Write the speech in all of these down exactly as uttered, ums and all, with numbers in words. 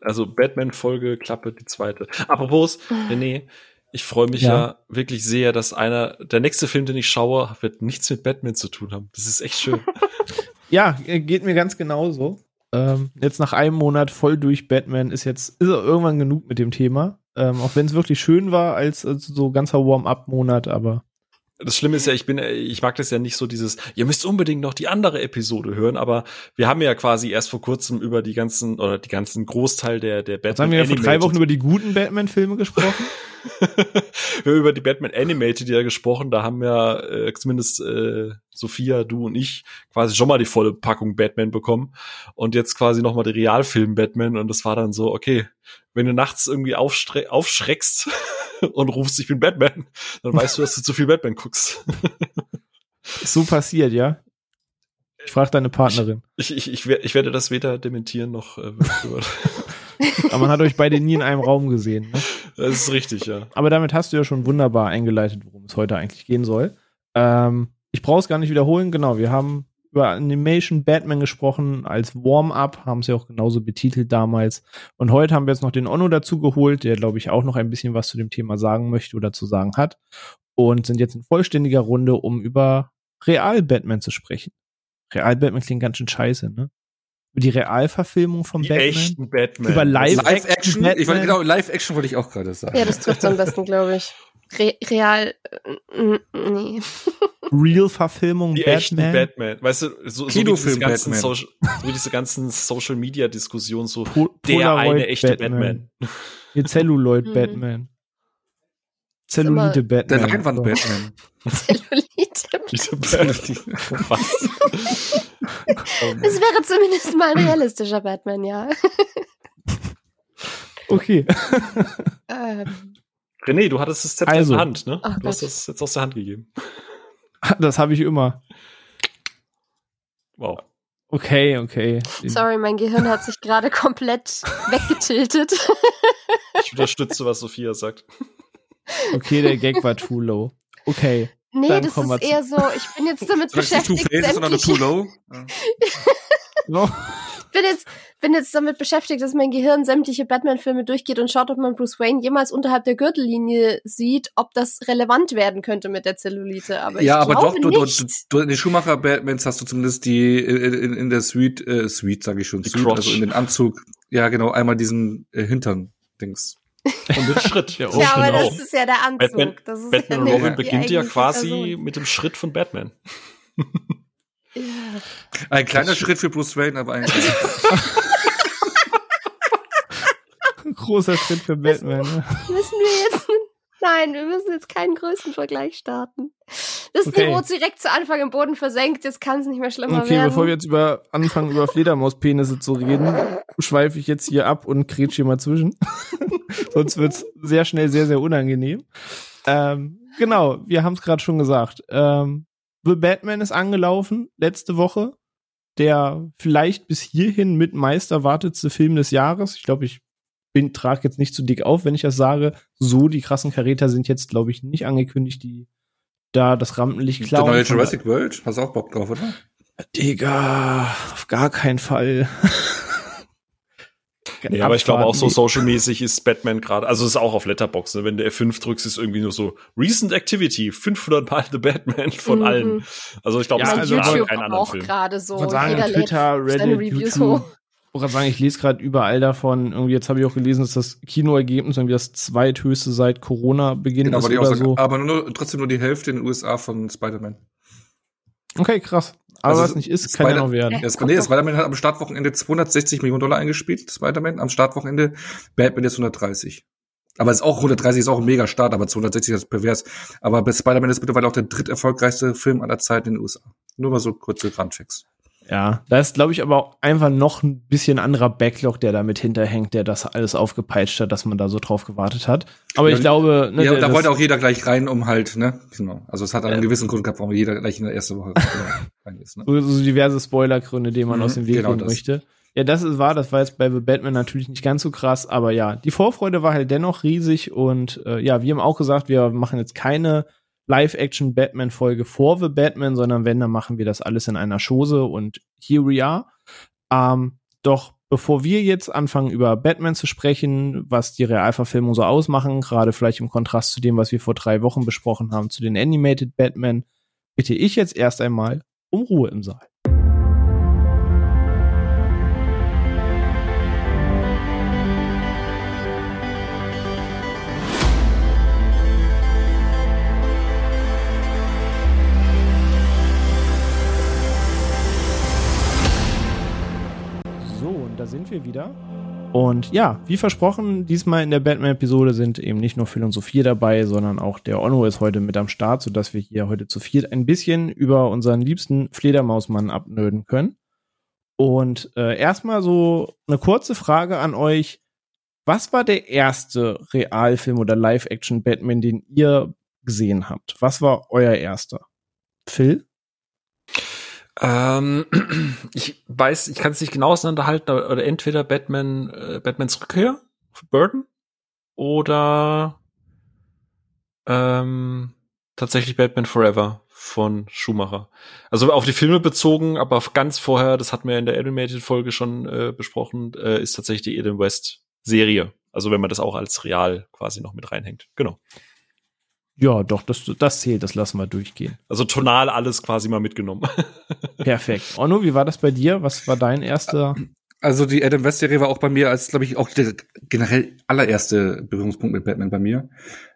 Also Batman-Folge, Klappe, die zweite. Apropos, René, ich freue mich ja. ja wirklich sehr, dass einer, der nächste Film, den ich schaue, wird nichts mit Batman zu tun haben. Das ist echt schön. Ja, geht mir ganz genauso. Ähm, jetzt nach einem Monat voll durch Batman ist jetzt ist er irgendwann genug mit dem Thema. Ähm, auch wenn es wirklich schön war als, als so ganzer Warm-up-Monat, aber das Schlimme ist ja, ich bin, ich mag das ja nicht so dieses, ihr müsst unbedingt noch die andere Episode hören, aber wir haben ja quasi erst vor kurzem über die ganzen, oder die ganzen Großteil der, der Batman. Jetzt haben wir ja vor drei Wochen über die guten Batman-Filme gesprochen. Wir haben über die Batman Animated ja gesprochen, da haben ja äh, zumindest äh, Sophia, du und ich quasi schon mal die volle Packung Batman bekommen und jetzt quasi noch mal die Realfilm Batman und das war dann so, okay, wenn du nachts irgendwie aufstre- aufschreckst und rufst, ich bin Batman, dann weißt du, dass du zu viel Batman guckst. Ist so passiert, ja? Ich frage deine Partnerin. Ich, ich, ich, ich werde das weder dementieren noch äh, aber man hat euch beide nie in einem Raum gesehen, ne? Das ist richtig, ja. Aber damit hast du ja schon wunderbar eingeleitet, worum es heute eigentlich gehen soll. Ähm, ich brauche es gar nicht wiederholen. Genau, wir haben über Animation Batman gesprochen als Warm-up, haben es ja auch genauso betitelt damals. Und heute haben wir jetzt noch den Onno dazu geholt, der, glaube ich, auch noch ein bisschen was zu dem Thema sagen möchte oder zu sagen hat. Und sind jetzt in vollständiger Runde, um über Real-Batman zu sprechen. Real-Batman klingt ganz schön scheiße, ne? Über die Realverfilmung von die Batman. Echten Batman. Über Live-Action. Live ich wollte genau, Live-Action wollte ich auch gerade sagen. Ja, das trifft am besten, glaube ich. Re- Real, äh, nee. Real-Verfilmung die Batman. Echten Batman. Weißt du, so, so, wie diese ganzen Social, so wie diese ganzen Social-Media-Diskussionen, so po- der Polaroid eine echte Batman. Batman. Hier Celluloid Batman. Zellulite Batman. Der Leinwand-Batman. Zellulite Batman. Was? Es wäre zumindest mal ein realistischer Batman, ja. Okay. ähm. René, du hattest das Zepter also, in der Hand, ne? Oh du hast das jetzt aus der Hand gegeben. Das habe ich immer. Wow. Okay, okay. Sorry, mein Gehirn hat sich gerade komplett weggetiltet. Ich unterstütze, was Sophia sagt. Okay, der Gag war too low. Okay. Nee, das ist eher so, ich bin jetzt damit beschäftigt, sämtliche... Too low? No. Ich bin jetzt, bin jetzt damit beschäftigt, dass mein Gehirn sämtliche Batman-Filme durchgeht und schaut, ob man Bruce Wayne jemals unterhalb der Gürtellinie sieht, ob das relevant werden könnte mit der Zellulite. Aber ja, ich aber glaube doch, du, nicht. du, du, in den Schumacher-Batmans hast du zumindest die in, in, in der Suite, äh, Suite, sage ich schon, Suite, also in den Anzug, ja genau, einmal diesen äh, Hintern-Dings. Und den Schritt, ja, ja, aber genau. das ist ja der Anzug. Batman, das ist Batman ja Robin ja. beginnt ja quasi Person. mit dem Schritt von Batman. Ja. Ein kleiner Schritt für Bruce Wayne, aber ein großer Schritt für Batman. Müssen, müssen wir jetzt, nein, wir müssen jetzt keinen Größenvergleich starten. Das okay. Niveau direkt zu Anfang im Boden versenkt, jetzt kann es nicht mehr schlimmer okay, werden. Okay, bevor wir jetzt über anfangen, über Fledermauspenisse zu reden, schweife ich jetzt hier ab und kretsch hier mal zwischen. Sonst wird's sehr schnell sehr, sehr unangenehm. Ähm, genau, wir haben es gerade schon gesagt. Ähm, The Batman ist angelaufen, letzte Woche. Der vielleicht bis hierhin mit meist erwartetste Film des Jahres. Ich glaube, ich bin trage jetzt nicht zu dick auf, wenn ich das sage. So, die krassen Karäter sind jetzt, glaube ich, nicht angekündigt, die da das Rampenlicht klauen. Der neue Jurassic World? Hast du auch Bock drauf, oder? Digga, auf gar keinen Fall. Nee, aber ich glaube auch so social-mäßig ist Batman gerade, also es ist auch auf Letterboxd, ne? Wenn du F fünf drückst, ist irgendwie nur so Recent Activity, fünfhundert Mal The Batman von mhm. allen. Also ich glaube, ja, es also gibt YouTube keinen anderen auch Film. gerade so. Ich sagen, jeder Twitter, lädt seine Reddit, Reviews YouTube. hoch. Ich wollte sagen, ich lese gerade überall davon, irgendwie jetzt habe ich auch gelesen, dass das Kinoergebnis irgendwie das zweithöchste seit Corona-Beginn genau, ist aber, oder sagen, so. aber nur, trotzdem nur die Hälfte in den U S A von Spider-Man. Okay, krass. Aber also was nicht ist, kann ja noch werden. Ja, nee, Spider-Man hat am Startwochenende zweihundertsechzig Millionen Dollar eingespielt, Spider-Man, am Startwochenende. Batman jetzt hundertdreißig. Aber es ist auch hundertdreißig, ist auch ein mega Start, aber zweihundertsechzig ist pervers. Aber Spider-Man ist mittlerweile auch der dritterfolgreichste Film aller Zeiten in den U S A. Nur mal so kurze Randfacts. Ja, da ist, glaube ich, aber auch einfach noch ein bisschen anderer Backlog, der damit hinterhängt, der das alles aufgepeitscht hat, dass man da so drauf gewartet hat. Aber ja, ich glaube, ne, ja, der, da das, wollte auch jeder gleich rein, um halt, ne, genau. Also es hat einen äh, gewissen Grund gehabt, warum jeder gleich in der ersten Woche rein ist, ne? So, so diverse Spoilergründe, die man mhm, aus dem Weg genau gehen das. möchte. Ja, das ist wahr, das war jetzt bei The Batman natürlich nicht ganz so krass, aber ja, die Vorfreude war halt dennoch riesig und äh, ja, wir haben auch gesagt, wir machen jetzt keine Live-Action-Batman-Folge vor The Batman, sondern wenn, dann machen wir das alles in einer Chose und here we are. Ähm, Doch bevor wir jetzt anfangen, über Batman zu sprechen, was die Realverfilmung so ausmachen, gerade vielleicht im Kontrast zu dem, was wir vor drei Wochen besprochen haben, zu den Animated Batman, bitte ich jetzt erst einmal um Ruhe im Saal. Da sind wir wieder. Und ja, wie versprochen, diesmal in der Batman-Episode sind eben nicht nur Phil und Sophia dabei, sondern auch der Onno ist heute mit am Start, sodass wir hier heute zu viert ein bisschen über unseren liebsten Fledermausmann abnörden können. Und äh, erstmal so eine kurze Frage an euch. Was war der erste Realfilm oder Live-Action-Batman, den ihr gesehen habt? Was war euer erster? Phil? Ähm, ich weiß, ich kann es nicht genau auseinanderhalten, aber, oder entweder Batman, äh, Batmans Rückkehr für Burton oder ähm, tatsächlich Batman Forever von Schumacher. Also auf die Filme bezogen, aber ganz vorher, das hatten wir in der Animated-Folge schon äh, besprochen, äh, ist tatsächlich die Adam West-Serie. Also wenn man das auch als real quasi noch mit reinhängt. Genau. Ja, doch, das, das zählt, das lassen wir durchgehen. Also tonal alles quasi mal mitgenommen. Perfekt. Onno, wie war das bei dir? Was war dein erster? Also die Adam West-Serie war auch bei mir als, glaube ich, auch der generell allererste Berührungspunkt mit Batman bei mir.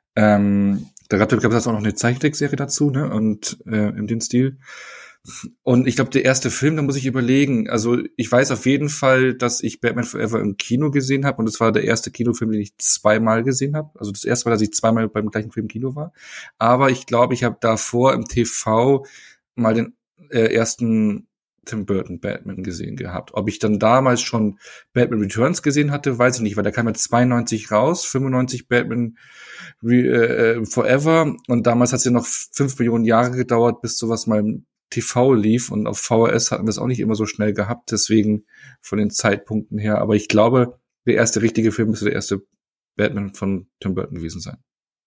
Ähm, da gab es auch noch eine Zeichentrickserie dazu, ne? Und äh, in dem Stil. Und ich glaube, der erste Film, da muss ich überlegen. Also ich weiß auf jeden Fall, dass ich Batman Forever im Kino gesehen habe. Und es war der erste Kinofilm, den ich zweimal gesehen habe. Also das erste Mal, dass ich zweimal beim gleichen Film im Kino war. Aber ich glaube, ich habe davor im T V mal den äh, ersten Tim Burton Batman gesehen gehabt. Ob ich dann damals schon Batman Returns gesehen hatte, weiß ich nicht, weil da kam ja zweiundneunzig raus, fünfundneunzig Batman Re- äh, Forever. Und damals hat es ja noch fünf Millionen Jahre gedauert, bis sowas mal im T V lief, und auf V H S hatten wir es auch nicht immer so schnell gehabt, deswegen von den Zeitpunkten her. Aber ich glaube, der erste richtige Film müsste der erste Batman von Tim Burton gewesen sein.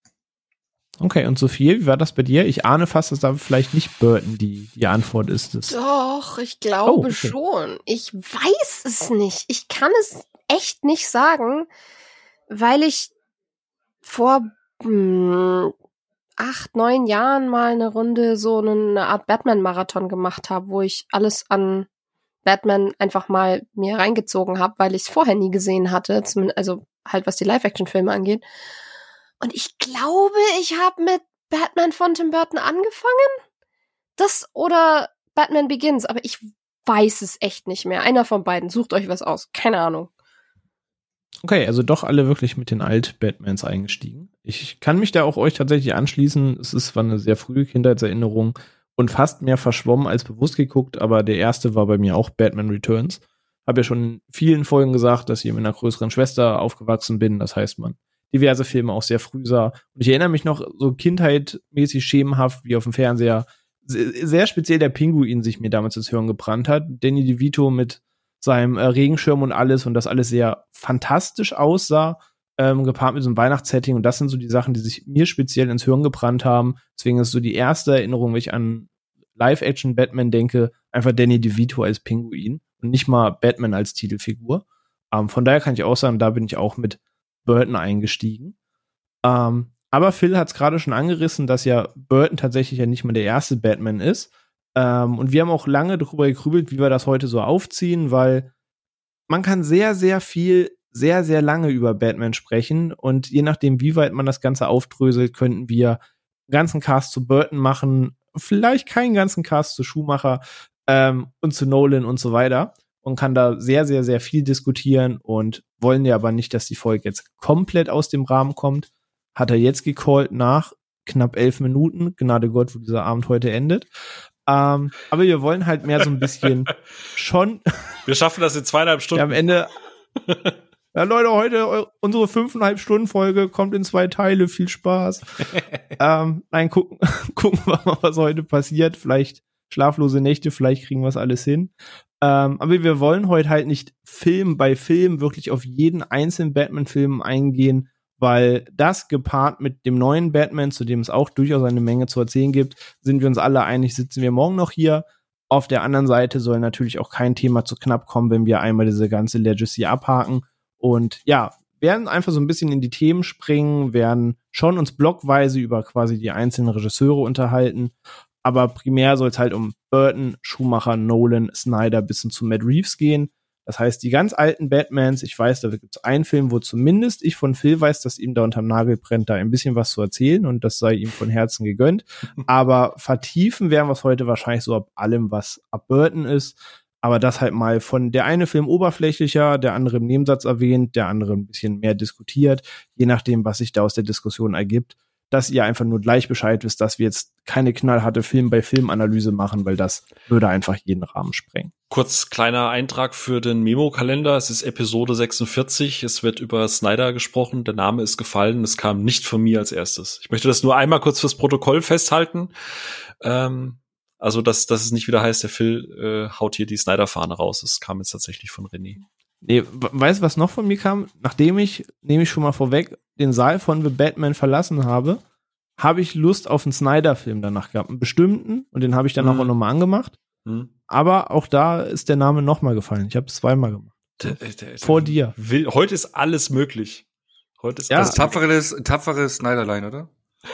Okay, und Sophie, wie war das bei dir? Ich ahne fast, dass da vielleicht nicht Burton die, die Antwort ist. Das Doch, ich glaube oh, okay. schon. Ich weiß es nicht. Ich kann es echt nicht sagen, weil ich vor mh, acht, neun Jahren mal eine Runde so eine Art Batman-Marathon gemacht habe, wo ich alles an Batman einfach mal mir reingezogen habe, weil ich es vorher nie gesehen hatte, zumindest, also halt was die Live-Action-Filme angeht. Und ich glaube, ich habe mit Batman von Tim Burton angefangen. Das oder Batman Begins, aber ich weiß es echt nicht mehr. Einer von beiden, sucht euch was aus. Keine Ahnung. Okay, also doch alle wirklich mit den Alt-Batmans eingestiegen. Ich kann mich da auch euch tatsächlich anschließen. Es ist zwar eine sehr frühe Kindheitserinnerung und fast mehr verschwommen als bewusst geguckt, aber der erste war bei mir auch Batman Returns. Habe ja schon in vielen Folgen gesagt, dass ich mit einer größeren Schwester aufgewachsen bin. Das heißt, man diverse Filme auch sehr früh sah. Und ich erinnere mich noch so kindheitmäßig schemenhaft, wie auf dem Fernseher sehr speziell der Pinguin sich mir damals ins Hirn gebrannt hat. Danny DeVito mit seinem äh, Regenschirm und alles und das alles sehr fantastisch aussah, ähm, gepaart mit so einem Weihnachtssetting. Und das sind so die Sachen, die sich mir speziell ins Hirn gebrannt haben. Deswegen ist so die erste Erinnerung, wenn ich an Live-Action-Batman denke, einfach Danny DeVito als Pinguin und nicht mal Batman als Titelfigur. Ähm, von daher kann ich auch sagen, da bin ich auch mit Burton eingestiegen. Ähm, aber Phil hat es gerade schon angerissen, dass ja Burton tatsächlich ja nicht mal der erste Batman ist. Ähm, und wir haben auch lange darüber gegrübelt, wie wir das heute so aufziehen, weil man kann sehr, sehr viel, sehr, sehr lange über Batman sprechen. Und je nachdem, wie weit man das Ganze aufdröselt, könnten wir einen ganzen Cast zu Burton machen, vielleicht keinen ganzen Cast zu Schumacher ähm, und zu Nolan und so weiter. Und kann da sehr, sehr, sehr viel diskutieren und wollen ja aber nicht, dass die Folge jetzt komplett aus dem Rahmen kommt. Hat er jetzt gecallt nach knapp elf Minuten. Gnade Gott, wo dieser Abend heute endet. Ähm, aber wir wollen halt mehr so ein bisschen schon. Wir schaffen das in zweieinhalb Stunden. Ja, am Ende. Ja, Leute, heute unsere fünfeinhalb Stunden Folge kommt in zwei Teile. Viel Spaß. ähm, nein, gucken, gucken wir mal, was heute passiert. Vielleicht schlaflose Nächte, vielleicht kriegen wir es alles hin. Ähm, aber wir wollen heute halt nicht Film bei Film wirklich auf jeden einzelnen Batman-Film eingehen, weil das gepaart mit dem neuen Batman, zu dem es auch durchaus eine Menge zu erzählen gibt, sind wir uns alle einig, sitzen wir morgen noch hier. Auf der anderen Seite soll natürlich auch kein Thema zu knapp kommen, wenn wir einmal diese ganze Legacy abhaken. Und ja, werden einfach so ein bisschen in die Themen springen, werden schon uns blockweise über quasi die einzelnen Regisseure unterhalten. Aber primär soll es halt um Burton, Schumacher, Nolan, Snyder bis hin zu Matt Reeves gehen. Das heißt, die ganz alten Batmans, ich weiß, da gibt es einen Film, wo zumindest ich von Phil weiß, dass ihm da unterm Nagel brennt, da ein bisschen was zu erzählen und das sei ihm von Herzen gegönnt. Aber vertiefen werden wir es heute wahrscheinlich so ab allem, was ab Burton ist. Aber das halt mal von der eine Film oberflächlicher, der andere im Nebensatz erwähnt, der andere ein bisschen mehr diskutiert, je nachdem, was sich da aus der Diskussion ergibt, dass ihr einfach nur gleich Bescheid wisst, dass wir jetzt keine knallharte Film-bei-Film-Analyse machen, weil das würde einfach jeden Rahmen sprengen. Kurz kleiner Eintrag für den Memo-Kalender. Es ist Episode sechsundvierzig. Es wird über Snyder gesprochen. Der Name ist gefallen. Es kam nicht von mir als erstes. Ich möchte das nur einmal kurz fürs Protokoll festhalten. Ähm, also, dass, dass es nicht wieder heißt, der Phil äh, haut hier die Snyder-Fahne raus. Es kam jetzt tatsächlich von René. Nee, weißt du, was noch von mir kam? Nachdem ich, nehme ich schon mal vorweg, den Saal von The Batman verlassen habe, habe ich Lust auf einen Snyder-Film danach gehabt. Einen bestimmten. Und den habe ich dann Mhm. auch nochmal angemacht. Hm? Aber auch da ist der Name nochmal gefallen. Ich habe es zweimal gemacht. Der, der, Vor dir. Will, heute ist alles möglich. Heute ist Ja. alles Das tapfere, das tapfere Snyderlein, oder?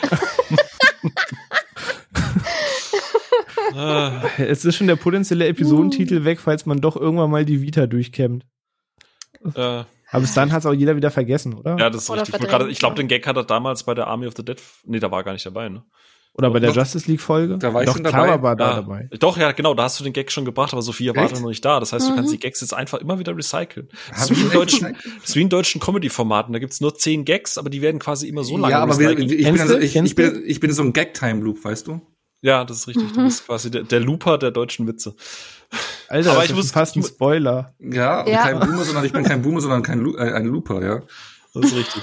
Ah, Es ist schon der potenzielle Episodentitel weg, falls man doch irgendwann mal die Vita durchkämmt. äh, Aber bis dann hat es auch jeder wieder vergessen, oder? ja, das ist Oder richtig. Ich, wollte verdrängt, gerade- ich glaube, ja. den Gag hat er damals bei der Army of the Dead. Nee, da war er gar nicht dabei, ne? Oder bei der Doch. Justice League-Folge? Da war ich Doch, schon dabei. Clara war da Ja. dabei. Doch, ja, genau, da hast du den Gag schon gebracht, aber Sophia war Echt? da noch nicht da. Das heißt, du Mhm. kannst die Gags jetzt einfach immer wieder recyceln. Das ist Hab wie in ich deutschen, echt- das ist wie in deutschen Comedy-Formaten. Da gibt's nur zehn Gags, aber die werden quasi immer so lange Ja, aber wir, recycelt. ich, bin Kennst also, du? ich, Kennst ich, bin, ich bin so ein Gag-Time-Loop, weißt du? Ja, das ist richtig. Du Mhm. bist quasi der, der Looper der deutschen Witze. Alter, Aber das ich ist muss- fast ein ich mu- Spoiler. Ja, und Ja. kein Boomer, sondern ich bin kein Boomer, sondern kein Lo äh, ein Looper, ja. Das ist richtig.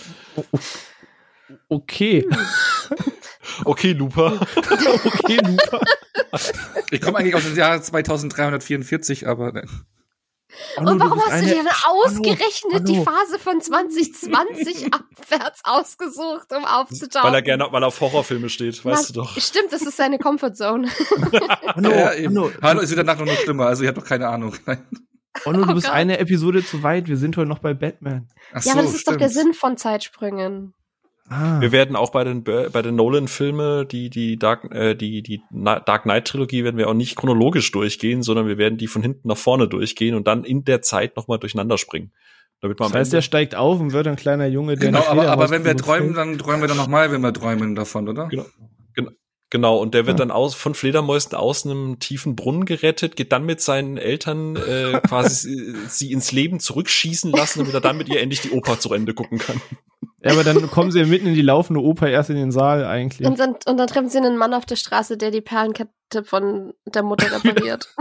Okay. Okay, Looper. Okay, Luca. Ich komme eigentlich aus dem Jahr zweitausenddreihundertvierundvierzig, aber ne. Anno, Und warum bist hast du eine- dir dann ausgerechnet Anno, die Anno. Phase von zwanzig zwanzig abwärts ausgesucht, um aufzutauchen? Weil er gerne, weil er auf Horrorfilme steht, weißt du doch. Stimmt, das ist seine Comfortzone. Anno, ja, eben. Anno, Hallo, ist wieder Nacht noch schlimmer, also ich habe doch keine Ahnung. Anno, du Oh bist Gott. eine Episode zu weit. Wir sind heute noch bei Batman. Ach Ja, aber das ist doch der stimmt. Sinn von Zeitsprüngen. Ah. Wir werden auch bei den bei den Nolan-Filme, die die Dark äh, die die Na- Dark Knight-Trilogie werden wir auch nicht chronologisch durchgehen, sondern wir werden die von hinten nach vorne durchgehen und dann in der Zeit noch mal durcheinander springen. Damit man Das heißt, am er Ende, steigt auf und wird ein kleiner Junge, der Genau, eine aber, aber wenn wir Fledermaus träumen, fällt. dann träumen wir dann nochmal, wenn wir träumen davon, oder? Genau. genau, und der wird Ja. dann aus von Fledermäusen aus einem tiefen Brunnen gerettet, geht dann mit seinen Eltern äh, quasi sie- sie ins Leben zurückschießen lassen, damit er dann mit ihr endlich die Oper zu Ende gucken kann. Ja, aber dann kommen sie ja mitten in die laufende Oper erst in den Saal eigentlich. Und dann, und dann treffen sie einen Mann auf der Straße, der die Perlenkette von der Mutter repariert.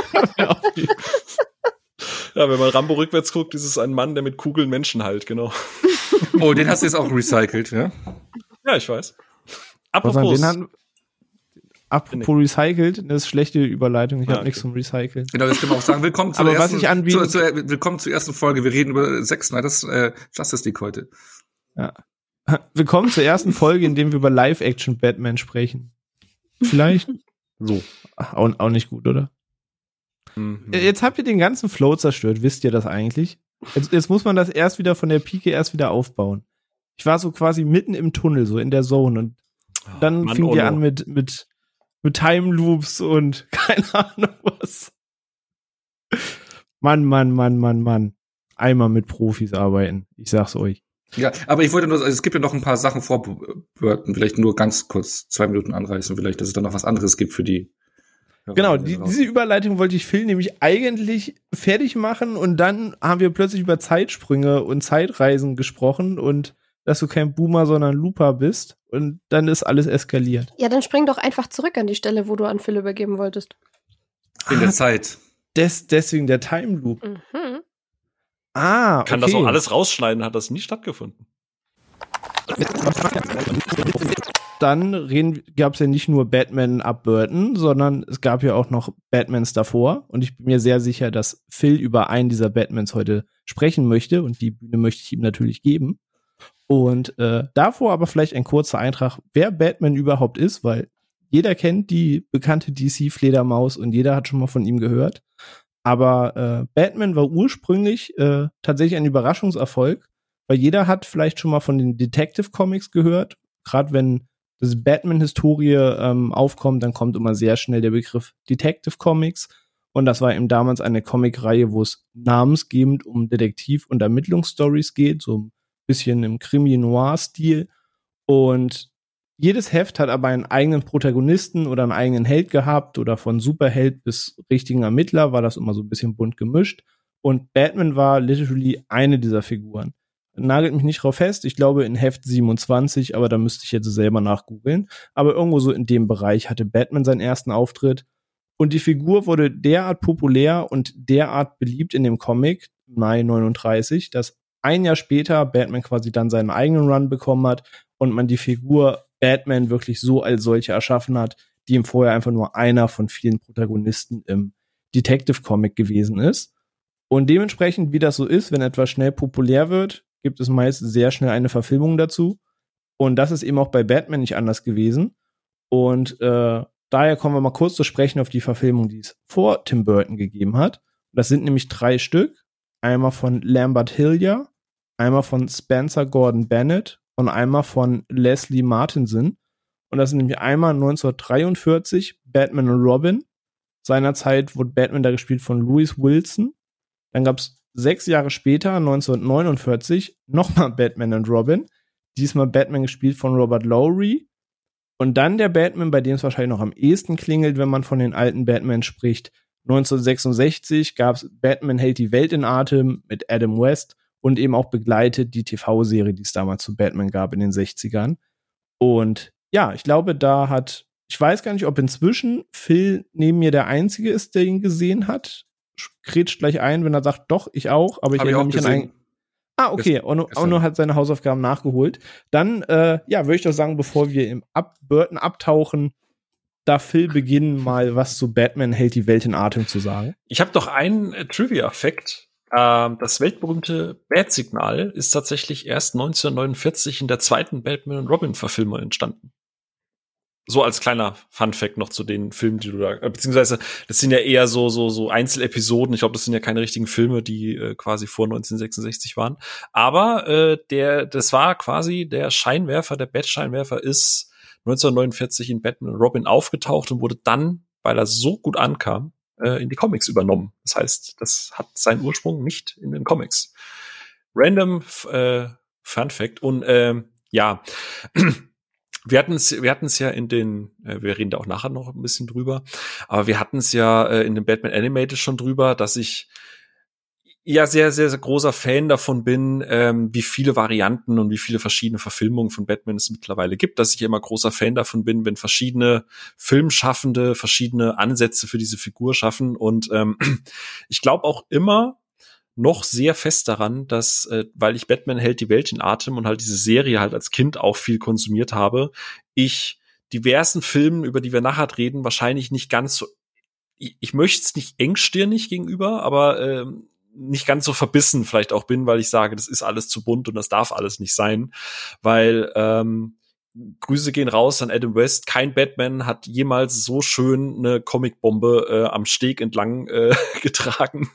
Ja, wenn man Rambo rückwärts guckt, ist es ein Mann, der mit Kugeln Menschen heilt, genau. Oh, den hast du jetzt auch recycelt, ja? Ja, ich weiß. Was an Apropos, den hatten, apropos recycelt, das ist schlechte Überleitung, ich Ja, habe nichts zum Recyceln. Genau, das können wir auch sagen. Willkommen zur, Aber was ersten, ich anbieten- zur, zur, willkommen zur ersten Folge. Wir reden über Zack Snyder's äh, Justice League heute. Willkommen zur ersten Folge, in der wir über Live-Action-Batman sprechen. Vielleicht? So. Ach, auch, auch nicht gut, oder? Mhm. Jetzt habt ihr den ganzen Flow zerstört, wisst ihr das eigentlich? Jetzt, jetzt muss man das erst wieder von der Pike erst wieder aufbauen. Ich war so quasi mitten im Tunnel, so in der Zone und dann Mann, fing die Ono. an mit, mit, mit Time Loops und keine Ahnung was. Mann, Mann, Mann, Mann, Mann. Einmal mit Profis arbeiten. Ich sag's euch. Ja, aber ich wollte nur, also es gibt ja noch ein paar Sachen vor Burton, vielleicht nur ganz kurz zwei Minuten anreißen, vielleicht, dass es dann noch was anderes gibt für die. Genau, die, diese Überleitung wollte ich Phil nämlich eigentlich fertig machen und dann haben wir plötzlich über Zeitsprünge und Zeitreisen gesprochen und dass du kein Boomer, sondern Looper bist und dann ist alles eskaliert. Ja, dann spring doch einfach zurück an die Stelle, wo du an Phil übergeben wolltest. in der Zeit. Des, deswegen der Time Loop. Mhm. Ah, okay. Kann das auch alles rausschneiden, hat das nie stattgefunden. Dann reden, gab es ja nicht nur Batman ab Burton, sondern es gab ja auch noch Batmans davor. Und ich bin mir sehr sicher, dass Phil über einen dieser Batmans heute sprechen möchte. Und die Bühne möchte ich ihm natürlich geben. Und äh, davor aber vielleicht ein kurzer Eintrag, wer Batman überhaupt ist, weil jeder kennt die bekannte D C-Fledermaus und jeder hat schon mal von ihm gehört. Aber äh, Batman war ursprünglich äh, tatsächlich ein Überraschungserfolg, weil jeder hat vielleicht schon mal von den Detective Comics gehört. Gerade wenn das Batman-Historie ähm, aufkommt, dann kommt immer sehr schnell der Begriff Detective Comics. Und das war eben damals eine Comicreihe, wo es namensgebend um Detektiv- und Ermittlungsstories geht, so ein bisschen im Krimi-Noir-Stil. Und jedes Heft hat aber einen eigenen Protagonisten oder einen eigenen Held gehabt oder von Superheld bis richtigen Ermittler war das immer so ein bisschen bunt gemischt. Und Batman war literally eine dieser Figuren. Nagelt mich nicht drauf fest, ich glaube in Heft siebenundzwanzig, aber da müsste ich jetzt selber nachgoogeln. Aber irgendwo so in dem Bereich hatte Batman seinen ersten Auftritt. Und die Figur wurde derart populär und derart beliebt in dem Comic, Mai neununddreißig, dass ein Jahr später Batman quasi dann seinen eigenen Run bekommen hat und man die Figur Batman wirklich so als solche erschaffen hat, die ihm vorher einfach nur einer von vielen Protagonisten im Detective-Comic gewesen ist. Und dementsprechend, wie das so ist, wenn etwas schnell populär wird, gibt es meist sehr schnell eine Verfilmung dazu. Und das ist eben auch bei Batman nicht anders gewesen. Und äh, daher kommen wir mal kurz zu sprechen auf die Verfilmung, die es vor Tim Burton gegeben hat. Das sind nämlich drei Stück. Einmal von Lambert Hillier, einmal von Spencer Gordon Bennett und einmal von Leslie Martinson. Und das sind nämlich einmal neunzehnhundertdreiundvierzig Batman und Robin. Seinerzeit wurde Batman da gespielt von Louis Wilson. Dann gab es sechs Jahre später, neunzehnhundertneunundvierzig, nochmal Batman und Robin. Diesmal Batman gespielt von Robert Lowry. Und dann der Batman, bei dem es wahrscheinlich noch am ehesten klingelt, wenn man von den alten Batman spricht. neunzehnhundertsechsundsechzig gab es Batman hält die Welt in Atem mit Adam West und eben auch begleitet die T V-Serie, die es damals zu Batman gab in den sechzigern. Und ja, ich glaube, da hat, ich weiß gar nicht, ob inzwischen Phil neben mir der Einzige ist, der ihn gesehen hat. Kretscht gleich ein, wenn er sagt, doch, ich auch, aber ich Hab ich erinnere auch mich an gesehen. einen. Ah, okay, Ono, Gestern. Ono hat seine Hausaufgaben nachgeholt. Dann, äh, ja, würde ich doch sagen, bevor wir im Ab Burton abtauchen, darf Phil beginnen, mal was zu Batman hält die Welt in Atem zu sagen. Ich habe doch einen äh, Trivia-Effekt. Ähm, das weltberühmte Bat-Signal ist tatsächlich erst neunzehnhundertneunundvierzig in der zweiten Batman und Robin-Verfilmung entstanden. So als kleiner Fun-Fact noch zu den Filmen, die du da, äh, beziehungsweise das sind ja eher so so so Einzelepisoden. Ich glaube, das sind ja keine richtigen Filme, die äh, quasi vor neunzehnhundertsechsundsechzig waren. Aber äh, der, das war quasi der Scheinwerfer, der Bat-Scheinwerfer ist neunzehnhundertneunundvierzig in Batman und Robin aufgetaucht und wurde dann, weil er so gut ankam, äh, in die Comics übernommen. Das heißt, das hat seinen Ursprung nicht in den Comics. Random äh, Fun-Fact und ähm, ja. Wir hatten es, wir hatten es ja in den, äh, wir reden da auch nachher noch ein bisschen drüber, aber wir hatten es ja äh, in den Batman Animated schon drüber, dass ich ja sehr, sehr, sehr großer Fan davon bin, ähm, wie viele Varianten und wie viele verschiedene Verfilmungen von Batman es mittlerweile gibt, dass ich immer großer Fan davon bin, wenn verschiedene Filmschaffende verschiedene Ansätze für diese Figur schaffen und ähm, ich glaube auch immer noch sehr fest daran, dass, äh, weil ich Batman hält die Welt in Atem und halt diese Serie halt als Kind auch viel konsumiert habe, ich diversen Filmen, über die wir nachher reden, wahrscheinlich nicht ganz so, ich, ich möchte es nicht engstirnig gegenüber, aber äh, nicht ganz so verbissen vielleicht auch bin, weil ich sage, das ist alles zu bunt und das darf alles nicht sein, weil ähm, Grüße gehen raus an Adam West. Kein Batman hat jemals so schön eine Comicbombe äh, am Steg entlang äh, getragen.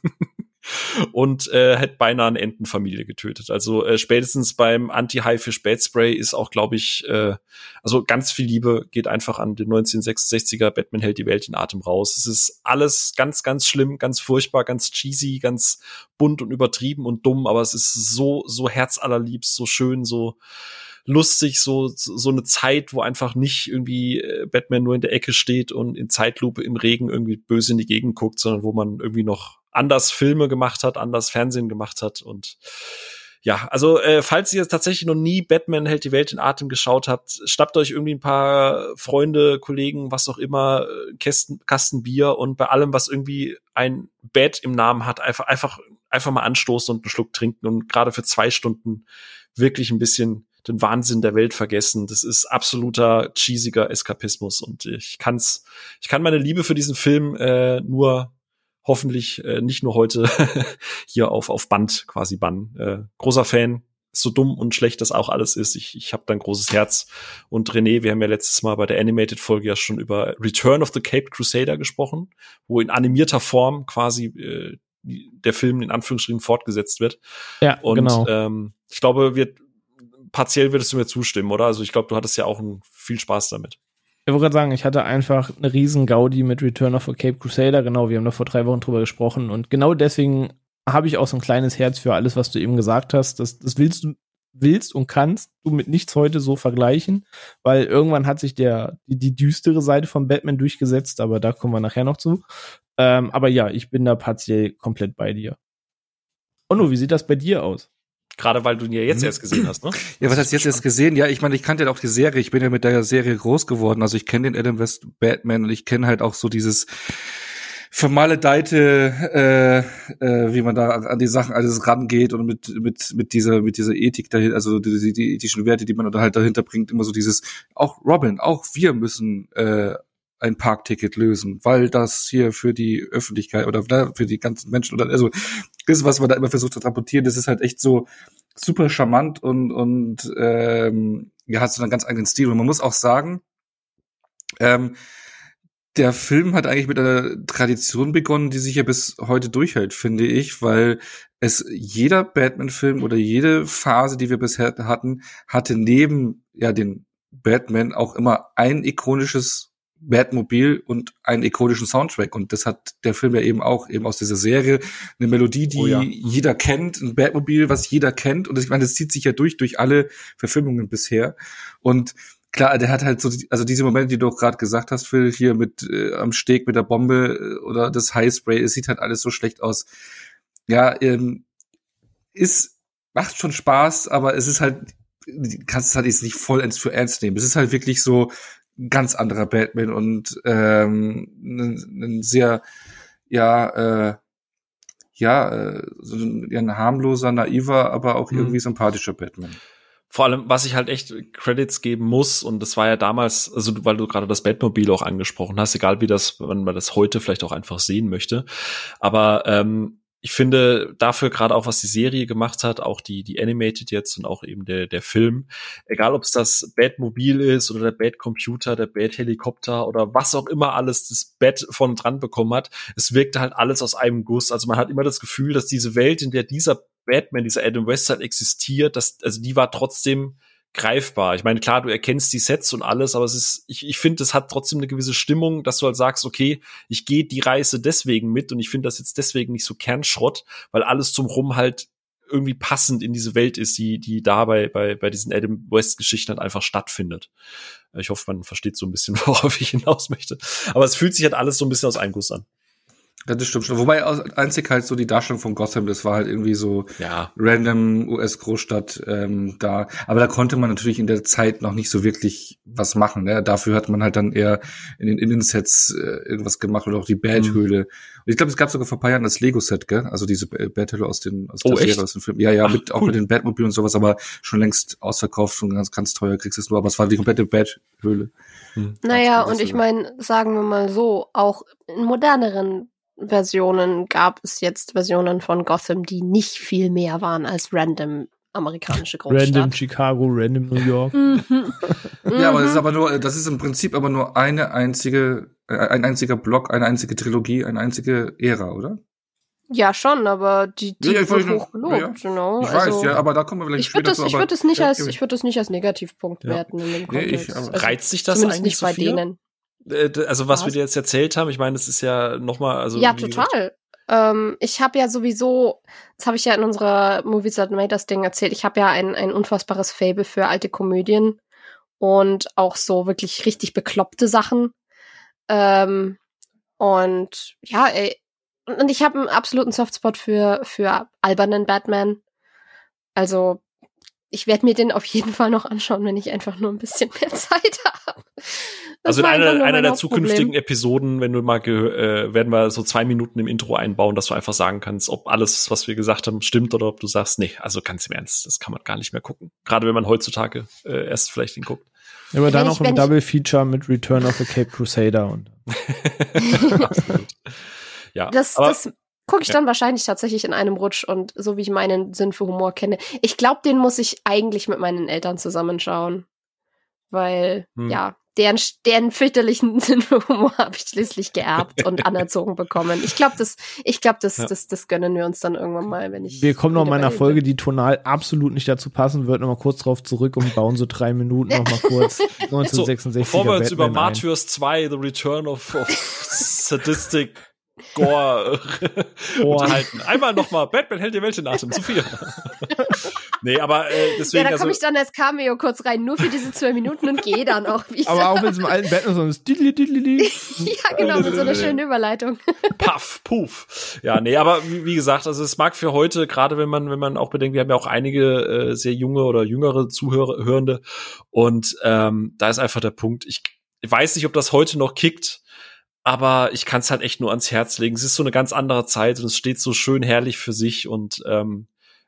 Und äh, hätte beinahe eine Entenfamilie getötet. Also äh, spätestens beim Anti-Haifisch-Bat-Spray ist auch, glaube ich, äh, also ganz viel Liebe geht einfach an den neunzehnhundertsechsundsechziger Batman hält die Welt in Atem raus. Es ist alles ganz, ganz schlimm, ganz furchtbar, ganz cheesy, ganz bunt und übertrieben und dumm, aber es ist so, so herzallerliebst, so schön, so lustig, so so eine Zeit, wo einfach nicht irgendwie Batman nur in der Ecke steht und in Zeitlupe im Regen irgendwie böse in die Gegend guckt, sondern wo man irgendwie noch anders Filme gemacht hat, anders Fernsehen gemacht hat und ja, also äh, falls ihr tatsächlich noch nie Batman hält die Welt in Atem geschaut habt, schnappt euch irgendwie ein paar Freunde, Kollegen, was auch immer, Kästen, Kasten Bier und bei allem, was irgendwie ein Bat im Namen hat, einfach einfach einfach mal anstoßen und einen Schluck trinken und gerade für zwei Stunden wirklich ein bisschen den Wahnsinn der Welt vergessen. Das ist absoluter cheesiger Eskapismus und ich kann's, ich kann meine Liebe für diesen Film äh, nur hoffentlich äh, nicht nur heute hier auf auf Band quasi bannen. Äh, großer Fan, so dumm und schlecht das auch alles ist, ich, ich habe da ein großes Herz. Und René, wir haben ja letztes Mal bei der Animated-Folge ja schon über Return of the Caped Crusader gesprochen, wo in animierter Form quasi äh, der Film in Anführungsstrichen fortgesetzt wird. Ja, und, genau. Ähm, ich glaube, wir, partiell würdest du mir zustimmen, oder? Also ich glaube, du hattest ja auch ein, viel Spaß damit. Ich wollte gerade sagen, ich hatte einfach eine riesen Gaudi mit Return of the Caped Crusader. Genau, wir haben da vor drei Wochen drüber gesprochen. Und genau deswegen habe ich auch so ein kleines Herz für alles, was du eben gesagt hast. Das, das willst du willst und kannst du mit nichts heute so vergleichen, weil irgendwann hat sich der die, die düstere Seite von Batman durchgesetzt, aber da kommen wir nachher noch zu. Ähm, aber ja, ich bin da partiell komplett bei dir. Onno, wie sieht das bei dir aus? Gerade weil du ihn ja jetzt erst gesehen hast, ne? Ja, was heißt jetzt erst gesehen? Ja, ich meine, ich kannte ja auch die Serie. Ich bin ja mit der Serie groß geworden. Also ich kenne den Adam West Batman und ich kenne halt auch so dieses vermaledeite, äh, äh, wie man da an die Sachen alles rangeht und mit mit mit dieser mit dieser Ethik dahin, also die, die ethischen Werte, die man da halt dahinter bringt, immer so dieses. Auch Robin, auch wir müssen äh, ein Parkticket lösen, weil das hier für die Öffentlichkeit oder für die ganzen Menschen oder also das, was man da immer versucht zu transportieren, das ist halt echt so super charmant und und ähm, ja, hat so einen ganz eigenen Stil. Und man muss auch sagen, ähm, der Film hat eigentlich mit einer Tradition begonnen, die sich ja bis heute durchhält, finde ich, weil es jeder Batman-Film oder jede Phase, die wir bisher hatten, hatte neben ja den Batman auch immer ein ikonisches Batmobil und einen ikonischen Soundtrack. Und das hat der Film ja eben auch, eben aus dieser Serie, eine Melodie, die oh ja. jeder kennt, ein Batmobil, was jeder kennt. Und ich meine, das zieht sich ja durch, durch alle Verfilmungen bisher. Und klar, der hat halt so, also diese Momente, die du auch gerade gesagt hast, Phil, hier mit äh, am Steg mit der Bombe äh, oder das Highspray, es sieht halt alles so schlecht aus. Ja, ähm, ist, macht schon Spaß, aber es ist halt, kannst es halt jetzt nicht vollends für ernst nehmen. Es ist halt wirklich so ganz anderer Batman und ähm, ein, ein sehr, ja, äh, ja, äh, so ein, ein harmloser, naiver, aber auch mhm. irgendwie sympathischer Batman. Vor allem, was ich halt echt Credits geben muss, und das war ja damals, also weil du gerade das Batmobil auch angesprochen hast, egal wie das, wenn man das heute vielleicht auch einfach sehen möchte, aber ähm, ich finde dafür gerade auch, was die Serie gemacht hat, auch die die Animated jetzt und auch eben der der Film, egal ob es das Batmobil ist oder der Batcomputer, der Bat-Helikopter oder was auch immer alles das Bat von dran bekommen hat, es wirkte halt alles aus einem Guss. Also man hat immer das Gefühl, dass diese Welt, in der dieser Batman, dieser Adam West halt existiert, dass, also die war trotzdem greifbar. Ich meine, klar, du erkennst die Sets und alles, aber es ist, ich, ich finde, es hat trotzdem eine gewisse Stimmung, dass du halt sagst, okay, ich gehe die Reise deswegen mit und ich finde das jetzt deswegen nicht so Kernschrott, weil alles drumherum halt irgendwie passend in diese Welt ist, die, die da bei, bei, bei diesen Adam West-Geschichten halt einfach stattfindet. Ich hoffe, man versteht so ein bisschen, worauf ich hinaus möchte. Aber es fühlt sich halt alles so ein bisschen aus einem Guss an. Ja, das stimmt schon. Wobei einzig halt so die Darstellung von Gotham, das war halt irgendwie so ja. random U S-Großstadt ähm, da. Aber da konnte man natürlich in der Zeit noch nicht so wirklich was machen. Ne? Dafür hat man halt dann eher in den Innensets äh, irgendwas gemacht oder auch die Bat-Höhle. Mhm. Und ich glaube, es gab sogar vor ein paar Jahren das Lego-Set, gell? Also diese Bat-Höhle aus den aus oh, der echt? Serie, aus dem Film. Ja, ja, Ach, mit, auch cool. mit den Batmobilen und sowas, aber schon längst ausverkauft und ganz, ganz teuer kriegst du es nur. Aber es war die komplette Bat-Höhle. Hm. Naja, und ich meine, sagen wir mal so, auch in moderneren Versionen gab es jetzt Versionen von Gotham, die nicht viel mehr waren als random amerikanische Großstadt. Random Chicago, random New York. Mhm. Ja, aber das ist aber nur, das ist im Prinzip aber nur eine einzige, äh, ein einziger Block, eine einzige Trilogie, eine einzige Ära, oder? Ja, schon, aber die, die ja, wird nur, hoch gelobt, ja, you know? Ich also, weiß, ja, aber da kommen wir vielleicht ich würde später das, zu. Ich würde es nicht ja, als, ja. ich würde es nicht als Negativpunkt ja. werten in dem Nee, Kontext. ich, aber also, reizt sich das zumindest eigentlich nicht bei Sophia? denen. Also was, was wir Was? dir jetzt erzählt haben, ich meine, das ist ja nochmal, also Ja, wie total. Ähm, ich habe ja sowieso, das habe ich ja in unserer Movies That Made Us Ding erzählt, ich habe ja ein, ein unfassbares Faible für alte Komödien und auch so wirklich richtig bekloppte Sachen. Ähm, und ja, ey, und ich habe einen absoluten Softspot für, für albernen Batman. Also ich werde mir den auf jeden Fall noch anschauen, wenn ich einfach nur ein bisschen mehr Zeit habe. Also in einer, einer der zukünftigen Episoden, wenn du mal gehör, äh, werden wir so zwei Minuten im Intro einbauen, dass du einfach sagen kannst, ob alles, was wir gesagt haben, stimmt oder ob du sagst, nee, also ganz im Ernst, das kann man gar nicht mehr gucken. Gerade wenn man heutzutage äh, erst vielleicht hinguckt. Ja, aber dann Wenn noch ich- ein wenn ich- Double Feature mit Return of the Caped Crusader und Absolut. Ja, Das, aber das, gucke ich Ja. dann wahrscheinlich tatsächlich in einem Rutsch und so wie ich meinen Sinn für Humor kenne. Ich glaube, den muss ich eigentlich mit meinen Eltern zusammenschauen. Weil, Hm. ja, deren, deren fürchterlichen Sinn für Humor habe ich schließlich geerbt und anerzogen bekommen. Ich glaube, das, ich glaube, das, Ja. das, das gönnen wir uns dann irgendwann mal, wenn ich. Wir kommen noch wieder mal in bei einer denen Folge, bin. die tonal absolut nicht dazu passen wird, noch mal kurz drauf zurück und bauen so drei Minuten noch mal kurz So, neunzehnhundertsechsundsechziger bevor wir uns über Batman ein. Martyrs zwei, The Return of, of Sadistic Gore unterhalten. Einmal nochmal, Batman hält die Welt in Atem, zu viel. Nee, aber äh, deswegen, Ja, da komme also, ich dann als Cameo kurz rein, nur für diese zwei Minuten und gehe dann auch wieder. Aber auch mit diesem alten Batman so ein Didli, Didli, Didli. Ja, genau, mit so einer schönen Überleitung. paff, puff. Ja, nee, aber wie, wie gesagt, also es mag für heute, gerade wenn man, wenn man auch bedenkt, wir haben ja auch einige äh, sehr junge oder jüngere Zuhörer, Hörende und ähm, da ist einfach der Punkt, ich, ich weiß nicht, ob das heute noch kickt, aber ich kann es halt echt nur ans Herz legen. Es ist so eine ganz andere Zeit und es steht so schön herrlich für sich und ähm,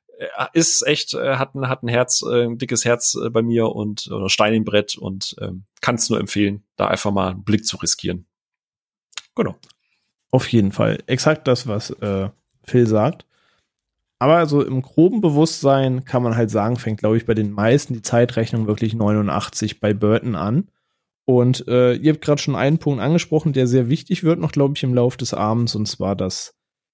ist echt, äh, hat ein, hat ein Herz, äh, ein dickes Herz äh, bei mir und oder Stein im Brett und ähm, kann es nur empfehlen, da einfach mal einen Blick zu riskieren. Genau. Auf jeden Fall. Exakt das, was äh, Phil sagt. Aber so im groben Bewusstsein kann man halt sagen, fängt, glaube ich, bei den meisten die Zeitrechnung wirklich neunundachtzig bei Burton an. Und äh, ihr habt gerade schon einen Punkt angesprochen, der sehr wichtig wird noch, glaube ich, im Laufe des Abends, und zwar, dass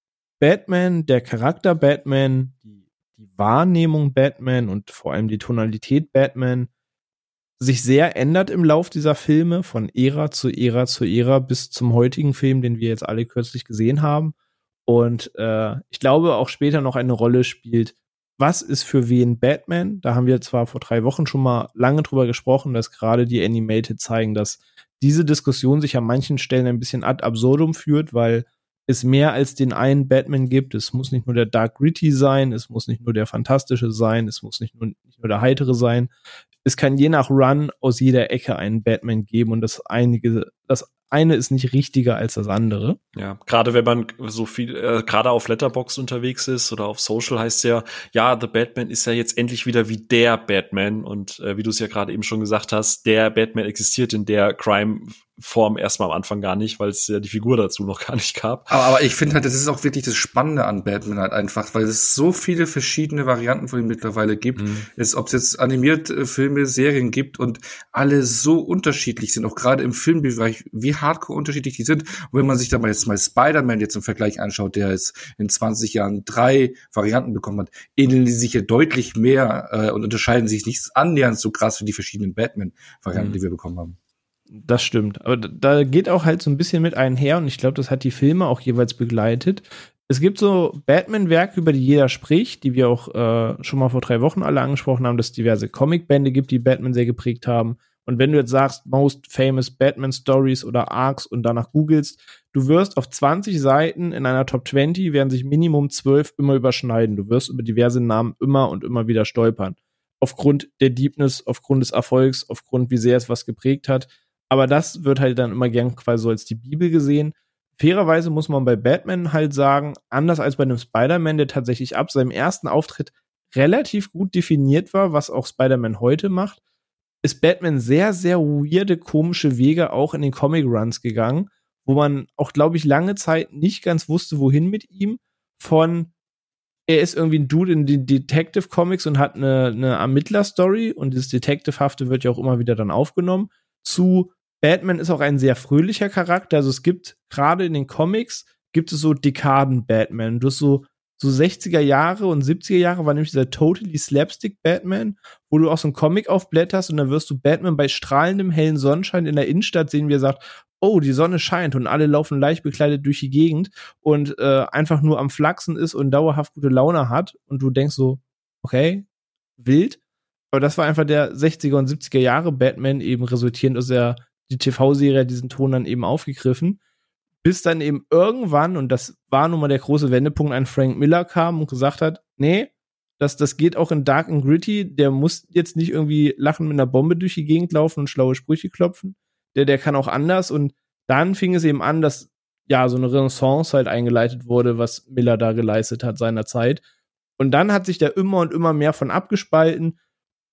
Batman, der Charakter Batman, die, die Wahrnehmung Batman und vor allem die Tonalität Batman sich sehr ändert im Lauf dieser Filme, von Ära zu Ära zu Ära bis zum heutigen Film, den wir jetzt alle kürzlich gesehen haben. Und äh, ich glaube, auch später noch eine Rolle spielt, was ist für wen Batman? Da haben wir zwar vor drei Wochen schon mal lange drüber gesprochen, dass gerade die Animated zeigen, dass diese Diskussion sich an manchen Stellen ein bisschen ad absurdum führt, weil es mehr als den einen Batman gibt. Es muss nicht nur der Dark Gritty sein, es muss nicht nur der Fantastische sein, es muss nicht nur, nicht nur der Heitere sein. Es kann je nach Run aus jeder Ecke einen Batman geben und das einige, das eine ist nicht richtiger als das andere. Ja, gerade wenn man so viel, äh, gerade auf Letterboxd unterwegs ist oder auf Social heißt ja, ja, The Batman ist ja jetzt endlich wieder wie der Batman und äh, wie du es ja gerade eben schon gesagt hast, der Batman existiert in der Crime-Form erstmal am Anfang gar nicht, weil es ja die Figur dazu noch gar nicht gab. Aber, aber ich finde halt, das ist auch wirklich das Spannende an Batman halt einfach, weil es so viele verschiedene Varianten von ihm mittlerweile gibt. Mhm. Es, ob es jetzt animiert äh, Filme, Serien gibt und alle so unterschiedlich sind, auch gerade im Filmbereich, wie hardcore unterschiedlich die sind. Und wenn man sich da mal jetzt mal Spider-Man jetzt im Vergleich anschaut, der jetzt in zwanzig Jahren drei Varianten bekommen hat, ähneln die sich ja deutlich mehr äh, und unterscheiden sich nicht annähernd so krass wie die verschiedenen Batman-Varianten, Mhm. die wir bekommen haben. Das stimmt. Aber da- da geht auch halt so ein bisschen mit einher und ich glaube, das hat die Filme auch jeweils begleitet. Es gibt so Batman-Werke, über die jeder spricht, die wir auch äh, schon mal vor drei Wochen alle angesprochen haben, dass es diverse Comicbände gibt, die Batman sehr geprägt haben. Und wenn du jetzt sagst, Most Famous Batman Stories oder Arcs und danach googelst, du wirst auf zwanzig Seiten in einer Top zwanzig werden sich Minimum zwölf immer überschneiden. Du wirst über diverse Namen immer und immer wieder stolpern. Aufgrund der Deepness, aufgrund des Erfolgs, aufgrund wie sehr es was geprägt hat. Aber das wird halt dann immer gern quasi so als die Bibel gesehen. Fairerweise muss man bei Batman halt sagen, anders als bei einem Spider-Man, der tatsächlich ab seinem ersten Auftritt relativ gut definiert war, was auch Spider-Man heute macht, ist Batman sehr, sehr weirde, komische Wege auch in den Comic-Runs gegangen, wo man auch, glaube ich, lange Zeit nicht ganz wusste, wohin mit ihm. Von, er ist irgendwie ein Dude in den Detective-Comics und hat eine, eine Ermittler-Story und das Detective-Hafte wird ja auch immer wieder dann aufgenommen, zu Batman ist auch ein sehr fröhlicher Charakter. Also es gibt, gerade in den Comics, gibt es so Dekaden-Batman. Du hast so so sechziger Jahre und siebziger Jahre war nämlich dieser totally slapstick Batman, wo du auch so einen Comic aufblätterst und dann wirst du Batman bei strahlendem hellen Sonnenschein in der Innenstadt sehen, wie er sagt, oh, die Sonne scheint und alle laufen leicht bekleidet durch die Gegend und äh, einfach nur am Flachsen ist und dauerhaft gute Laune hat und du denkst so, okay, wild. Aber das war einfach der sechziger und siebziger Jahre Batman, eben resultierend aus der die T V-Serie hat diesen Ton dann eben aufgegriffen. Bis dann eben irgendwann, und das war nun mal der große Wendepunkt, ein Frank Miller kam und gesagt hat, nee, das, das geht auch in Dark and Gritty, der muss jetzt nicht irgendwie lachen mit einer Bombe durch die Gegend laufen und schlaue Sprüche klopfen, der, der kann auch anders und dann fing es eben an, dass ja so eine Renaissance halt eingeleitet wurde, was Miller da geleistet hat seinerzeit und dann hat sich da immer und immer mehr von abgespalten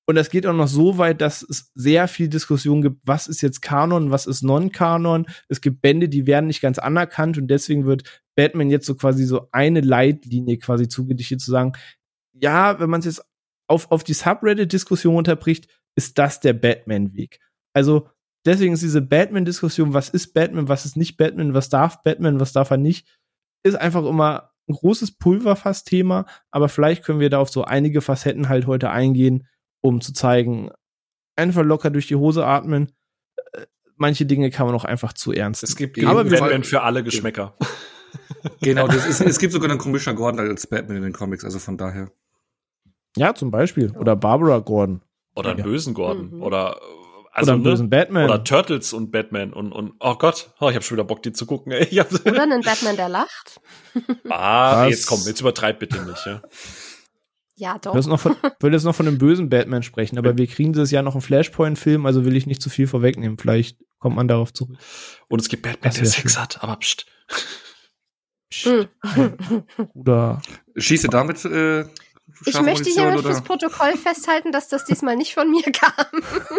Und das geht auch noch so weit, dass es sehr viel Diskussion gibt, was ist jetzt Kanon, was ist Non-Kanon. Es gibt Bände, die werden nicht ganz anerkannt und deswegen wird Batman jetzt so quasi so eine Leitlinie quasi zugedichtet, zu sagen, ja, wenn man es jetzt auf, auf die Subreddit-Diskussion unterbricht, ist das der Batman-Weg. Also deswegen ist diese Batman-Diskussion, was ist Batman, was ist nicht Batman, was darf Batman, was darf er nicht, ist einfach immer ein großes Pulverfass-Thema, aber vielleicht können wir da auf so einige Facetten halt heute eingehen, um zu zeigen, einfach locker durch die Hose atmen. Manche Dinge kann man auch einfach zu ernst nehmen. Es gibt aber Batman für alle Geschmäcker. Genau, das ist, es gibt sogar einen Commissioner Gordon als Batman in den Comics, also von daher. Ja, zum Beispiel. Oder Barbara Gordon. Oder einen ja. bösen Gordon. Mhm. Oder also, oder einen bösen ne? Batman. Oder Turtles und Batman und, und oh Gott, oh, ich habe schon wieder Bock, die zu gucken. Ich hab, Oder einen Batman, der lacht. ah, Was? jetzt komm, jetzt übertreib bitte nicht. Ja. Ja, doch. Ich will jetzt noch von, will jetzt noch von einem bösen Batman sprechen, aber wir kriegen dieses Jahr noch einen Flashpoint-Film, also will ich nicht zu viel vorwegnehmen. Vielleicht kommt man darauf zurück. Und es gibt Batman, Das der wär Sex schön. hat, aber pst. Psst. Oder Schieße damit äh, Ich scharfe möchte Munition, hiermit oder? fürs Protokoll festhalten, dass das diesmal nicht von mir kam.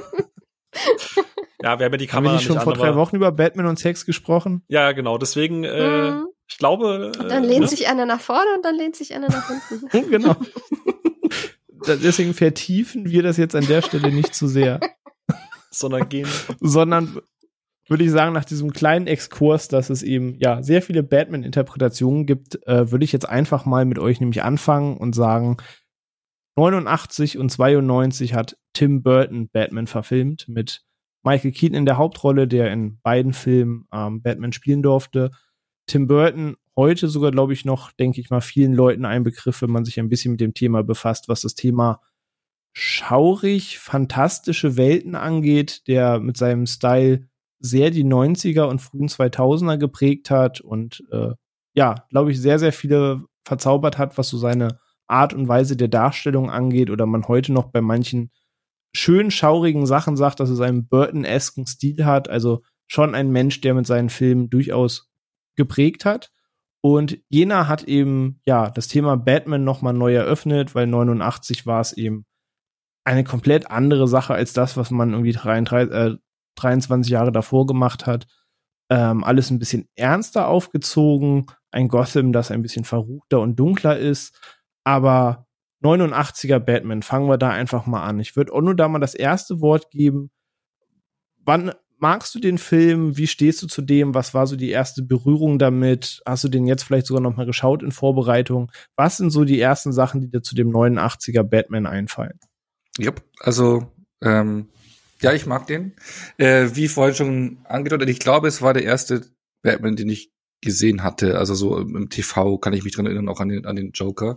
Ja, wir haben ja die haben wir Kamera nicht schon nicht vor an, drei aber- Wochen über Batman und Sex gesprochen? Ja, genau, deswegen, äh, Mhm. ich glaube. Und dann äh, lehnt ne? sich einer nach vorne und dann lehnt sich einer nach hinten. Genau. Da- Deswegen vertiefen wir das jetzt an der Stelle nicht zu sehr, Sondern gehen. sondern würde ich sagen, nach diesem kleinen Exkurs, dass es eben ja sehr viele Batman-Interpretationen gibt, äh, würde ich jetzt einfach mal mit euch nämlich anfangen und sagen, neunundachtzig und zweiundneunzig hat Tim Burton Batman verfilmt mit Michael Keaton in der Hauptrolle, der in beiden Filmen ähm, Batman spielen durfte. Tim Burton heute sogar, glaube ich, noch, denke ich mal, vielen Leuten ein Begriff, wenn man sich ein bisschen mit dem Thema befasst, was das Thema schaurig, fantastische Welten angeht, der mit seinem Style sehr die neunziger und frühen zweitausender geprägt hat und äh, ja, glaube ich, sehr, sehr viele verzaubert hat, was so seine Art und Weise der Darstellung angeht oder man heute noch bei manchen schön schaurigen Sachen sagt, dass es einen Burton-esken Stil hat, also schon ein Mensch, der mit seinen Filmen durchaus geprägt hat. Und jener hat eben, ja, das Thema Batman nochmal neu eröffnet, weil neunundachtzig war es eben eine komplett andere Sache als das, was man irgendwie dreiunddreißig, äh, dreiundzwanzig Jahre davor gemacht hat. Ähm, alles ein bisschen ernster aufgezogen, ein Gotham, das ein bisschen verruchter und dunkler ist, aber neunundachtziger Batman, fangen wir da einfach mal an. Ich würde auch nur da mal das erste Wort geben. Wann magst du den Film? Wie stehst du zu dem? Was war so die erste Berührung damit? Hast du den jetzt vielleicht sogar noch mal geschaut in Vorbereitung? Was sind so die ersten Sachen, die dir zu dem neunundachtziger Batman einfallen? Yep, also ähm, ja, ich mag den. Äh, wie vorhin schon angedeutet, ich glaube, es war der erste Batman, den ich gesehen hatte. Also so im, im T V kann ich mich dran erinnern, auch an den, an den Joker.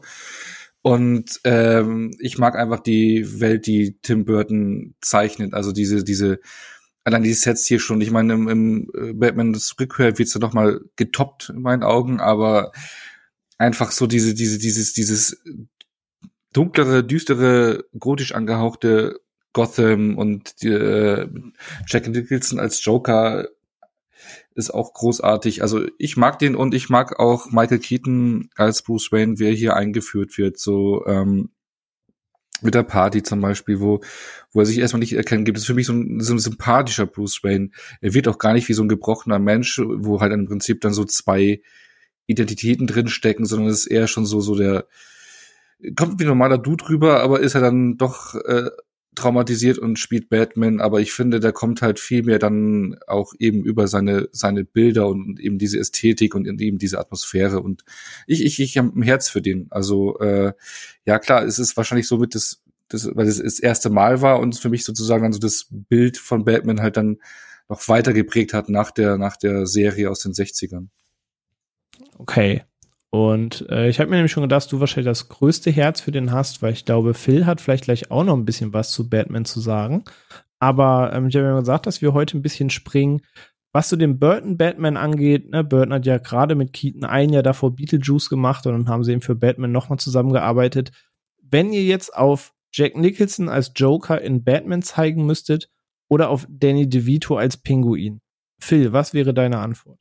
Und ähm, ich mag einfach die Welt, die Tim Burton zeichnet. Also diese, diese, allein die Sets hier schon. Ich meine, im, im äh, Batman das Rückkehr wird's ja noch mal getoppt in meinen Augen, aber einfach so diese, diese, dieses, dieses dunklere, düstere, gotisch angehauchte Gotham und die, äh, Jack Nicholson als Joker ist auch großartig. Also ich mag den und ich mag auch Michael Keaton als Bruce Wayne, wie er hier eingeführt wird, so ähm, mit der Party zum Beispiel, wo wo er sich erstmal nicht erkennen gibt. Das ist für mich so ein, so ein sympathischer Bruce Wayne. Er wird auch gar nicht wie so ein gebrochener Mensch, wo halt im Prinzip dann so zwei Identitäten drinstecken, sondern es ist eher schon so so der kommt wie ein normaler Dude rüber, aber ist er dann doch äh, traumatisiert und spielt Batman, aber ich finde, der kommt halt viel mehr dann auch eben über seine seine Bilder und eben diese Ästhetik und eben diese Atmosphäre und ich ich ich habe ein Herz für den. Also äh, ja klar, es ist wahrscheinlich so mit das das weil es das erste Mal war und für mich sozusagen dann so das Bild von Batman halt dann noch weiter geprägt hat nach der nach der Serie aus den sechzigern. Okay. Und äh, ich habe mir nämlich schon gedacht, dass du wahrscheinlich das größte Herz für den hast, weil ich glaube, Phil hat vielleicht gleich auch noch ein bisschen was zu Batman zu sagen. Aber ähm, ich habe ja gesagt, dass wir heute ein bisschen springen. Was so den Burton-Batman angeht, ne, Burton hat ja gerade mit Keaton ein Jahr davor Beetlejuice gemacht und dann haben sie eben für Batman nochmal zusammengearbeitet. Wenn ihr jetzt auf Jack Nicholson als Joker in Batman zeigen müsstet oder auf Danny DeVito als Pinguin, Phil, was wäre deine Antwort?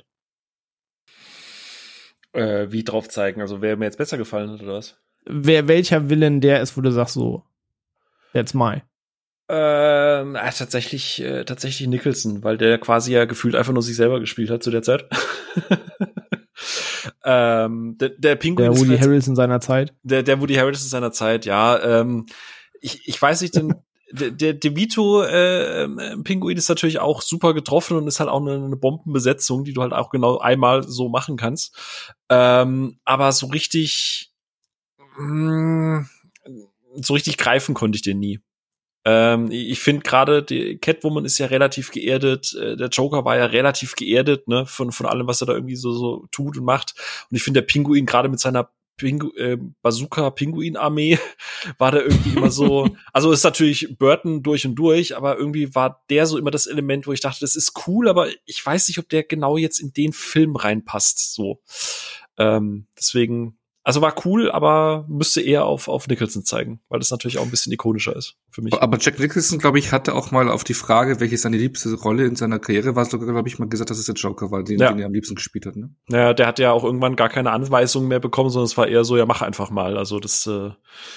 Äh, wie drauf zeigen? Also wer mir jetzt besser gefallen hat, oder was? Wer, welcher Villain der ist, wo du sagst so, that's my. Ähm, äh, tatsächlich, äh, tatsächlich Nicholson, weil der quasi ja gefühlt einfach nur sich selber gespielt hat zu der Zeit. ähm, der, der Pinguin Der Woody ist Harrelson seiner Zeit. Der, der Woody Harrelson seiner Zeit, ja. Ähm, ich, ich weiß nicht, den, der, der DeVito äh, Pinguin ist natürlich auch super getroffen und ist halt auch eine, eine Bombenbesetzung, die du halt auch genau einmal so machen kannst. Ähm, aber so richtig, mh, so richtig greifen konnte ich den nie. Ähm, ich finde gerade, die Catwoman ist ja relativ geerdet, äh, der Joker war ja relativ geerdet, ne, von, von allem, was er da irgendwie so, so tut und macht. Und ich finde, der Pinguin gerade mit seiner Pingu äh, Bazooka-Pinguin-Armee war da irgendwie immer so, also ist natürlich Burton durch und durch, aber irgendwie war der so immer das Element, wo ich dachte, das ist cool, aber ich weiß nicht, ob der genau jetzt in den Film reinpasst, so. Ähm, deswegen, also war cool, aber müsste eher auf, auf Nicholson zeigen, weil das natürlich auch ein bisschen ikonischer ist für mich. Aber Jack Nicholson, glaube ich, hatte auch mal auf die Frage, welche seine liebste Rolle in seiner Karriere war, sogar, glaube ich, mal gesagt, dass es der Joker war, den, ja. den er am liebsten gespielt hat. Ne? Naja, der hat ja auch irgendwann gar keine Anweisungen mehr bekommen, sondern es war eher so, ja, mach einfach mal. Also das äh,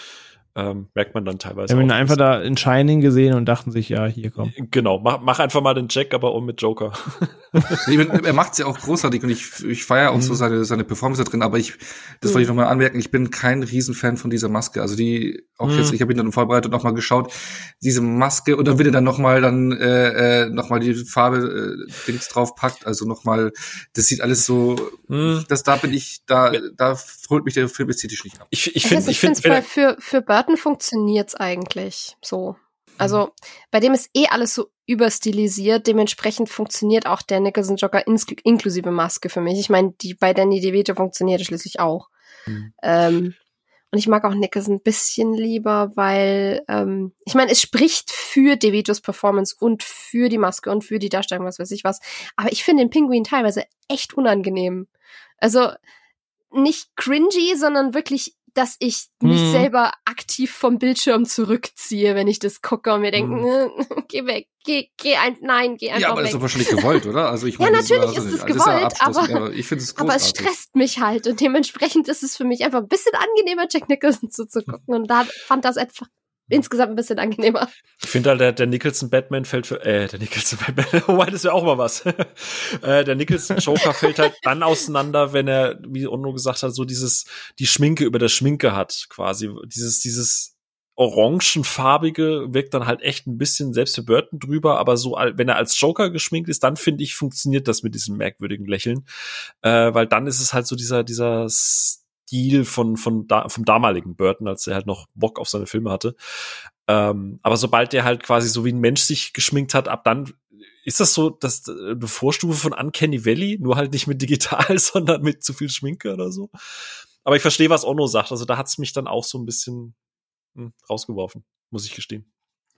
ähm, merkt man dann teilweise. Wir haben ihn auch einfach da in Shining gesehen und dachten sich, ja, hier komm. Genau, mach, mach einfach mal den Jack, aber auch mit Joker. Ich bin, er macht's ja auch großartig und ich, ich feiere auch mhm. so seine, seine Performance da drin, aber ich, das mhm. wollte ich nochmal anmerken, ich bin kein Riesenfan von dieser Maske. Also die, auch mhm. jetzt, ich habe ihn dann im Vorbereitung nochmal geschaut, diese Maske, und dann wird er dann nochmal dann äh, äh, nochmal die Farbe äh, Dings drauf packt, also nochmal, das sieht alles so, mhm. das da bin ich, da, da holt mich der Film ästhetisch nicht ab. Ich, ich finde, ich, ich finde, find, für, für Burton funktioniert's eigentlich so. Also, bei dem ist eh alles so überstilisiert, dementsprechend funktioniert auch der Nicholson Joker ins- inklusive Maske für mich. Ich meine, die bei Danny DeVito funktioniert schließlich auch. Mhm. Ähm, und ich mag auch Nicholson ein bisschen lieber, weil, ähm, ich meine, es spricht für DeVitos Performance und für die Maske und für die Darstellung, was weiß ich was. Aber ich finde den Pinguin teilweise echt unangenehm. Also, nicht cringy, sondern wirklich, dass ich mich mhm. selber aktiv vom Bildschirm zurückziehe, wenn ich das gucke und mir denke, mhm. geh weg, geh, geh ein, nein, geh einfach weg. Ja, aber weg. das ist doch wahrscheinlich gewollt, oder? Also ich meine, ja, natürlich das ist es also gewollt, ist aber, aber ich finde es großartig. aber es stresst mich halt und dementsprechend ist es für mich einfach ein bisschen angenehmer, Jack Nicholson zuzugucken und da fand das einfach insgesamt ein bisschen angenehmer. Ich finde halt, der, der Nicholson Batman fällt für, äh, der Nicholson Batman, wobei, das wäre auch mal was. äh, der Nicholson Joker fällt halt dann auseinander, wenn er, wie Onno gesagt hat, so dieses, die Schminke über der Schminke hat, quasi. Dieses, dieses orangenfarbige wirkt dann halt echt ein bisschen selbst für Burton drüber, aber so, wenn er als Joker geschminkt ist, dann finde ich, funktioniert das mit diesem merkwürdigen Lächeln. Äh, weil dann ist es halt so dieser, dieser Stil von, von da, vom damaligen Burton, als er halt noch Bock auf seine Filme hatte. Ähm, aber sobald der halt quasi so wie ein Mensch sich geschminkt hat, ab dann ist das so, dass eine Vorstufe von Uncanny Valley, nur halt nicht mit digital, sondern mit zu viel Schminke oder so. Aber ich verstehe, was Onno sagt. Also da hat's mich dann auch so ein bisschen hm, rausgeworfen, muss ich gestehen.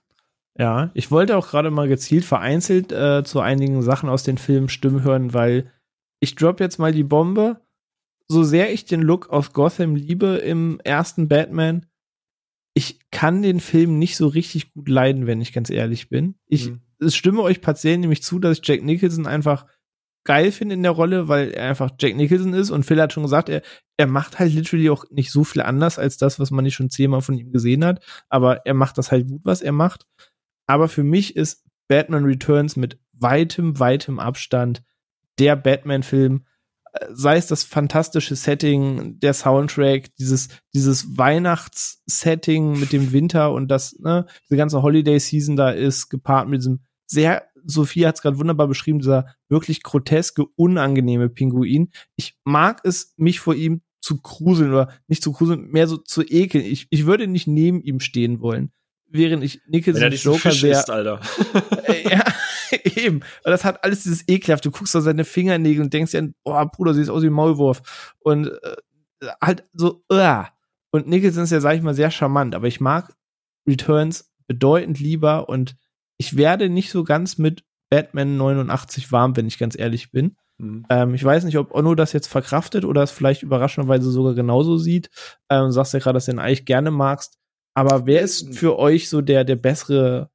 Ja, ich wollte auch gerade mal gezielt vereinzelt äh, zu einigen Sachen aus den Filmen Stimmen hören, weil ich drop jetzt mal die Bombe. So sehr ich den Look aus Gotham liebe im ersten Batman, ich kann den Film nicht so richtig gut leiden, wenn ich ganz ehrlich bin. Ich mhm. es stimme euch partiell nämlich zu, dass ich Jack Nicholson einfach geil finde in der Rolle, weil er einfach Jack Nicholson ist und Phil hat schon gesagt, er, er macht halt literally auch nicht so viel anders als das, was man nicht schon zehnmal von ihm gesehen hat, aber er macht das halt gut, was er macht. Aber für mich ist Batman Returns mit weitem, weitem Abstand der Batman-Film, sei es das fantastische Setting, der Soundtrack, dieses, dieses Weihnachts-Setting mit dem Winter und das, ne, diese ganze Holiday-Season da ist, gepaart mit diesem sehr, Sophie hat es gerade wunderbar beschrieben, dieser wirklich groteske, unangenehme Pinguin. Ich mag es, mich vor ihm zu gruseln oder nicht zu gruseln, mehr so zu ekeln. Ich, ich würde nicht neben ihm stehen wollen, während ich Nicholson Joker Fisch sehr, ist, Alter. äh, ja, eben. Und das hat alles dieses Ekelhaft. Du guckst auf seine Fingernägel und denkst dir, boah, Bruder, siehst aus wie ein Maulwurf. Und äh, halt so, uh. Und Nicholson ist ja, sag ich mal, sehr charmant. Aber ich mag Returns bedeutend lieber und ich werde nicht so ganz mit Batman neunundachtzig warm, wenn ich ganz ehrlich bin. Mhm. Ähm, ich weiß nicht, ob Onno das jetzt verkraftet oder es vielleicht überraschenderweise sogar genauso sieht. Ähm, du sagst ja gerade, dass du den eigentlich gerne magst. Aber wer ist für euch so der, der bessere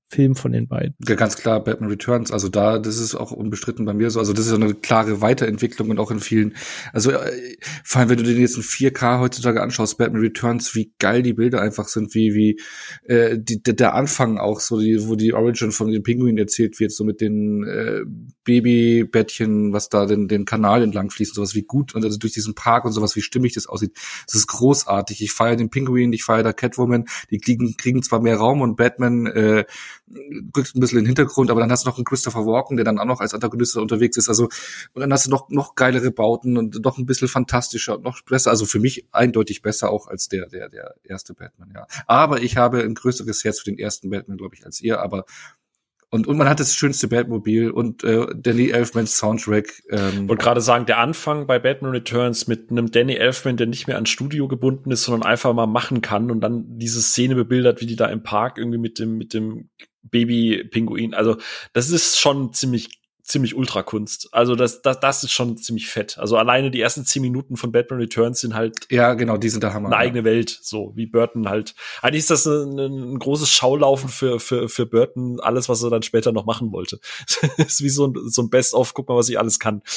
Film von den beiden. Ja, ganz klar, Batman Returns, also da, das ist auch unbestritten bei mir so, also das ist eine klare Weiterentwicklung und auch in vielen, also äh, vor allem, wenn du den jetzt in vier K heutzutage anschaust, Batman Returns, wie geil die Bilder einfach sind, wie, wie, äh, die, der Anfang auch so, die, wo die Origin von den Pinguinen erzählt wird, so mit den, äh, Babybettchen, was da den, den Kanal entlang fließt, sowas wie gut, und also durch diesen Park und sowas, wie stimmig das aussieht, das ist großartig, ich feiere den Pinguin, ich feiere da Catwoman, die kriegen, kriegen zwar mehr Raum und Batman, äh, rückt ein bisschen in den Hintergrund, aber dann hast du noch einen Christopher Walken, der dann auch noch als Antagonist unterwegs ist, also, und dann hast du noch, noch geilere Bauten und noch ein bisschen fantastischer und noch besser, also für mich eindeutig besser auch als der, der, der erste Batman, ja. Aber ich habe ein größeres Herz für den ersten Batman, glaube ich, als ihr, aber Und, und man hat das schönste Batmobil und äh, Danny Elfmans Soundtrack. Ähm, ich wollte gerade sagen, der Anfang bei Batman Returns mit einem Danny Elfman, der nicht mehr ans Studio gebunden ist, sondern einfach mal machen kann und dann diese Szene bebildert, wie die da im Park irgendwie mit dem mit dem Baby-Pinguin. Also das ist schon ziemlich ziemlich Ultrakunst. Also das, das, das ist schon ziemlich fett. Also alleine die ersten zehn Minuten von Batman Returns sind halt ja, genau, die sind der Hammer. Eine ja. eigene Welt, so wie Burton halt. Eigentlich ist das ein, ein großes Schaulaufen für für für Burton, alles, was er dann später noch machen wollte. Das ist wie so ein so ein Best-of, guck mal, was ich alles kann.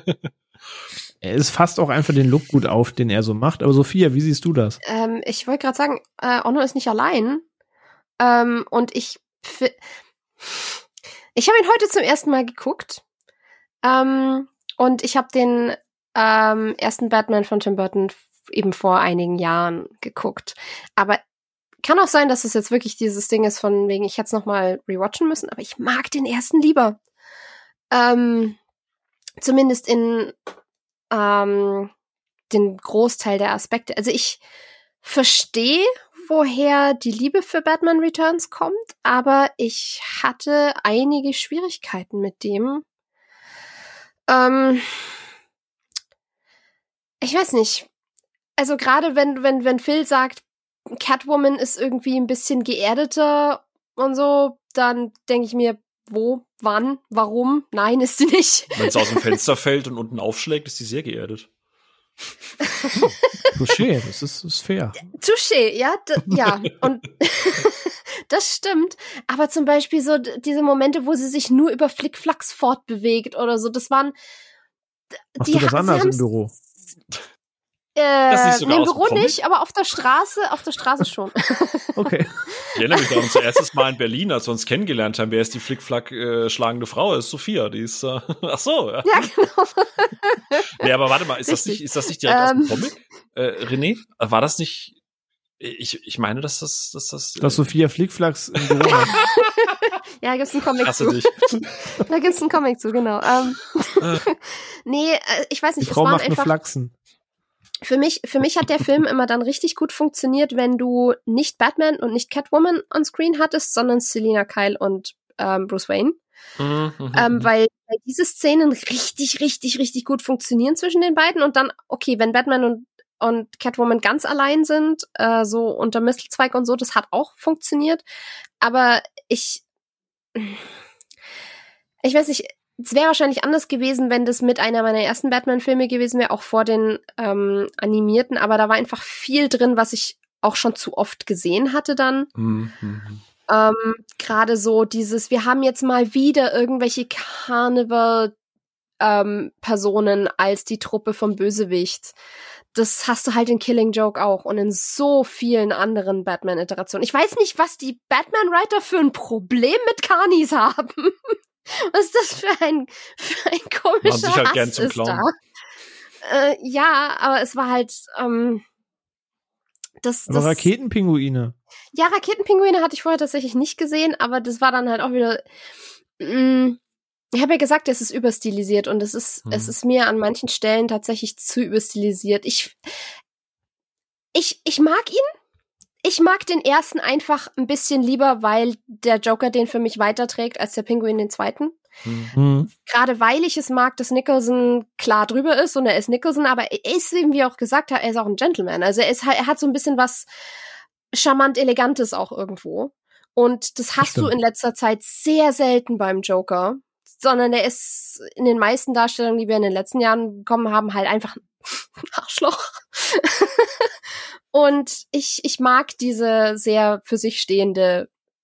Es fasst auch einfach den Look gut auf, den er so macht. Aber Sophia, wie siehst du das? Ähm, ich wollte gerade sagen, äh, Onno ist nicht allein. Ähm, und ich Ich habe ihn heute zum ersten Mal geguckt. Ähm, und ich habe den ähm, ersten Batman von Tim Burton eben vor einigen Jahren geguckt. Aber kann auch sein, dass es jetzt wirklich dieses Ding ist, von wegen, ich hätte es nochmal rewatchen müssen. Aber ich mag den ersten lieber. Ähm, zumindest in ähm, den Großteil der Aspekte. Also ich verstehe, woher die Liebe für Batman Returns kommt, aber ich hatte einige Schwierigkeiten mit dem. Ähm, ich weiß nicht. Also gerade wenn, wenn, wenn Phil sagt, Catwoman ist irgendwie ein bisschen geerdeter und so, dann denke ich mir, wo, wann, warum? Nein, ist sie nicht. Wenn es aus dem Fenster fällt und unten aufschlägt, ist sie sehr geerdet. Touché, das ist, ist fair. Touché, ja, d- ja, und das stimmt. Aber zum Beispiel so d- diese Momente, wo sie sich nur über Flickflacks fortbewegt oder so, das waren. d- Machst du das ha- anders sie im Büro? Äh, Das ist sogar nee, im aus dem Büro Comic? nicht, aber auf der Straße, auf der Straße schon. Okay. Ich erinnere mich daran, zuerst Mal in Berlin, als wir uns kennengelernt haben. Wer ist die Flickflack äh, schlagende Frau? Das ist Sophia. Die ist, äh, ach so, ja. Ja, genau. Nee, aber warte mal, ist das Richtig. nicht, ist das nicht direkt Ähm. aus dem Comic? Äh, René? War das nicht, ich, ich meine, dass das, dass das, äh, Dass Sophia Flickflacks im Büro hat. Ja, da gibt's einen Comic hasse zu. dich. Da gibt's einen Comic zu, genau. Ähm, nee, äh, ich weiß Die nicht, es Frau waren macht nur einfach. Flachsen. Für mich, für mich hat der Film immer dann richtig gut funktioniert, wenn du nicht Batman und nicht Catwoman on Screen hattest, sondern Selina Kyle und ähm, Bruce Wayne. Mhm, mhm, Ähm, mhm. weil, weil diese Szenen richtig, richtig, richtig gut funktionieren zwischen den beiden. Und dann, okay, wenn Batman und, und Catwoman ganz allein sind, äh, so unter Mistelzweig und so, das hat auch funktioniert. Aber ich, ich weiß nicht, es wäre wahrscheinlich anders gewesen, wenn das mit einer meiner ersten Batman-Filme gewesen wäre, auch vor den ähm, animierten. Aber da war einfach viel drin, was ich auch schon zu oft gesehen hatte dann. Mhm, mhm. Ähm, gerade so dieses, wir haben jetzt mal wieder irgendwelche Carnival-Personen ähm, als die Truppe vom Bösewicht. Das hast du halt in Killing Joke auch und in so vielen anderen Batman-Iterationen. Ich weiß nicht, was die Batman-Writer für ein Problem mit Carnies haben. Was ist das für ein, für ein komischer Machen sich halt Hass gern zum ist Clown. da? Äh, ja, aber es war halt ähm, das, Aber das Raketenpinguine. Ja, Raketenpinguine hatte ich vorher tatsächlich nicht gesehen, aber das war dann halt auch wieder. Mh, ich habe ja gesagt, es ist überstilisiert und es ist, Mhm. es ist mir an manchen Stellen tatsächlich zu überstilisiert. Ich, ich, ich mag ihn. Ich mag den ersten einfach ein bisschen lieber, weil der Joker den für mich weiterträgt als der Pinguin den zweiten. Mhm. Mhm. Gerade weil ich es mag, dass Nicholson klar drüber ist und er ist Nicholson, aber er ist eben, wie er auch gesagt hat, er ist auch ein Gentleman. Also er, ist, er hat so ein bisschen was charmant Elegantes auch irgendwo. Und das hast Stimmt. du in letzter Zeit sehr selten beim Joker, sondern er ist in den meisten Darstellungen, die wir in den letzten Jahren bekommen haben, halt einfach ein Arschloch. Und ich, ich mag diese sehr für sich stehende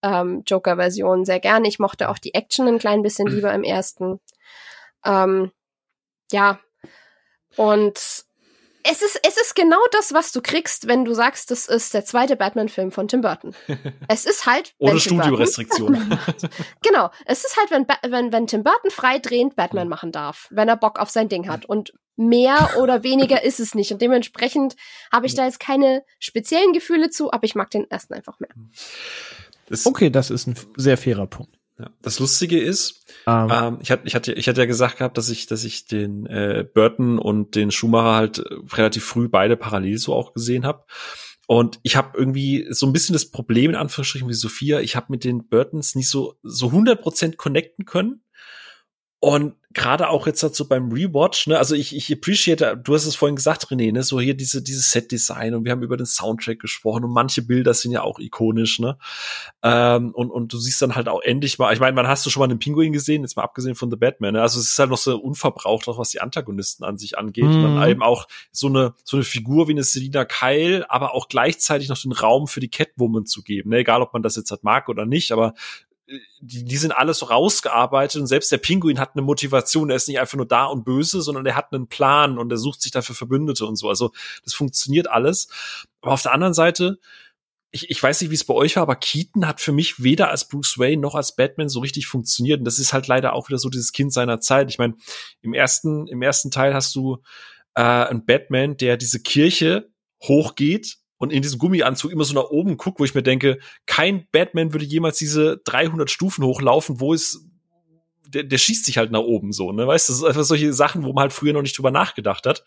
ähm, Joker-Version sehr gern. Ich mochte auch die Action ein klein bisschen lieber im ersten. Ähm, ja. Und es ist, es ist genau das, was du kriegst, wenn du sagst, das ist der zweite Batman-Film von Tim Burton. Es ist halt ohne Studiorestriktionen. Genau. Es ist halt, wenn, ba- wenn, wenn Tim Burton freidrehend Batman machen darf, wenn er Bock auf sein Ding hat. Und mehr oder weniger ist es nicht. Und dementsprechend habe ich da jetzt keine speziellen Gefühle zu, aber ich mag den ersten einfach mehr. Das, Okay, das ist ein sehr fairer Punkt. ja. Das Lustige ist, Um. ähm, ich hatte, ich hatte, ich hatte ja gesagt gehabt, dass ich, dass ich den äh, Burton und den Schumacher halt äh, relativ früh beide parallel so auch gesehen habe. Und ich habe irgendwie so ein bisschen das Problem, in Anführungsstrichen, wie Sophia, ich habe mit den Burtons nicht so so hundert Prozent connecten können. Und gerade auch jetzt halt so beim Rewatch, ne, also ich, ich appreciate, du hast es vorhin gesagt, René, ne, so hier diese, dieses Set-Design und wir haben über den Soundtrack gesprochen und manche Bilder sind ja auch ikonisch, ne, ähm, und, und du siehst dann halt auch endlich mal, ich meine, wann hast du schon mal einen Pinguin gesehen, jetzt mal abgesehen von The Batman, ne, also es ist halt noch so unverbraucht, auch was die Antagonisten an sich angeht, Mhm. und dann eben auch so eine, so eine Figur wie eine Selina Kyle, aber auch gleichzeitig noch den Raum für die Catwoman zu geben, ne, egal ob man das jetzt halt mag oder nicht, aber Die, die sind alles so rausgearbeitet und selbst der Pinguin hat eine Motivation. Er ist nicht einfach nur da und böse, sondern er hat einen Plan und er sucht sich dafür Verbündete und so. Also das funktioniert alles. Aber auf der anderen Seite, ich, ich weiß nicht, wie es bei euch war, aber Keaton hat für mich weder als Bruce Wayne noch als Batman so richtig funktioniert. Und das ist halt leider auch wieder so dieses Kind seiner Zeit. Ich meine, im ersten, im ersten Teil hast du äh, einen Batman, der diese Kirche hochgeht und in diesem Gummianzug immer so nach oben guckt, wo ich mir denke, kein Batman würde jemals diese dreihundert Stufen hochlaufen, wo es, der, der schießt sich halt nach oben so, ne, weißt du, das sind einfach solche Sachen, wo man halt früher noch nicht drüber nachgedacht hat.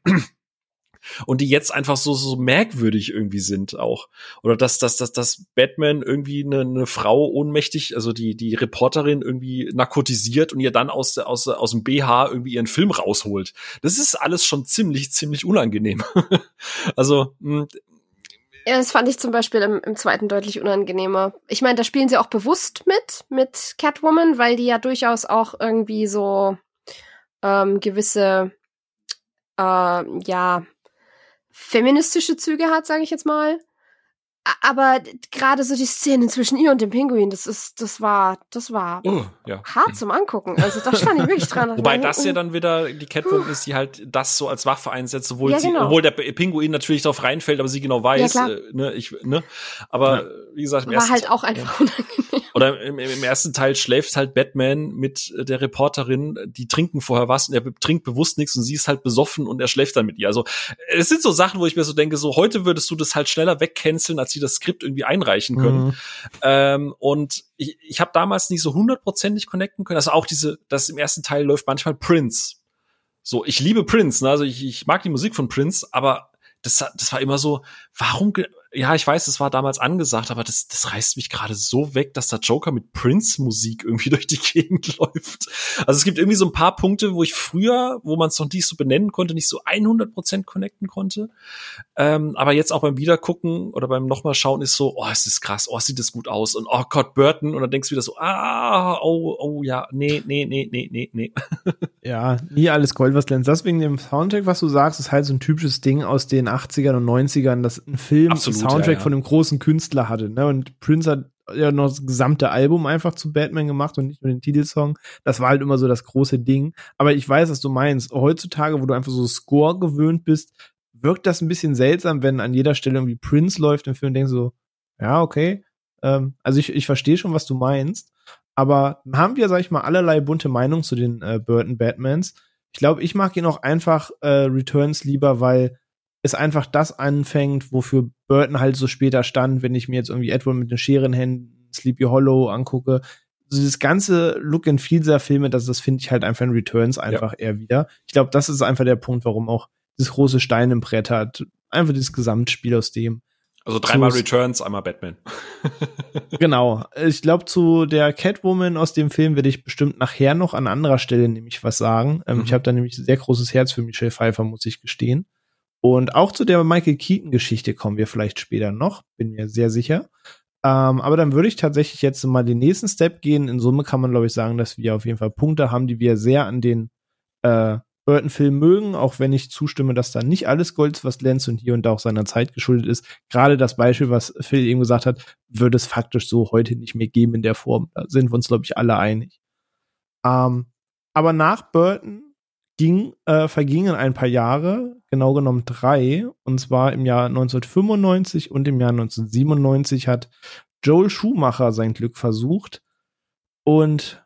Und die jetzt einfach so, so merkwürdig irgendwie sind auch. Oder dass, dass, dass, dass Batman irgendwie eine, eine Frau ohnmächtig, also die, die Reporterin irgendwie narkotisiert und ihr dann aus, der, aus, aus dem B H irgendwie ihren Film rausholt. Das ist alles schon ziemlich, ziemlich unangenehm. Also, mh, Ja, das fand ich zum Beispiel im, im zweiten deutlich unangenehmer. Ich meine, da spielen sie auch bewusst mit, mit Catwoman, weil die ja durchaus auch irgendwie so ähm, gewisse, äh, ja, feministische Züge hat, sage ich jetzt mal. A- Aber gerade so die Szene zwischen ihr und dem Pinguin, das ist, das war, das war oh, ja. hart zum Angucken. Also da stand ich wirklich dran. Wobei das ja dann wieder die Catwoman ist, die halt das so als Waffe einsetzt, obwohl Ja, sie, genau. obwohl der Pinguin natürlich drauf reinfällt, aber sie genau weiß, Ja, klar. äh, ne, ich, ne, aber wie gesagt, im war ersten halt auch einfach unangenehm. Oder im, im ersten Teil schläft halt Batman mit der Reporterin, die trinken vorher was und er be- trinkt bewusst nichts und sie ist halt besoffen und er schläft dann mit ihr. Also es sind so Sachen, wo ich mir so denke, so heute würdest du das halt schneller wegcanceln, als sie das Skript irgendwie einreichen können. Mhm. Ähm, und ich, ich habe damals nicht so hundertprozentig connecten können. Also auch diese, das im ersten Teil läuft manchmal Prince. So, ich liebe Prince, ne? Also ich, ich mag die Musik von Prince, aber das, das war immer so, warum, ge- ja, ich weiß, das war damals angesagt, aber das, das reißt mich gerade so weg, dass der Joker mit Prince-Musik irgendwie durch die Gegend läuft. Also es gibt irgendwie so ein paar Punkte, wo ich früher, wo man es noch nicht so benennen konnte, nicht so hundert Prozent connecten konnte. Ähm, aber jetzt auch beim Wiedergucken oder beim nochmal schauen ist so, oh, es ist krass, oh, sieht das gut aus und oh Gott, Burton und dann denkst du wieder so, ah, oh, oh, ja, nee, nee, nee, nee, nee, nee. Ja, nie alles Gold, was glänzt. Das wegen dem Soundtrack, was du sagst, ist halt so ein typisches Ding aus den achtzigern und neunzigern, dass ein Film Absolut, einen Soundtrack ja, ja. von einem großen Künstler hatte. Ne? Und Prince hat ja noch das gesamte Album einfach zu Batman gemacht und nicht nur den Titelsong. Das war halt immer so das große Ding. Aber ich weiß, was du meinst. Heutzutage, wo du einfach so Score gewöhnt bist, wirkt das ein bisschen seltsam, wenn an jeder Stelle irgendwie Prince läuft im Film und denkst so, ja, okay. Ähm, also ich, ich verstehe schon, was du meinst. Aber haben wir, sag ich mal, allerlei bunte Meinungen zu den äh, Burton Batmans. Ich glaube, ich mag ihn auch einfach äh, Returns lieber, weil es einfach das anfängt, wofür Burton halt so später stand, wenn ich mir jetzt irgendwie Edward mit den Schere in Händen, Sleepy Hollow angucke. Also dieses ganze Look and Feel dieser Filme, das, das finde ich halt einfach in Returns einfach ja. eher wieder. Ich glaube, das ist einfach der Punkt, warum auch dieses große Stein im Brett hat. Einfach dieses Gesamtspiel aus dem. Also dreimal Returns, einmal Batman. Genau. Ich glaube, zu der Catwoman aus dem Film werde ich bestimmt nachher noch an anderer Stelle nämlich was sagen. Ähm, Mhm. Ich habe da nämlich ein sehr großes Herz für Michelle Pfeiffer, muss ich gestehen. Und auch zu der Michael Keaton-Geschichte kommen wir vielleicht später noch, bin mir sehr sicher. Ähm, aber dann würde ich tatsächlich jetzt mal den nächsten Step gehen. In Summe kann man, glaube ich, sagen, dass wir auf jeden Fall Punkte haben, die wir sehr an den äh, Burton-Film mögen, auch wenn ich zustimme, dass da nicht alles Gold ist, was glänzt und hier und da auch seiner Zeit geschuldet ist. Gerade das Beispiel, was Phil eben gesagt hat, würde es faktisch so heute nicht mehr geben in der Form. Da sind wir uns, glaube ich, alle einig. Ähm, aber nach Burton ging, äh, vergingen ein paar Jahre, genau genommen drei, und zwar im Jahr neunzehnhundertfünfundneunzig und im Jahr neunzehnhundertsiebenundneunzig hat Joel Schumacher sein Glück versucht. Und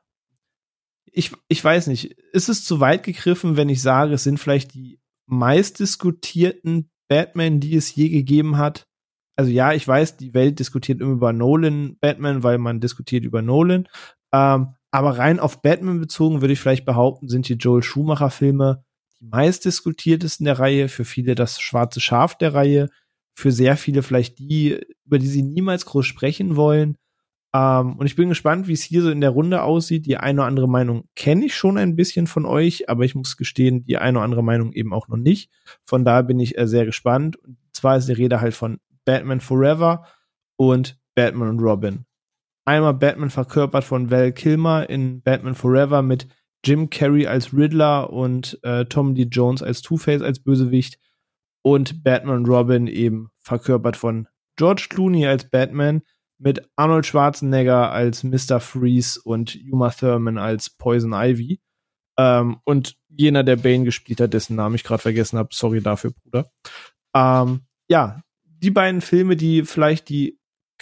Ich, ich weiß nicht, ist es zu weit gegriffen, wenn ich sage, es sind vielleicht die meistdiskutierten Batman, die es je gegeben hat? Also ja, ich weiß, die Welt diskutiert immer über Nolan Batman, weil man diskutiert über Nolan. Ähm, aber rein auf Batman bezogen würde ich vielleicht behaupten, sind die Joel Schumacher-Filme die meistdiskutiertesten der Reihe, für viele das schwarze Schaf der Reihe, für sehr viele vielleicht die, über die sie niemals groß sprechen wollen. Um, und ich bin gespannt, wie es hier so in der Runde aussieht. Die eine oder andere Meinung kenne ich schon ein bisschen von euch, aber ich muss gestehen, die eine oder andere Meinung eben auch noch nicht. Von daher bin ich äh, sehr gespannt. Und zwar ist die Rede halt von Batman Forever und Batman und Robin. Einmal Batman verkörpert von Val Kilmer in Batman Forever mit Jim Carrey als Riddler und äh, Tommy Lee Jones als Two-Face als Bösewicht. Und Batman und Robin eben verkörpert von George Clooney als Batman, mit Arnold Schwarzenegger als Mister Freeze und Uma Thurman als Poison Ivy. Ähm, und jener, der Bane gespielt hat, dessen Namen ich gerade vergessen habe. Sorry dafür, Bruder. Ähm, ja, die beiden Filme, die vielleicht die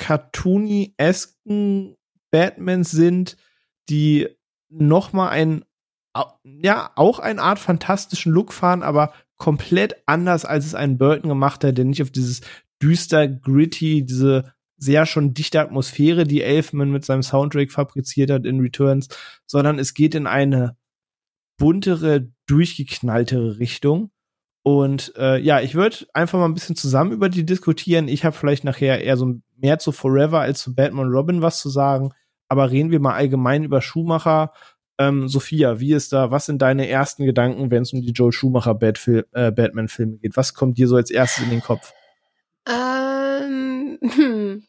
cartoony-esken Batmans sind, die noch mal ein, ja, auch eine Art fantastischen Look fahren, aber komplett anders, als es einen Burton gemacht hat, der nicht auf dieses düster, gritty, diese sehr schon dichte Atmosphäre, die Elfman mit seinem Soundtrack fabriziert hat in Returns, sondern es geht in eine buntere, durchgeknalltere Richtung. Und äh, ja, ich würde einfach mal ein bisschen zusammen über die diskutieren. Ich habe vielleicht nachher eher so mehr zu Forever als zu Batman und Robin was zu sagen. Aber reden wir mal allgemein über Schumacher. Ähm, Sophia, wie ist da, was sind deine ersten Gedanken, wenn es um die Joel Schumacher Bat- äh, Batman-Filme geht? Was kommt dir so als erstes in den Kopf? Ähm, hm.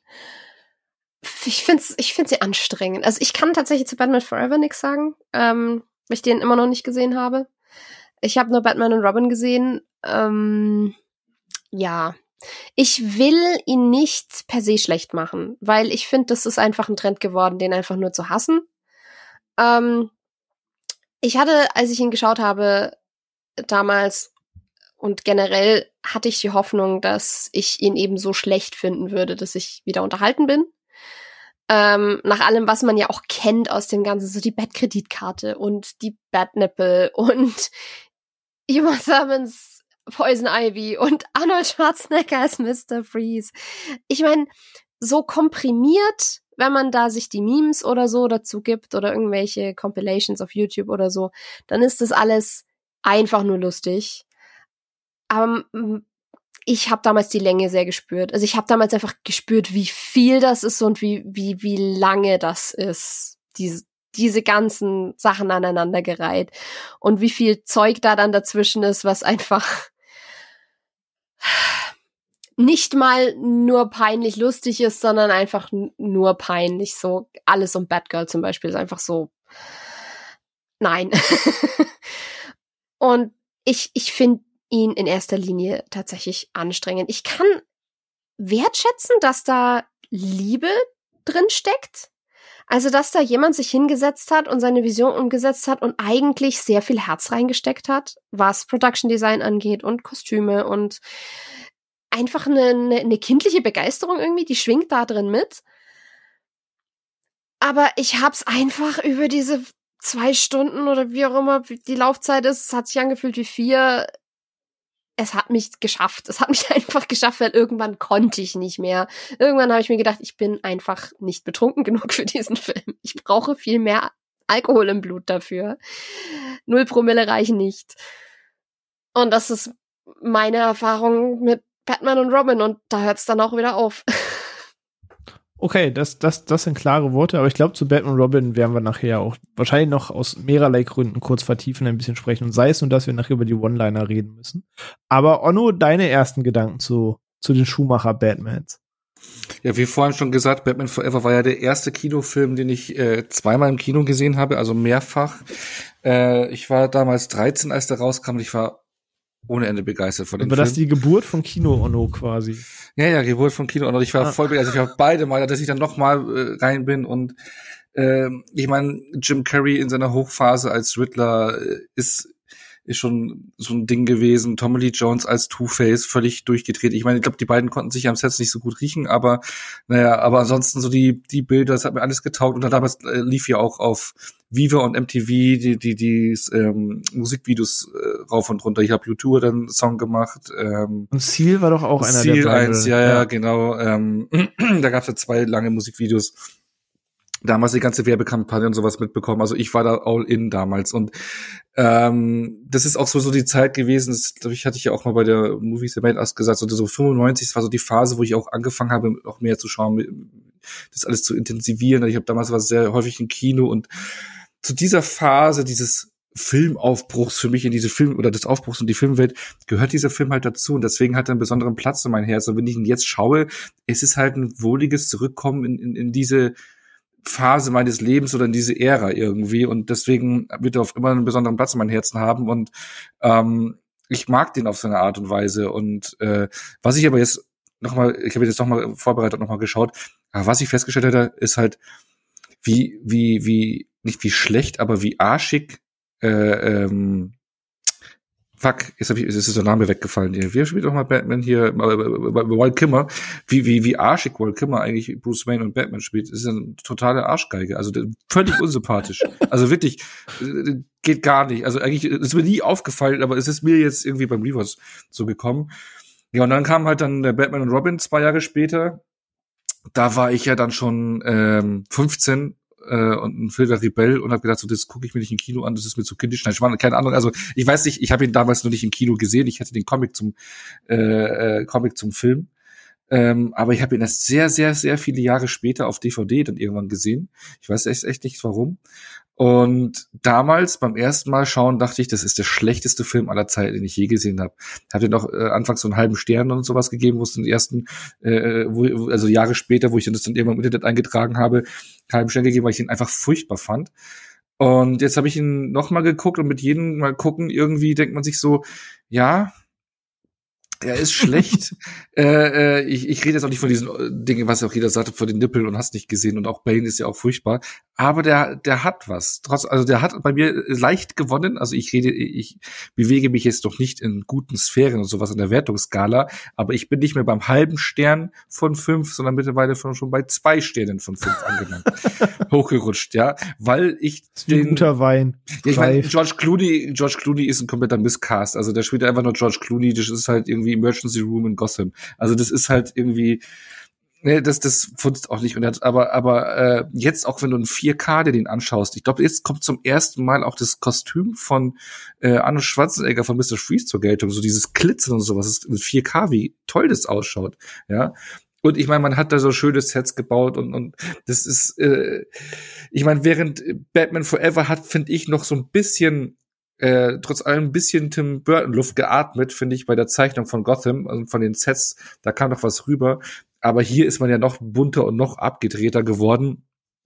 Ich find's, ich find sie anstrengend. Also ich kann tatsächlich zu Batman Forever nichts sagen, ähm, weil ich den immer noch nicht gesehen habe. Ich habe nur Batman und Robin gesehen. Ähm, ja, ich will ihn nicht per se schlecht machen, weil ich finde, das ist einfach ein Trend geworden, den einfach nur zu hassen. Ähm, ich hatte, als ich ihn geschaut habe, damals und generell hatte ich die Hoffnung, dass ich ihn eben so schlecht finden würde, dass ich wieder unterhalten bin. Ähm, nach allem, was man ja auch kennt aus dem Ganzen, so die Bat-Kreditkarte und die Bat-Nipple und Uma Thurmans Poison Ivy und Arnold Schwarzenegger als Mister Freeze. Ich meine, so komprimiert, wenn man da sich die Memes oder so dazu gibt oder irgendwelche Compilations auf YouTube oder so, dann ist das alles einfach nur lustig. Aber ich habe damals die Länge sehr gespürt. Also ich habe damals einfach gespürt, wie viel das ist und wie wie wie lange das ist. Diese diese ganzen Sachen aneinandergereiht und wie viel Zeug da dann dazwischen ist, was einfach nicht mal nur peinlich lustig ist, sondern einfach n- nur peinlich. So alles um Batgirl zum Beispiel ist einfach so nein. Und ich ich finde ihn in erster Linie tatsächlich anstrengend. Ich kann wertschätzen, dass da Liebe drin steckt. Also, dass da jemand sich hingesetzt hat und seine Vision umgesetzt hat und eigentlich sehr viel Herz reingesteckt hat, was Production Design angeht und Kostüme und einfach eine, eine, eine kindliche Begeisterung irgendwie, die schwingt da drin mit. Aber ich hab's einfach über diese zwei Stunden oder wie auch immer die Laufzeit ist, es hat sich angefühlt wie vier. Es hat mich geschafft. Es hat mich einfach geschafft, weil irgendwann konnte ich nicht mehr. Irgendwann habe ich mir gedacht, ich bin einfach nicht betrunken genug für diesen Film. Ich brauche viel mehr Alkohol im Blut dafür. Null Promille reichen nicht. Und das ist meine Erfahrung mit Batman und Robin und da hört es dann auch wieder auf. Okay, das, das, das sind klare Worte, aber ich glaube, zu Batman und Robin werden wir nachher auch wahrscheinlich noch aus mehrerlei Gründen kurz vertiefen, ein bisschen sprechen. Und sei es nur, dass wir nachher über die One-Liner reden müssen. Aber Onno, deine ersten Gedanken zu, zu den Schumacher-Batmans? Ja, wie vorhin schon gesagt, Batman Forever war ja der erste Kinofilm, den ich äh, zweimal im Kino gesehen habe, also mehrfach. Äh, ich war damals dreizehn, als der rauskam, und ich war ohne Ende begeistert von dem War Film. das die Geburt von Kino Ono quasi? Ja, ja, Geburt von Kino Ono. Ich war Ah. voll begeistert. Ich war beide Mal, dass ich dann noch mal äh, rein bin und äh, ich meine, Jim Carrey in seiner Hochphase als Riddler äh, ist ist schon so ein Ding gewesen. Tommy Lee Jones als Two-Face völlig durchgedreht. Ich meine, ich glaube, die beiden konnten sich am Set nicht so gut riechen, aber naja, aber ansonsten so die die Bilder, das hat mir alles getaugt. Und dann damals äh, lief ja auch auf Viva und M T V die die die ähm, Musikvideos äh, rauf und runter. Ich habe U zwei dann einen Song gemacht. Ähm, Und Seal war doch auch einer Seal der beiden. eins, ja, ja, genau. Ähm, da gab es ja zwei lange Musikvideos. Damals die ganze Werbekampagne und sowas mitbekommen. Also ich war da all in damals. Und ähm, das ist auch so so die Zeit gewesen, das glaube ich, hatte ich ja auch mal bei der Movies the Made Us gesagt, so, so fünfundneunzig, das war so die Phase, wo ich auch angefangen habe, auch mehr zu schauen, das alles zu intensivieren. Ich habe damals war sehr häufig im Kino und zu dieser Phase dieses Filmaufbruchs für mich in diese Film oder des Aufbruchs in die Filmwelt gehört dieser Film halt dazu und deswegen hat er einen besonderen Platz in mein Herz. Und wenn ich ihn jetzt schaue, es ist halt ein wohliges Zurückkommen in, in, in diese Phase meines Lebens oder in diese Ära irgendwie und deswegen wird er auf immer einen besonderen Platz in meinem Herzen haben und ähm, ich mag den auf seine Art und Weise und äh, was ich aber jetzt nochmal, ich habe jetzt nochmal vorbereitet und nochmal geschaut, aber was ich festgestellt hätte, ist halt wie, wie, wie, nicht wie schlecht, aber wie arschig äh, ähm, Fuck, jetzt, hab ich, jetzt ist der Name weggefallen. Wie spielt doch mal Batman hier? Äh, Val Kilmer. Wie, wie, wie arschig Val Kilmer eigentlich Bruce Wayne und Batman spielt. Das ist eine totale Arschgeige. Also völlig unsympathisch. Also wirklich, geht gar nicht. Also eigentlich ist mir nie aufgefallen, aber es ist mir jetzt irgendwie beim Rewatch so gekommen. Ja, und dann kam halt dann der Batman und Robin zwei Jahre später. Da war ich ja dann schon ähm, fünfzehn äh, und ein Film der Rebell und habe gedacht, so das gucke ich mir nicht im Kino an, das ist mir zu kindisch. Nein, ich war keine Ahnung, also ich weiß nicht, ich habe ihn damals noch nicht im Kino gesehen, ich hatte den Comic zum äh, äh, Comic zum Film, ähm, aber ich habe ihn erst sehr, sehr, sehr viele Jahre später auf D V D dann irgendwann gesehen. Ich weiß echt, echt nicht warum. Und damals beim ersten Mal schauen dachte ich, das ist der schlechteste Film aller Zeiten, den ich je gesehen habe. Ich habe den noch äh, anfangs so einen halben Stern und sowas gegeben, wo es den ersten, äh, wo, also Jahre später, wo ich das dann irgendwann im Internet eingetragen habe, einen halben Stern gegeben, weil ich ihn einfach furchtbar fand. Und jetzt habe ich ihn noch mal geguckt und mit jedem Mal gucken irgendwie denkt man sich so, ja, er ist schlecht. äh, äh, ich, ich rede jetzt auch nicht von diesen Dingen, was auch jeder sagte, von den Nippeln und hast nicht gesehen. Und auch Bane ist ja auch furchtbar. Aber der, der hat was. Trotz, also der hat bei mir leicht gewonnen. Also ich rede, ich bewege mich jetzt noch nicht in guten Sphären und sowas in der Wertungsskala. Aber ich bin nicht mehr beim halben Stern von fünf, sondern mittlerweile schon bei zwei Sternen von fünf angelangt. Hochgerutscht, ja. Weil ich das ist wie den, guter Wein. Ja, ich meine, George Clooney, George Clooney ist ein kompletter Misscast. Also der spielt einfach nur George Clooney. Das ist halt irgendwie Emergency Room in Gotham. Also das ist halt irgendwie, ne, das das funzt auch nicht. Und hat, aber aber äh, jetzt auch wenn du ein vier K dir den anschaust, ich glaube jetzt kommt zum ersten Mal auch das Kostüm von äh, Arnold Schwarzenegger von Mister Freeze zur Geltung, so dieses Glitzern und sowas, das ist in vier K, wie toll das ausschaut, ja. Und ich meine, man hat da so schöne Sets gebaut und und das ist, äh, ich meine, während Batman Forever hat, finde ich, noch so ein bisschen Äh, trotz allem ein bisschen Tim Burton Luft geatmet, finde ich, bei der Zeichnung von Gotham, also von den Sets, da kam noch was rüber. Aber hier ist man ja noch bunter und noch abgedrehter geworden.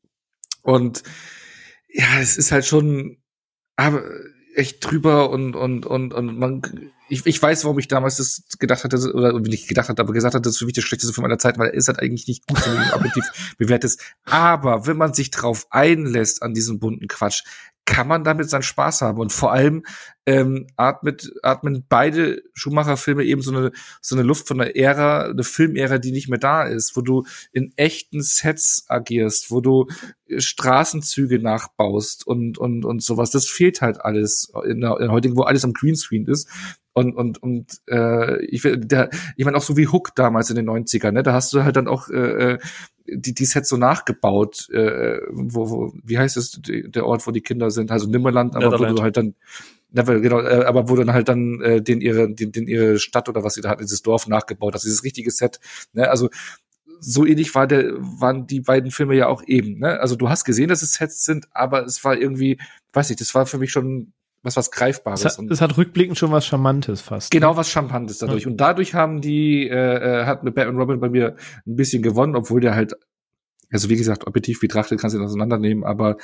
Und ja, es ist halt schon aber echt drüber und und und und man ich ich weiß, warum ich damals das gedacht hatte oder nicht gedacht hatte, aber gesagt hatte, das ist für mich der schlechteste Film aller Zeit, weil er ist halt eigentlich nicht gut, wenn man ihn objektiv bewertet. Aber wenn man sich drauf einlässt an diesen bunten Quatsch, kann man damit seinen Spaß haben. Und vor allem ähm, atmet, atmen beide Schumacher-Filme eben so eine, so eine Luft von einer Ära, eine Filmära, die nicht mehr da ist, wo du in echten Sets agierst, wo du Straßenzüge nachbaust und, und, und sowas. Das fehlt halt alles in der, in der heutigen, wo alles am Greenscreen ist. Und, und, und, äh, ich, der, ich meine auch so wie Hook damals in den neunzigern, ne, da hast du halt dann auch, äh, die, die Sets so nachgebaut, äh, wo, wo, wie heißt es, der Ort, wo die Kinder sind, also Nimmerland, aber Netherland. Wo du halt dann, never, genau, äh, aber wo dann halt dann, äh, den ihre, den, den ihre Stadt oder was sie da hat, dieses Dorf nachgebaut hast, dieses richtige Set, ne, also, so ähnlich war der, waren die beiden Filme ja auch eben, ne, also du hast gesehen, dass es Sets sind, aber es war irgendwie, weiß ich, das war für mich schon was was Greifbares. Es hat, es hat rückblickend schon was Charmantes fast. Genau, ne? was Charmantes dadurch. Ja. Und dadurch haben die, äh, hat mit Batman Robin bei mir ein bisschen gewonnen, obwohl der halt, also wie gesagt, objektiv betrachtet kannst du ihn auseinandernehmen, aber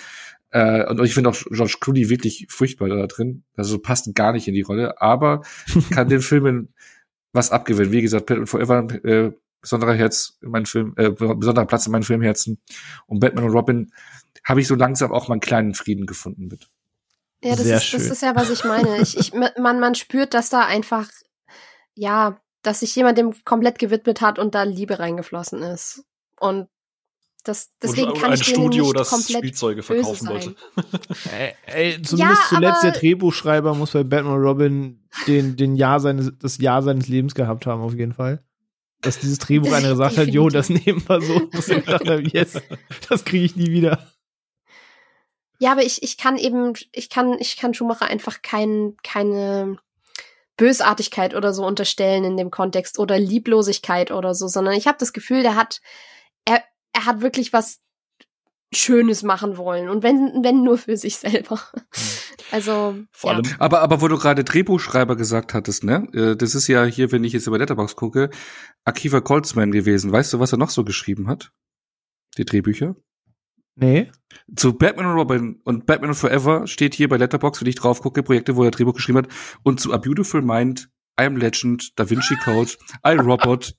Äh, und ich finde auch George Clooney wirklich furchtbar da drin. Also passt gar nicht in die Rolle. Aber kann den Filmen was abgewinnen. Wie gesagt, Batman Forever, äh, besonderer Herz in meinem Film, äh, besonderer Platz in meinem Filmherzen. Und Batman und Robin habe ich so langsam auch mal einen kleinen Frieden gefunden mit. Ja, das Sehr ist, schön. das ist ja, was ich meine. Ich, ich, man, man spürt, dass da einfach, ja, dass sich jemand dem komplett gewidmet hat und da Liebe reingeflossen ist. Und das, deswegen und kann ein ich denen Studio, nicht das komplett Spielzeuge böse verkaufen sein. wollte. Ey, ey, zumindest Ja, zuletzt aber- der Drehbuchschreiber muss bei Batman und Robin den, den Jahr seines, das Jahr seines Lebens gehabt haben, auf jeden Fall. Dass dieses Drehbuch einer gesagt hat, jo, das nehmen wir so. Dass ich gedacht habe, yes, das kriege ich nie wieder. Ja, aber ich, ich kann eben, ich kann, ich kann Schumacher einfach kein, keine Bösartigkeit oder so unterstellen in dem Kontext oder Lieblosigkeit oder so, sondern ich habe das Gefühl, der hat, er, er hat wirklich was Schönes machen wollen und wenn, wenn nur für sich selber. Also, Vor ja. allem, Aber, aber wo du gerade Drehbuchschreiber gesagt hattest, ne? äh, Das ist ja hier, wenn ich jetzt über Letterboxd gucke, Akiva Goldsman gewesen. Weißt du, was er noch so geschrieben hat? Die Drehbücher? Nee. Zu Batman und Robin und Batman und Forever steht hier bei Letterboxd, wenn ich drauf gucke, Projekte, wo er Drehbuch geschrieben hat. Und zu A Beautiful Mind, I Am Legend, Da Vinci Code, I, Robot.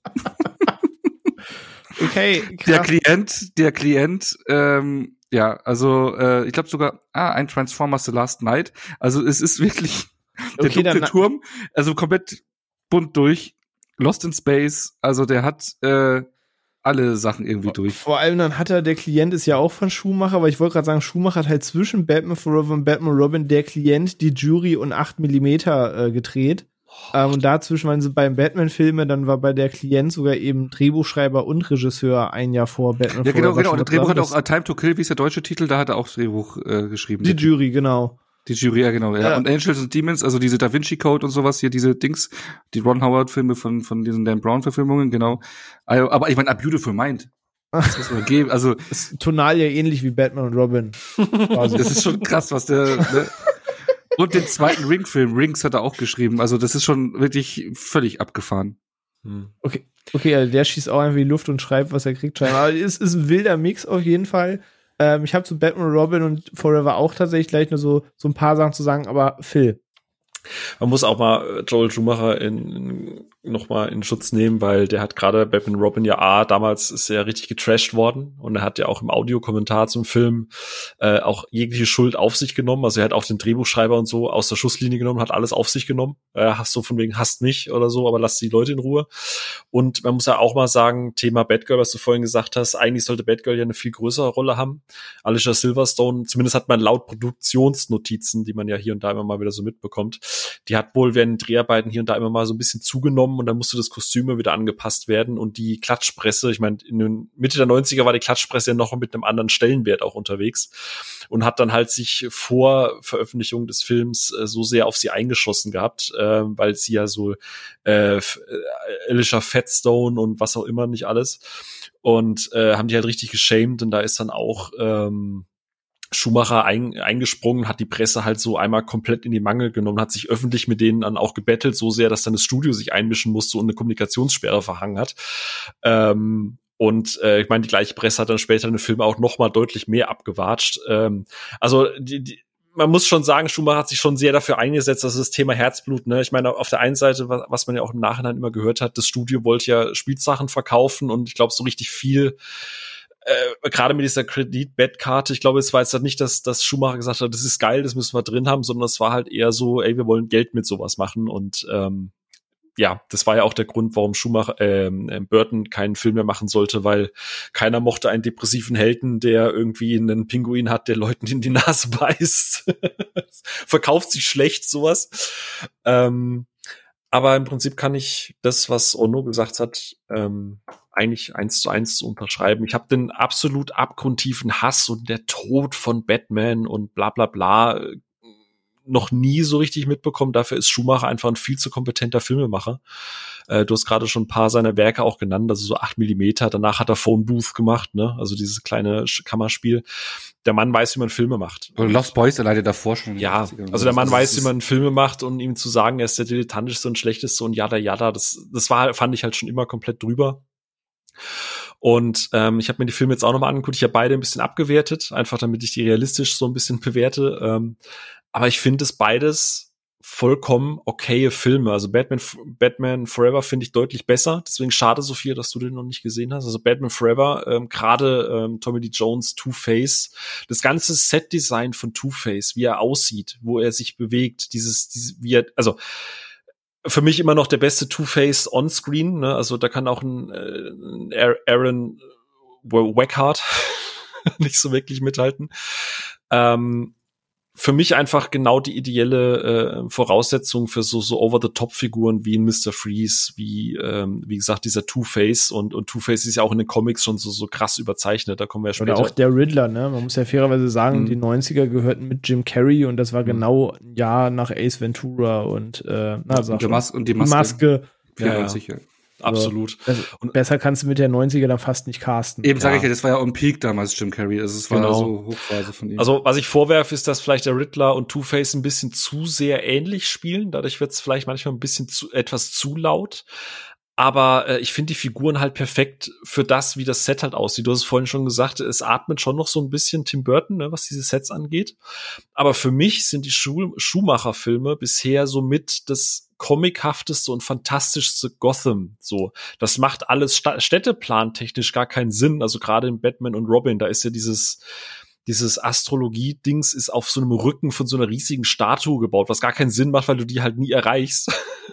Okay, Der krass. Klient, der Klient, ähm, ja, also äh, ich glaube sogar, ah, ein Transformers The Last Night. Also es ist wirklich der Okay, dunkle dann- Turm, also komplett bunt durch. Lost in Space, also der hat äh, alle Sachen irgendwie durch. Vor allem dann hat er, der Klient ist ja auch von Schumacher, aber ich wollte gerade sagen, Schumacher hat halt zwischen Batman Forever und Batman Robin der Klient, die Jury und acht Millimeter äh, gedreht. Ähm, und dazwischen waren sie beim Batman-Filme, dann war bei der Klient sogar eben Drehbuchschreiber und Regisseur ein Jahr vor Batman Ja, genau, Forever genau. schon Und der Drehbuch hat dran. auch A Time to Kill, wie ist der deutsche Titel, da hat er auch Drehbuch äh, geschrieben. Die Jury, genau. Die Jury, ja, genau. Ja. Ja. Und Angels and Demons, also diese Da Vinci Code und sowas, hier diese Dings, die Ron Howard-Filme von von diesen Dan Brown-Verfilmungen, genau. Also, aber ich meine, A Beautiful Mind. Das muss man geben. Also, Ist tonal ja ähnlich wie Batman und Robin. Quasi. das ist schon krass, was der. Ne? Und den zweiten Ring-Film, Rings, hat er auch geschrieben. Also, das ist schon wirklich völlig abgefahren. hm. Okay, okay, also der schießt auch einfach in die Luft und schreibt, was er kriegt. Scheinbar. Aber es ist ein wilder Mix auf jeden Fall. Ähm, ich habe zu Batman und Robin und Forever auch tatsächlich gleich nur so, so ein paar Sachen zu sagen, aber Phil. Man muss auch mal Joel Schumacher in, in, noch mal in Schutz nehmen, weil der hat gerade Batman Robin ja A, damals ist er richtig getrashed worden und er hat ja auch im Audiokommentar zum Film äh, auch jegliche Schuld auf sich genommen. Also er hat auch den Drehbuchschreiber und so aus der Schusslinie genommen, hat alles auf sich genommen. Äh, hast du von wegen, hasst mich oder so, aber lass die Leute in Ruhe. Und man muss ja auch mal sagen, Thema Batgirl, was du vorhin gesagt hast, eigentlich sollte Batgirl ja eine viel größere Rolle haben. Alicia Silverstone, zumindest hat man laut Produktionsnotizen, die man ja hier und da immer mal wieder so mitbekommt, die hat wohl während den Dreharbeiten hier und da immer mal so ein bisschen zugenommen und dann musste das Kostüm wieder angepasst werden und die Klatschpresse, ich meine, in den Mitte der neunziger war die Klatschpresse ja noch mit einem anderen Stellenwert auch unterwegs und hat dann halt sich vor Veröffentlichung des Films äh, so sehr auf sie eingeschossen gehabt, äh, weil sie ja so äh, Alicia Fatstone und was auch immer nicht alles und äh, haben die halt richtig geschämt und da ist dann auch ähm, Schumacher ein, eingesprungen, hat die Presse halt so einmal komplett in die Mangel genommen, hat sich öffentlich mit denen dann auch gebettelt, so sehr, dass dann das Studio sich einmischen musste und eine Kommunikationssperre verhangen hat. Ähm, und äh, ich meine, die gleiche Presse hat dann später in den Film auch noch mal deutlich mehr abgewatscht. Ähm, also die, die man muss schon sagen, Schumacher hat sich schon sehr dafür eingesetzt, dass das Thema Herzblut, ne? Ich meine, auf der einen Seite, was, was man ja auch im Nachhinein immer gehört hat, das Studio wollte ja Spielsachen verkaufen und ich glaube, so richtig viel Äh, gerade mit dieser Kredit-Bet-Karte, ich glaube, es war jetzt halt nicht, dass, dass Schumacher gesagt hat, das ist geil, das müssen wir drin haben, sondern es war halt eher so, ey, wir wollen Geld mit sowas machen und ähm, ja, das war ja auch der Grund, warum Schumacher, ähm, Burton keinen Film mehr machen sollte, weil keiner mochte einen depressiven Helden, der irgendwie einen Pinguin hat, der Leuten in die Nase beißt. Verkauft sich schlecht, sowas. Ähm, aber im Prinzip kann ich das, was Ono gesagt hat, ähm, eigentlich eins zu eins zu unterschreiben. Ich habe den absolut abgrundtiefen Hass und der Tod von Batman und bla bla bla äh, noch nie so richtig mitbekommen. Dafür ist Schumacher einfach ein viel zu kompetenter Filmemacher. Äh, du hast gerade schon ein paar seiner Werke auch genannt, also so acht Millimeter. Danach hat er Phone Booth gemacht, ne? Also dieses kleine Kammerspiel. Der Mann weiß, wie man Filme macht. Oder Lost Boys alleine davor schon. Ja, also der Mann weiß, wie man Filme macht und ihm zu sagen, er ist der dilettantischste und schlechteste und jada jada, das, das war, fand ich halt schon immer komplett drüber. Und ähm, ich habe mir die Filme jetzt auch nochmal angeguckt. Ich habe beide ein bisschen abgewertet, einfach damit ich die realistisch so ein bisschen bewerte. Ähm, aber ich finde es beides vollkommen okaye Filme. Also Batman, Batman Forever finde ich deutlich besser. Deswegen schade, Sophia, dass du den noch nicht gesehen hast. Also Batman Forever, ähm, gerade ähm, Tommy Lee Jones, Two-Face, das ganze Set-Design von Two-Face, wie er aussieht, wo er sich bewegt, dieses, dieses, wie er, also für mich immer noch der beste Two-Face on-Screen. Ne? Also da kann auch ein, äh, ein Aaron Eckhart nicht so wirklich mithalten. Ähm, Für mich einfach genau die ideelle äh, Voraussetzung für so so Over-the-Top-Figuren wie ein Mister Freeze, wie ähm, wie gesagt dieser Two-Face und und Two-Face ist ja auch in den Comics schon so so krass überzeichnet. Da kommen wir ja später. Oder auch der Riddler, ne? Man muss ja fairerweise sagen, mhm. die neunziger gehörten mit Jim Carrey und das war mhm. genau ein Jahr nach Ace Ventura und äh, na, sag und, schon, Mas- und die Maske. Die Maske. Ja, ja. Sicher. Absolut. Also, und besser kannst du mit der neunziger dann fast nicht casten. Eben sage ja. ich ja, das war ja on Peak damals, Jim Carrey. Also es war genau. so Hochphase von ihm. Also was ich vorwerfe, ist, dass vielleicht der Riddler und Two-Face ein bisschen zu sehr ähnlich spielen. Dadurch wird es vielleicht manchmal ein bisschen zu, etwas zu laut. Aber äh, ich finde die Figuren halt perfekt für das, wie das Set halt aussieht. Du hast es vorhin schon gesagt, es atmet schon noch so ein bisschen Tim Burton, ne, was diese Sets angeht. Aber für mich sind die Schu- Schumacher-Filme bisher so mit das comichafteste und fantastischste Gotham. So, das macht alles sta- städteplantechnisch gar keinen Sinn. Also gerade in Batman und Robin, da ist ja dieses dieses Astrologie-Dings ist auf so einem Rücken von so einer riesigen Statue gebaut, was gar keinen Sinn macht, weil du die halt nie erreichst.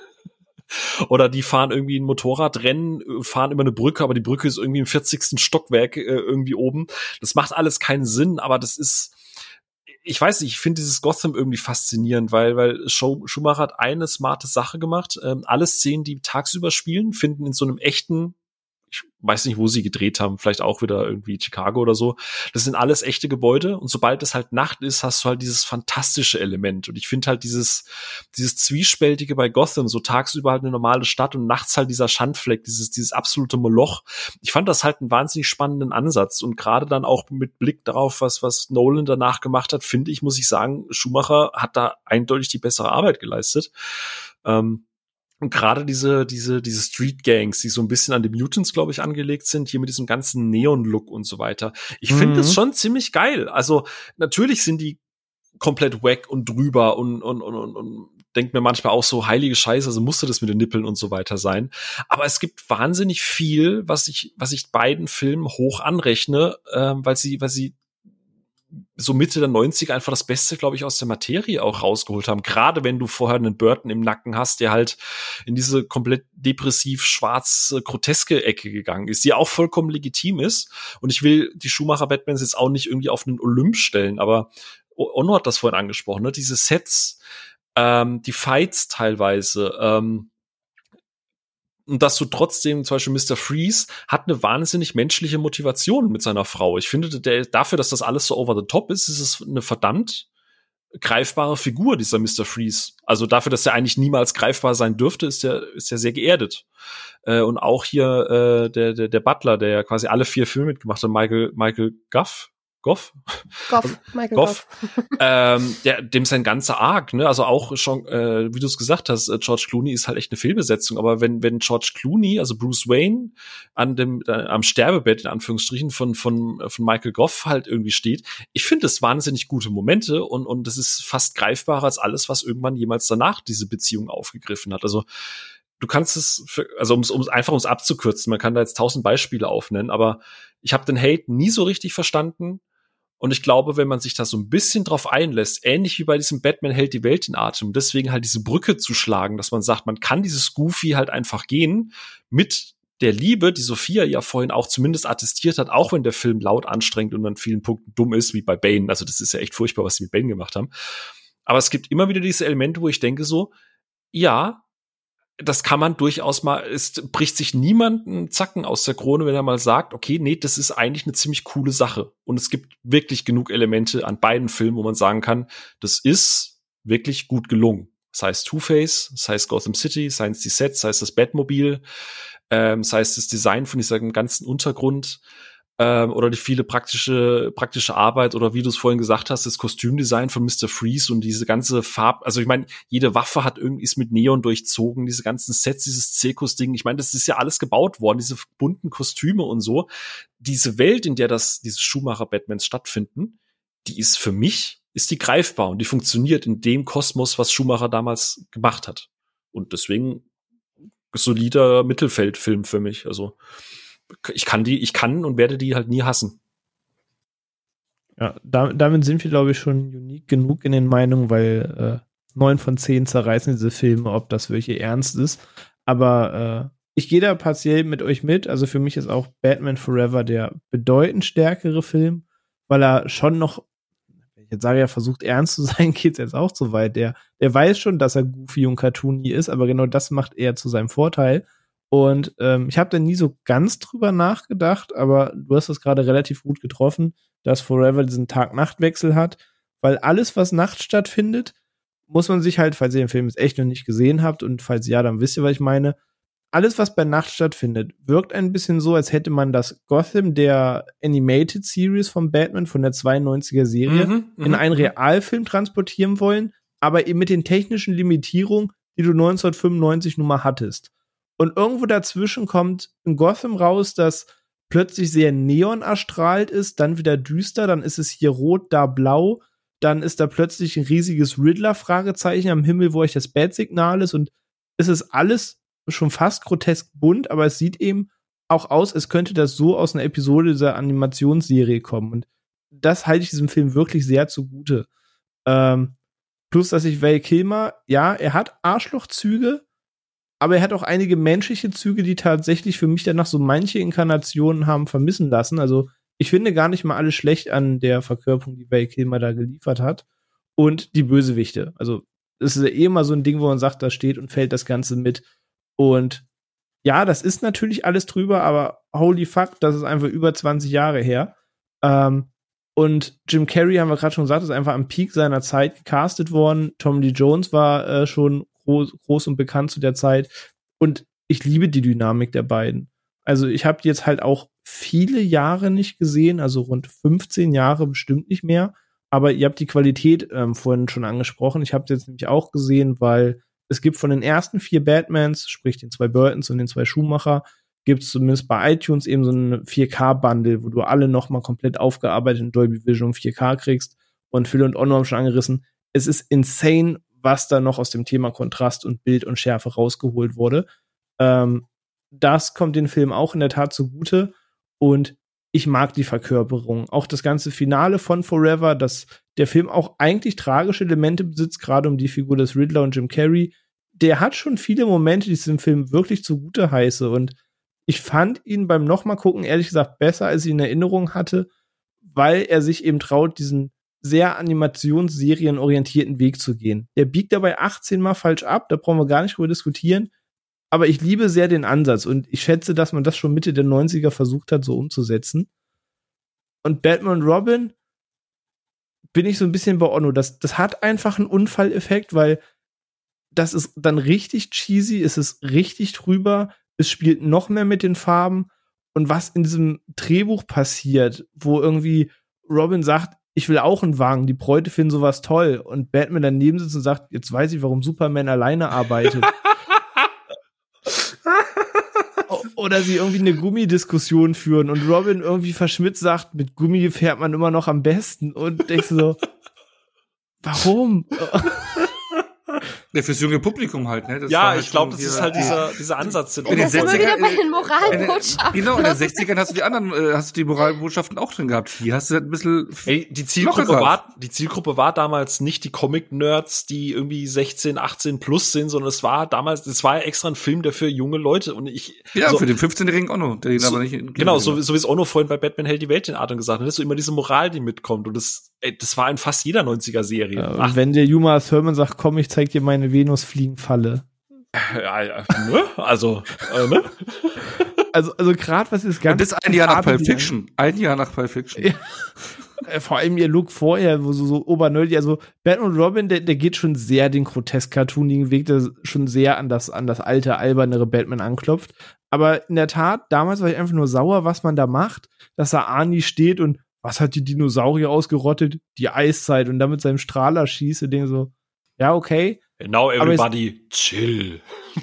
Oder die fahren irgendwie ein Motorradrennen, fahren über eine Brücke, aber die Brücke ist irgendwie im vierzigsten Stockwerk äh, irgendwie oben. Das macht alles keinen Sinn, aber das ist, ich weiß nicht, ich finde dieses Gotham irgendwie faszinierend, weil weil Schumacher hat eine smarte Sache gemacht. Ähm, alle Szenen, die tagsüber spielen, finden in so einem echten, ich weiß nicht, wo sie gedreht haben, vielleicht auch wieder irgendwie Chicago oder so. Das sind alles echte Gebäude und sobald es halt Nacht ist, hast du halt dieses fantastische Element. Und ich finde halt dieses dieses Zwiespältige bei Gotham, so tagsüber halt eine normale Stadt und nachts halt dieser Schandfleck, dieses dieses absolute Moloch. Ich fand das halt einen wahnsinnig spannenden Ansatz und gerade dann auch mit Blick darauf, was was Nolan danach gemacht hat, finde ich, muss ich sagen, Schumacher hat da eindeutig die bessere Arbeit geleistet. Ähm, Und gerade diese, diese, diese Street Gangs, die so ein bisschen an die Mutants, glaube ich, angelegt sind, hier mit diesem ganzen Neon-Look und so weiter. Ich finde Mhm. es schon ziemlich geil. Also, natürlich sind die komplett wack und drüber und, und, und, und, und denkt mir manchmal auch so, heilige Scheiße, also musste das mit den Nippeln und so weiter sein. Aber es gibt wahnsinnig viel, was ich, was ich beiden Filmen hoch anrechne, ähm, weil sie, weil sie so Mitte der neunziger einfach das Beste, glaube ich, aus der Materie auch rausgeholt haben. Gerade wenn du vorher einen Burton im Nacken hast, der halt in diese komplett depressiv schwarze, groteske Ecke gegangen ist, die auch vollkommen legitim ist. Und ich will die Schumacher-Batmans jetzt auch nicht irgendwie auf einen Olymp stellen, aber Onno hat das vorhin angesprochen, ne? Diese Sets, ähm, die Fights teilweise, ähm, und dass du trotzdem, zum Beispiel Mister Freeze hat eine wahnsinnig menschliche Motivation mit seiner Frau. Ich finde, der, dafür, dass das alles so over the top ist, ist es eine verdammt greifbare Figur, dieser Mister Freeze. Also dafür, dass er eigentlich niemals greifbar sein dürfte, ist er ist er sehr geerdet. Äh, und auch hier äh, der, der, der Butler, der ja quasi alle vier Filme mitgemacht hat, Michael, Michael Goff, Goff? Goff, Michael Goff. Goff. ähm, der, dem sein ganzer Arc, ne, also auch schon, äh, wie du es gesagt hast, äh, George Clooney ist halt echt eine Fehlbesetzung, aber wenn, wenn George Clooney, also Bruce Wayne, an dem, äh, am Sterbebett, in Anführungsstrichen, von, von, von Michael Goff halt irgendwie steht, ich finde das wahnsinnig gute Momente und, und das ist fast greifbarer als alles, was irgendwann jemals danach diese Beziehung aufgegriffen hat. Also, du kannst es, für, also ums, ums einfach ums abzukürzen, man kann da jetzt tausend Beispiele aufnennen, aber ich habe den Hate nie so richtig verstanden. Und ich glaube, wenn man sich da so ein bisschen drauf einlässt, ähnlich wie bei diesem Batman hält die Welt in Atem, deswegen halt diese Brücke zu schlagen, dass man sagt, man kann dieses Goofy halt einfach gehen mit der Liebe, die Sophia ja vorhin auch zumindest attestiert hat, auch wenn der Film laut anstrengend und an vielen Punkten dumm ist, wie bei Bane. Also das ist ja echt furchtbar, was sie mit Bane gemacht haben. Aber es gibt immer wieder diese Elemente, wo ich denke so, ja, das kann man durchaus mal, es bricht sich niemand einen Zacken aus der Krone, wenn er mal sagt, okay, nee, das ist eigentlich eine ziemlich coole Sache. Und es gibt wirklich genug Elemente an beiden Filmen, wo man sagen kann, das ist wirklich gut gelungen. Das heißt Two-Face, das heißt Gotham City, sei es die Sets, sei es das Batmobil, ähm, sei es das Design von diesem ganzen Untergrund. ähm, oder die viele praktische praktische Arbeit oder wie du es vorhin gesagt hast, das Kostümdesign von Mister Freeze und diese ganze Farb, also ich meine, jede Waffe hat irgendwie ist mit Neon durchzogen, diese ganzen Sets, dieses Zirkusding, ich meine, das ist ja alles gebaut worden, diese bunten Kostüme und so. Diese Welt, in der das diese Schumacher-Batmans stattfinden, die ist für mich, ist die greifbar und die funktioniert in dem Kosmos, was Schumacher damals gemacht hat. Und deswegen solider Mittelfeldfilm für mich, also ich kann die, ich kann und werde die halt nie hassen. Ja, da, damit sind wir, glaube ich, schon unique genug in den Meinungen, weil äh, neun von zehn zerreißen diese Filme, ob das wirklich ernst ist. Aber äh, ich gehe da partiell mit euch mit. Also für mich ist auch Batman Forever der bedeutend stärkere Film, weil er schon noch, wenn ich jetzt sage, er versucht ernst zu sein, geht's jetzt auch so weit. Der, der weiß schon, dass er goofy und cartoony ist, aber genau das macht er zu seinem Vorteil. Und ähm, ich habe da nie so ganz drüber nachgedacht, aber du hast das gerade relativ gut getroffen, dass Forever diesen Tag-Nacht-Wechsel hat, weil alles, was nachts stattfindet, muss man sich halt, falls ihr den Film jetzt echt noch nicht gesehen habt und falls ja, dann wisst ihr, was ich meine, alles, was bei Nacht stattfindet, wirkt ein bisschen so, als hätte man das Gotham der Animated Series von Batman, von der zweiundneunziger Serie, Mhm, in einen Realfilm transportieren wollen, aber eben mit den technischen Limitierungen, die du neunzehnhundertfünfundneunzig nun mal hattest. Und irgendwo dazwischen kommt ein Gotham raus, das plötzlich sehr neon erstrahlt ist, dann wieder düster, dann ist es hier rot, da blau, dann ist da plötzlich ein riesiges Riddler-Fragezeichen am Himmel, wo euch das Bat-Signal ist und es ist alles schon fast grotesk bunt, aber es sieht eben auch aus, als könnte das so aus einer Episode dieser Animationsserie kommen und das halte ich diesem Film wirklich sehr zugute. Ähm, plus, dass ich Val Kilmer, ja, er hat Arschlochzüge, aber er hat auch einige menschliche Züge, die tatsächlich für mich danach so manche Inkarnationen haben vermissen lassen. Also ich finde gar nicht mal alles schlecht an der Verkörperung, die Val Kilmer da geliefert hat. Und die Bösewichte. Also es ist ja eh immer so ein Ding, wo man sagt, da steht und fällt das Ganze mit. Und ja, das ist natürlich alles drüber, aber holy fuck, das ist einfach über zwanzig Jahre her. Ähm, und Jim Carrey, haben wir gerade schon gesagt, ist einfach am Peak seiner Zeit gecastet worden. Tommy Lee Jones war äh, schon groß, groß und bekannt zu der Zeit. Und ich liebe die Dynamik der beiden. Also ich habe die jetzt halt auch viele Jahre nicht gesehen, also rund fünfzehn Jahre bestimmt nicht mehr. Aber ihr habt die Qualität ähm, vorhin schon angesprochen. Ich habe es jetzt nämlich auch gesehen, weil es gibt von den ersten vier Batmans, sprich den zwei Burtons und den zwei Schumacher, gibt es zumindest bei iTunes eben so ein vier K-Bundle, wo du alle nochmal komplett aufgearbeitet in Dolby Vision vier K kriegst. Und Phil und Onno haben schon angerissen. Es ist insane, was da noch aus dem Thema Kontrast und Bild und Schärfe rausgeholt wurde. Ähm, das kommt den Film auch in der Tat zugute. Und ich mag die Verkörperung. Auch das ganze Finale von Forever, dass der Film auch eigentlich tragische Elemente besitzt, gerade um die Figur des Riddler und Jim Carrey. Der hat schon viele Momente, die ich dem Film wirklich zugute heiße. Und ich fand ihn beim nochmal gucken, ehrlich gesagt, besser, als ich in Erinnerung hatte, weil er sich eben traut, diesen sehr animationsserienorientierten Weg zu gehen. Der biegt dabei achtzehn Mal falsch ab, da brauchen wir gar nicht drüber diskutieren. Aber ich liebe sehr den Ansatz und ich schätze, dass man das schon Mitte der neunziger versucht hat, so umzusetzen. Und Batman und Robin bin ich so ein bisschen bei Onno. Das, das hat einfach einen Unfalleffekt, weil das ist dann richtig cheesy, es ist richtig drüber, es spielt noch mehr mit den Farben. Und was in diesem Drehbuch passiert, wo irgendwie Robin sagt, ich will auch einen Wagen, die Bräute finden sowas toll. Und Batman daneben sitzt und sagt, jetzt weiß ich, warum Superman alleine arbeitet. Oder sie irgendwie eine Gummidiskussion führen und Robin irgendwie verschmitzt sagt, mit Gummi fährt man immer noch am besten. Und denkst du so, warum? Ja, fürs junge Publikum halt, ne? Das ja, halt ich glaube, das hier, ist halt die, dieser, dieser Ansatz. Den in den Das sind wir sechziger, wieder bei den Moralbotschaften. Genau, in den sechzigern hast du die anderen, äh, hast du die Moralbotschaften auch drin gehabt. Hier hast du halt ein bisschen. Ey, die Zielgruppe war, die Zielgruppe war damals nicht die Comic-Nerds, die irgendwie sechzehn, achtzehn plus sind, sondern es war damals, es war ja extra ein Film, der für junge Leute und ich. Ja, so, für den fünfzehnjährigen Onno, der ihn so, aber nicht. In genau, so, so wie es Onno vorhin bei Batman hält die Welt in Atem gesagt hat, das ist so immer diese Moral, die mitkommt und das, ey, das war in fast jeder neunziger-Serie. Ja, und wenn der Uma Thurman sagt, komm, ich zeig dir meine Venus-Fliegenfalle. Ja, ja, ne? Also, äh, ne? Also, also gerade was ist ganz. Und das ein Jahr nach Pulp Fiction. Ein Jahr nach Pulp Fiction. Ja. äh, vor allem ihr Look vorher, wo so, so obernerdy, also Batman und Robin, der, der geht schon sehr den grotesk-cartoonigen Weg, der schon sehr an das, an das alte, albernere Batman anklopft. Aber in der Tat, damals war ich einfach nur sauer, was man da macht, dass da Arnie steht und was hat die Dinosaurier ausgerottet? Die Eiszeit und dann mit seinem Strahler schießt und denke so, ja, okay. Now everybody chill.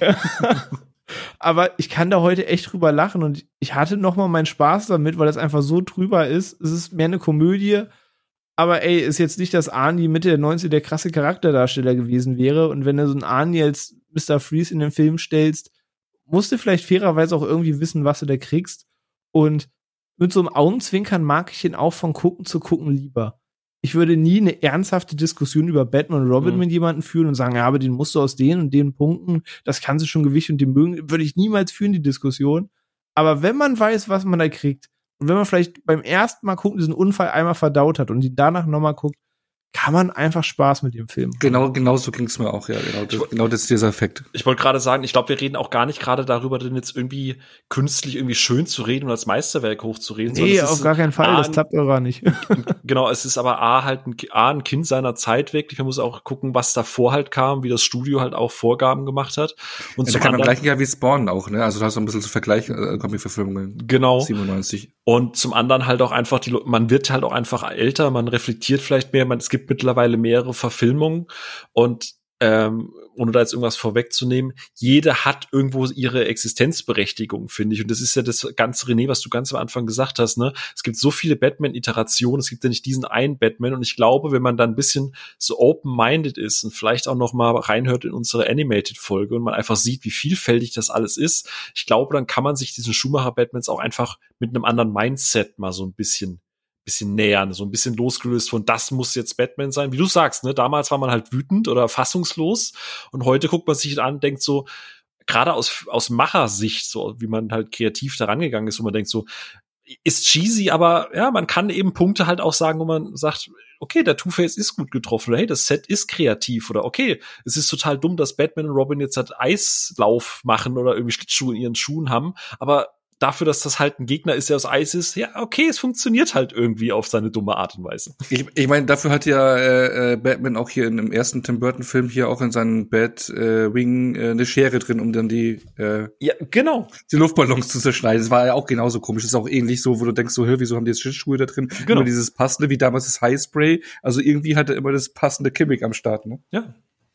Aber ich kann da heute echt drüber lachen und ich hatte noch mal meinen Spaß damit, weil das einfach so drüber ist. Es ist mehr eine Komödie, aber ey, ist jetzt nicht, dass Arnie Mitte der neunziger der krasse Charakterdarsteller gewesen wäre und wenn du so einen Arnie als Mister Freeze in den Film stellst, musst du vielleicht fairerweise auch irgendwie wissen, was du da kriegst. Und mit so einem Augenzwinkern mag ich ihn auch von Gucken zu Gucken lieber. Ich würde nie eine ernsthafte Diskussion über Batman und Robin mhm. mit jemandem führen und sagen, ja, aber den musst du aus den und den Punkten, das kann sie schon Gewicht und den mögen, würde ich niemals führen, die Diskussion. Aber wenn man weiß, was man da kriegt, und wenn man vielleicht beim ersten Mal gucken, diesen Unfall einmal verdaut hat und die danach nochmal guckt, kann man einfach Spaß mit dem Film haben. Genau, genau so ging's mir auch, ja, genau. Das, genau das ist dieser Effekt. Ich wollte gerade sagen, ich glaube, wir reden auch gar nicht gerade darüber, denn jetzt irgendwie künstlich irgendwie schön zu reden und als Meisterwerk hochzureden. Nee, auf gar keinen Fall, das klappt aber nicht. Genau, es ist aber A, halt ein, A, ein Kind seiner Zeit wirklich. Man muss auch gucken, was davor halt kam, wie das Studio halt auch Vorgaben gemacht hat. Und ja, zum kam anderen, im gleichen Jahr wie Spawn auch, ne? Also du hast so ein bisschen zu vergleichen, äh, Comic-Verfilmungen. Genau. siebenundneunzig. Und zum anderen halt auch einfach, die, man wird halt auch einfach älter, man reflektiert vielleicht mehr, man, es gibt mittlerweile mehrere Verfilmungen und ähm, ohne da jetzt irgendwas vorwegzunehmen, jede hat irgendwo ihre Existenzberechtigung, finde ich. Und das ist ja das ganze, René, was du ganz am Anfang gesagt hast, ne? Es gibt so viele Batman-Iterationen, es gibt ja nicht diesen einen Batman. Und ich glaube, wenn man da ein bisschen so open-minded ist und vielleicht auch noch mal reinhört in unsere Animated-Folge und man einfach sieht, wie vielfältig das alles ist, ich glaube, dann kann man sich diesen Schumacher-Batmans auch einfach mit einem anderen Mindset mal so ein bisschen bisschen nähern, so ein bisschen losgelöst von, das muss jetzt Batman sein. Wie du sagst, ne, damals war man halt wütend oder fassungslos und heute guckt man sich an und denkt so, gerade aus, aus Machersicht, so wie man halt kreativ da rangegangen ist, wo man denkt so, ist cheesy, aber ja, man kann eben Punkte halt auch sagen, wo man sagt, okay, der Two-Face ist gut getroffen oder hey, das Set ist kreativ oder okay, es ist total dumm, dass Batman und Robin jetzt halt Eislauf machen oder irgendwie Schlittschuhe in ihren Schuhen haben, aber dafür, dass das halt ein Gegner ist, der aus Eis ist, ja, okay, es funktioniert halt irgendwie auf seine dumme Art und Weise. Ich, ich meine, dafür hat ja äh, Batman auch hier in dem ersten Tim Burton-Film hier auch in seinem Batwing äh, eine Schere drin, um dann die äh, ja, genau. die Luftballons zu zerschneiden. Das war ja auch genauso komisch. Das ist auch ähnlich so, wo du denkst so, hör, wieso haben die jetzt Schlittschuhe da drin? Genau. Immer dieses passende, wie damals das Highspray. Also irgendwie hat er immer das passende Gimmick am Start, ne? Ja.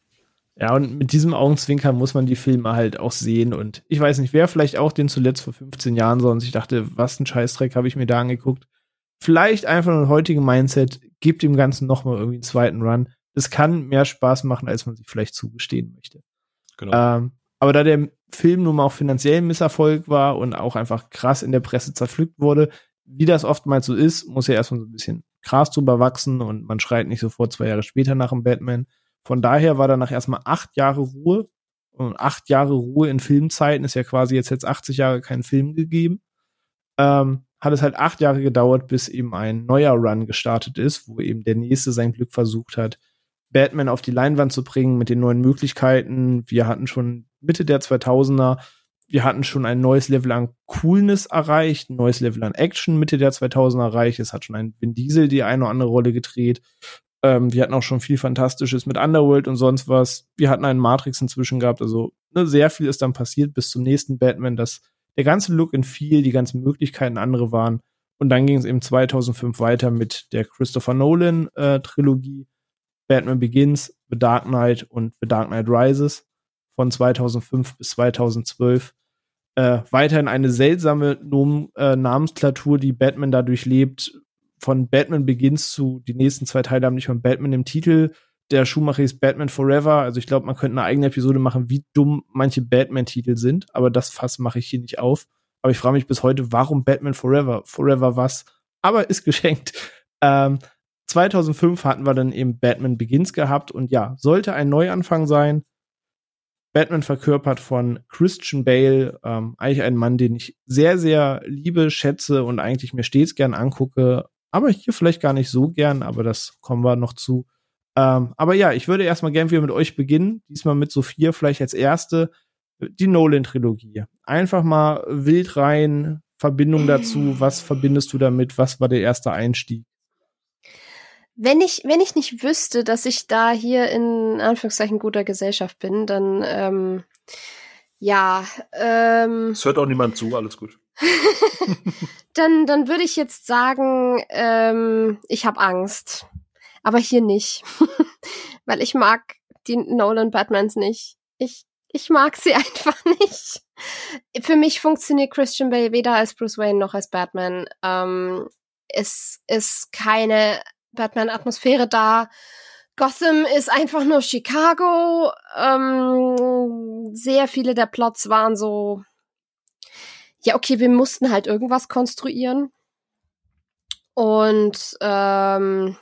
Ja, und mit diesem Augenzwinkern muss man die Filme halt auch sehen. Und ich weiß nicht, wer vielleicht auch den zuletzt vor fünfzehn Jahren so und sich dachte, was ein Scheißdreck habe ich mir da angeguckt. Vielleicht einfach nur ein heutiges Mindset, gibt dem Ganzen noch mal irgendwie einen zweiten Run. Das kann mehr Spaß machen, als man sich vielleicht zugestehen möchte. Genau. Ähm, aber da der Film nun mal auch finanziell ein Misserfolg war und auch einfach krass in der Presse zerpflückt wurde, wie das oftmals so ist, muss ja erstmal so ein bisschen Gras drüber wachsen und man schreit nicht sofort zwei Jahre später nach dem Batman. Von daher war danach erstmal acht Jahre Ruhe. Und acht Jahre Ruhe in Filmzeiten ist ja quasi jetzt jetzt achtzig Jahre kein Film gegeben. Ähm, hat es halt acht Jahre gedauert, bis eben ein neuer Run gestartet ist, wo eben der nächste sein Glück versucht hat, Batman auf die Leinwand zu bringen mit den neuen Möglichkeiten. Wir hatten schon Mitte der zweitausender, wir hatten schon ein neues Level an Coolness erreicht, ein neues Level an Action Mitte der zweitausender erreicht. Es hat schon ein Vin Diesel die eine oder andere Rolle gedreht. Ähm, wir hatten auch schon viel Fantastisches mit Underworld und sonst was. Wir hatten einen Matrix inzwischen gehabt. Also ne, sehr viel ist dann passiert bis zum nächsten Batman, dass der ganze Look entfiel, die ganzen Möglichkeiten andere waren. Und dann ging es eben zweitausendfünf weiter mit der Christopher Nolan äh, Trilogie. Batman Begins, The Dark Knight und The Dark Knight Rises von zweitausendfünf bis zweitausendzwölf. Äh, weiterhin eine seltsame Nom- äh, Namensklatur, die Batman dadurch lebt. Von Batman Begins zu, die nächsten zwei Teile haben nicht mal Batman im Titel. Der Schumacher ist Batman Forever. Also ich glaube, man könnte eine eigene Episode machen, wie dumm manche Batman-Titel sind. Aber das Fass mache ich hier nicht auf. Aber ich frage mich bis heute, warum Batman Forever? Forever was? Aber ist geschenkt. Ähm, zweitausendfünf hatten wir dann eben Batman Begins gehabt. Und ja, sollte ein Neuanfang sein. Batman verkörpert von Christian Bale. Ähm, eigentlich ein Mann, den ich sehr, sehr liebe, schätze und eigentlich mir stets gern angucke. Aber hier vielleicht gar nicht so gern, aber das kommen wir noch zu. Ähm, aber ja, ich würde erstmal gern wieder mit euch beginnen. Diesmal mit Sophia vielleicht als erste. Die Nolan-Trilogie. Einfach mal wild rein, Verbindung dazu. Was verbindest du damit? Was war der erste Einstieg? wenn ich, wenn ich nicht wüsste, dass ich da hier in Anführungszeichen guter Gesellschaft bin, dann, ähm, ja, ähm. Es hört auch niemand zu, alles gut. dann, dann würde ich jetzt sagen, ähm, ich habe Angst. Aber hier nicht. Weil ich mag die Nolan-Batmans nicht. Ich, ich mag sie einfach nicht. Für mich funktioniert Christian Bale weder als Bruce Wayne noch als Batman. Ähm, es ist keine Batman-Atmosphäre da. Gotham ist einfach nur Chicago. Ähm, sehr viele der Plots waren so, ja, okay, wir mussten halt irgendwas konstruieren. Und ähm,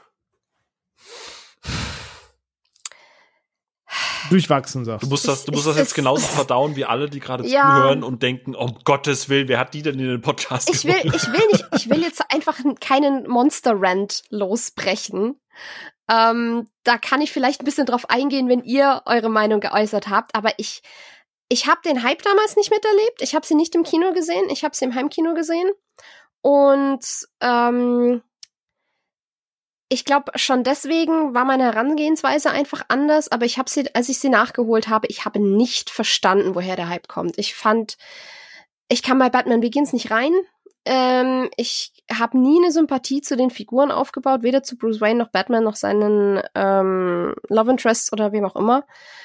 durchwachsen, sagst du. Musst das, du musst es, das jetzt es, genauso verdauen wie alle, die gerade ja, zuhören und denken, um Gottes Willen, wer hat die denn in den Podcast ich will, ich will nicht, ich will jetzt einfach keinen Monster-Rant losbrechen. Ähm, da kann ich vielleicht ein bisschen drauf eingehen, wenn ihr eure Meinung geäußert habt, aber ich ich habe den Hype damals nicht miterlebt. Ich habe sie nicht im Kino gesehen, ich habe sie im Heimkino gesehen. Und ähm, ich glaube, schon deswegen war meine Herangehensweise einfach anders, aber ich habe sie, als ich sie nachgeholt habe, ich habe nicht verstanden, woher der Hype kommt. Ich fand, ich kam bei Batman Begins nicht rein. Ähm, ich habe nie eine Sympathie zu den Figuren aufgebaut, weder zu Bruce Wayne noch Batman noch seinen ähm, Love Interests oder wem auch immer.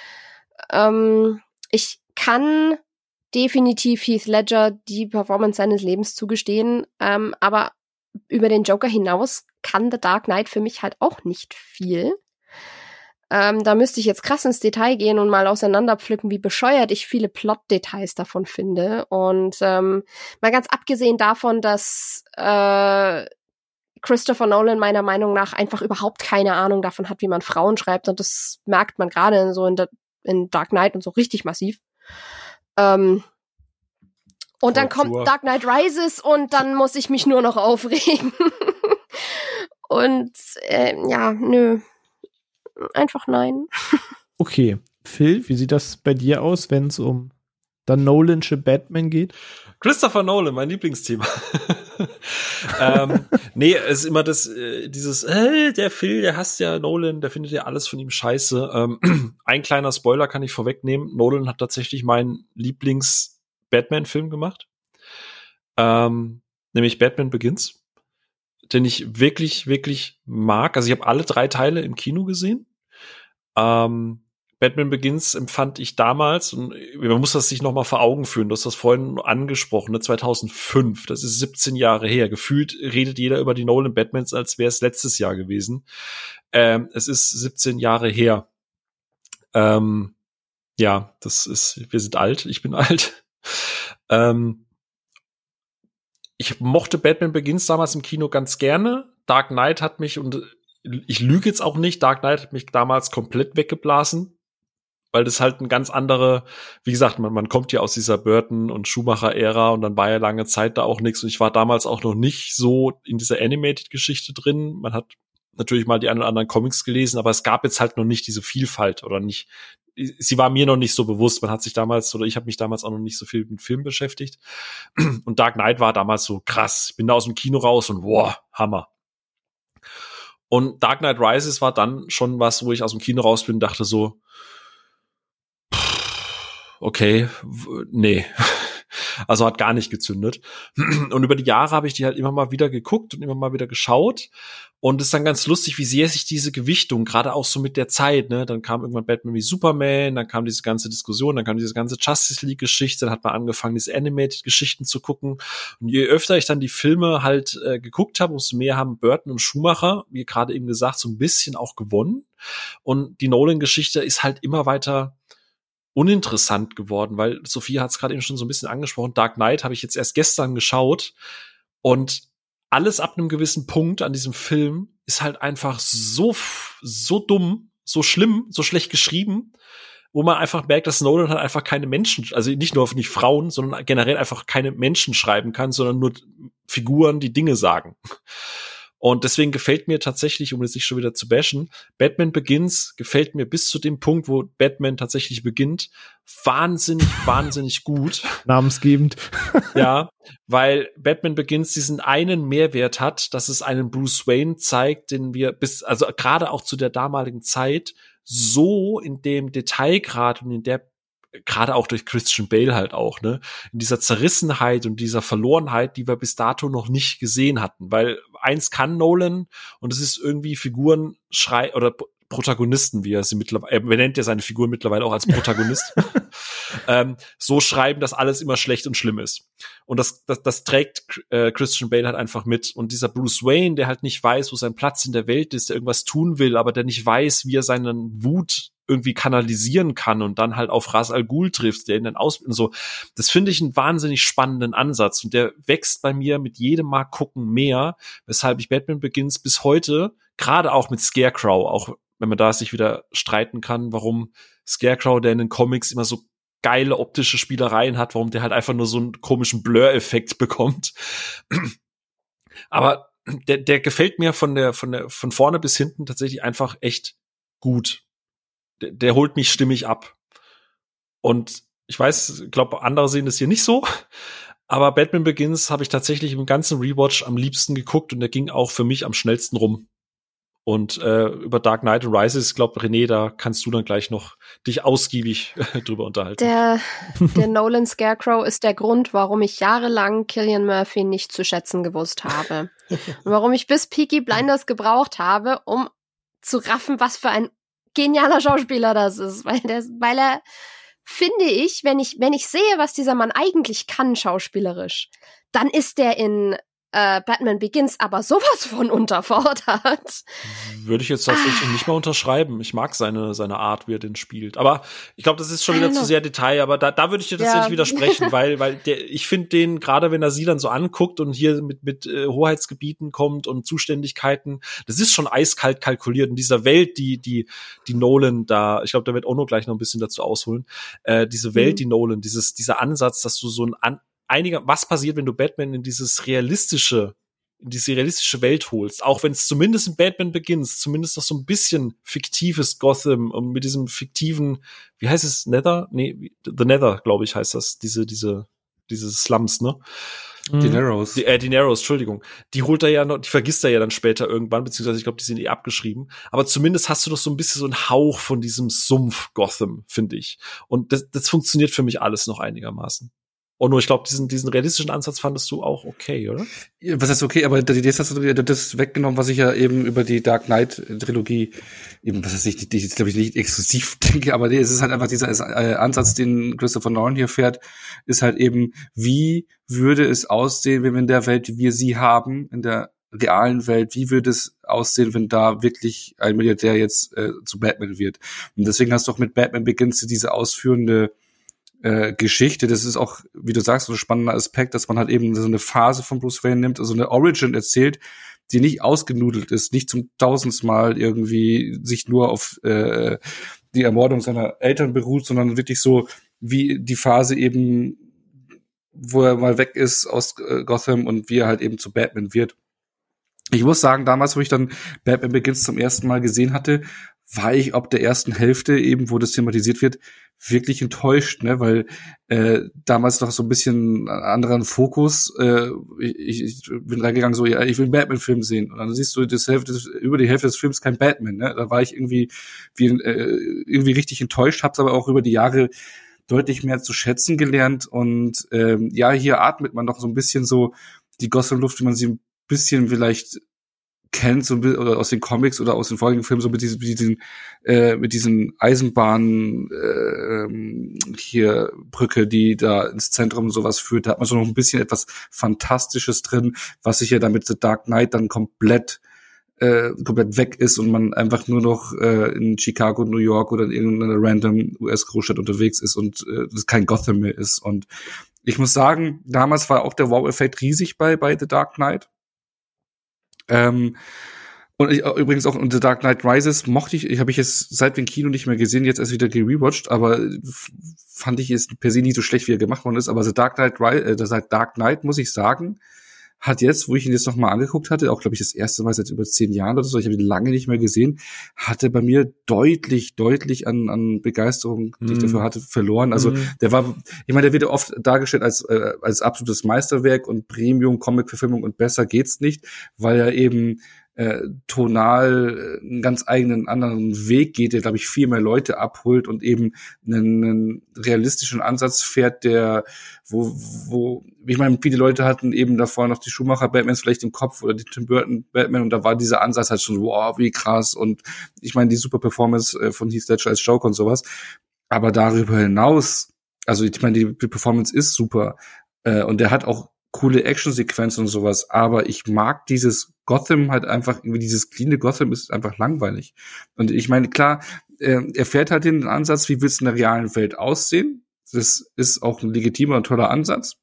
Ähm, ich kann definitiv Heath Ledger die Performance seines Lebens zugestehen, ähm, aber über den Joker hinaus kann The Dark Knight für mich halt auch nicht viel. Ähm, da müsste ich jetzt krass ins Detail gehen und mal auseinanderpflücken, wie bescheuert ich viele Plot-Details davon finde. Und ähm, mal ganz abgesehen davon, dass äh, Christopher Nolan meiner Meinung nach einfach überhaupt keine Ahnung davon hat, wie man Frauen schreibt. Und das merkt man gerade so in, in Dark Knight und so richtig massiv. Ähm, und dann kommt Dark Knight Rises und dann muss ich mich nur noch aufregen. Und äh, ja, nö. Einfach nein. Okay. Phil, wie sieht das bei dir aus, wenn es um der Nolansche Batman geht? Christopher Nolan, mein Lieblingsthema. ähm, nee, es ist immer das, äh, dieses, äh, der Phil, der hasst ja Nolan, der findet ja alles von ihm scheiße. Ähm, ein kleiner Spoiler kann ich vorwegnehmen. Nolan hat tatsächlich meinen Lieblings-Batman-Film gemacht. Ähm, nämlich Batman Begins. Den ich wirklich, wirklich mag. Also ich habe alle drei Teile im Kino gesehen. Ähm, Batman Begins empfand ich damals, und man muss das sich noch mal vor Augen führen, du hast das vorhin angesprochen, ne, zweitausendfünf, das ist siebzehn Jahre her. Gefühlt redet jeder über die Nolan Batmans, als wäre es letztes Jahr gewesen. Ähm, es ist siebzehn Jahre her. Ähm, ja, das ist, wir sind alt, ich bin alt. Ähm, Ich mochte Batman Begins damals im Kino ganz gerne. Dark Knight hat mich, und ich lüge jetzt auch nicht, Dark Knight hat mich damals komplett weggeblasen, weil das halt ein ganz andere, wie gesagt, man, man kommt ja aus dieser Burton- und Schumacher-Ära und dann war ja lange Zeit da auch nichts und ich war damals auch noch nicht so in dieser Animated-Geschichte drin. Man hat natürlich mal die ein oder anderen Comics gelesen, aber es gab jetzt halt noch nicht diese Vielfalt oder nicht, sie war mir noch nicht so bewusst. Man hat sich damals, oder ich habe mich damals auch noch nicht so viel mit Film beschäftigt. Und Dark Knight war damals so krass. Ich bin da aus dem Kino raus und wow, Hammer. Und Dark Knight Rises war dann schon was, wo ich aus dem Kino raus bin und dachte so, okay, nee. Also hat gar nicht gezündet. Und über die Jahre habe ich die halt immer mal wieder geguckt und immer mal wieder geschaut. Und es ist dann ganz lustig, wie sehr sich diese Gewichtung, gerade auch so mit der Zeit, ne, dann kam irgendwann Batman wie Superman, dann kam diese ganze Diskussion, dann kam diese ganze Justice League-Geschichte, dann hat man angefangen, diese Animated-Geschichten zu gucken. Und je öfter ich dann die Filme halt äh, geguckt habe, umso mehr haben Burton und Schumacher, wie gerade eben gesagt, so ein bisschen auch gewonnen. Und die Nolan-Geschichte ist halt immer weiter uninteressant geworden, weil Sophia hat es gerade eben schon so ein bisschen angesprochen. Dark Knight habe ich jetzt erst gestern geschaut und alles ab einem gewissen Punkt an diesem Film ist halt einfach so so dumm, so schlimm, so schlecht geschrieben, wo man einfach merkt, dass Nolan halt einfach keine Menschen, also nicht nur auf nicht Frauen, sondern generell einfach keine Menschen schreiben kann, sondern nur Figuren, die Dinge sagen. Und deswegen gefällt mir tatsächlich, um jetzt nicht schon wieder zu bashen, Batman Begins gefällt mir bis zu dem Punkt, wo Batman tatsächlich beginnt, wahnsinnig, wahnsinnig gut. Namensgebend. Ja, weil Batman Begins diesen einen Mehrwert hat, dass es einen Bruce Wayne zeigt, den wir bis, also gerade auch zu der damaligen Zeit, so in dem Detailgrad und in der gerade auch durch Christian Bale halt auch, ne, in dieser Zerrissenheit und dieser Verlorenheit, die wir bis dato noch nicht gesehen hatten, weil eins kann Nolan und es ist irgendwie Figuren schrei oder Protagonisten, wie er sie mittlerweile, er benennt ja seine Figuren mittlerweile auch als Protagonist, ähm, so schreiben, dass alles immer schlecht und schlimm ist. Und das, das, das trägt äh, Christian Bale halt einfach mit. Und dieser Bruce Wayne, der halt nicht weiß, wo sein Platz in der Welt ist, der irgendwas tun will, aber der nicht weiß, wie er seinen Wut irgendwie kanalisieren kann und dann halt auf Ra's al Ghul trifft, der ihn dann aus, so. Das finde ich einen wahnsinnig spannenden Ansatz und der wächst bei mir mit jedem Mal gucken mehr, weshalb ich Batman Begins bis heute, gerade auch mit Scarecrow, auch wenn man da sich wieder streiten kann, warum Scarecrow, der in den Comics immer so geile optische Spielereien hat, warum der halt einfach nur so einen komischen Blur-Effekt bekommt. Aber der, der gefällt mir von der, von der, von vorne bis hinten tatsächlich einfach echt gut. Der, der holt mich stimmig ab. Und ich weiß, ich glaube, andere sehen das hier nicht so. Aber Batman Begins habe ich tatsächlich im ganzen Rewatch am liebsten geguckt und der ging auch für mich am schnellsten rum. Und äh, über Dark Knight Rises, ich glaube, René, da kannst du dann gleich noch dich ausgiebig drüber unterhalten. Der, der Nolan Scarecrow ist der Grund, warum ich jahrelang Cillian Murphy nicht zu schätzen gewusst habe. Und warum ich bis Peaky Blinders gebraucht habe, um zu raffen, was für ein genialer Schauspieler das ist. Weil, der, weil er, finde ich, wenn ich, wenn ich sehe, was dieser Mann eigentlich kann, schauspielerisch, dann ist der in äh, Batman Begins aber sowas von unterfordert. Würde ich jetzt tatsächlich ah. nicht mal unterschreiben. Ich mag seine seine Art, wie er den spielt. Aber ich glaube, das ist schon wieder zu sehr Detail. Aber da da würde ich dir tatsächlich ja. widersprechen, weil weil der ich finde den, gerade wenn er sie dann so anguckt und hier mit mit äh, Hoheitsgebieten kommt und Zuständigkeiten, das ist schon eiskalt kalkuliert. In dieser Welt, die die die Nolan da, ich glaube, da wird Ono gleich noch ein bisschen dazu ausholen, äh, diese Welt, mhm. die Nolan, dieses dieser Ansatz, dass du so ein an einiger, was passiert, wenn du Batman in dieses realistische, in diese realistische Welt holst, auch wenn es zumindest in Batman Begins, zumindest noch so ein bisschen fiktives Gotham und mit diesem fiktiven, wie heißt es, Nether? Nee, The Nether, glaube ich, heißt das, diese, diese, diese Slums, ne? Die Narrows. Die, äh, die Narrows, Entschuldigung. Die holt er ja noch, die vergisst er ja dann später irgendwann, beziehungsweise ich glaube, die sind eh abgeschrieben. Aber zumindest hast du doch so ein bisschen so einen Hauch von diesem Sumpf Gotham, finde ich. Und das, das funktioniert für mich alles noch einigermaßen. Und nur, ich glaube, diesen, diesen realistischen Ansatz fandest du auch okay, oder? Ja, was heißt okay, aber jetzt hast du das weggenommen, was ich ja eben über die Dark Knight-Trilogie, eben, was weiß ich, die, die jetzt, glaube ich, nicht exklusiv denke, aber nee, es ist halt einfach dieser äh, Ansatz, den Christopher Nolan hier fährt, ist halt eben, wie würde es aussehen, wenn wir in der Welt, wie wir sie haben, in der realen Welt, wie würde es aussehen, wenn da wirklich ein Milliardär jetzt äh, zu Batman wird? Und deswegen hast du auch mit Batman Begins diese ausführende Äh, Geschichte, das ist auch, wie du sagst, so ein spannender Aspekt, dass man halt eben so eine Phase von Bruce Wayne nimmt, also eine Origin erzählt, die nicht ausgenudelt ist, nicht zum tausendsten Mal irgendwie sich nur auf äh, die Ermordung seiner Eltern beruht, sondern wirklich so wie die Phase eben, wo er mal weg ist aus äh, Gotham und wie er halt eben zu Batman wird. Ich muss sagen, damals, wo ich dann Batman Begins zum ersten Mal gesehen hatte, war ich ab der ersten Hälfte eben, wo das thematisiert wird, wirklich enttäuscht, ne, weil äh, damals noch so ein bisschen anderen Fokus. Äh, ich, ich bin reingegangen so, ja, ich will einen Batman-Film sehen, und dann siehst du das Hälfte, das, über die Hälfte des Films kein Batman, ne. Da war ich irgendwie wie, äh, irgendwie richtig enttäuscht, hab's aber auch über die Jahre deutlich mehr zu schätzen gelernt, und ähm, ja, hier atmet man noch so ein bisschen so die Gotham-Luft, wie man sie ein bisschen vielleicht kennt, so oder aus den Comics oder aus den vorigen Filmen, so mit diesen, mit diesen, äh, mit diesen Eisenbahnen äh, hier Brücke, die da ins Zentrum sowas führt. Da hat man so noch ein bisschen etwas Fantastisches drin, was sich ja dann mit The Dark Knight dann komplett äh, komplett weg ist und man einfach nur noch äh, in Chicago, New York oder in irgendeiner random U S-Großstadt unterwegs ist und äh, das kein Gotham mehr ist. Und ich muss sagen, damals war auch der Wow-Effekt riesig bei bei The Dark Knight. Ähm, und ich, übrigens auch in The Dark Knight Rises mochte ich, ich habe ich jetzt seit dem Kino nicht mehr gesehen, jetzt erst wieder gerewatcht, aber f- fand ich es per se nie so schlecht, wie er gemacht worden ist. Aber The Dark Knight, äh, The Dark Knight, muss ich sagen, hat jetzt, wo ich ihn jetzt nochmal angeguckt hatte, auch glaube ich das erste Mal seit über zehn Jahren oder so, ich habe ihn lange nicht mehr gesehen, hatte bei mir deutlich, deutlich an, an Begeisterung, die mm. ich dafür hatte, verloren. Also mm. der war, ich meine, der wird ja oft dargestellt als, äh, als absolutes Meisterwerk und Premium-Comic-Verfilmung und besser geht's nicht, weil er eben äh, tonal einen ganz eigenen anderen Weg geht, der, glaube ich, viel mehr Leute abholt und eben einen, einen realistischen Ansatz fährt, der, wo, wo, ich meine, viele Leute hatten eben davor noch die Schumacher-Batmans vielleicht im Kopf oder die Tim Burton-Batman und da war dieser Ansatz halt schon, wow, wie krass und ich meine, die super Performance äh, von Heath Ledger als Joker und sowas, aber darüber hinaus, also ich meine, die, die Performance ist super äh, und der hat auch coole Actionsequenzen und sowas, aber ich mag dieses Gotham halt einfach, irgendwie dieses cleane Gotham ist einfach langweilig. Und ich meine, klar, äh, er fährt halt den Ansatz, wie will's in der realen Welt aussehen? Das ist auch ein legitimer und toller Ansatz.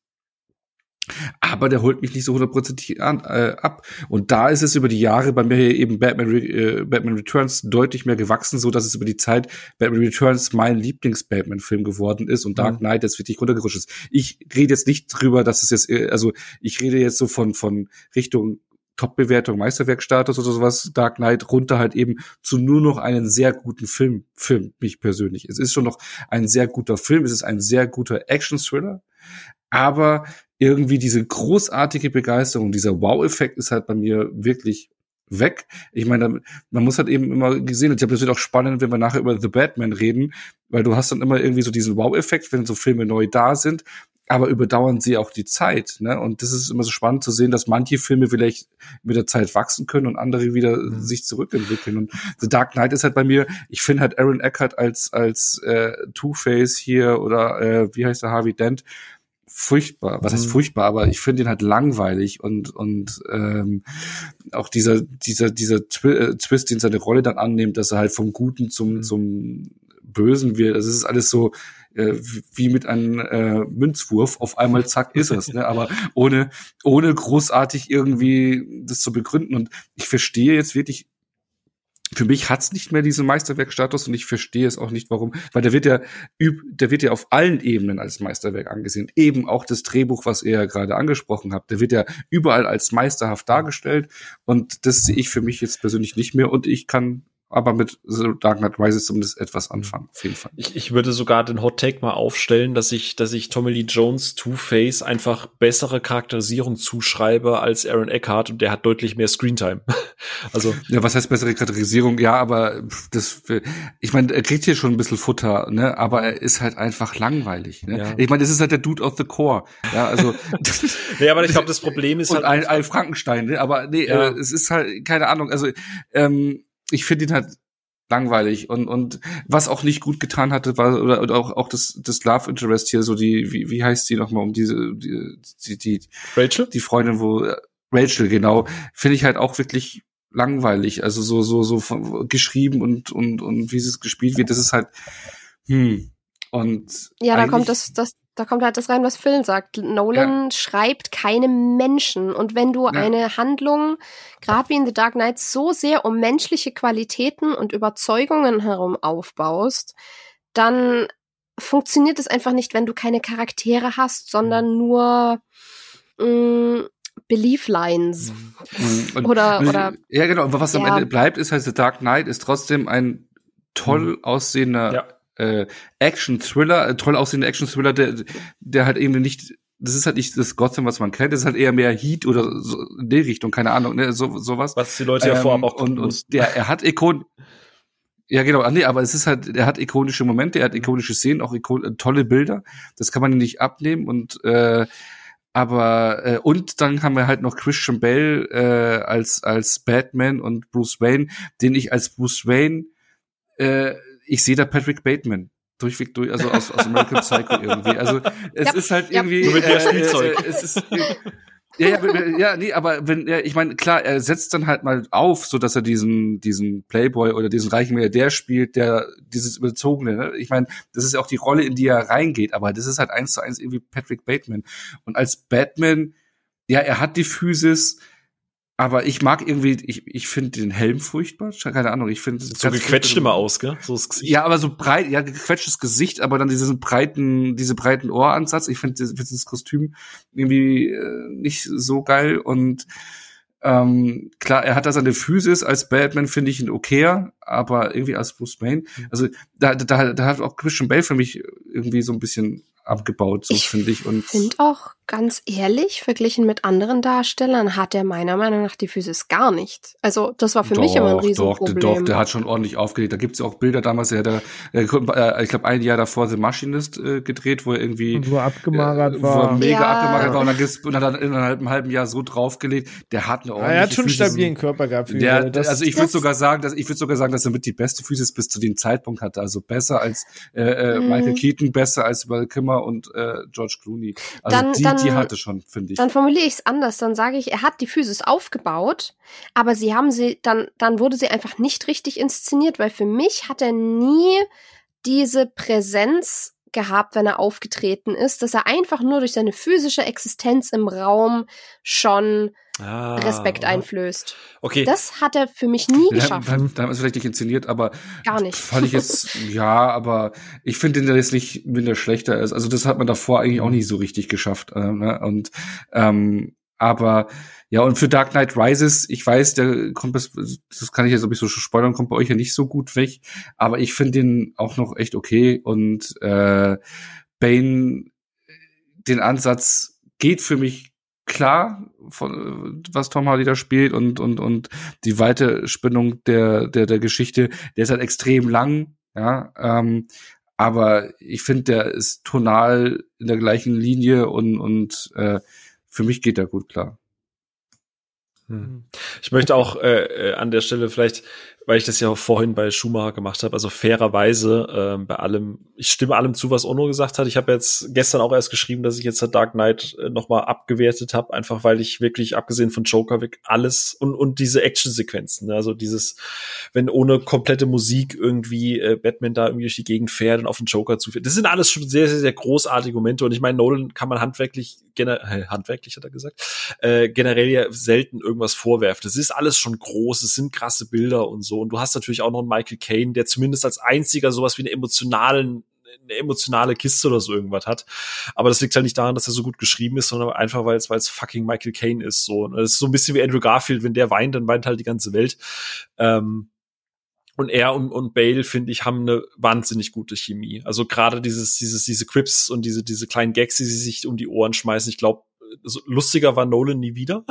Aber der holt mich nicht so hundertprozentig an, äh, ab. Und da ist es über die Jahre bei mir hier eben Batman, äh, Batman Returns deutlich mehr gewachsen, so dass es über die Zeit Batman Returns mein Lieblings-Batman-Film geworden ist und Dark Knight jetzt wirklich runtergerutscht ist. Ich rede jetzt nicht drüber, dass es jetzt, äh, also ich rede jetzt so von von Richtung Top-Bewertung, Meisterwerkstatus oder sowas, Dark Knight runter halt eben zu nur noch einen sehr guten Film, Film, mich persönlich. Es ist schon noch ein sehr guter Film, es ist ein sehr guter Action-Thriller, aber irgendwie diese großartige Begeisterung, dieser Wow-Effekt ist halt bei mir wirklich weg. Ich meine, man muss halt eben immer gesehen, ich glaube, das wird auch spannend, wenn wir nachher über The Batman reden, weil du hast dann immer irgendwie so diesen Wow-Effekt, wenn so Filme neu da sind, aber überdauern sie auch die Zeit, ne? Und das ist immer so spannend zu sehen, dass manche Filme vielleicht mit der Zeit wachsen können und andere wieder mhm. sich zurückentwickeln. Und The Dark Knight ist halt bei mir, ich finde halt Aaron Eckhart als als äh, Two-Face hier oder äh, wie heißt der, Harvey Dent, furchtbar. Was heißt furchtbar? Aber ich finde ihn halt langweilig und und ähm, auch dieser dieser dieser Twi- äh, Twist, den seine Rolle dann annimmt, dass er halt vom Guten zum mhm. zum Bösen wird. Also es ist alles so äh, wie mit einem äh, Münzwurf. Auf einmal zack ist es. Ne? Aber ohne ohne großartig irgendwie das zu begründen. Und ich verstehe jetzt wirklich. Für mich hat's nicht mehr diesen Meisterwerkstatus und ich verstehe es auch nicht, warum, weil der wird ja üb, der wird ja auf allen Ebenen als Meisterwerk angesehen. Eben auch das Drehbuch, was ihr ja gerade angesprochen habt, der wird ja überall als meisterhaft dargestellt und das sehe ich für mich jetzt persönlich nicht mehr und ich kann aber mit The Dark Knight Rises zumindest etwas anfangen, auf jeden Fall. Ich, ich würde sogar den Hot Take mal aufstellen, dass ich, dass ich Tommy Lee Jones Two-Face einfach bessere Charakterisierung zuschreibe als Aaron Eckhart und der hat deutlich mehr Screentime. Also. Ja, was heißt bessere Charakterisierung? Ja, aber das, ich meine, er kriegt hier schon ein bisschen Futter, ne, aber er ist halt einfach langweilig, ne? Ja. Ich meine, das ist halt der Dude of the Core, ja, also. Nee, aber ich glaube, das Problem ist und halt. Und ein, ein Frankenstein, ne, aber nee, ja. äh, es ist halt, keine Ahnung, also, ähm, ich finde ihn halt langweilig und und was auch nicht gut getan hatte war oder, oder auch auch das das Love Interest hier so die wie wie heißt die nochmal um diese die die, die Rachel die Freundin wo Rachel genau finde ich halt auch wirklich langweilig also so so so von, geschrieben und und und wie es gespielt wird das ist halt hm und ja da kommt das das Da kommt halt das rein, was Phil sagt. Nolan ja. schreibt keine Menschen. Und wenn du ja. eine Handlung, gerade wie in The Dark Knight, so sehr um menschliche Qualitäten und Überzeugungen herum aufbaust, dann funktioniert es einfach nicht, wenn du keine Charaktere hast, sondern nur mh, Belief Lines. Und, oder, und, oder. Ja, genau. Aber was ja. am Ende bleibt, ist halt The Dark Knight ist trotzdem ein toll mhm. aussehender ja. Äh, Action-Thriller, äh, toll aussehender Action-Thriller, der, der halt eben nicht, das ist halt nicht das Gotham, was man kennt, das ist halt eher mehr Heat oder so in die Richtung, keine Ahnung, ne, so, sowas. Was die Leute ähm, ja vorab auch und, und der, er hat Ikon, ja genau, nee, aber es ist halt, er hat ikonische Momente, er hat ikonische Szenen, auch ikon- tolle Bilder, das kann man nicht abnehmen und, äh, aber, äh, und dann haben wir halt noch Christian Bale, äh, als, als Batman und Bruce Wayne, den ich als Bruce Wayne, äh, ich sehe da Patrick Bateman durchweg durch, also aus, aus American Psycho irgendwie. Also es ja, ist halt irgendwie. Nur mit äh, der Spielzeug. Äh, es ist, ja, ja, ja, nee, aber wenn, ja, ich meine, klar, er setzt dann halt mal auf, so dass er diesen, diesen Playboy oder diesen reichen Milliardär spielt, der dieses Überzogene. Ne? Ich meine, das ist ja auch die Rolle, in die er reingeht, aber das ist halt eins zu eins irgendwie Patrick Bateman. Und als Batman, ja, er hat die Physis, Aber ich mag irgendwie, ich, ich finde den Helm furchtbar. Keine Ahnung, ich finde so gequetscht immer aus, gell? So das Gesicht. Ja, aber so breit, ja, gequetschtes Gesicht, aber dann diesen breiten, diese breiten Ohransatz. Ich finde das, das Kostüm irgendwie äh, nicht so geil und ähm, klar, er hat da seine Physis als Batman, finde ich ihn okayer, aber irgendwie als Bruce Wayne, also da, da, da hat auch Christian Bale für mich irgendwie so ein bisschen abgebaut, so finde ich. Und ich finde auch, ganz ehrlich, verglichen mit anderen Darstellern hat er meiner Meinung nach die Physis gar nicht. Also das war für doch, mich immer ein Riesenproblem. Doch, doch, der hat schon ordentlich aufgelegt. Da gibt's ja auch Bilder damals, er hat da, äh, ich glaube ein Jahr davor The Machinist äh, gedreht, wo er irgendwie und wo er abgemagert äh, war. Wo er mega ja. abgemagert war und dann, gibt's, und dann hat er innerhalb einem halben Jahr so draufgelegt. Der hat eine ordentliche Er hat schon Physis. stabilen Körper gehabt. Für Der, das, also ich würde das- sogar sagen, dass ich würde sogar sagen, dass er mit die beste Physis bis zu dem Zeitpunkt hatte. Also besser als äh, äh, Mhm. Michael Keaton, besser als Val Kilmer und äh, George Clooney. Also Dann- die, dann- die hatte schon, finde ich. Dann formuliere ich es anders, dann sage ich, er hat die Physis aufgebaut, aber sie haben sie, dann, dann wurde sie einfach nicht richtig inszeniert, weil für mich hat er nie diese Präsenz gehabt, wenn er aufgetreten ist, dass er einfach nur durch seine physische Existenz im Raum schon Ah, Respekt einflößt. Okay. Das hat er für mich nie Da, geschafft. da, da haben wir es vielleicht nicht inszeniert, aber Gar nicht. fand ich jetzt, ja, aber ich finde den, der jetzt nicht minder schlechter ist. Also das hat man davor eigentlich auch nicht so richtig geschafft. Äh, ne? Und ähm, aber ja, und für Dark Knight Rises, ich weiß, der kommt das, das kann ich jetzt, ob ich so schon spoilern, kommt bei euch ja nicht so gut weg, aber ich finde den auch noch echt okay und äh, Bane, den Ansatz geht für mich klar, von, was Tom Hardy da spielt und und und die Weiterspinnung der der der Geschichte, der ist halt extrem lang, ja, ähm, aber ich finde, der ist tonal in der gleichen Linie und und äh, für mich geht er gut klar. Hm. Ich möchte auch äh, an der Stelle vielleicht, weil ich das ja auch vorhin bei Schumacher gemacht habe, also fairerweise äh, bei allem, ich stimme allem zu, was Ono gesagt hat. Ich habe jetzt gestern auch erst geschrieben, dass ich jetzt Dark Knight äh, nochmal abgewertet habe, einfach weil ich wirklich, abgesehen von Joker, wirklich alles und und diese Actionsequenzen, ne? Also dieses, wenn ohne komplette Musik irgendwie äh, Batman da irgendwie durch die Gegend fährt und auf den Joker zufährt. Das sind alles schon sehr, sehr, sehr großartige Momente und ich meine, Nolan kann man handwerklich, generell, handwerklich hat er gesagt, äh, generell ja selten irgendwas vorwerfen. Das ist alles schon groß, es sind krasse Bilder und so. Und du hast natürlich auch noch einen Michael Caine, der zumindest als einziger sowas wie eine emotionalen, eine emotionale Kiste oder so irgendwas hat. Aber das liegt halt nicht daran, dass er so gut geschrieben ist, sondern einfach, weil es, weil es fucking Michael Caine ist. So, und das ist so ein bisschen wie Andrew Garfield, wenn der weint, dann weint halt die ganze Welt. Ähm, Und er und, und Bale, finde ich, haben eine wahnsinnig gute Chemie. Also gerade dieses, dieses, diese Quips und diese, diese kleinen Gags, die sie sich um die Ohren schmeißen. Ich glaube, so lustiger war Nolan nie wieder.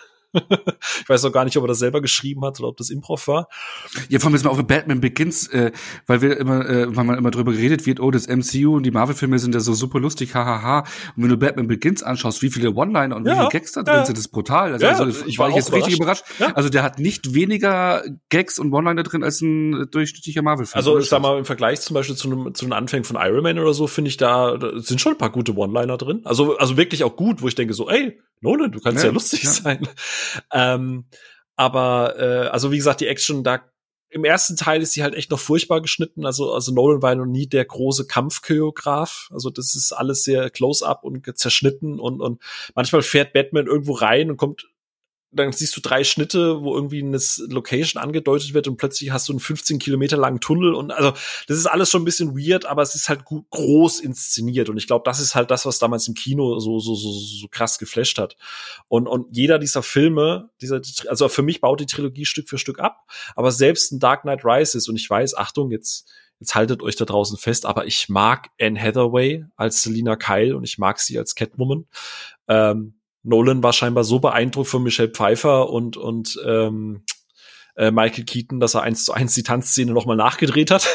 Ich weiß auch gar nicht, ob er das selber geschrieben hat oder ob das Improv war. Ja, vor allem jetzt mal auf Batman Begins, äh, weil wir immer, äh, weil man immer drüber geredet wird, oh, das M C U und die Marvel-Filme sind ja so super lustig, hahaha. Und wenn du Batman Begins anschaust, wie viele One-Liner und Ja, wie viele Gags da drin ja. sind, ist brutal. Also, Ja, also ich war war ich jetzt auch richtig überrascht. Ja. Also der hat nicht weniger Gags und One-Liner drin als ein durchschnittlicher Marvel-Film. Also ich sag mal, im Vergleich zum Beispiel zu einem, zu einem Anfang von Iron Man oder so, finde ich, da, da sind schon ein paar gute One-Liner drin. Also, also wirklich auch gut, wo ich denke so, ey, Nolan, du kannst ja, Ja, lustig ja. sein. Ähm, aber, äh, also wie gesagt, die Action da, im ersten Teil ist sie halt echt noch furchtbar geschnitten. Also, also Nolan war noch nie der große Kampfchoreograf. Also das ist alles sehr close-up und zerschnitten und, und manchmal fährt Batman irgendwo rein und kommt, dann siehst du drei Schnitte, wo irgendwie eine Location angedeutet wird und plötzlich hast du einen fünfzehn Kilometer langen Tunnel und also das ist alles schon ein bisschen weird, aber es ist halt gut, groß inszeniert und ich glaube, das ist halt das, was damals im Kino so so so so krass geflasht hat. Und und jeder dieser Filme, dieser also für mich baut die Trilogie Stück für Stück ab, aber selbst ein Dark Knight Rises und ich weiß, Achtung, jetzt jetzt haltet euch da draußen fest, aber ich mag Anne Hathaway als Selina Kyle und ich mag sie als Catwoman. Ähm, Nolan war scheinbar so beeindruckt von Michelle Pfeiffer und und ähm, äh, Michael Keaton, dass er eins zu eins die Tanzszene nochmal nachgedreht hat.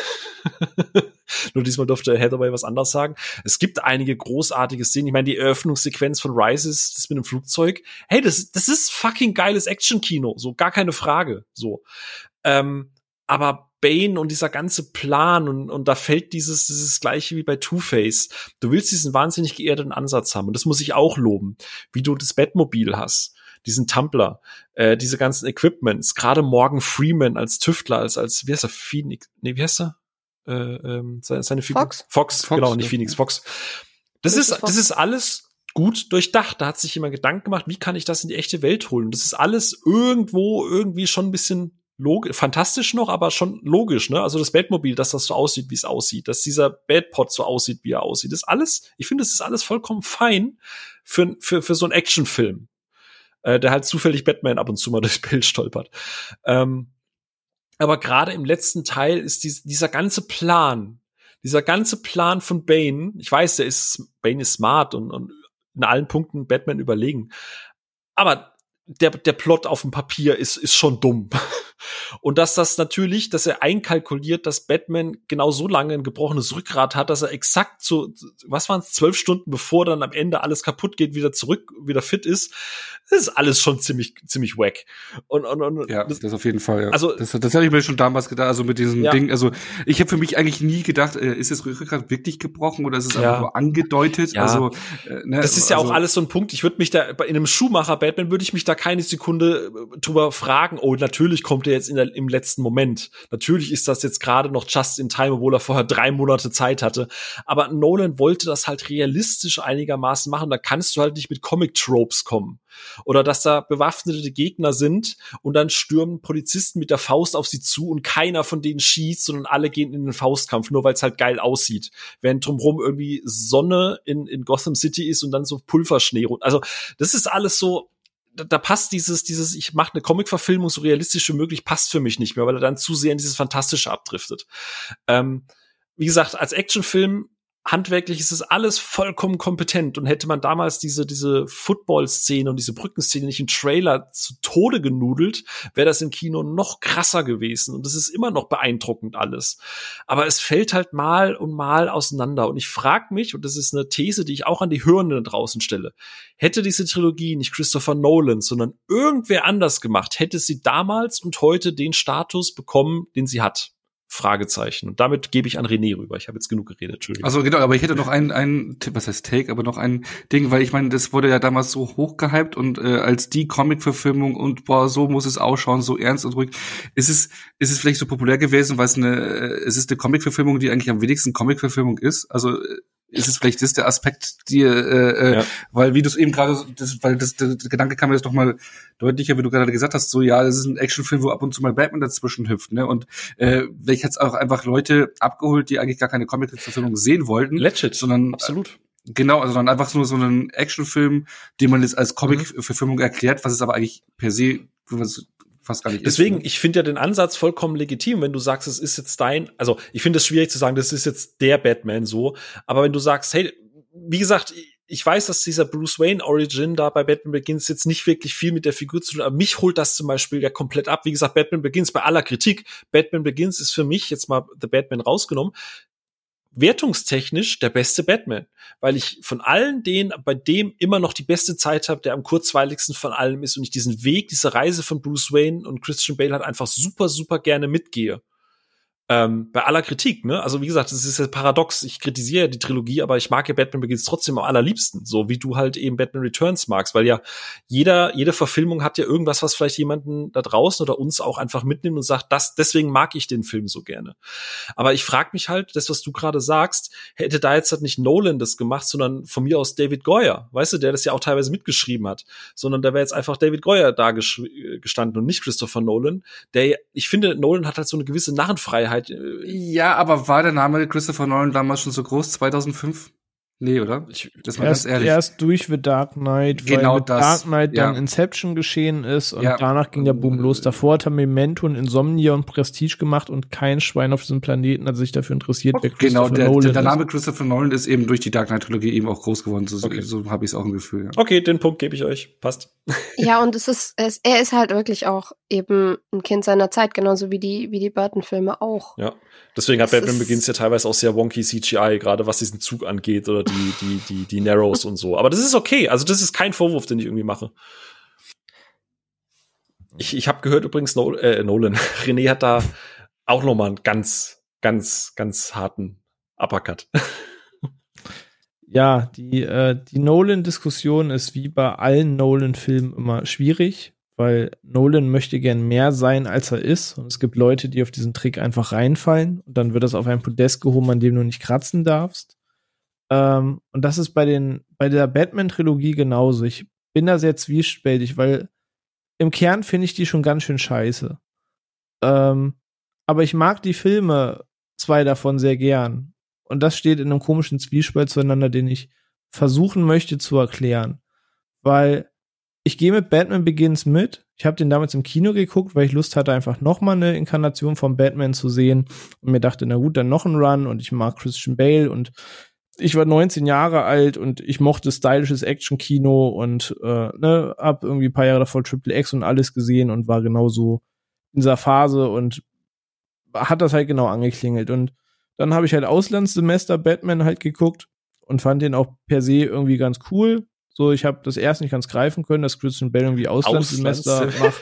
Nur diesmal durfte Hathaway was anderes sagen. Es gibt einige großartige Szenen. Ich meine, die Eröffnungssequenz von Rises, das mit dem Flugzeug. Hey, das, das ist fucking geiles Action-Kino. So, gar keine Frage. So. Ähm, aber Bane und dieser ganze Plan und, und da fällt dieses, dieses Gleiche wie bei Two-Face. Du willst diesen wahnsinnig geerdeten Ansatz haben und das muss ich auch loben. Wie du das Batmobil hast, diesen Tumbler, äh, diese ganzen Equipments, gerade Morgan Freeman als Tüftler, als, als, wie heißt er, Phoenix, nee, wie heißt er? Äh, ähm, seine, seine Figur? Fox? Fox, Fox, genau, nicht ja. Phoenix, Fox. Das Das ist, ist Fox. das ist alles gut durchdacht. Da hat sich jemand Gedanken gemacht, wie kann ich das in die echte Welt holen? Und das ist alles irgendwo irgendwie schon ein bisschen Log- fantastisch noch, aber schon logisch, ne? Also das Batmobil, dass das so aussieht, wie es aussieht, dass dieser Batpod so aussieht, wie er aussieht, das ist alles, ich finde, das ist alles vollkommen fein für, für, für so einen Actionfilm, äh, der halt zufällig Batman ab und zu mal durchs Bild stolpert. Ähm, aber gerade im letzten Teil ist dies, dieser ganze Plan, dieser ganze Plan von Bane, ich weiß, der ist, Bane ist smart und, und in allen Punkten Batman überlegen, aber der, der Plot auf dem Papier ist, ist schon dumm. Und dass das natürlich, dass er einkalkuliert, dass Batman genau so lange ein gebrochenes Rückgrat hat, dass er exakt so, was waren es, zwölf Stunden bevor dann am Ende alles kaputt geht, wieder zurück, wieder fit ist. Das ist alles schon ziemlich, ziemlich wack. Und, und, und ja, das, das auf jeden Fall, ja. Also, das, das habe ich mir schon damals gedacht, also mit diesem ja. Ding, also ich habe für mich eigentlich nie gedacht, äh, ist das Rückgrat wirklich gebrochen oder ist es Ja. einfach nur angedeutet? Ja. Also, äh, ne, das ist ja also, auch alles so ein Punkt. Ich würde mich da, in einem Schuhmacher-Batman würde ich mich da keine Sekunde drüber fragen, oh, natürlich kommt er jetzt in der, im letzten Moment. Natürlich ist das jetzt gerade noch just in time, obwohl er vorher drei Monate Zeit hatte. Aber Nolan wollte das halt realistisch einigermaßen machen. Da kannst du halt nicht mit Comic-Tropes kommen. Oder dass da bewaffnete Gegner sind und dann stürmen Polizisten mit der Faust auf sie zu und keiner von denen schießt, sondern alle gehen in den Faustkampf, nur weil es halt geil aussieht. Während drumherum irgendwie Sonne in, in Gotham City ist und dann so Pulverschnee. Also das ist alles so, da, da passt dieses, dieses, ich mache eine Comic-Verfilmung so realistisch wie möglich, passt für mich nicht mehr, weil er dann zu sehr in dieses Fantastische abdriftet. Ähm, wie gesagt, als Actionfilm handwerklich ist es alles vollkommen kompetent und hätte man damals diese diese Football-Szene und diese Brückenszene nicht im Trailer zu Tode genudelt, wäre das im Kino noch krasser gewesen und das ist immer noch beeindruckend alles. Aber es fällt halt mal und mal auseinander und ich frage mich, und das ist eine These, die ich auch an die Hörenden draußen stelle, hätte diese Trilogie nicht Christopher Nolan, sondern irgendwer anders gemacht, hätte sie damals und heute den Status bekommen, den sie hat. Fragezeichen. Und damit gebe ich an René rüber. Ich habe jetzt genug geredet, Entschuldigung. Also genau, aber ich hätte noch ein, ein was heißt Take, aber noch ein Ding, weil ich meine, das wurde ja damals so hochgehypt und äh, als die Comic-Verfilmung und boah, so muss es ausschauen, so ernst und ruhig. Ist es, ist es vielleicht so populär gewesen, weil es eine, äh, es ist eine Comic-Verfilmung, die eigentlich am wenigsten Comic-Verfilmung ist. Also äh, ist es vielleicht das der Aspekt, die, äh, ja. weil wie du es eben gerade, das, weil das, der, der Gedanke kam jetzt noch mal deutlicher, wie du gerade gesagt hast, so ja, das ist ein Actionfilm, wo ab und zu mal Batman dazwischen hüpft, ne? Und äh, vielleicht hat's auch einfach Leute abgeholt, die eigentlich gar keine Comic-Verfilmung sehen wollten, Legit, sondern absolut. Äh, genau, also dann einfach nur so einen Actionfilm, den man jetzt als Comic-Verfilmung mhm. erklärt, was es aber eigentlich per se was fast gar nicht Deswegen, ist. ich finde ja den Ansatz vollkommen legitim, wenn du sagst, es ist jetzt dein, also ich finde es schwierig zu sagen, das ist jetzt der Batman so, aber wenn du sagst, hey, wie gesagt, ich weiß, dass dieser Bruce Wayne Origin da bei Batman Begins jetzt nicht wirklich viel mit der Figur zu tun hat, aber mich holt das zum Beispiel ja komplett ab. Wie gesagt, Batman Begins, bei aller Kritik, Batman Begins ist für mich, jetzt mal The Batman rausgenommen, wertungstechnisch der beste Batman, weil ich von allen denen bei dem immer noch die beste Zeit habe, der am kurzweiligsten von allem ist und ich diesen Weg, diese Reise von Bruce Wayne und Christian Bale halt einfach super, super gerne mitgehe. Ähm, bei aller Kritik, ne? Also wie gesagt, das ist ja paradox. Ich kritisiere die Trilogie, aber ich mag ja Batman Begins trotzdem am allerliebsten, so wie du halt eben Batman Returns magst, weil ja jeder, jede Verfilmung hat ja irgendwas, was vielleicht jemanden da draußen oder uns auch einfach mitnimmt und sagt, das, deswegen mag ich den Film so gerne. Aber ich frage mich halt, das, was du gerade sagst, hätte da jetzt halt nicht Nolan das gemacht, sondern von mir aus David Goyer, weißt du, der das ja auch teilweise mitgeschrieben hat, sondern da wäre jetzt einfach David Goyer da gesch- gestanden und nicht Christopher Nolan, der, ich finde, Nolan hat halt so eine gewisse Narrenfreiheit. Ja, aber war der Name Christopher Nolan damals schon so groß, zweitausendfünf? Nee, oder? Ich, das war erst, ganz ehrlich. Erst durch The Dark Knight, genau weil mit das. Dark Knight dann ja. Inception geschehen ist und ja. danach ging der Boom los. Davor hat er Memento und Insomnia und Prestige gemacht und kein Schwein auf diesem Planeten hat sich dafür interessiert, wer Christopher genau, der, Nolan der, der Name ist. Christopher Nolan ist eben durch die Dark Knight-Trilogie eben auch groß geworden. So, okay. so habe ich es auch im Gefühl. Ja. Okay, den Punkt gebe ich euch. Passt. Ja, und es ist, es, er ist halt wirklich auch eben ein Kind seiner Zeit, genauso wie die, wie die Burton-Filme auch. Ja. Deswegen hat Das Batman ist- Begins ja teilweise auch sehr wonky C G I, gerade was diesen Zug angeht oder die, die, die, die Narrows und so. Aber das ist okay. Also das ist kein Vorwurf, den ich irgendwie mache. Ich, ich habe gehört übrigens, Nol- äh, Nolan, René hat da auch noch mal einen ganz, ganz, ganz harten Uppercut. Ja, die, äh, die Nolan-Diskussion ist wie bei allen Nolan-Filmen immer schwierig, weil Nolan möchte gern mehr sein, als er ist. Und es gibt Leute, die auf diesen Trick einfach reinfallen. Und dann wird das auf ein Podest gehoben, an dem du nicht kratzen darfst. Ähm, und das ist bei den, bei der Batman-Trilogie genauso. Ich bin da sehr zwiespältig, weil im Kern finde ich die schon ganz schön scheiße. Ähm, aber ich mag die Filme, zwei davon, sehr gern. Und das steht in einem komischen Zwiespalt zueinander, den ich versuchen möchte zu erklären. Weil ich gehe mit Batman Begins mit. Ich habe den damals im Kino geguckt, weil ich Lust hatte, einfach noch mal eine Inkarnation von Batman zu sehen. Und mir dachte, na gut, dann noch ein Run. Und ich mag Christian Bale. Und ich war neunzehn Jahre alt und ich mochte stylisches Action-Kino und äh, ne, hab irgendwie ein paar Jahre davor Triple X und alles gesehen und war genauso in dieser Phase und hat das halt genau angeklingelt. Und dann habe ich halt Auslandssemester Batman halt geguckt und fand den auch per se irgendwie ganz cool. So, ich habe das erst nicht ganz greifen können, dass Christian Bale irgendwie Auslandssemester Auslands- macht.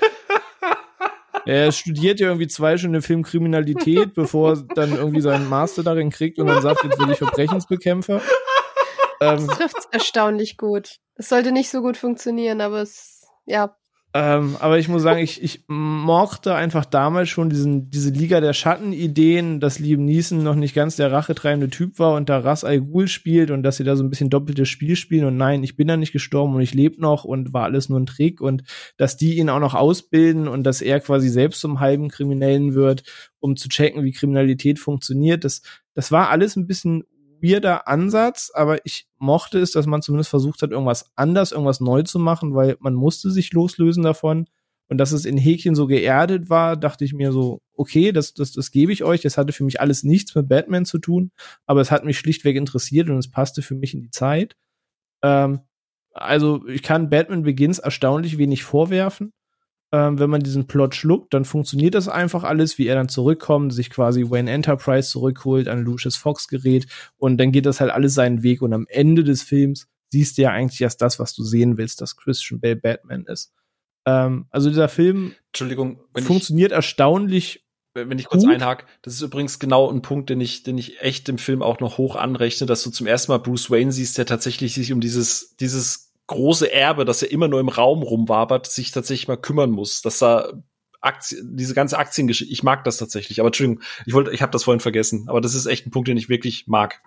Er studiert ja irgendwie zwei Stunden Filmkriminalität, bevor er dann irgendwie seinen Master darin kriegt und dann sagt, jetzt will ich Verbrechensbekämpfer. Ähm, Das trifft's erstaunlich gut. Es sollte nicht so gut funktionieren, aber es, ja. Ähm, aber ich muss sagen, ich, ich mochte einfach damals schon diesen, diese Liga der Schatten-Ideen, dass Liam Neeson noch nicht ganz der rachetreibende Typ war und da Ra's al Ghul spielt und dass sie da so ein bisschen doppeltes Spiel spielen und nein, ich bin da nicht gestorben und ich lebe noch und war alles nur ein Trick und dass die ihn auch noch ausbilden und dass er quasi selbst zum halben Kriminellen wird, um zu checken, wie Kriminalität funktioniert. Das, das war alles ein bisschen weirder Ansatz, aber ich mochte es, dass man zumindest versucht hat, irgendwas anders, irgendwas neu zu machen, weil man musste sich loslösen davon. Und dass es in Häkchen so geerdet war, dachte ich mir so, okay, das, das, das gebe ich euch. Das hatte für mich alles nichts mit Batman zu tun, aber es hat mich schlichtweg interessiert und es passte für mich in die Zeit. Ähm, also ich kann Batman Begins erstaunlich wenig vorwerfen. Ähm, wenn man diesen Plot schluckt, dann funktioniert das einfach alles, wie er dann zurückkommt, sich quasi Wayne Enterprise zurückholt, an Lucius Fox gerät und dann geht das halt alles seinen Weg und am Ende des Films siehst du ja eigentlich erst das, was du sehen willst, dass Christian Bale Batman ist. Ähm, also dieser Film Entschuldigung, wenn funktioniert ich, erstaunlich wenn ich kurz gut. einhake, das ist übrigens genau ein Punkt, den ich, den ich echt dem Film auch noch hoch anrechne, dass du zum ersten Mal Bruce Wayne siehst, der tatsächlich sich um dieses, dieses große Erbe, das er immer nur im Raum rumwabert, sich tatsächlich mal kümmern muss, dass da Aktien, diese ganze Aktiengeschichte, ich mag das tatsächlich, aber Entschuldigung, ich wollte, ich habe das vorhin vergessen, aber das ist echt ein Punkt, den ich wirklich mag.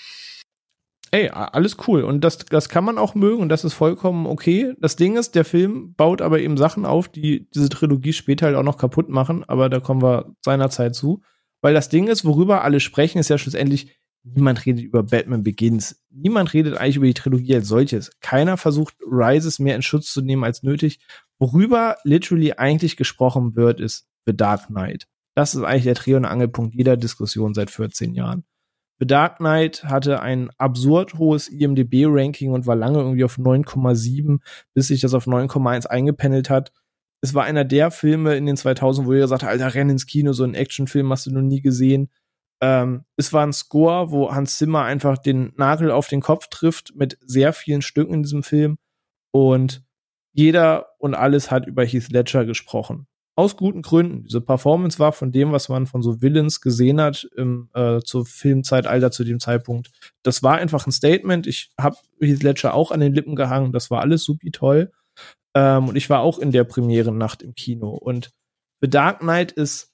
Ey, alles cool. Und das, das kann man auch mögen und das ist vollkommen okay. Das Ding ist, der Film baut aber eben Sachen auf, die diese Trilogie später halt auch noch kaputt machen, aber da kommen wir seinerzeit zu. Weil das Ding ist, worüber alle sprechen, ist ja schlussendlich, niemand redet über Batman Begins. Niemand redet eigentlich über die Trilogie als solches. Keiner versucht, Rises mehr in Schutz zu nehmen als nötig. Worüber literally eigentlich gesprochen wird, ist The Dark Knight. Das ist eigentlich der Dreh- und Angelpunkt jeder Diskussion seit vierzehn Jahren. The Dark Knight hatte ein absurd hohes I M D B-Ranking und war lange irgendwie auf neun Komma sieben, bis sich das auf neun Komma eins eingependelt hat. Es war einer der Filme in den zweitausend, wo jeder sagte, Alter, renn ins Kino, so einen Actionfilm hast du noch nie gesehen. Ähm, es war ein Score, wo Hans Zimmer einfach den Nagel auf den Kopf trifft mit sehr vielen Stücken in diesem Film und jeder und alles hat über Heath Ledger gesprochen. Aus guten Gründen. Diese Performance war von dem, was man von so Villains gesehen hat im äh, zur Filmzeitalter zu dem Zeitpunkt. Das war einfach ein Statement. Ich habe Heath Ledger auch an den Lippen gehangen. Das war alles supi toll. Ähm, und ich war auch in der Premierennacht im Kino. Und The Dark Knight ist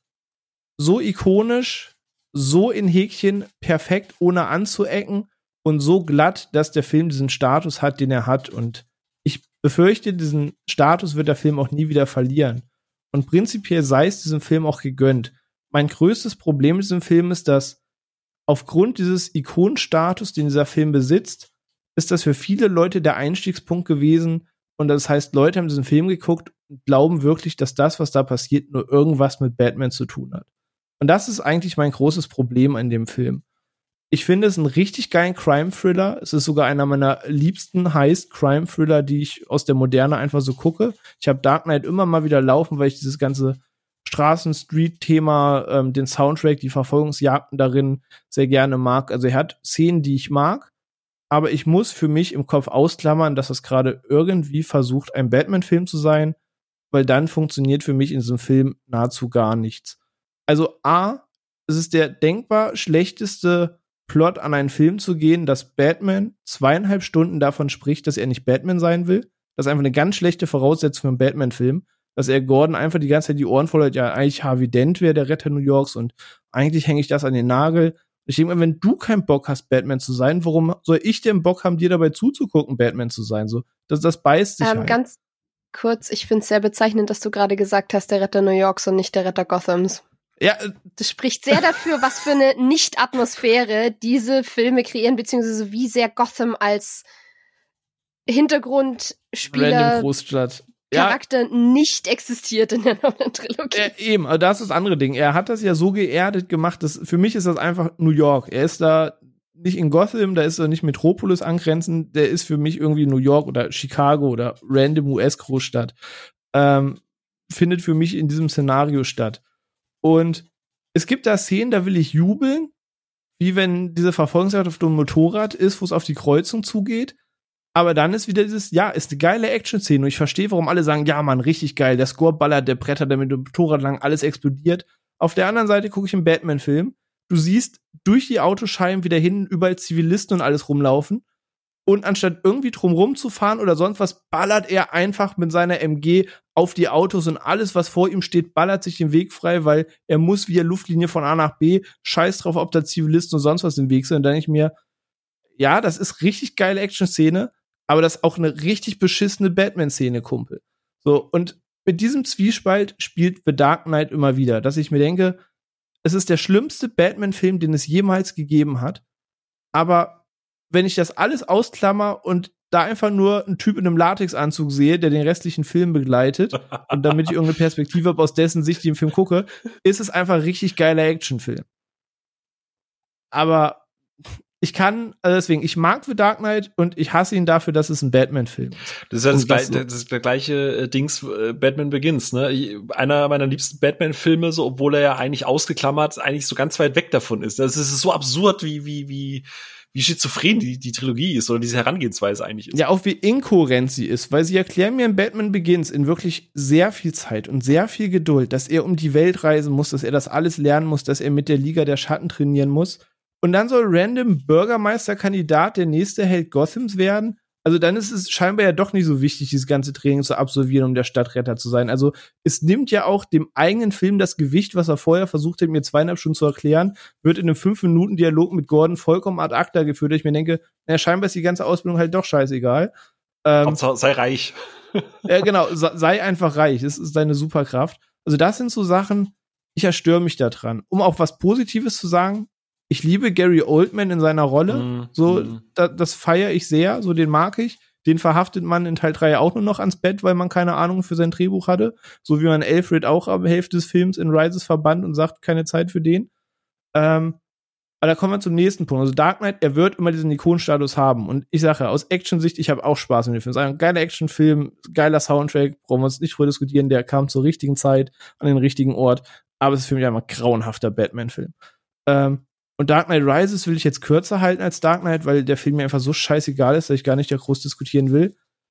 so ikonisch, so in Häkchen perfekt, ohne anzuecken und so glatt, dass der Film diesen Status hat, den er hat. Und ich befürchte, diesen Status wird der Film auch nie wieder verlieren. Und prinzipiell sei es diesem Film auch gegönnt. Mein größtes Problem mit diesem Film ist, dass aufgrund dieses Ikonenstatus, den dieser Film besitzt, ist das für viele Leute der Einstiegspunkt gewesen. Und das heißt, Leute haben diesen Film geguckt und glauben wirklich, dass das, was da passiert, nur irgendwas mit Batman zu tun hat. Und das ist eigentlich mein großes Problem an dem Film. Ich finde es einen richtig geilen Crime-Thriller. Es ist sogar einer meiner liebsten Heist-Crime-Thriller, die ich aus der Moderne einfach so gucke. Ich habe Dark Knight immer mal wieder laufen, weil ich dieses ganze Straßen-Street-Thema, ähm, den Soundtrack, die Verfolgungsjagden darin sehr gerne mag. Also er hat Szenen, die ich mag, aber ich muss für mich im Kopf ausklammern, dass es gerade irgendwie versucht, ein Batman-Film zu sein, weil dann funktioniert für mich in diesem Film nahezu gar nichts. Also A, es ist der denkbar schlechteste Plot an einen Film zu gehen, dass Batman zweieinhalb Stunden davon spricht, dass er nicht Batman sein will. Das ist einfach eine ganz schlechte Voraussetzung für einen Batman-Film, dass er Gordon einfach die ganze Zeit die Ohren voll hat, ja, eigentlich Harvey Dent wäre der Retter New Yorks und eigentlich hänge ich das an den Nagel. Ich denke mal, wenn du keinen Bock hast, Batman zu sein, warum soll ich denn Bock haben, dir dabei zuzugucken, Batman zu sein? So, das, das beißt sich Ähm, halt. ganz kurz, ich finde es sehr bezeichnend, dass du gerade gesagt hast, der Retter New Yorks und nicht der Retter Gothams. Ja, äh, Das spricht sehr dafür, was für eine Nicht-Atmosphäre diese Filme kreieren, beziehungsweise wie sehr Gotham als Hintergrundspieler random Großstadt. Ja, Charakter nicht existiert in der neuen Trilogie. äh, eben, aber das ist das andere Ding. Er hat das ja so geerdet gemacht, dass für mich ist das einfach New York. Er ist da nicht in Gotham, da ist er nicht Metropolis angrenzend, der ist für mich irgendwie New York oder Chicago oder random U S-Großstadt. Ähm, findet für mich in diesem Szenario statt. Und es gibt da Szenen, da will ich jubeln, wie wenn diese Verfolgungsjagd auf dem Motorrad ist, wo es auf die Kreuzung zugeht. Aber dann ist wieder dieses, ja, ist eine geile Action-Szene. Und ich verstehe, warum alle sagen, ja, Mann, richtig geil. Der Score ballert, der Bretter, der mit dem Motorrad lang, alles explodiert. Auf der anderen Seite gucke ich einen Batman-Film. Du siehst durch die Autoscheiben wieder hin überall Zivilisten und alles rumlaufen. Und anstatt irgendwie drumrum zu fahren oder sonst was, ballert er einfach mit seiner M G auf die Autos und alles, was vor ihm steht, ballert sich den Weg frei, weil er muss via Luftlinie von A nach B, scheiß drauf, ob da Zivilisten und sonst was im Weg sind. Und dann denke ich mir, ja, das ist richtig geile Action-Szene, aber das ist auch eine richtig beschissene Batman-Szene, Kumpel. So, und mit diesem Zwiespalt spielt The Dark Knight immer wieder, dass ich mir denke, es ist der schlimmste Batman-Film, den es jemals gegeben hat, aber wenn ich das alles ausklammer und da einfach nur einen Typ in einem Latexanzug sehe, der den restlichen Film begleitet und damit ich irgendeine Perspektive habe, aus dessen Sicht ich den Film gucke, ist es einfach ein richtig geiler Actionfilm. Aber ich kann, also deswegen, ich mag The Dark Knight und ich hasse ihn dafür, dass es ein Batman-Film ist. Das ist ja das, Und das gleich, so. das ist der gleiche äh, Dings, äh, Batman Begins, ne? Ich, einer meiner liebsten Batman-Filme, so, obwohl er ja eigentlich ausgeklammert, eigentlich so ganz weit weg davon ist. Das ist so absurd, wie, wie, wie, wie schizophren die, die Trilogie ist oder diese Herangehensweise eigentlich ist. Ja, auch wie inkohärent sie ist, weil sie erklären mir in Batman Begins in wirklich sehr viel Zeit und sehr viel Geduld, dass er um die Welt reisen muss, dass er das alles lernen muss, dass er mit der Liga der Schatten trainieren muss. Und dann soll random Bürgermeisterkandidat der nächste Held Gothams werden. Also dann ist es scheinbar ja doch nicht so wichtig, dieses ganze Training zu absolvieren, um der Stadtretter zu sein. Also es nimmt ja auch dem eigenen Film das Gewicht, was er vorher versucht hat, mir zweieinhalb Stunden zu erklären, wird in einem fünf-Minuten-Dialog mit Gordon vollkommen ad acta geführt. Ich mir denke, na, scheinbar ist die ganze Ausbildung halt doch scheißegal. Ähm, sei reich. Ja, genau, sei einfach reich. Das ist deine Superkraft. Also das sind so Sachen, ich erstöre mich da dran. Um auch was Positives zu sagen, ich liebe Gary Oldman in seiner Rolle. Mm, so, mm. da, das feiere ich sehr. So, den mag ich. Den verhaftet man in Teil drei auch nur noch ans Bett, weil man keine Ahnung für sein Drehbuch hatte. So wie man Alfred auch ab Hälfte des Films in Rises verbannt und sagt, keine Zeit für den. Ähm, aber da kommen wir zum nächsten Punkt. Also Dark Knight, er wird immer diesen Ikonenstatus haben. Und ich sage ja, aus Action-Sicht, ich habe auch Spaß mit dem Film. Es ist ein geiler Actionfilm, geiler Soundtrack, brauchen wir uns nicht drüber diskutieren. Der kam zur richtigen Zeit, an den richtigen Ort. Aber es ist für mich einfach ein grauenhafter Batman-Film. Ähm, Und Dark Knight Rises will ich jetzt kürzer halten als Dark Knight, weil der Film mir einfach so scheißegal ist, dass ich gar nicht da groß diskutieren will.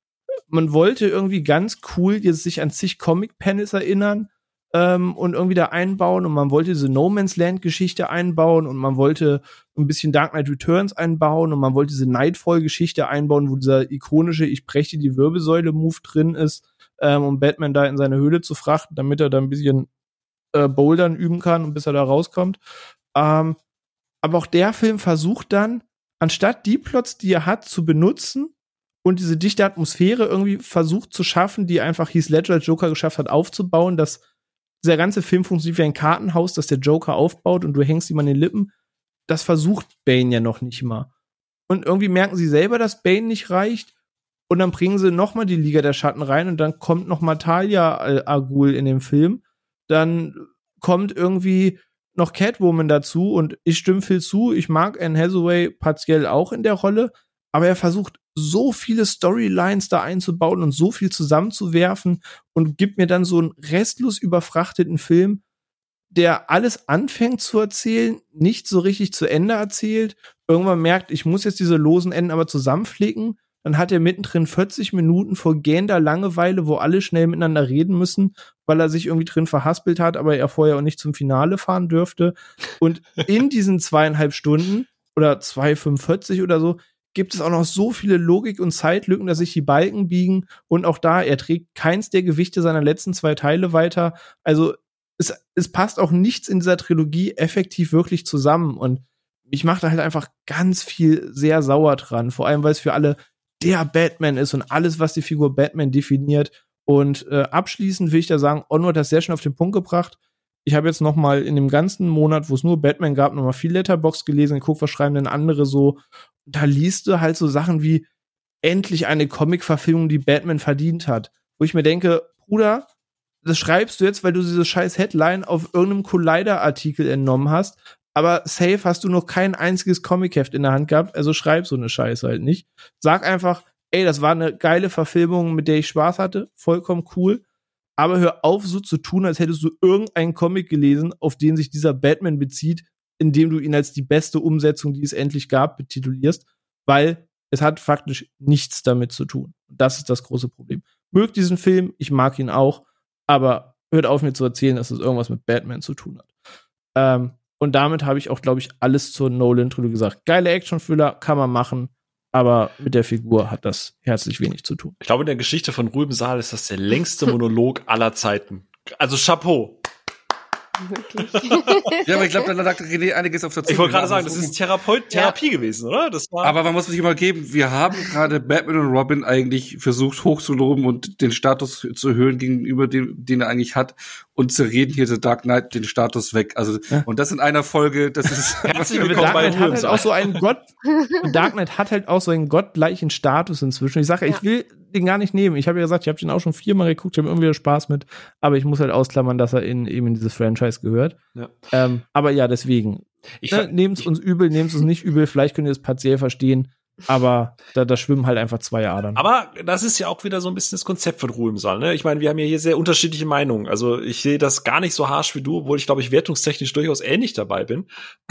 Man wollte irgendwie ganz cool jetzt sich an zig Comic-Panels erinnern ähm, und irgendwie da einbauen und man wollte diese No Man's Land-Geschichte einbauen und man wollte ein bisschen Dark Knight Returns einbauen und man wollte diese Nightfall-Geschichte einbauen, wo dieser ikonische Ich breche die Wirbelsäule-Move drin ist, ähm, um Batman da in seine Höhle zu frachten, damit er da ein bisschen äh, Bouldern üben kann und bis er da rauskommt. Ähm, Aber auch der Film versucht dann, anstatt die Plots, die er hat, zu benutzen und diese dichte Atmosphäre irgendwie versucht zu schaffen, die einfach Heath Ledger als Joker geschafft hat, aufzubauen, dass dieser ganze Film funktioniert wie ein Kartenhaus, das der Joker aufbaut und du hängst ihm an den Lippen. Das versucht Bane ja noch nicht mal. Und irgendwie merken sie selber, dass Bane nicht reicht und dann bringen sie noch mal die Liga der Schatten rein und dann kommt noch mal Talia al Ghul in dem Film. Dann kommt irgendwie noch Catwoman dazu und ich stimme viel zu, ich mag Anne Hathaway partiell auch in der Rolle, aber er versucht so viele Storylines da einzubauen und so viel zusammenzuwerfen und gibt mir dann so einen restlos überfrachteten Film, der alles anfängt zu erzählen, nicht so richtig zu Ende erzählt, irgendwann merkt, ich muss jetzt diese losen Enden aber zusammenflicken, dann hat er mittendrin vierzig Minuten vor gähender Langeweile, wo alle schnell miteinander reden müssen, weil er sich irgendwie drin verhaspelt hat, aber er vorher auch nicht zum Finale fahren dürfte. Und in diesen zweieinhalb Stunden oder zwei fünfundvierzig oder so gibt es auch noch so viele Logik- und Zeitlücken, dass sich die Balken biegen. Und auch da, er trägt keins der Gewichte seiner letzten zwei Teile weiter. Also es, es passt auch nichts in dieser Trilogie effektiv wirklich zusammen. Und mich macht da halt einfach ganz viel sehr sauer dran. Vor allem, weil es für alle der Batman ist und alles, was die Figur Batman definiert. Und äh, abschließend will ich da sagen, Onno hat das sehr schön auf den Punkt gebracht. Ich habe jetzt noch mal in dem ganzen Monat, wo es nur Batman gab, noch mal viel Letterboxd gelesen, geguckt, was schreiben denn andere so. Da liest du halt so Sachen wie endlich eine Comic-Verfilmung, die Batman verdient hat. Wo ich mir denke, Bruder, das schreibst du jetzt, weil du diese scheiß Headline auf irgendeinem Collider-Artikel entnommen hast. Aber safe hast du noch kein einziges Comic-Heft in der Hand gehabt, also schreib so eine Scheiße halt nicht. Sag einfach, ey, das war eine geile Verfilmung, mit der ich Spaß hatte, vollkommen cool. Aber hör auf, so zu tun, als hättest du irgendeinen Comic gelesen, auf den sich dieser Batman bezieht, indem du ihn als die beste Umsetzung, die es endlich gab, betitulierst, weil es hat faktisch nichts damit zu tun. Das ist das große Problem. Mögt diesen Film, ich mag ihn auch, aber hört auf, mir zu erzählen, dass es irgendwas mit Batman zu tun hat. Ähm, und damit habe ich auch, glaube ich, alles zur Nolan-Trilogie gesagt. Geile Action-Thriller kann man machen, aber mit der Figur hat das herzlich wenig zu tun. Ich glaube, in der Geschichte von Rübensaal ist das der längste Monolog aller Zeiten. Also Chapeau. Wirklich. Ja, aber ich glaube, da lag René einiges auf der Zunge. Ich wollte gerade sagen, das ist Therapeut, Therapie ja. gewesen, oder? Das war aber man muss sich immer geben, wir haben gerade Batman und Robin eigentlich versucht hochzuloben und den Status zu erhöhen gegenüber dem, den er eigentlich hat. Und zu reden hier The Dark Knight den Status weg. Also, ja. Und das in einer Folge, das ist herzlich willkommen bei Dark Knight hat halt auch so einen Gott, Dark Knight hat halt auch so einen gottgleichen Status inzwischen. Ich sage, ja. ich will den gar nicht nehmen. Ich habe ja gesagt, ich habe den auch schon viermal geguckt, ich habe irgendwie Spaß mit, aber ich muss halt ausklammern, dass er in, eben in dieses Franchise gehört. Ja. Ähm, aber ja, deswegen. Ne, nehmt es uns übel, nehmt es uns nicht übel, vielleicht könnt ihr es partiell verstehen, aber da, da schwimmen halt einfach zwei Adern. Aber das ist ja auch wieder so ein bisschen das Konzept von Ruhe im Saal, ne? Ich meine, wir haben ja hier sehr unterschiedliche Meinungen. Also ich sehe das gar nicht so harsch wie du, obwohl ich, glaube ich, wertungstechnisch durchaus ähnlich dabei bin.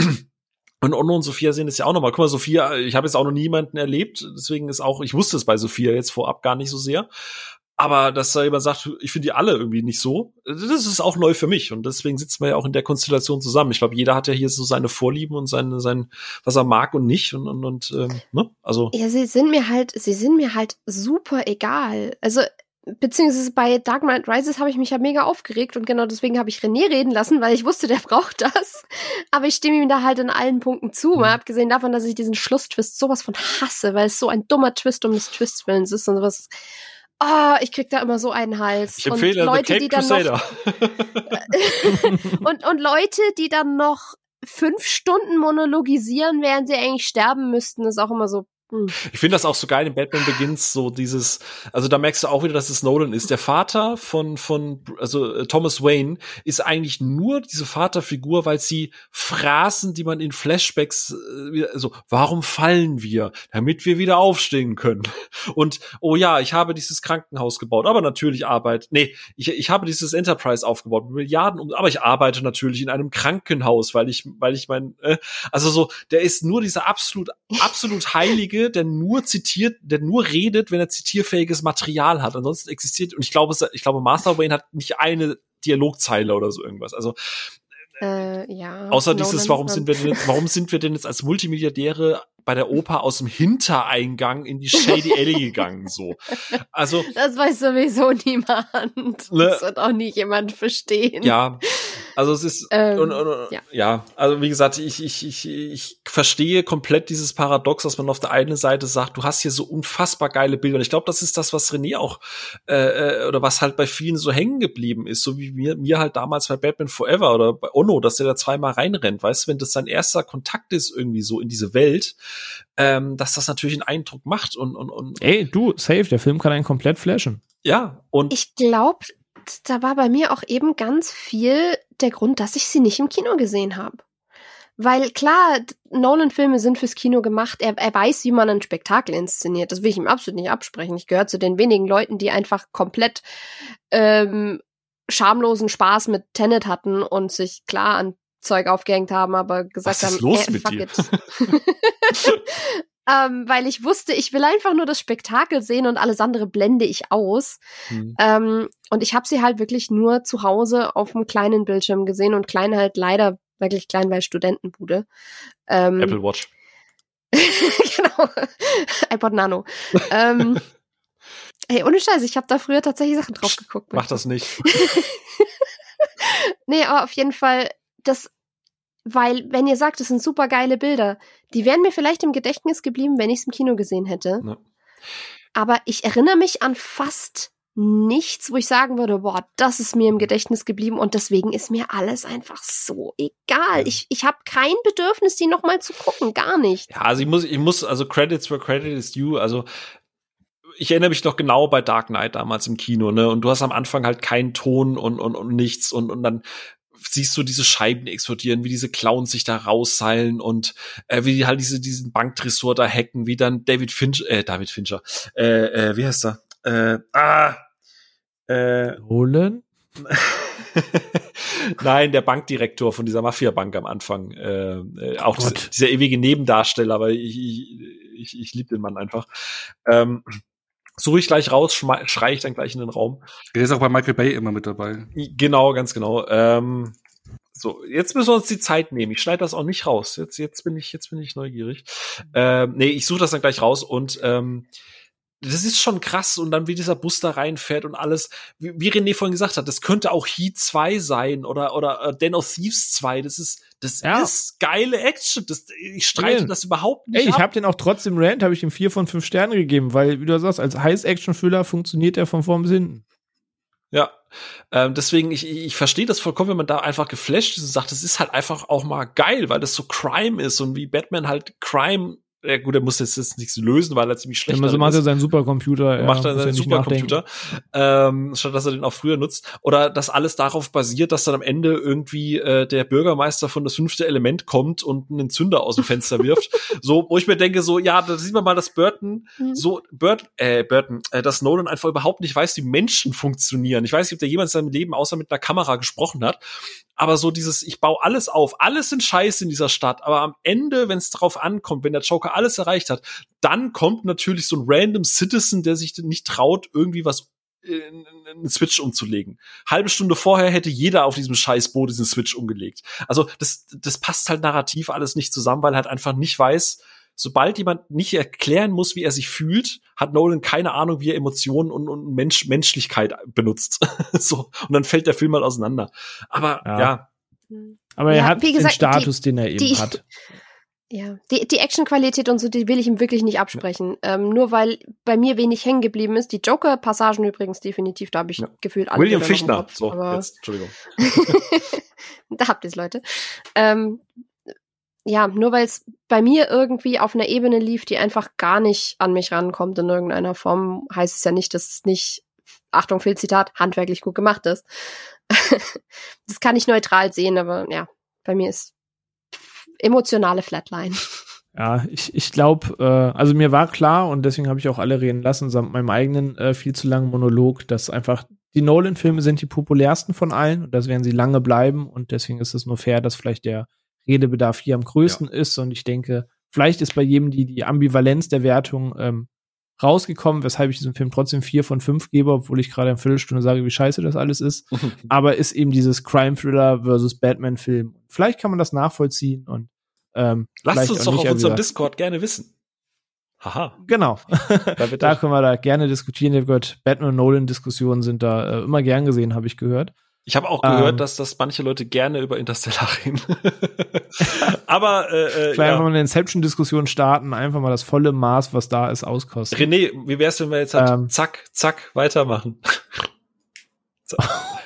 Und Onno und Sophia sehen es ja auch nochmal. Guck mal, Sophia, ich habe jetzt auch noch niemanden erlebt, deswegen ist auch, ich wusste es bei Sophia jetzt vorab gar nicht so sehr. Aber dass da jemand sagt, ich finde die alle irgendwie nicht so, das ist auch neu für mich. Und deswegen sitzen wir ja auch in der Konstellation zusammen. Ich glaube, jeder hat ja hier so seine Vorlieben und sein, sein, was er mag und nicht. Und, und, und ähm, ne? Also. Ja, sie sind mir halt, sie sind mir halt super egal. Also, beziehungsweise bei Dark Knight Rises habe ich mich ja mega aufgeregt und genau deswegen habe ich René reden lassen, weil ich wusste, der braucht das. Aber ich stimme ihm da halt in allen Punkten zu. Mhm. Mal abgesehen davon, dass ich diesen Schlusstwist sowas von hasse, weil es so ein dummer Twist um des Twistwillens ist und sowas. Oh, ich krieg da immer so einen Hals. Ich empfehle und Leute, Cape die dann Crusader. Noch und, und Leute, die dann noch fünf Stunden monologisieren, während sie eigentlich sterben müssten, ist auch immer so. Hm. Ich finde das auch so geil in Batman Begins, so dieses, also da merkst du auch wieder, dass es Nolan ist. Der Vater von, von, also äh, Thomas Wayne ist eigentlich nur diese Vaterfigur, weil sie Phrasen, die man in Flashbacks, äh, also, warum fallen wir? Damit wir wieder aufstehen können. Und, oh ja, ich habe dieses Krankenhaus gebaut, aber natürlich Arbeit, nee, ich, ich habe dieses Enterprise aufgebaut, mit Milliarden, um, aber ich arbeite natürlich in einem Krankenhaus, weil ich, weil ich mein, äh, also so, der ist nur dieser absolut, absolut heilige, der nur zitiert, der nur redet, wenn er zitierfähiges Material hat. Ansonsten existiert, und ich glaube, ich glaube, Martha Wayne hat nicht eine Dialogzeile oder so irgendwas. Also, äh, ja. Außer dieses, warum sind wir denn, warum sind wir denn jetzt als Multimilliardäre bei der Oper aus dem Hintereingang in die Shady Alley gegangen, so. Also. Das weiß sowieso niemand. Ne? Das wird auch nie jemand verstehen. Ja. Also es ist, ähm, und, und, ja. ja, also wie gesagt, ich, ich, ich, ich verstehe komplett dieses Paradox, dass man auf der einen Seite sagt, du hast hier so unfassbar geile Bilder. Und ich glaube, das ist das, was René auch, äh, oder was halt bei vielen so hängen geblieben ist, so wie mir, mir halt damals bei Batman Forever oder bei Onno, dass der da zweimal reinrennt, weißt du, wenn das sein erster Kontakt ist irgendwie so in diese Welt, ähm, dass das natürlich einen Eindruck macht und, und, und. Ey, du, safe, der Film kann einen komplett flashen. Ja, und. Ich glaube, da war bei mir auch eben ganz viel der Grund, dass ich sie nicht im Kino gesehen habe. Weil klar, Nolan-Filme sind fürs Kino gemacht, er, er weiß, wie man ein Spektakel inszeniert. Das will ich ihm absolut nicht absprechen. Ich gehöre zu den wenigen Leuten, die einfach komplett ähm, schamlosen Spaß mit Tenet hatten und sich klar an Zeug aufgehängt haben, aber gesagt Was ist haben, los äh, mit fuck dir? it. Ähm, weil ich wusste, ich will einfach nur das Spektakel sehen und alles andere blende ich aus. Hm. Ähm, und ich habe sie halt wirklich nur zu Hause auf einem kleinen Bildschirm gesehen und klein halt leider wirklich klein, weil Studentenbude. Ähm, Apple Watch. Genau. iPod Nano. ähm, ey, ohne Scheiß, ich habe da früher tatsächlich Sachen drauf geguckt. Mach das nicht. Nee, aber auf jeden Fall, das weil, wenn ihr sagt, das sind super geile Bilder, die wären mir vielleicht im Gedächtnis geblieben, wenn ich es im Kino gesehen hätte. Ja. Aber ich erinnere mich an fast nichts, wo ich sagen würde, boah, das ist mir im Gedächtnis geblieben und deswegen ist mir alles einfach so egal. Ich, ich habe kein Bedürfnis, die nochmal zu gucken, gar nicht. Ja, also ich muss, ich muss, also Credits where credit is due, also ich erinnere mich noch genau bei Dark Knight damals im Kino, ne, und du hast am Anfang halt keinen Ton und, und, und nichts und, und dann siehst du diese Scheiben explodieren, wie diese Clowns sich da rausseilen und äh, wie die halt diese, diesen Banktresor da hacken, wie dann David Fincher, äh, David Fincher, äh, äh, wie heißt er? Äh, ah, Äh, Nolan? Nein, der Bankdirektor von dieser Mafia-Bank am Anfang. Äh, äh, auch oh diese, dieser ewige Nebendarsteller, aber ich, ich, ich, ich liebe den Mann einfach. Ähm, suche ich gleich raus, schreie ich dann gleich in den Raum. Der ist auch bei Michael Bay immer mit dabei. Genau, ganz genau. Ähm, so, jetzt müssen wir uns die Zeit nehmen. Ich schneide das auch nicht raus. Jetzt, jetzt bin ich, jetzt bin ich neugierig. Ähm, nee, ich suche das dann gleich raus und ähm, das ist schon krass und dann wie dieser Bus da reinfährt und alles, wie, wie René vorhin gesagt hat, das könnte auch Heat zwei sein oder oder Den of Thieves zwei, das ist das ja. ist geile Action, das, ich streite ja. das überhaupt nicht Ey, ich ab. habe den auch trotzdem Rant, habe ich ihm vier von fünf Sterne gegeben, weil, wie du sagst, als Heiß-Action-Thriller funktioniert der von vorn bis hinten. Ja, ähm, deswegen, ich, ich verstehe das vollkommen, wenn man da einfach geflasht ist und sagt, das ist halt einfach auch mal geil, weil das so Crime ist und wie Batman halt Crime. Ja gut, er muss jetzt, jetzt nichts lösen, weil er ziemlich schlecht ist. So macht er seinen Supercomputer. Er macht er seinen Supercomputer, ähm, statt dass er den auch früher nutzt. Oder dass alles darauf basiert, dass dann am Ende irgendwie äh, der Bürgermeister von das fünfte Element kommt und einen Zünder aus dem Fenster wirft. So, wo ich mir denke, so, ja, da sieht man mal, dass Burton, mhm. so, Burt, äh, Burton, äh, dass Nolan einfach überhaupt nicht weiß, wie Menschen funktionieren. Ich weiß nicht, ob der jemals in seinem Leben außer mit einer Kamera gesprochen hat. Aber so dieses, ich baue alles auf, alles sind Scheiße in dieser Stadt, aber am Ende, wenn es drauf ankommt, wenn der Joker alles erreicht hat, dann kommt natürlich so ein random Citizen, der sich nicht traut, irgendwie was in einen Switch umzulegen. Halbe Stunde vorher hätte jeder auf diesem Scheißboot diesen Switch umgelegt. Also das, das passt halt narrativ alles nicht zusammen, weil er halt einfach nicht weiß, sobald jemand nicht erklären muss, wie er sich fühlt, hat Nolan keine Ahnung, wie er Emotionen und, und Mensch, Menschlichkeit benutzt. So. Und dann fällt der Film mal auseinander. Aber, ja. ja. Aber er ja, hat gesagt, den Status, die, den er eben die, hat. Ja, die, die Actionqualität und so, die will ich ihm wirklich nicht absprechen. Ja. Ähm, nur weil bei mir wenig hängen geblieben ist. Die Joker-Passagen übrigens definitiv, da habe ich ja. gefühlt alle. William Fichtner. Kopf, so, jetzt, Entschuldigung. Da habt ihr's, Leute. Ähm, Ja, nur weil es bei mir irgendwie auf einer Ebene lief, die einfach gar nicht an mich rankommt in irgendeiner Form, heißt es ja nicht, dass es nicht, Achtung, Fehlzitat, handwerklich gut gemacht ist. Das kann ich neutral sehen, aber ja, bei mir ist emotionale Flatline. Ja, ich, ich glaube, äh, also mir war klar und deswegen habe ich auch alle reden lassen, samt meinem eigenen äh, viel zu langen Monolog, dass einfach die Nolan-Filme sind die populärsten von allen und das werden sie lange bleiben und deswegen ist es nur fair, dass vielleicht der Redebedarf hier am größten ja. ist und ich denke, vielleicht ist bei jedem die, die Ambivalenz der Wertung ähm, rausgekommen, weshalb ich diesem Film trotzdem vier von fünf gebe, obwohl ich gerade eine Viertelstunde sage, wie scheiße das alles ist. Aber ist eben dieses Crime-Thriller versus Batman-Film. Vielleicht kann man das nachvollziehen und ähm, lasst uns doch auf unserem erwidert. Discord gerne wissen. Haha. Genau. da, da können wir da gerne diskutieren. Ihr habt gehört, Batman- und Nolan-Diskussionen sind da äh, immer gern gesehen, habe ich gehört. Ich habe auch gehört, ähm, dass das manche Leute gerne über Interstellar reden. Aber äh, vielleicht ja. einfach mal eine Inception-Diskussion starten, einfach mal das volle Maß, was da ist, auskosten. René, wie wär's, wenn wir jetzt halt ähm, zack, zack, weitermachen? So.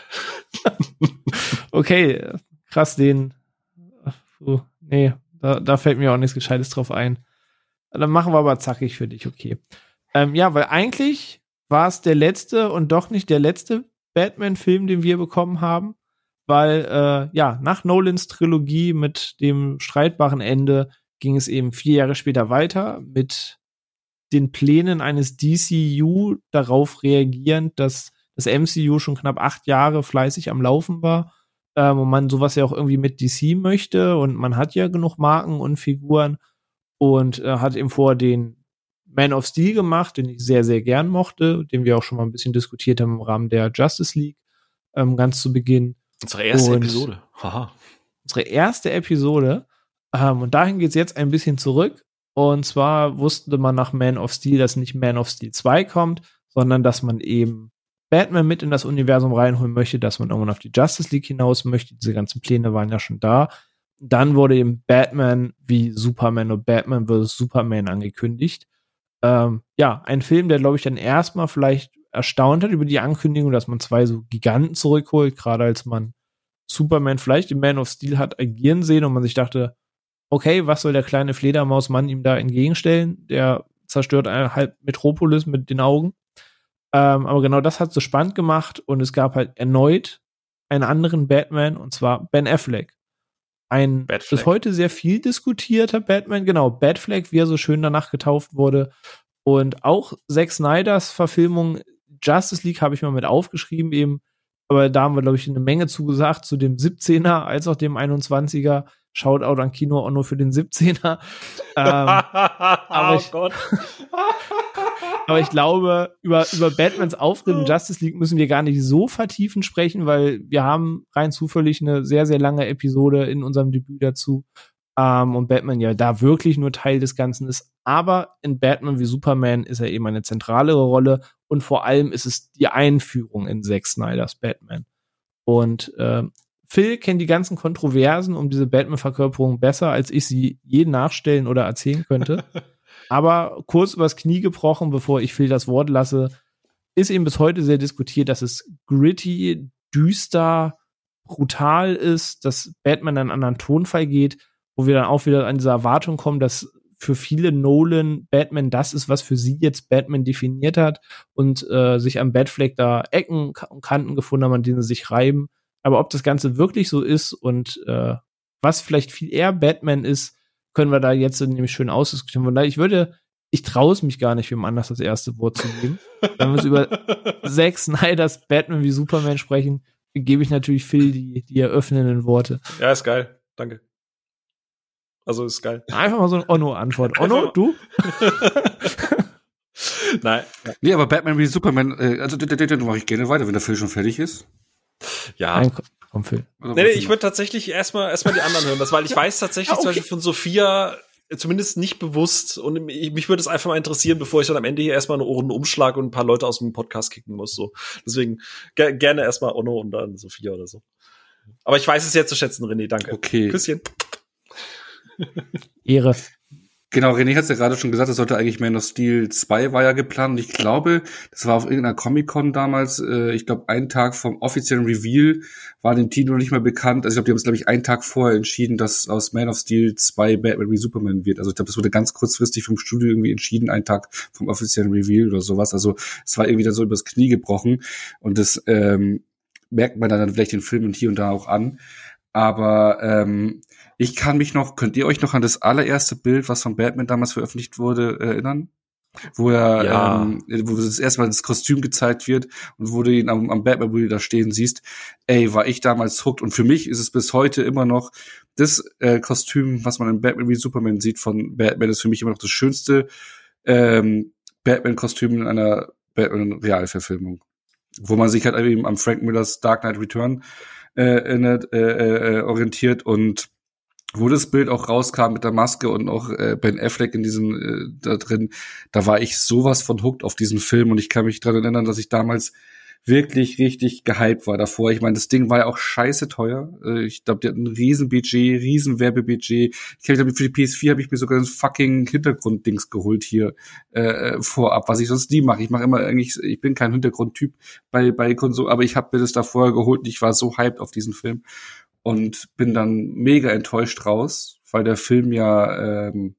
Okay, krass, den oh, nee, da, da fällt mir auch nichts Gescheites drauf ein. Dann machen wir aber zackig für dich, okay. Ähm, ja, weil eigentlich war es der letzte und doch nicht der letzte Batman-Film, den wir bekommen haben, weil äh, ja, nach Nolans Trilogie mit dem streitbaren Ende ging es eben vier Jahre später weiter mit den Plänen eines D C U darauf reagierend, dass das M C U schon knapp acht Jahre fleißig am Laufen war ähm, und man sowas ja auch irgendwie mit D C möchte und man hat ja genug Marken und Figuren und äh, hat eben vor den Man of Steel gemacht, den ich sehr, sehr gern mochte, den wir auch schon mal ein bisschen diskutiert haben im Rahmen der Justice League, ähm, ganz zu Beginn. Unsere erste und Episode. Haha. Unsere erste Episode. Ähm, und dahin geht's jetzt ein bisschen zurück. Und zwar wusste man nach Man of Steel, dass nicht Man of Steel zwei kommt, sondern dass man eben Batman mit in das Universum reinholen möchte, dass man irgendwann auf die Justice League hinaus möchte. Diese ganzen Pläne waren ja schon da. dann wurde eben Batman wie Superman und Batman versus. Superman angekündigt. Ähm, ja, ein Film, der, glaube ich, dann erstmal vielleicht erstaunt hat über die Ankündigung, dass man zwei so Giganten zurückholt, gerade als man Superman vielleicht im Man of Steel hat agieren sehen und man sich dachte, okay, was soll der kleine Fledermausmann ihm da entgegenstellen? Der zerstört halb Metropolis mit den Augen. Ähm, aber genau das hat so spannend gemacht und es gab halt erneut einen anderen Batman und zwar Ben Affleck. Ein bis heute sehr viel diskutierter Batman, genau, Batfleck, wie er so schön danach getauft wurde. Und auch Zack Snyders Verfilmung Justice League habe ich mal mit aufgeschrieben eben, aber da haben wir, glaube ich, eine Menge zugesagt zu dem siebzehner als auch dem einundzwanziger. Shoutout an Kino auch nur für den siebzehner. ähm, aber, ich, oh Gott. aber ich glaube, über, über Batmans Auftritt in Justice League müssen wir gar nicht so vertiefend sprechen, weil wir haben rein zufällig eine sehr, sehr lange Episode in unserem Debüt dazu. Ähm, und Batman ja da wirklich nur Teil des Ganzen ist. Aber in Batman wie Superman ist er eben eine zentralere Rolle und vor allem ist es die Einführung in Zack Snyders Batman. Und äh, Phil kennt die ganzen Kontroversen um diese Batman-Verkörperung besser, als ich sie je nachstellen oder erzählen könnte. Aber kurz übers Knie gebrochen, bevor ich Phil das Wort lasse, ist eben bis heute sehr diskutiert, dass es gritty, düster, brutal ist, dass Batman einen anderen Tonfall geht, wo wir dann auch wieder an diese Erwartung kommen, dass für viele Nolan Batman das ist, was für sie jetzt Batman definiert hat und äh, sich am Batfleck da Ecken und Kanten gefunden haben, an denen sie sich reiben. Aber ob das Ganze wirklich so ist und äh, was vielleicht viel eher Batman ist, können wir da jetzt nämlich schön ausdiskutieren. Von daher, ich würde, ich traue es mich gar nicht, wem anders das erste Wort zu geben. Wenn wir über Zack Snyders Batman wie Superman sprechen, gebe ich natürlich Phil die, die eröffnenden Worte. Ja, ist geil. Danke. Also ist geil. Einfach mal so eine Onno-Antwort. Onno, du? Nein. Nee, aber Batman wie Superman, äh, also den mache ich gerne weiter, wenn der Film schon fertig ist. Ja. Nein, komm, Phil. Nee, nee, ich würde tatsächlich erstmal erstmal die anderen hören, das, weil ich weiß tatsächlich ja, okay. zum Beispiel von Sophia zumindest nicht bewusst und mich würde es einfach mal interessieren, bevor ich dann am Ende hier erstmal einen Umschlag und ein paar Leute aus dem Podcast kicken muss. So. Deswegen ge- gerne erstmal Onno und dann Sophia oder so. Aber ich weiß es jetzt zu schätzen, René, danke. Okay. Küsschen. Ehre. Genau, René hat es ja gerade schon gesagt, das sollte eigentlich Man of Steel zwei war ja geplant. Und ich glaube, das war auf irgendeiner Comic-Con damals, äh, ich glaube, einen Tag vom offiziellen Reveal war dem Team noch nicht mal bekannt. Also ich glaube, die haben es, glaube ich, einen Tag vorher entschieden, dass aus Man of Steel zwei Batman wie Superman wird. Also ich glaube, das wurde ganz kurzfristig vom Studio irgendwie entschieden, einen Tag vom offiziellen Reveal oder sowas. Also es war irgendwie dann so übers Knie gebrochen. Und das ähm, merkt man dann vielleicht den Filmen hier und da auch an. Aber ähm, ich kann mich noch, könnt ihr euch noch an das allererste Bild, was von Batman damals veröffentlicht wurde, erinnern? Wo er, ja. ähm, wo das erstmal das Kostüm gezeigt wird und wo du ihn am, am Batman da stehen siehst. Ey, war ich damals hooked. Und für mich ist es bis heute immer noch das äh, Kostüm, was man in Batman wie Superman sieht von Batman, ist für mich immer noch das schönste ähm, Batman-Kostüm in einer Batman-Realverfilmung. Wo man sich halt eben am Frank Millers Dark Knight Return äh, äh, äh, orientiert und wo das Bild auch rauskam mit der Maske und auch äh, Ben Affleck in diesem äh, da drin, da war ich sowas von hooked auf diesen Film und ich kann mich daran erinnern, dass ich damals wirklich richtig gehypt war davor. Ich meine, das Ding war ja auch scheiße teuer. Äh, ich glaube, die hatten ein riesen Budget, riesen Werbebudget. Ich glaube, für die P S vier habe ich mir sogar ein fucking Hintergrunddings geholt hier äh, vorab, was ich sonst nie mache. Ich mache immer eigentlich, ich bin kein Hintergrundtyp bei bei Konsole, aber ich habe mir das da vorher geholt und ich war so hyped auf diesen Film. Und bin dann mega enttäuscht raus, weil der Film ja ähm,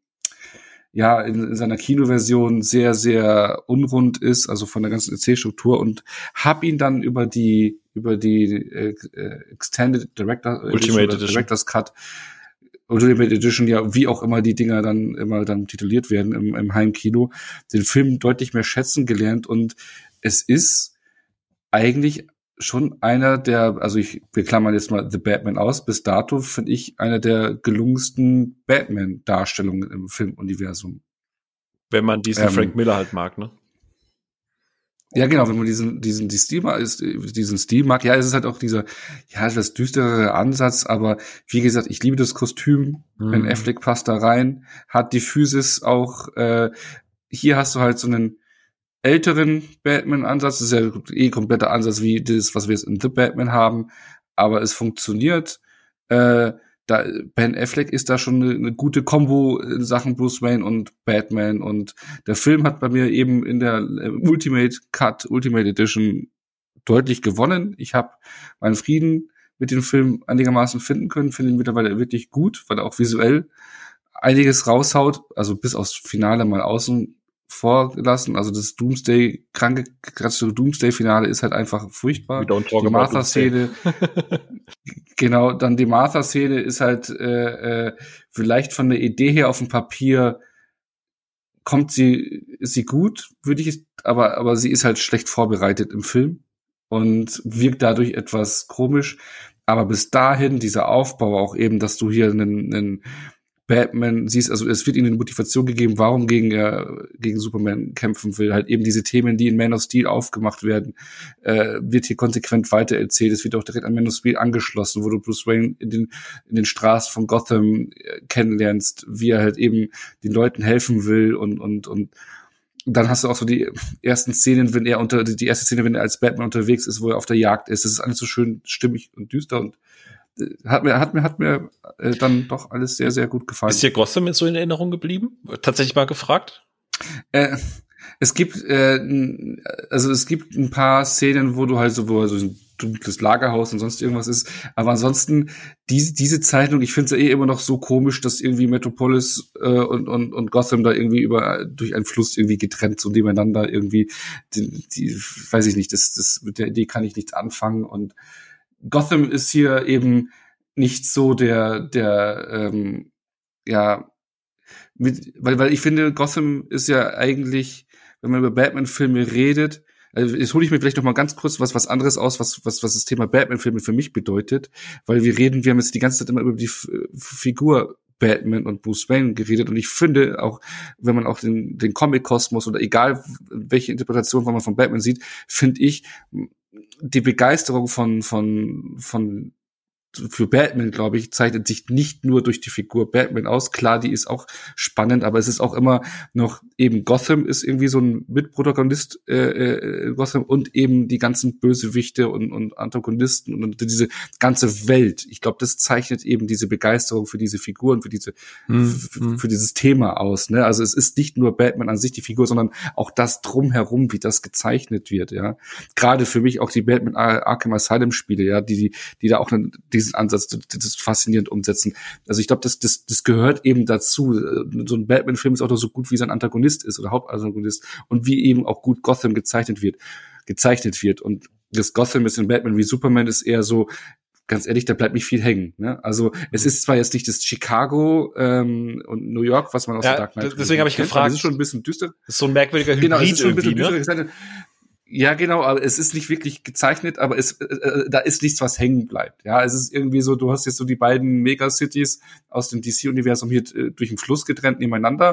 ja in, in seiner Kinoversion sehr, sehr unrund ist, also von der ganzen Erzählstruktur und hab ihn dann über die über die äh, Extended Director Ultimate Edition, Director's Cut Ultimate Edition, ja, wie auch immer die Dinger dann immer dann tituliert werden im, im Heimkino, den Film deutlich mehr schätzen gelernt und es ist eigentlich schon einer der, also ich, wir klammern jetzt mal The Batman aus, bis dato finde ich einer der gelungensten Batman-Darstellungen im Filmuniversum. Wenn man diesen ähm, Frank Miller halt mag, ne? Ja, genau, wenn man diesen, diesen, die Stil mag, ist, diesen Stil mag, ja, es ist halt auch dieser, ja, etwas düsterere Ansatz, aber wie gesagt, ich liebe das Kostüm, mhm. Ben Affleck passt da rein, hat die Physis auch, äh, hier hast du halt so einen älteren Batman-Ansatz, das ist ja eh kompletter Ansatz wie das, was wir jetzt in The Batman haben, aber es funktioniert. Äh, da Ben Affleck ist da schon eine, eine gute Kombo in Sachen Bruce Wayne und Batman, und der Film hat bei mir eben in der Ultimate Cut, Ultimate Edition deutlich gewonnen. Ich habe meinen Frieden mit dem Film einigermaßen finden können, finde ihn mittlerweile wirklich gut, weil er auch visuell einiges raushaut, also bis aufs Finale mal außen vorgelassen. Also das Doomsday, kranke, krasse Doomsday-Finale ist halt einfach furchtbar. Die Martha-Szene, genau, dann die Martha-Szene ist halt äh, äh, vielleicht von der Idee her auf dem Papier kommt sie, ist sie gut, würde ich, aber aber sie ist halt schlecht vorbereitet im Film und wirkt dadurch etwas komisch. Aber bis dahin dieser Aufbau auch eben, dass du hier einen, einen Batman siehst, also es wird ihnen eine Motivation gegeben, warum gegen er gegen Superman kämpfen will. Halt eben diese Themen, die in Man of Steel aufgemacht werden, äh, wird hier konsequent weitererzählt. Es wird auch direkt an Man of Steel angeschlossen, wo du Bruce Wayne in den in den Straßen von Gotham äh, kennenlernst, wie er halt eben den Leuten helfen will, und und und dann hast du auch so die ersten Szenen, wenn er unter die erste Szene, wenn er als Batman unterwegs ist, wo er auf der Jagd ist. Das ist alles so schön stimmig und düster und hat mir hat mir hat mir äh, dann doch alles sehr sehr gut gefallen. Ist dir Gotham jetzt so in Erinnerung geblieben? Tatsächlich mal gefragt? Äh, es gibt äh, also es gibt ein paar Szenen, wo du halt so wo so ein dunkles Lagerhaus und sonst irgendwas ist, aber ansonsten diese diese Zeichnung, ich finde es ja eh immer noch so komisch, dass irgendwie Metropolis äh, und und und Gotham da irgendwie über durch einen Fluss irgendwie getrennt so nebeneinander irgendwie die, die weiß ich nicht, das das mit der Idee kann ich nichts anfangen, und Gotham ist hier eben nicht so der, der, ähm, ja, mit, weil, weil ich finde, Gotham ist ja eigentlich, wenn man über Batman-Filme redet, also jetzt hole ich mir vielleicht noch mal ganz kurz was, was anderes aus, was, was, was das Thema Batman-Filme für mich bedeutet, weil wir reden, wir haben jetzt die ganze Zeit immer über die F- Figur Batman und Bruce Wayne geredet, und ich finde auch, wenn man auch den, den Comic-Kosmos oder egal welche Interpretation man von Batman sieht, finde ich, die Begeisterung von von von für Batman, glaube ich, zeichnet sich nicht nur durch die Figur Batman aus. Klar, die ist auch spannend, aber es ist auch immer noch eben Gotham ist irgendwie so ein Mitprotagonist äh, äh, Gotham, und eben die ganzen Bösewichte und, und Antagonisten und, und diese ganze Welt. Ich glaube, das zeichnet eben diese Begeisterung für diese Figuren, für diese hm, f- für dieses Thema aus. Ne? Also es ist nicht nur Batman an sich die Figur, sondern auch das drumherum, wie das gezeichnet wird. Ja, gerade für mich auch die Batman Arkham Asylum Spiele, ja, die die da auch einen, diesen Ansatz, das, das faszinierend umsetzen. Also ich glaube, das, das, das gehört eben dazu. So ein Batman-Film ist auch noch so gut, wie sein Antagonist ist oder Hauptantagonist, und wie eben auch gut Gotham gezeichnet wird, gezeichnet wird. Und das Gotham ist in Batman wie Superman ist eher so, ganz ehrlich, da bleibt nicht viel hängen. Ne? Also es ist zwar jetzt nicht das Chicago ähm, und New York, was man aus ja, der Dark Knight deswegen habe ich gefragt. Das ist schon ein bisschen düster. Das ist so ein merkwürdiger Hybrid Genau, es ist schon ein bisschen irgendwie, düster ne? gezeichnet. Ja, genau, aber es ist nicht wirklich gezeichnet, aber es äh, äh, da ist nichts, was hängen bleibt. Ja, es ist irgendwie so, du hast jetzt so die beiden Megacities aus dem D C-Universum hier äh, durch den Fluss getrennt nebeneinander.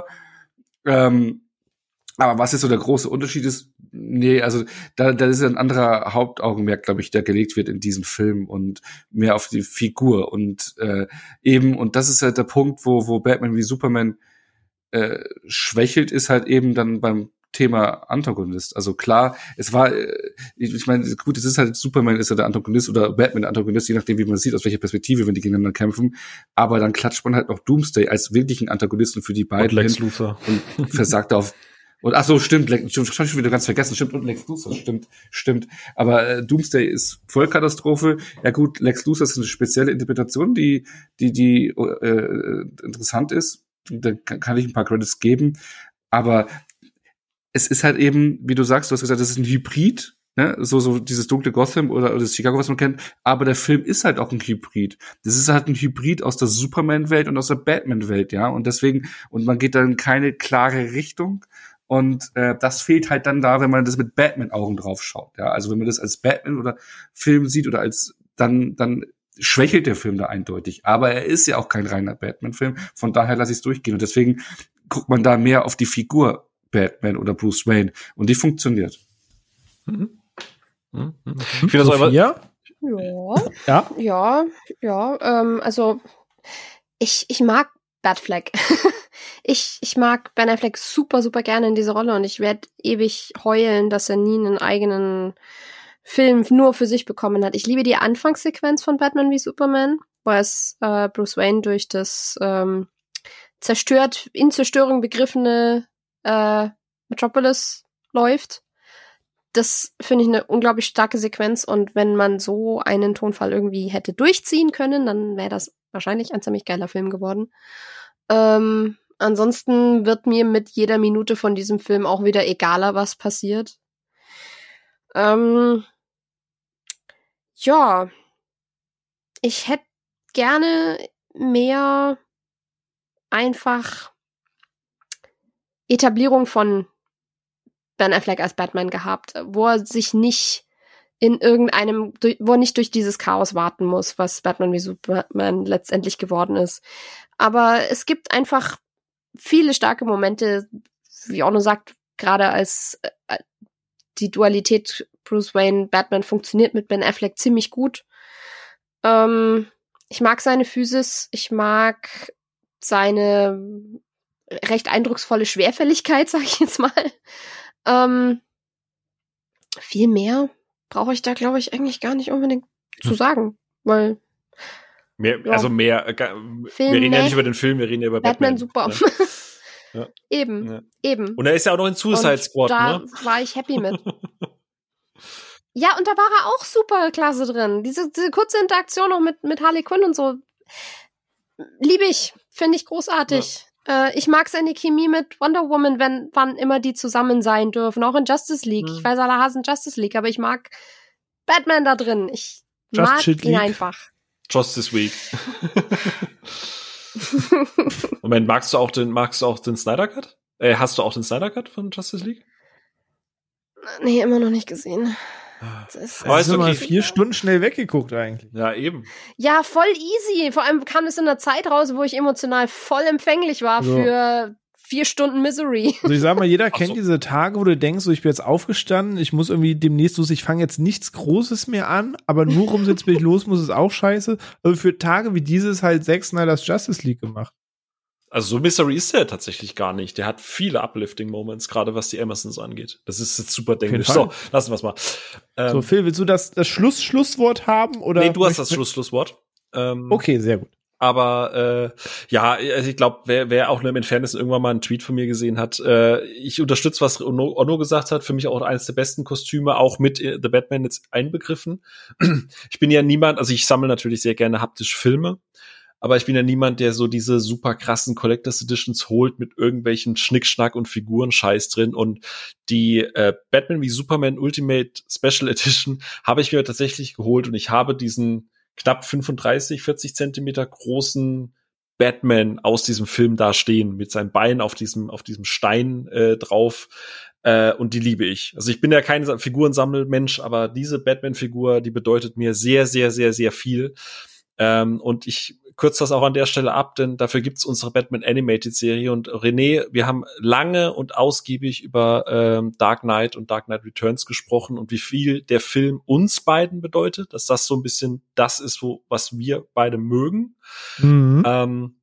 Ähm, aber was jetzt so der große Unterschied ist, nee, also da, da ist ein anderer Hauptaugenmerk, glaube ich, der gelegt wird in diesem Film und mehr auf die Figur und äh, eben, und das ist halt der Punkt, wo wo Batman wie Superman äh, schwächelt, ist halt eben dann beim Thema Antagonist. Also klar, es war, ich meine, gut, es ist halt, Superman ist ja der Antagonist oder Batman der Antagonist, je nachdem, wie man sieht, aus welcher Perspektive, wenn die gegeneinander kämpfen. Aber dann klatscht man halt noch Doomsday als wirklichen Antagonisten für die beiden und Lex hin Luthor. und versagt auf. Und ach so, stimmt, Lex, stimmt, hab ich schon wieder ganz vergessen, stimmt, und Lex Luthor, stimmt, stimmt. Aber äh, Doomsday ist Vollkatastrophe. Ja gut, Lex Luthor ist eine spezielle Interpretation, die, die, die äh, interessant ist. Da kann ich ein paar Credits geben. Aber es ist halt eben, wie du sagst, du hast gesagt, das ist ein Hybrid, ne? so so dieses dunkle Gotham oder, oder das Chicago, was man kennt, aber der Film ist halt auch ein Hybrid. Das ist halt ein Hybrid aus der Superman-Welt und aus der Batman-Welt, ja, und deswegen, und man geht dann in keine klare Richtung, und äh, das fehlt halt dann da, wenn man das mit Batman-Augen drauf schaut, ja, also wenn man das als Batman oder Film sieht oder als, dann dann schwächelt der Film da eindeutig, aber er ist ja auch kein reiner Batman-Film, von daher lasse ich es durchgehen, und deswegen guckt man da mehr auf die Figur Batman oder Bruce Wayne, und die funktioniert. Mhm. Mhm. Ich finde das aber, ja? Ja. Ja. Ja, ja, ähm, also ich, ich mag Batfleck. ich, ich mag Ben Affleck super, super gerne in dieser Rolle, und ich werde ewig heulen, dass er nie einen eigenen Film nur für sich bekommen hat. Ich liebe die Anfangssequenz von Batman wie Superman. wo es äh, Bruce Wayne durch das ähm, zerstört, in Zerstörung begriffene äh, Metropolis läuft. Das finde ich eine unglaublich starke Sequenz und wenn man so einen Tonfall irgendwie hätte durchziehen können, dann wäre das wahrscheinlich ein ziemlich geiler Film geworden. Ähm, ansonsten wird mir mit jeder Minute von diesem Film auch wieder egaler, was passiert. Ähm, ja, ich hätte gerne mehr einfach Etablierung von Ben Affleck als Batman gehabt, wo er sich nicht in irgendeinem, wo er nicht durch dieses Chaos warten muss, was Batman wie Superman letztendlich geworden ist. Aber es gibt einfach viele starke Momente, wie Orno sagt, gerade als äh, die Dualität Bruce Wayne, Batman funktioniert mit Ben Affleck ziemlich gut. Ähm, ich mag seine Physis, ich mag seine recht eindrucksvolle Schwerfälligkeit, sag ich jetzt mal. Ähm, viel mehr brauche ich da, glaube ich, eigentlich gar nicht unbedingt hm. zu sagen, weil mehr, ja. also mehr, äh, Film, wir reden mehr, ja nicht über den Film, wir reden ja über Batman. Batman Super. Ne? Ja. Eben, ja. eben. Und er ist ja auch noch in Suicide Squad, da ne? war ich happy mit. Ja, und da war er auch super klasse drin. Diese, diese kurze Interaktion noch mit, mit Harley Quinn und so. Liebe ich. Finde ich großartig. Ja. Äh, ich mag seine Chemie mit Wonder Woman, wenn, wann immer die zusammen sein dürfen. Auch in Justice League. Mhm. Ich weiß, alle hassen Justice League, aber ich mag Batman da drin. Ich Just mag ihn League. einfach. Justice Week. Moment, magst du auch den, magst du auch den Snyder Cut? Äh, hast du auch den Snyder Cut von Justice League? Nee, immer noch nicht gesehen. Das ist, das ist okay. Mal vier Stunden schnell weggeguckt eigentlich. Ja, eben. Ja, voll easy. Vor allem kam es in einer Zeit raus, wo ich emotional voll empfänglich war so. für vier Stunden Misery. Also ich sag mal, jeder Ach kennt so. diese Tage, wo du denkst, so ich bin jetzt aufgestanden, ich muss irgendwie demnächst los, ich fange jetzt nichts Großes mehr an, aber nur rumsitzen, bis ich los muss, ist auch scheiße. Also für Tage wie dieses halt Zack Snyder's Justice League gemacht. Also so Misery ist der tatsächlich gar nicht. Der hat viele Uplifting-Moments, gerade was die Emersons angeht. Das ist jetzt super denglisch. So, lassen wir es mal. Ähm, so, Phil, willst du das, das Schluss, Schlusswort haben? Oder nee, du hast das Schluss, Schlusswort. Ähm, okay, sehr gut. Aber äh, ja, also ich glaube, wer, wer auch nur im Entferntesten irgendwann mal einen Tweet von mir gesehen hat, äh, ich unterstütze, was Onno, Onno gesagt hat. Für mich auch eines der besten Kostüme, auch mit The Batman jetzt einbegriffen. Ich bin ja niemand, also ich sammle natürlich sehr gerne haptische Filme. Aber ich bin ja niemand, der so diese super krassen Collectors Editions holt mit irgendwelchen Schnickschnack und Figuren-Scheiß drin. Und die äh, Batman wie Superman Ultimate Special Edition habe ich mir tatsächlich geholt. Und ich habe diesen knapp fünfunddreißig, vierzig Zentimeter großen Batman aus diesem Film da stehen, mit seinem Bein auf diesem, auf diesem Stein äh, drauf. Äh, und die liebe ich. Also ich bin ja kein Figurensammelmensch, aber diese Batman-Figur, die bedeutet mir sehr, sehr, sehr, sehr viel. Ähm, und ich kürze das auch an der Stelle ab, denn dafür gibt's unsere Batman Animated Serie. Und René, wir haben lange und ausgiebig über ähm, Dark Knight und Dark Knight Returns gesprochen und wie viel der Film uns beiden bedeutet, dass das so ein bisschen das ist, wo was wir beide mögen. Mhm. Ähm,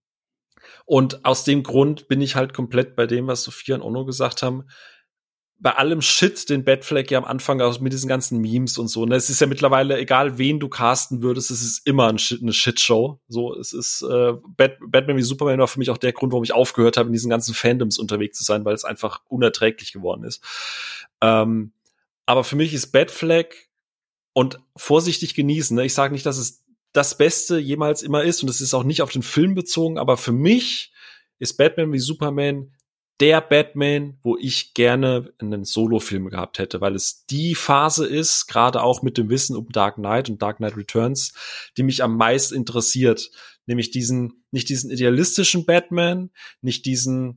und aus dem Grund bin ich halt komplett bei dem, was Sophia und Onno gesagt haben. Bei allem Shit, den Batfleck ja am Anfang aus mit diesen ganzen Memes und so, ne, es ist ja mittlerweile egal, wen du casten würdest, es ist immer ein Shit, eine Shitshow. So, es ist äh, Bat- Batman wie Superman war für mich auch der Grund, warum ich aufgehört habe, in diesen ganzen Fandoms unterwegs zu sein, weil es einfach unerträglich geworden ist. Ähm, aber für mich ist Batfleck und vorsichtig genießen. Ne, ich sage nicht, dass es das Beste jemals immer ist und es ist auch nicht auf den Film bezogen, aber für mich ist Batman wie Superman der Batman, wo ich gerne einen Solo-Film gehabt hätte, weil es die Phase ist, gerade auch mit dem Wissen um Dark Knight und Dark Knight Returns, die mich am meisten interessiert. Nämlich diesen, nicht diesen idealistischen Batman, nicht diesen,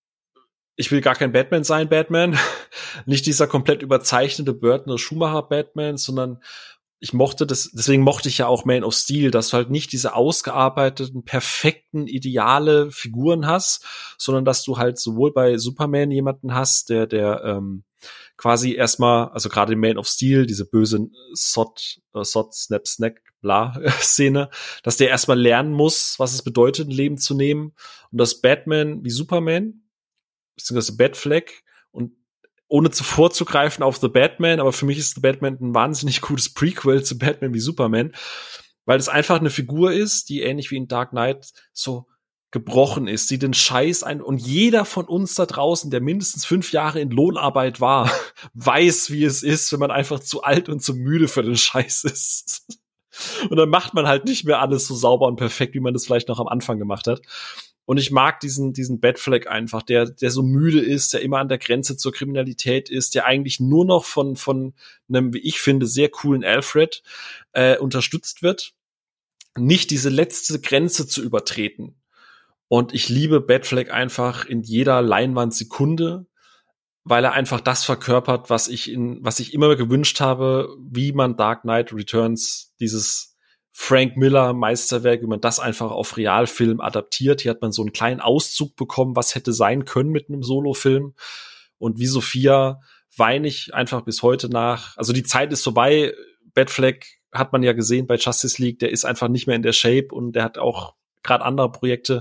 ich will gar kein Batman sein, Batman, nicht dieser komplett überzeichnete Burton- oder Schumacher-Batman, sondern ich mochte das, deswegen mochte ich ja auch Man of Steel, dass du halt nicht diese ausgearbeiteten, perfekten, ideale Figuren hast, sondern dass du halt sowohl bei Superman jemanden hast, der, der ähm, quasi erstmal, also gerade in Man of Steel, diese böse Sod, äh, Sod, Snap, Snack, bla Szene, dass der erstmal lernen muss, was es bedeutet, ein Leben zu nehmen. Und dass Batman wie Superman, beziehungsweise Batfleck, und ohne zuvor zu greifen auf The Batman, aber für mich ist The Batman ein wahnsinnig gutes Prequel zu Batman wie Superman, weil es einfach eine Figur ist, die ähnlich wie in Dark Knight so gebrochen ist, die den Scheiß ein, und jeder von uns da draußen, der mindestens fünf Jahre in Lohnarbeit war, weiß, wie es ist, wenn man einfach zu alt und zu müde für den Scheiß ist. Und dann macht man halt nicht mehr alles so sauber und perfekt, wie man das vielleicht noch am Anfang gemacht hat. Und ich mag diesen, diesen Batfleck einfach, der, der so müde ist, der immer an der Grenze zur Kriminalität ist, der eigentlich nur noch von, von einem, wie ich finde, sehr coolen Alfred, äh, unterstützt wird, nicht diese letzte Grenze zu übertreten. Und ich liebe Batfleck einfach in jeder Leinwandsekunde, weil er einfach das verkörpert, was ich in, was ich immer gewünscht habe, wie man Dark Knight Returns, dieses Frank Miller Meisterwerk, wie man das einfach auf Realfilm adaptiert. Hier hat man so einen kleinen Auszug bekommen, was hätte sein können mit einem Solofilm. Und wie Sophia weine ich einfach bis heute nach. Also die Zeit ist vorbei. Batfleck hat man ja gesehen bei Justice League, der ist einfach nicht mehr in der Shape und der hat auch gerade andere Projekte.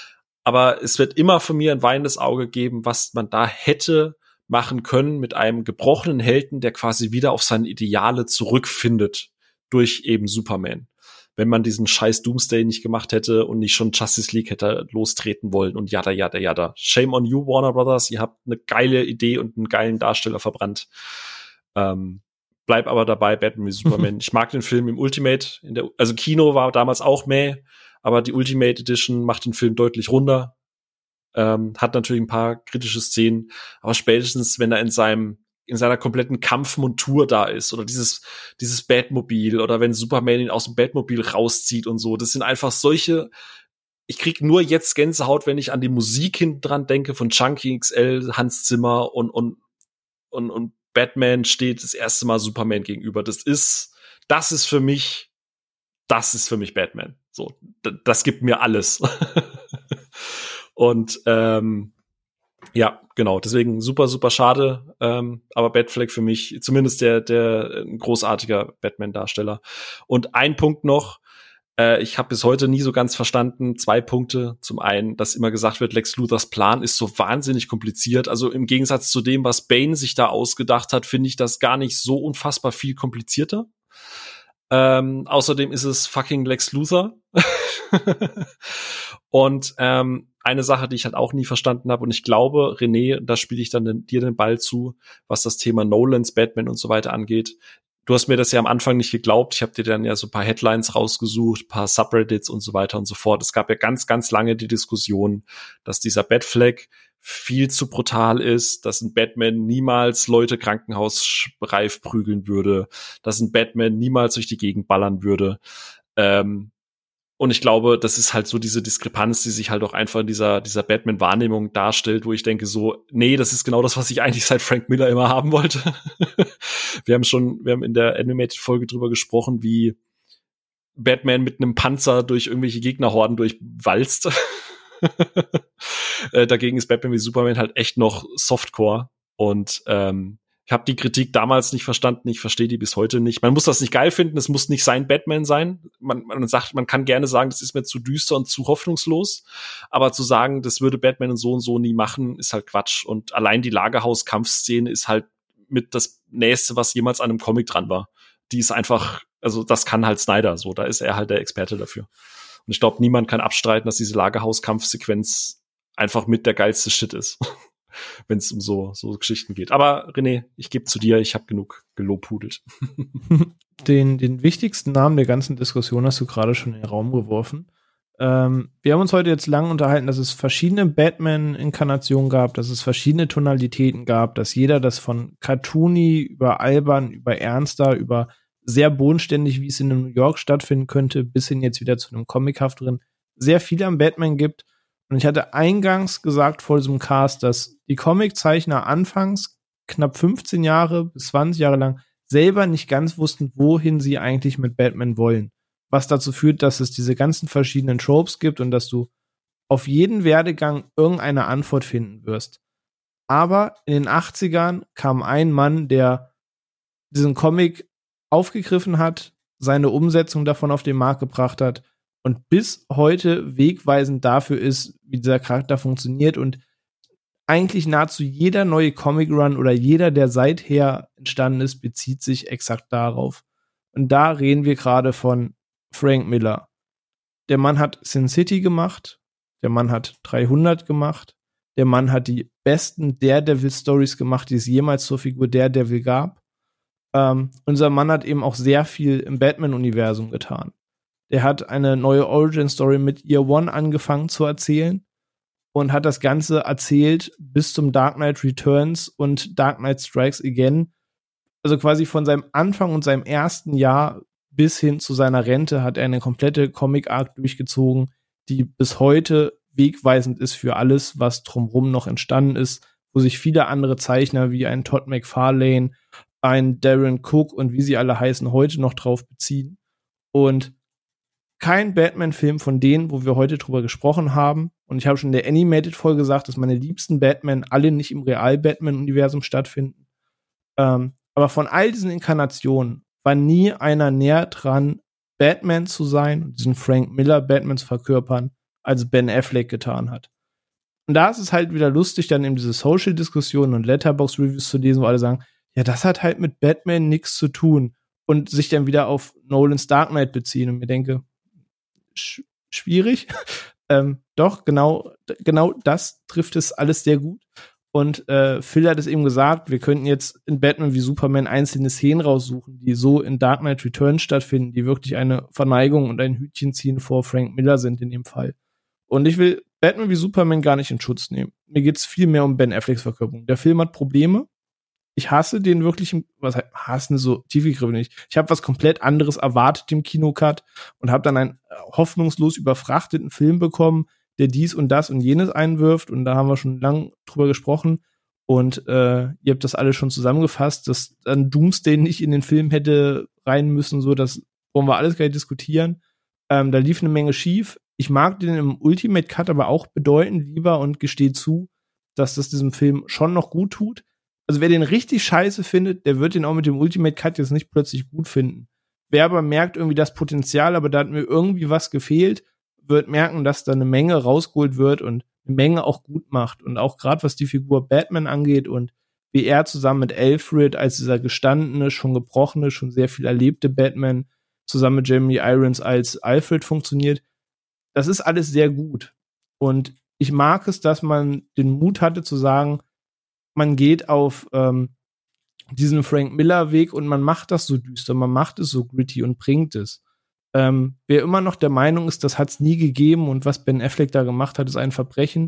Aber es wird immer von mir ein weinendes Auge geben, was man da hätte machen können mit einem gebrochenen Helden, der quasi wieder auf seine Ideale zurückfindet durch eben Superman. Wenn man diesen scheiß Doomsday nicht gemacht hätte und nicht schon Justice League hätte lostreten wollen und jada, jada, jada. Shame on you, Warner Brothers. Ihr habt eine geile Idee und einen geilen Darsteller verbrannt. Ähm, bleib aber dabei, Batman wie Superman. Ich mag den Film im Ultimate. In der, also Kino war damals auch mäh, aber die Ultimate Edition macht den Film deutlich runder. Ähm, hat natürlich ein paar kritische Szenen, aber spätestens, wenn er in seinem in seiner kompletten Kampfmontur da ist oder dieses dieses Batmobil oder wenn Superman ihn aus dem Batmobil rauszieht und so, das sind einfach solche, ich krieg nur jetzt Gänsehaut, wenn ich an die Musik hinten dran denke von Chunky X L, Hans Zimmer und und und und Batman steht das erste Mal Superman gegenüber. Das ist das ist für mich das ist für mich Batman. So, d- das gibt mir alles. Und ähm, ja, genau, deswegen super, super schade, ähm, aber Batfleck für mich zumindest der der ein großartiger Batman-Darsteller. Und ein Punkt noch, äh, ich habe bis heute nie so ganz verstanden, zwei Punkte. Zum einen, dass immer gesagt wird, Lex Luthers Plan ist so wahnsinnig kompliziert. Also im Gegensatz zu dem, was Bane sich da ausgedacht hat, finde ich das gar nicht so unfassbar viel komplizierter. Ähm, außerdem ist es fucking Lex Luthor. Und ähm, eine Sache, die ich halt auch nie verstanden habe, und ich glaube, René, da spiele ich dann den, dir den Ball zu, was das Thema Nolans Batman und so weiter angeht. Du hast mir das ja am Anfang nicht geglaubt. Ich habe dir dann ja so ein paar Headlines rausgesucht, ein paar Subreddits und so weiter und so fort. Es gab ja ganz, ganz lange die Diskussion, dass dieser Batfleck viel zu brutal ist, dass ein Batman niemals Leute krankenhausreif prügeln würde, dass ein Batman niemals durch die Gegend ballern würde. Ähm, Und ich glaube, das ist halt so diese Diskrepanz, die sich halt auch einfach in dieser, dieser Batman-Wahrnehmung darstellt, wo ich denke so, nee, das ist genau das, was ich eigentlich seit Frank Miller immer haben wollte. Wir haben schon, wir haben in der Animated-Folge drüber gesprochen, wie Batman mit einem Panzer durch irgendwelche Gegnerhorden durchwalzt. äh, dagegen ist Batman wie Superman halt echt noch Softcore. Und ähm, ich habe die Kritik damals nicht verstanden, ich verstehe die bis heute nicht. Man muss das nicht geil finden, es muss nicht sein Batman sein. Man, man sagt, man kann gerne sagen, das ist mir zu düster und zu hoffnungslos. Aber zu sagen, das würde Batman und so und so nie machen, ist halt Quatsch. Und allein die Lagerhaus-Kampfszene ist halt mit das Nächste, was jemals an einem Comic dran war. Die ist einfach, also das kann halt Snyder so, da ist er halt der Experte dafür. Und ich glaube, niemand kann abstreiten, dass diese Lagerhaus-Kampfsequenz einfach mit der geilste Shit ist. Wenn es um so so Geschichten geht. Aber René, ich gebe zu dir, ich habe genug gelobhudelt. Den, den wichtigsten Namen der ganzen Diskussion hast du gerade schon in den Raum geworfen. Ähm, wir haben uns heute jetzt lang unterhalten, dass es verschiedene Batman-Inkarnationen gab, dass es verschiedene Tonalitäten gab, dass jeder das von cartoony über albern, über ernster, über sehr bodenständig, wie es in New York stattfinden könnte, bis hin jetzt wieder zu einem comichafteren, sehr viel am Batman gibt. Und ich hatte eingangs gesagt vor diesem Cast, dass die Comiczeichner anfangs knapp fünfzehn Jahre bis zwanzig Jahre lang selber nicht ganz wussten, wohin sie eigentlich mit Batman wollen. Was dazu führt, dass es diese ganzen verschiedenen Tropes gibt und dass du auf jeden Werdegang irgendeine Antwort finden wirst. Aber in den achtzigern kam ein Mann, der diesen Comic aufgegriffen hat, seine Umsetzung davon auf den Markt gebracht hat und bis heute wegweisend dafür ist, wie dieser Charakter funktioniert und eigentlich nahezu jeder neue Comic-Run oder jeder, der seither entstanden ist, bezieht sich exakt darauf. Und da reden wir gerade von Frank Miller. Der Mann hat Sin City gemacht, der Mann hat dreihundert gemacht, der Mann hat die besten Daredevil-Stories gemacht, die es jemals zur Figur Daredevil gab. Ähm, unser Mann hat eben auch sehr viel im Batman-Universum getan. Der hat eine neue Origin-Story mit Year One angefangen zu erzählen und hat das Ganze erzählt bis zum Dark Knight Returns und Dark Knight Strikes Again. Also quasi von seinem Anfang und seinem ersten Jahr bis hin zu seiner Rente hat er eine komplette Comic-Arc durchgezogen, die bis heute wegweisend ist für alles, was drumherum noch entstanden ist, wo sich viele andere Zeichner wie ein Todd McFarlane, ein Darren Cook und wie sie alle heißen, heute noch drauf beziehen. Und kein Batman-Film von denen, wo wir heute drüber gesprochen haben, und ich habe schon in der Animated-Folge gesagt, dass meine liebsten Batman alle nicht im Real-Batman-Universum stattfinden. Ähm, aber von all diesen Inkarnationen war nie einer näher dran, Batman zu sein und diesen Frank Miller Batman zu verkörpern, als Ben Affleck getan hat. Und da ist es halt wieder lustig, dann eben diese Social-Diskussionen und Letterboxd-Reviews zu lesen, wo alle sagen, ja, das hat halt mit Batman nichts zu tun und sich dann wieder auf Nolans Dark Knight beziehen und mir denke, sch- schwierig. ähm, doch, genau, d- genau das trifft es alles sehr gut. Und äh, Phil hat es eben gesagt, wir könnten jetzt in Batman wie Superman einzelne Szenen raussuchen, die so in Dark Knight Returns stattfinden, die wirklich eine Verneigung und ein Hütchen ziehen vor Frank Miller sind in dem Fall. Und ich will Batman wie Superman gar nicht in Schutz nehmen. Mir geht's viel mehr um Ben Afflecks Verkörperung. Der Film hat Probleme. Ich hasse den wirklich, was heißt, hassen so tief gegriffen nicht. Ich habe was komplett anderes erwartet im Kinocut und habe dann einen hoffnungslos überfrachteten Film bekommen, der dies und das und jenes einwirft. Und da haben wir schon lang drüber gesprochen. Und äh, ihr habt das alles schon zusammengefasst, dass dann Doomsday nicht in den Film hätte rein müssen. So, das wollen wir alles gar nicht diskutieren. Ähm, da lief eine Menge schief. Ich mag den im Ultimate Cut aber auch bedeutend lieber und gestehe zu, dass das diesem Film schon noch gut tut. Also wer den richtig scheiße findet, der wird den auch mit dem Ultimate Cut jetzt nicht plötzlich gut finden. Wer aber merkt irgendwie das Potenzial, aber da hat mir irgendwie was gefehlt, wird merken, dass da eine Menge rausgeholt wird und eine Menge auch gut macht. Und auch gerade was die Figur Batman angeht und wie er zusammen mit Alfred als dieser gestandene, schon gebrochene, schon sehr viel erlebte Batman zusammen mit Jeremy Irons als Alfred funktioniert, das ist alles sehr gut. Und ich mag es, dass man den Mut hatte zu sagen, man geht auf ähm, diesen Frank Miller Weg und man macht das so düster, man macht es so gritty und bringt es. Ähm, wer immer noch der Meinung ist, das hat es nie gegeben und was Ben Affleck da gemacht hat, ist ein Verbrechen.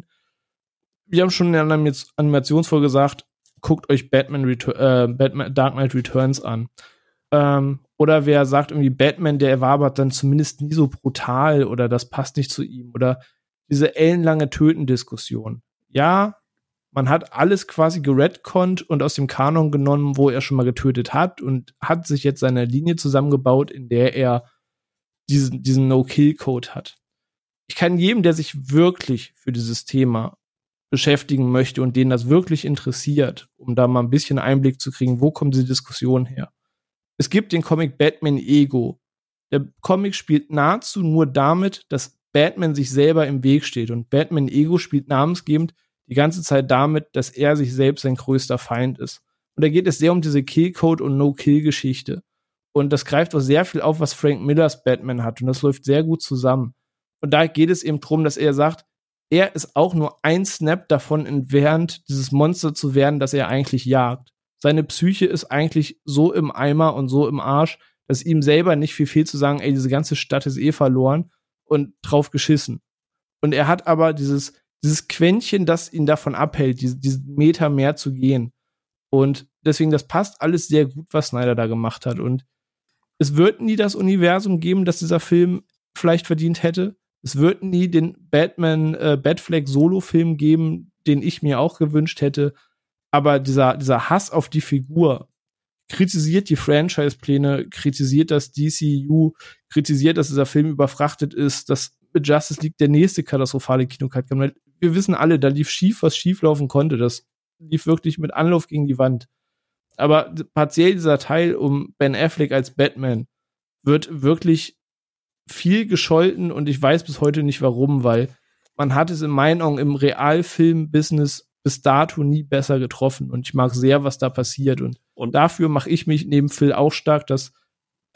Wir haben schon in einer Animationsfolge gesagt, guckt euch Batman, Retur- äh, Batman Dark Knight Returns an. Ähm, oder wer sagt irgendwie, Batman, der war aber dann zumindest nie so brutal oder das passt nicht zu ihm. Oder diese ellenlange Töten-Diskussion. Ja, man hat alles quasi geredconnt und aus dem Kanon genommen, wo er schon mal getötet hat und hat sich jetzt seine Linie zusammengebaut, in der er diesen, diesen No-Kill-Code hat. Ich kann jedem, der sich wirklich für dieses Thema beschäftigen möchte und den das wirklich interessiert, um da mal ein bisschen Einblick zu kriegen, wo kommt diese Diskussion her. Es gibt den Comic Batman Ego. Der Comic spielt nahezu nur damit, dass Batman sich selber im Weg steht und Batman Ego spielt namensgebend die ganze Zeit damit, dass er sich selbst sein größter Feind ist. Und da geht es sehr um diese Kill-Code- und No-Kill-Geschichte. Und das greift auch sehr viel auf, was Frank Millers Batman hat. Und das läuft sehr gut zusammen. Und da geht es eben darum, dass er sagt, er ist auch nur ein Snap davon entfernt, dieses Monster zu werden, das er eigentlich jagt. Seine Psyche ist eigentlich so im Eimer und so im Arsch, dass ihm selber nicht viel fehlt zu sagen, ey, diese ganze Stadt ist eh verloren und drauf geschissen. Und er hat aber dieses Dieses Quäntchen, das ihn davon abhält, diese, diesen Meter mehr zu gehen. Und deswegen, das passt alles sehr gut, was Snyder da gemacht hat. Und es wird nie das Universum geben, das dieser Film vielleicht verdient hätte. Es wird nie den Batman, äh, Batfleck Solo-Film geben, den ich mir auch gewünscht hätte. Aber dieser, dieser Hass auf die Figur kritisiert die Franchise-Pläne, kritisiert das D C U, kritisiert, dass dieser Film überfrachtet ist, dass mit Justice League der nächste katastrophale Kinocut kam. Wir wissen alle, da lief schief, was schief laufen konnte. Das lief wirklich mit Anlauf gegen die Wand. Aber partiell dieser Teil um Ben Affleck als Batman wird wirklich viel gescholten und ich weiß bis heute nicht warum, weil man hat es in meinen Augen im Realfilm-Business bis dato nie besser getroffen und ich mag sehr, was da passiert und, und dafür mache ich mich neben Phil auch stark, dass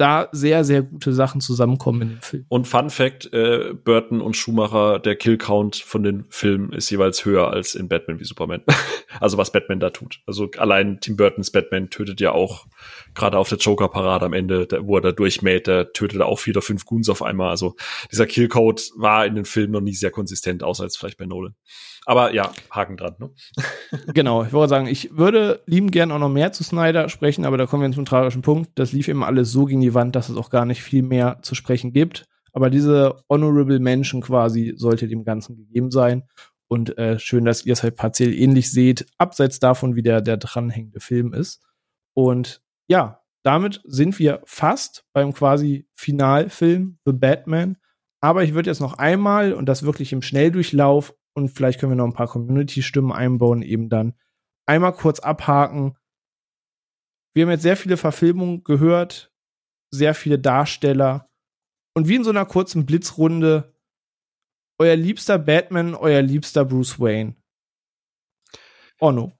da sehr, sehr gute Sachen zusammenkommen in dem Film. Und Fun Fact, äh, Burton und Schumacher, der Kill-Count von den Filmen ist jeweils höher als in Batman wie Superman. Also was Batman da tut. Also allein Tim Burtons Batman tötet ja auch, gerade auf der Joker-Parade am Ende, da, wo er da durchmäht, der tötet auch vier oder fünf Goons auf einmal. Also dieser Kill-Code war in den Filmen noch nie sehr konsistent, außer als vielleicht bei Nolan. Aber ja, Haken dran, ne? Genau, ich wollte sagen, ich würde lieben gern auch noch mehr zu Snyder sprechen, aber da kommen wir zum tragischen Punkt. Das lief eben alles so gegen die Wand, dass es auch gar nicht viel mehr zu sprechen gibt. Aber diese Honorable Mention quasi sollte dem Ganzen gegeben sein. Und äh, schön, dass ihr es halt partiell ähnlich seht, abseits davon, wie der, der dranhängende Film ist. Und ja, damit sind wir fast beim quasi Finalfilm The Batman. Aber ich würde jetzt noch einmal, und das wirklich im Schnelldurchlauf, und vielleicht können wir noch ein paar Community-Stimmen einbauen, eben dann einmal kurz abhaken. Wir haben jetzt sehr viele Verfilmungen gehört, sehr viele Darsteller. Und wie in so einer kurzen Blitzrunde, euer liebster Batman, euer liebster Bruce Wayne. Onno.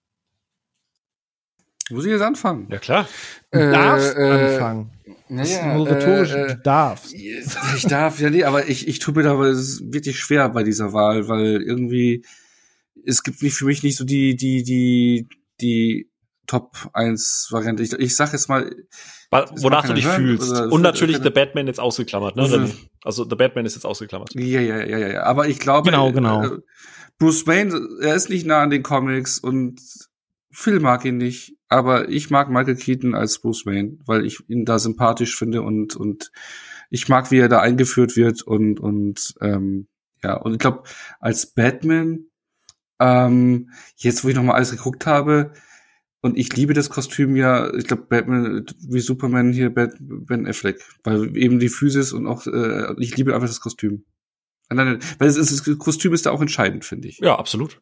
Muss ich jetzt anfangen? Ja, klar. Du Äh, darfst äh, anfangen. Das ist nur rhetorisch, äh, äh, du darfst. Ich darf, ja, nee, aber ich, ich tue mir da aber es ist wirklich schwer bei dieser Wahl, weil irgendwie, es gibt nicht für mich nicht so die, die, die, die Top eins Variante. Ich, ich sag jetzt mal, Wonach du dich fühlst. Oder, Und natürlich oder, The Batman jetzt ausgeklammert, ne? Also, Also The Batman ist jetzt ausgeklammert. Ja, ja, ja, ja, ja. Aber ich glaube, Genau, genau. äh, Bruce Wayne, er ist nicht nah an den Comics und Phil mag ihn nicht. Aber ich mag Michael Keaton als Bruce Wayne, weil ich ihn da sympathisch finde und und ich mag, wie er da eingeführt wird und und ähm, ja, und ich glaube, als Batman, ähm, jetzt wo ich nochmal alles geguckt habe, und ich liebe das Kostüm ja, ich glaube, Batman wie Superman hier, Bat, Ben Affleck, weil eben die Physis und auch, äh, ich liebe einfach das Kostüm. Nein, nein, weil es ist, das Kostüm ist da auch entscheidend, finde ich. Ja, absolut.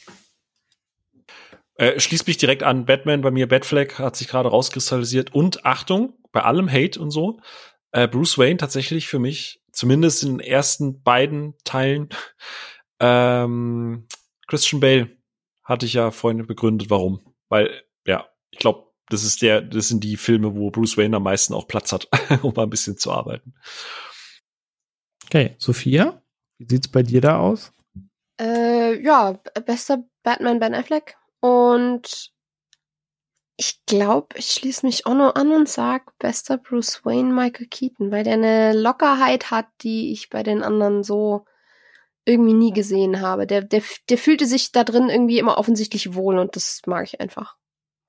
Äh, schließt mich direkt an, Batman, bei mir Batfleck hat sich gerade rauskristallisiert. Und Achtung, bei allem Hate und so, äh, Bruce Wayne tatsächlich für mich, zumindest in den ersten beiden Teilen, ähm, Christian Bale hatte ich ja vorhin begründet, warum. Weil, ja, ich glaube, das ist der, das sind die Filme, wo Bruce Wayne am meisten auch Platz hat, um mal ein bisschen zu arbeiten. Okay, Sophia, wie sieht's bei dir da aus? Äh, ja, bester Batman Ben Affleck. Und ich glaube, ich schließe mich auch noch an und sag bester Bruce Wayne Michael Keaton, weil der eine Lockerheit hat, die ich bei den anderen so irgendwie nie gesehen habe. Der, der, der fühlte sich da drin irgendwie immer offensichtlich wohl und das mag ich einfach.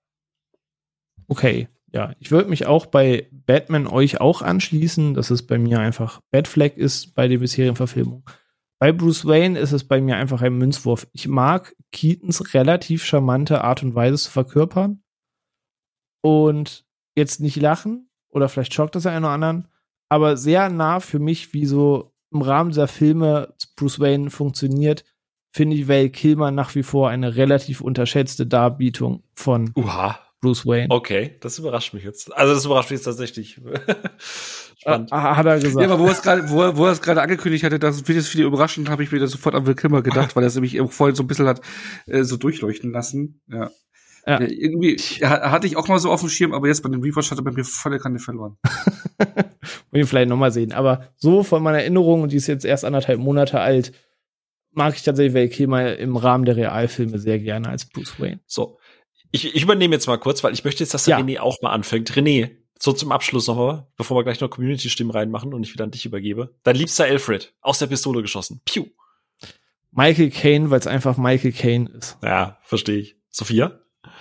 Okay, ja, ich würde mich auch bei Batman euch auch anschließen, dass es bei mir einfach Batfleck ist bei der bisherigen Verfilmung. Bei Bruce Wayne ist es bei mir einfach ein Münzwurf. Ich mag Keatons relativ charmante Art und Weise zu verkörpern und jetzt nicht lachen oder vielleicht schockt das einen oder anderen, aber sehr nah für mich, wie so im Rahmen dieser Filme Bruce Wayne funktioniert, finde ich Val Kilmer nach wie vor eine relativ unterschätzte Darbietung von Uha. Bruce Wayne. Okay, das überrascht mich jetzt. Also das überrascht mich jetzt tatsächlich. Spannend. Ah, hat er gesagt. Ja, aber wo er es gerade, wo er, wo er es gerade angekündigt hatte, das wird jetzt viele überraschend, habe ich mir da sofort an Val Kilmer gedacht, weil er es nämlich vorhin so ein bisschen hat äh, so durchleuchten lassen. Ja. Ja. Ja, irgendwie ja, hatte ich auch mal so auf dem Schirm, aber jetzt bei dem Rewatch hat er bei mir volle Kanne verloren. Will ich vielleicht nochmal sehen. Aber so von meiner Erinnerung, und die ist jetzt erst anderthalb Monate alt, mag ich tatsächlich Val Kilmer im Rahmen der Realfilme sehr gerne als Bruce Wayne. So. Ich, ich übernehme jetzt mal kurz, weil ich möchte jetzt, dass der Ja. René auch mal anfängt. René, so zum Abschluss nochmal, bevor wir gleich noch Community-Stimmen reinmachen und ich wieder an dich übergebe. Dein liebster Alfred, aus der Pistole geschossen. Piu. Michael Caine, weil es einfach Michael Caine ist. Ja, verstehe ich. Sophia?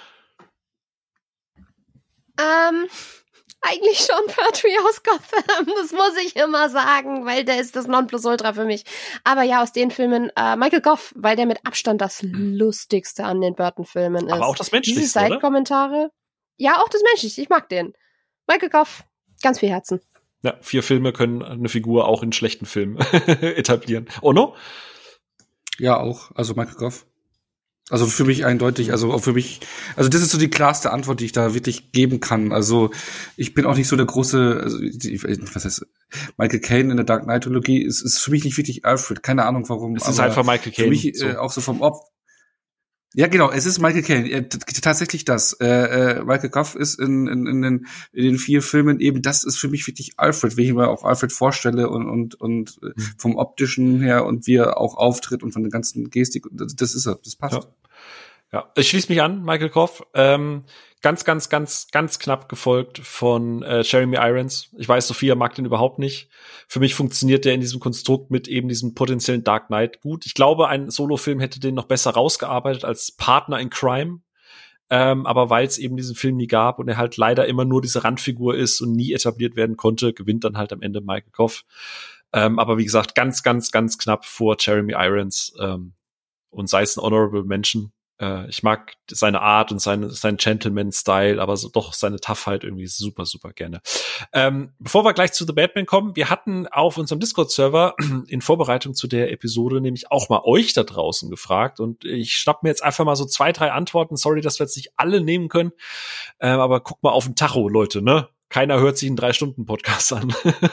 Ähm, eigentlich schon Pertwee aus Gotham, das muss ich immer sagen, weil der ist das Nonplusultra für mich. Aber ja, aus den Filmen äh, Michael Goff, weil der mit Abstand das Lustigste an den Burton-Filmen ist. Aber auch das Menschlichste, Diese oder? Side-Kommentare. Ja, auch das Menschlichste, ich mag den. Michael Goff, ganz viel Herzen. Ja, vier Filme können eine Figur auch in schlechten Filmen etablieren. Ono? Ja, auch. Also Michael Goff. Also für mich eindeutig, also auch für mich, also das ist so die klarste Antwort, die ich da wirklich geben kann. Also ich bin auch nicht so der große, also die, was heißt, Michael Caine in der Dark Knight-Trilogie ist, ist für mich nicht wirklich Alfred, keine Ahnung warum. Es ist einfach Michael Caine. Für mich so. äh, auch so vom Opf. Ja, genau, es ist Michael Caine. Äh, t- tatsächlich das. Äh, äh, Michael Gough ist in, in, in, den, in den vier Filmen eben, das ist für mich wirklich Alfred, wie ich mir auch Alfred vorstelle und, und, und mhm. vom Optischen her und wie er auch auftritt und von der ganzen Gestik. Das, das ist er, das passt. Ja. Ja, ich schließe mich an, Michael Gough. Ähm, ganz, ganz, ganz, ganz knapp gefolgt von äh, Jeremy Irons. Ich weiß, Sophia mag den überhaupt nicht. Für mich funktioniert der in diesem Konstrukt mit eben diesem potenziellen Dark Knight gut. Ich glaube, ein Solofilm hätte den noch besser rausgearbeitet als Partner in Crime. Ähm, aber weil es eben diesen Film nie gab und er halt leider immer nur diese Randfigur ist und nie etabliert werden konnte, gewinnt dann halt am Ende Michael Gough. Ähm, aber wie gesagt, ganz, ganz, ganz knapp vor Jeremy Irons ähm, und sei es ein Honorable Mention. Äh, ich mag seine Art und seine, sein Gentleman-Style, aber so doch seine Toughheit irgendwie super, super gerne. Ähm, bevor wir gleich zu The Batman kommen, wir hatten auf unserem Discord-Server in Vorbereitung zu der Episode nämlich auch mal euch da draußen gefragt und ich schnapp mir jetzt einfach mal so zwei, drei Antworten. Sorry, dass wir jetzt nicht alle nehmen können, ähm, aber guck mal auf den Tacho, Leute, ne? Keiner hört sich einen Drei-Stunden-Podcast an.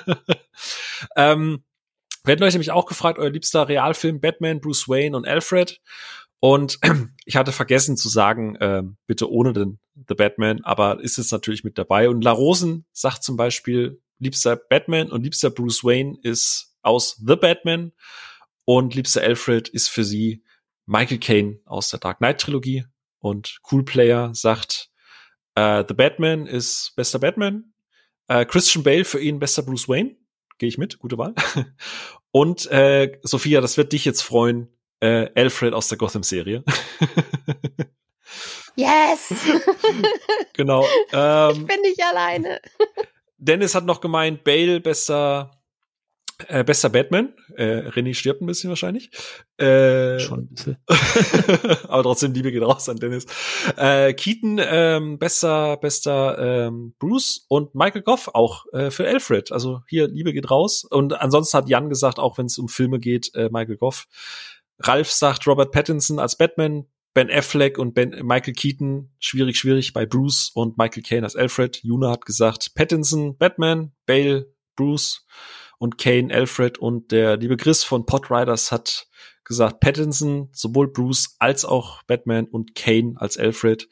ähm, wir hätten euch nämlich auch gefragt, euer liebster Realfilm Batman, Bruce Wayne und Alfred. Und ich hatte vergessen zu sagen, äh, bitte ohne den The Batman, aber ist jetzt natürlich mit dabei. Und La Rosen sagt zum Beispiel, liebster Batman und liebster Bruce Wayne ist aus The Batman und liebster Alfred ist für sie Michael Caine aus der Dark Knight Trilogie. Und Cool Player sagt, äh, The Batman ist bester Batman, äh, Christian Bale für ihn bester Bruce Wayne. Gehe ich mit, gute Wahl. Und äh, Sophia, das wird dich jetzt freuen, Äh, Alfred aus der Gotham-Serie. Yes! Genau. Ähm, ich bin nicht alleine. Dennis hat noch gemeint, Bale bester äh, bester Batman. Äh, René stirbt ein bisschen wahrscheinlich. Äh, Schon ein bisschen. aber trotzdem, Liebe geht raus an Dennis. Äh, Keaton ähm, bester bester ähm, Bruce und Michael Gough auch äh, für Alfred. Also hier, Liebe geht raus. Und ansonsten hat Jan gesagt, auch wenn es um Filme geht, äh, Michael Gough. Ralf sagt Robert Pattinson als Batman, Ben Affleck und Ben, Michael Keaton, schwierig, schwierig bei Bruce und Michael Caine als Alfred. Juna hat gesagt Pattinson, Batman, Bale, Bruce und Caine, Alfred. Und der liebe Chris von Podriders hat gesagt Pattinson, sowohl Bruce als auch Batman und Caine als Alfred.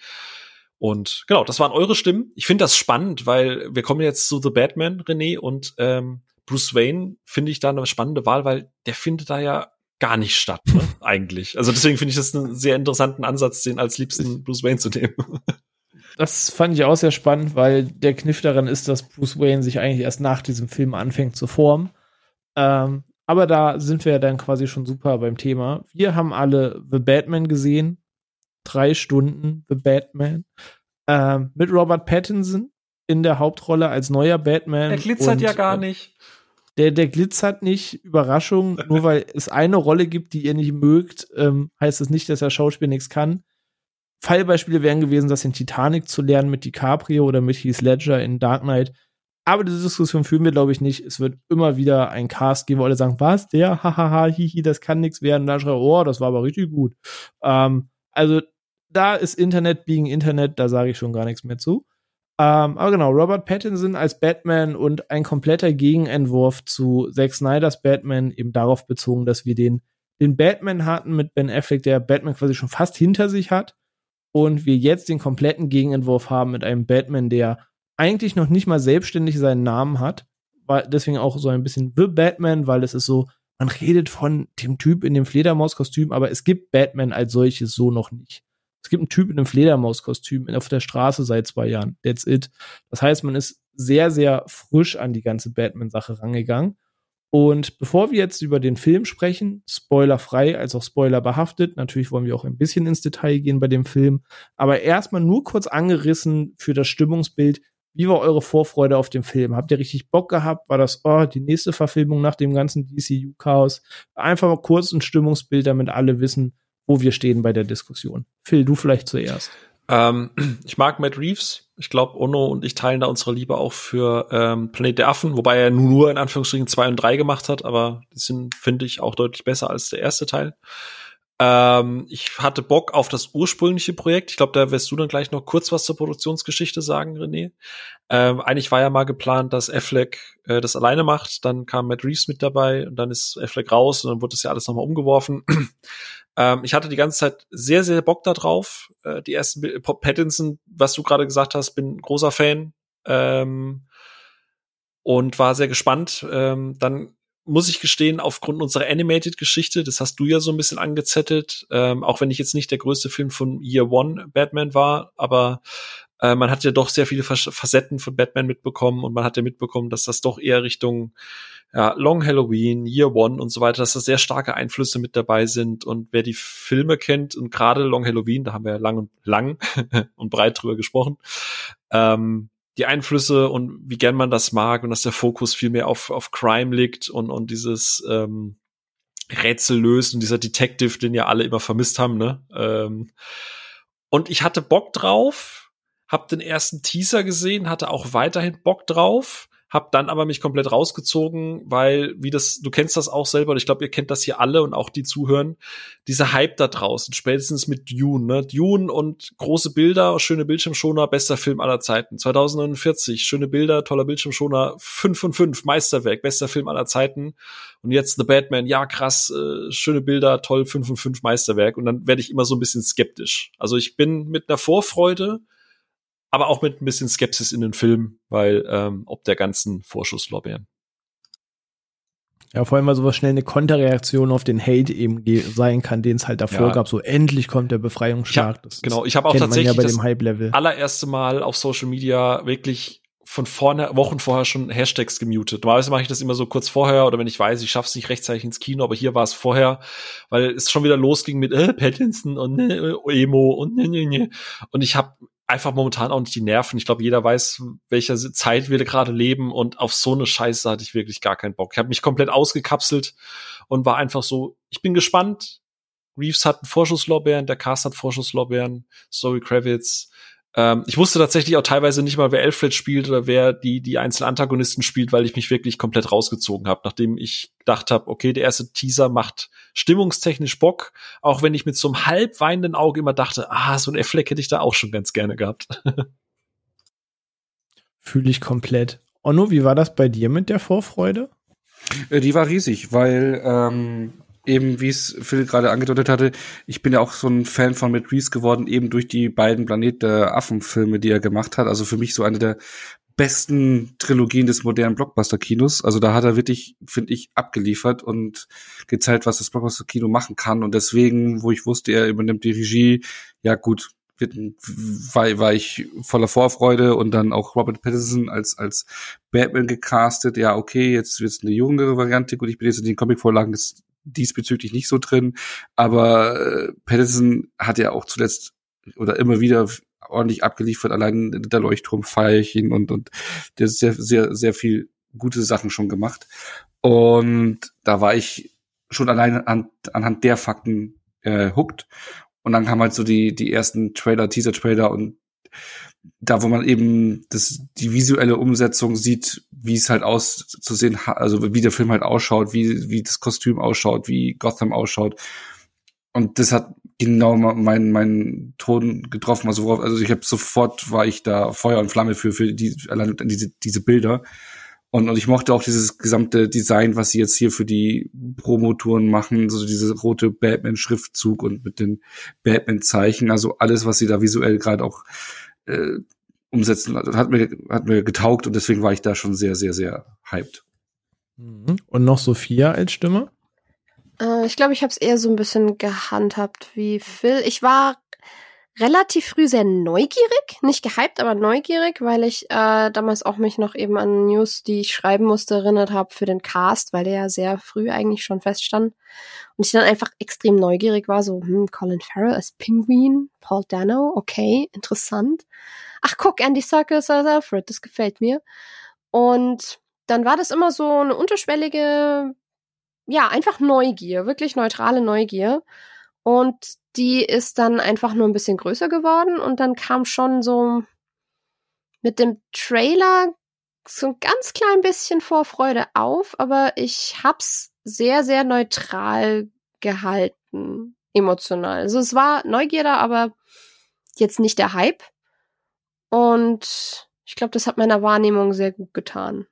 Und genau, das waren eure Stimmen. Ich finde das spannend, weil wir kommen jetzt zu The Batman, René, und ähm, Bruce Wayne finde ich da eine spannende Wahl, weil der findet da ja gar nicht statt, ne? Eigentlich. Also deswegen finde ich das einen sehr interessanten Ansatz, den als liebsten Bruce Wayne zu nehmen. Das fand ich auch sehr spannend, weil der Kniff daran ist, dass Bruce Wayne sich eigentlich erst nach diesem Film anfängt zu formen. Ähm, aber da sind wir ja dann quasi schon super beim Thema. Wir haben alle The Batman gesehen. Drei Stunden The Batman. Ähm, mit Robert Pattinson in der Hauptrolle als neuer Batman. Der glitzert und, ja gar äh, nicht. Der, der glitzert nicht, Überraschung, nur weil es eine Rolle gibt, die ihr nicht mögt, ähm, heißt das nicht, dass der Schauspieler nichts kann. Fallbeispiele wären gewesen, das in Titanic zu lernen mit DiCaprio oder mit Heath Ledger in Dark Knight. Aber diese Diskussion führen wir, glaube ich, nicht. Es wird immer wieder ein Cast geben, wo alle sagen, was, der, hahaha, hihi, das kann nichts werden. Und dann schreiben, oh, das war aber richtig gut. Ähm, also da ist Internet being Internet, da sage ich schon gar nichts mehr zu. Ähm, aber genau, Robert Pattinson als Batman und ein kompletter Gegenentwurf zu Zack Snyders Batman, eben darauf bezogen, dass wir den, den Batman hatten mit Ben Affleck, der Batman quasi schon fast hinter sich hat, und wir jetzt den kompletten Gegenentwurf haben mit einem Batman, der eigentlich noch nicht mal selbstständig seinen Namen hat, war deswegen auch so ein bisschen The Batman, weil es ist so, man redet von dem Typ in dem Fledermauskostüm, aber es gibt Batman als solches so noch nicht. Es gibt einen Typ in einem Fledermauskostüm auf der Straße seit zwei Jahren. That's it. Das heißt, man ist sehr, sehr frisch an die ganze Batman-Sache rangegangen. Und bevor wir jetzt über den Film sprechen, spoilerfrei als auch spoilerbehaftet, natürlich wollen wir auch ein bisschen ins Detail gehen bei dem Film, aber erstmal nur kurz angerissen für das Stimmungsbild. Wie war eure Vorfreude auf den Film? Habt ihr richtig Bock gehabt? War das, oh, die nächste Verfilmung nach dem ganzen D C U-Chaos? Einfach mal kurz ein Stimmungsbild, damit alle wissen, wo wir stehen bei der Diskussion. Phil, du vielleicht zuerst. Ähm, ich mag Matt Reeves. Ich glaube, Ono und ich teilen da unsere Liebe auch für ähm, Planet der Affen, wobei er nur in Anführungsstrichen zwei und drei gemacht hat, aber die sind, finde ich, auch deutlich besser als der erste Teil. Ähm, ich hatte Bock auf das ursprüngliche Projekt. Ich glaube, da wirst du dann gleich noch kurz was zur Produktionsgeschichte sagen, René. Ähm, eigentlich war ja mal geplant, dass Affleck äh, das alleine macht. Dann kam Matt Reeves mit dabei und dann ist Affleck raus und dann wurde das ja alles nochmal umgeworfen. ähm, ich hatte die ganze Zeit sehr, sehr Bock da drauf. Äh, die ersten Bil- Pattinson, was du gerade gesagt hast, bin ein großer Fan. Ähm, und war sehr gespannt. Ähm, dann muss ich gestehen, aufgrund unserer Animated-Geschichte, das hast du ja so ein bisschen angezettelt, ähm, auch wenn ich jetzt nicht der größte Film von Year One Batman war, aber äh, man hat ja doch sehr viele Facetten von Batman mitbekommen und man hat ja mitbekommen, dass das doch eher Richtung ja, Long Halloween, Year One und so weiter, dass da sehr starke Einflüsse mit dabei sind und wer die Filme kennt und gerade Long Halloween, da haben wir ja lang und lang und breit drüber gesprochen, ähm, die Einflüsse und wie gern man das mag und dass der Fokus viel mehr auf, auf Crime liegt und, und dieses ähm, Rätsel löst und dieser Detective, den ja alle immer vermisst haben, ne? Ähm, und ich hatte Bock drauf, hab den ersten Teaser gesehen, hatte auch weiterhin Bock drauf, hab dann aber mich komplett rausgezogen, weil, wie das, du kennst das auch selber, und ich glaube, ihr kennt das hier alle und auch die zuhören, dieser Hype da draußen, spätestens mit Dune, ne? Dune und große Bilder, schöne Bildschirmschoner, bester Film aller Zeiten. zwanzig neunundvierzig, schöne Bilder, toller Bildschirmschoner, fünf von fünf, Meisterwerk, bester Film aller Zeiten. Und jetzt The Batman, ja krass, äh, schöne Bilder, toll, fünf von fünf, Meisterwerk. Und dann werde ich immer so ein bisschen skeptisch. Also ich bin mit einer Vorfreude, aber auch mit ein bisschen Skepsis in den Film, weil ähm, ob der ganzen Vorschusslorbeeren. Ja, vor allem, weil sowas schnell eine Konterreaktion auf den Hate eben ge- sein kann, den es halt davor Ja. gab. So, endlich kommt der Befreiungsschlag. Ja, das genau. Ich habe auch kennt man tatsächlich ja bei das dem Hype-Level. allererste Mal auf Social Media wirklich von vorne, Wochen vorher schon Hashtags gemutet. Normalerweise mache ich das immer so kurz vorher oder wenn ich weiß, ich schaff's nicht rechtzeitig ins Kino, aber hier war es vorher, weil es schon wieder losging mit äh, Pattinson und äh, Emo und ne, ne, ne. Und ich habe einfach momentan auch nicht die Nerven. Ich glaube, jeder weiß, welcher Zeit wir gerade leben und auf so eine Scheiße hatte ich wirklich gar keinen Bock. Ich habe mich komplett ausgekapselt und war einfach so, ich bin gespannt. Reeves hat einen Vorschusslorbeeren, der Cast hat Vorschusslorbeeren, Zoe Kravitz. Ähm, ich wusste tatsächlich auch teilweise nicht mal, wer Alfred spielt oder wer die die einzelnen Antagonisten spielt, weil ich mich wirklich komplett rausgezogen habe, nachdem ich gedacht habe, okay, der erste Teaser macht stimmungstechnisch Bock, auch wenn ich mit so einem halb weinenden Auge immer dachte, ah, so ein Affleck hätte ich da auch schon ganz gerne gehabt. Fühle ich komplett. Onno, wie war das bei dir mit der Vorfreude? Äh, Die war riesig, weil ähm, eben, wie es Phil gerade angedeutet hatte, ich bin ja auch so ein Fan von Matt Reeves geworden, eben durch die beiden Planet der Affen-Filme, die er gemacht hat. Also für mich so eine der besten Trilogien des modernen Blockbuster-Kinos. Also da hat er wirklich, finde ich, abgeliefert und gezeigt, was das Blockbuster-Kino machen kann. Und deswegen, wo ich wusste, er übernimmt die Regie, ja gut, war, war ich voller Vorfreude und dann auch Robert Pattinson als als Batman gecastet. Ja, okay, jetzt wird's eine jüngere Variante. Gut, ich bin jetzt in den Comicvorlagen ist diesbezüglich nicht so drin, aber äh, Pattinson hat ja auch zuletzt oder immer wieder ordentlich abgeliefert. Allein der Leuchtturm feiere ich ihn und und der ist sehr sehr sehr viel gute Sachen schon gemacht. Und da war ich schon allein an, anhand der Fakten äh, hooked. Und dann kamen halt so die die ersten Trailer, Teaser-Trailer und da, wo man eben das die visuelle Umsetzung sieht, wie es halt auszusehen hat, also wie der Film halt ausschaut, wie wie das Kostüm ausschaut, wie Gotham ausschaut. Und das hat genau meinen meinen Ton getroffen. Also worauf, also ich habe sofort war ich da Feuer und Flamme für für die allein diese diese Bilder. Und, und ich mochte auch dieses gesamte Design, was sie jetzt hier für die Promotouren machen, so diese rote Batman-Schriftzug und mit den Batman-Zeichen, also alles, was sie da visuell gerade auch äh, umsetzen, hat mir hat mir getaugt und deswegen war ich da schon sehr, sehr, sehr hyped. Und noch Sophia als Stimme? Äh, ich glaube, ich habe es eher so ein bisschen gehandhabt wie Phil. Ich war relativ früh sehr neugierig, nicht gehypt, aber neugierig, weil ich äh, damals auch mich noch eben an News, die ich schreiben musste, erinnert habe für den Cast, weil der ja sehr früh eigentlich schon feststand. Und ich dann einfach extrem neugierig war, so, hm, Colin Farrell als Penguin, Paul Dano, okay, interessant. Ach, guck, Andy Serkis als Alfred, das gefällt mir. Und dann war das immer so eine unterschwellige, ja, einfach Neugier, wirklich neutrale Neugier. Und die ist dann einfach nur ein bisschen größer geworden und dann kam schon so mit dem Trailer so ein ganz klein bisschen Vorfreude auf, aber ich hab's sehr, sehr neutral gehalten. emotional. Also es war Neugierde, aber jetzt nicht der Hype. Und ich glaube, das hat meiner Wahrnehmung sehr gut getan.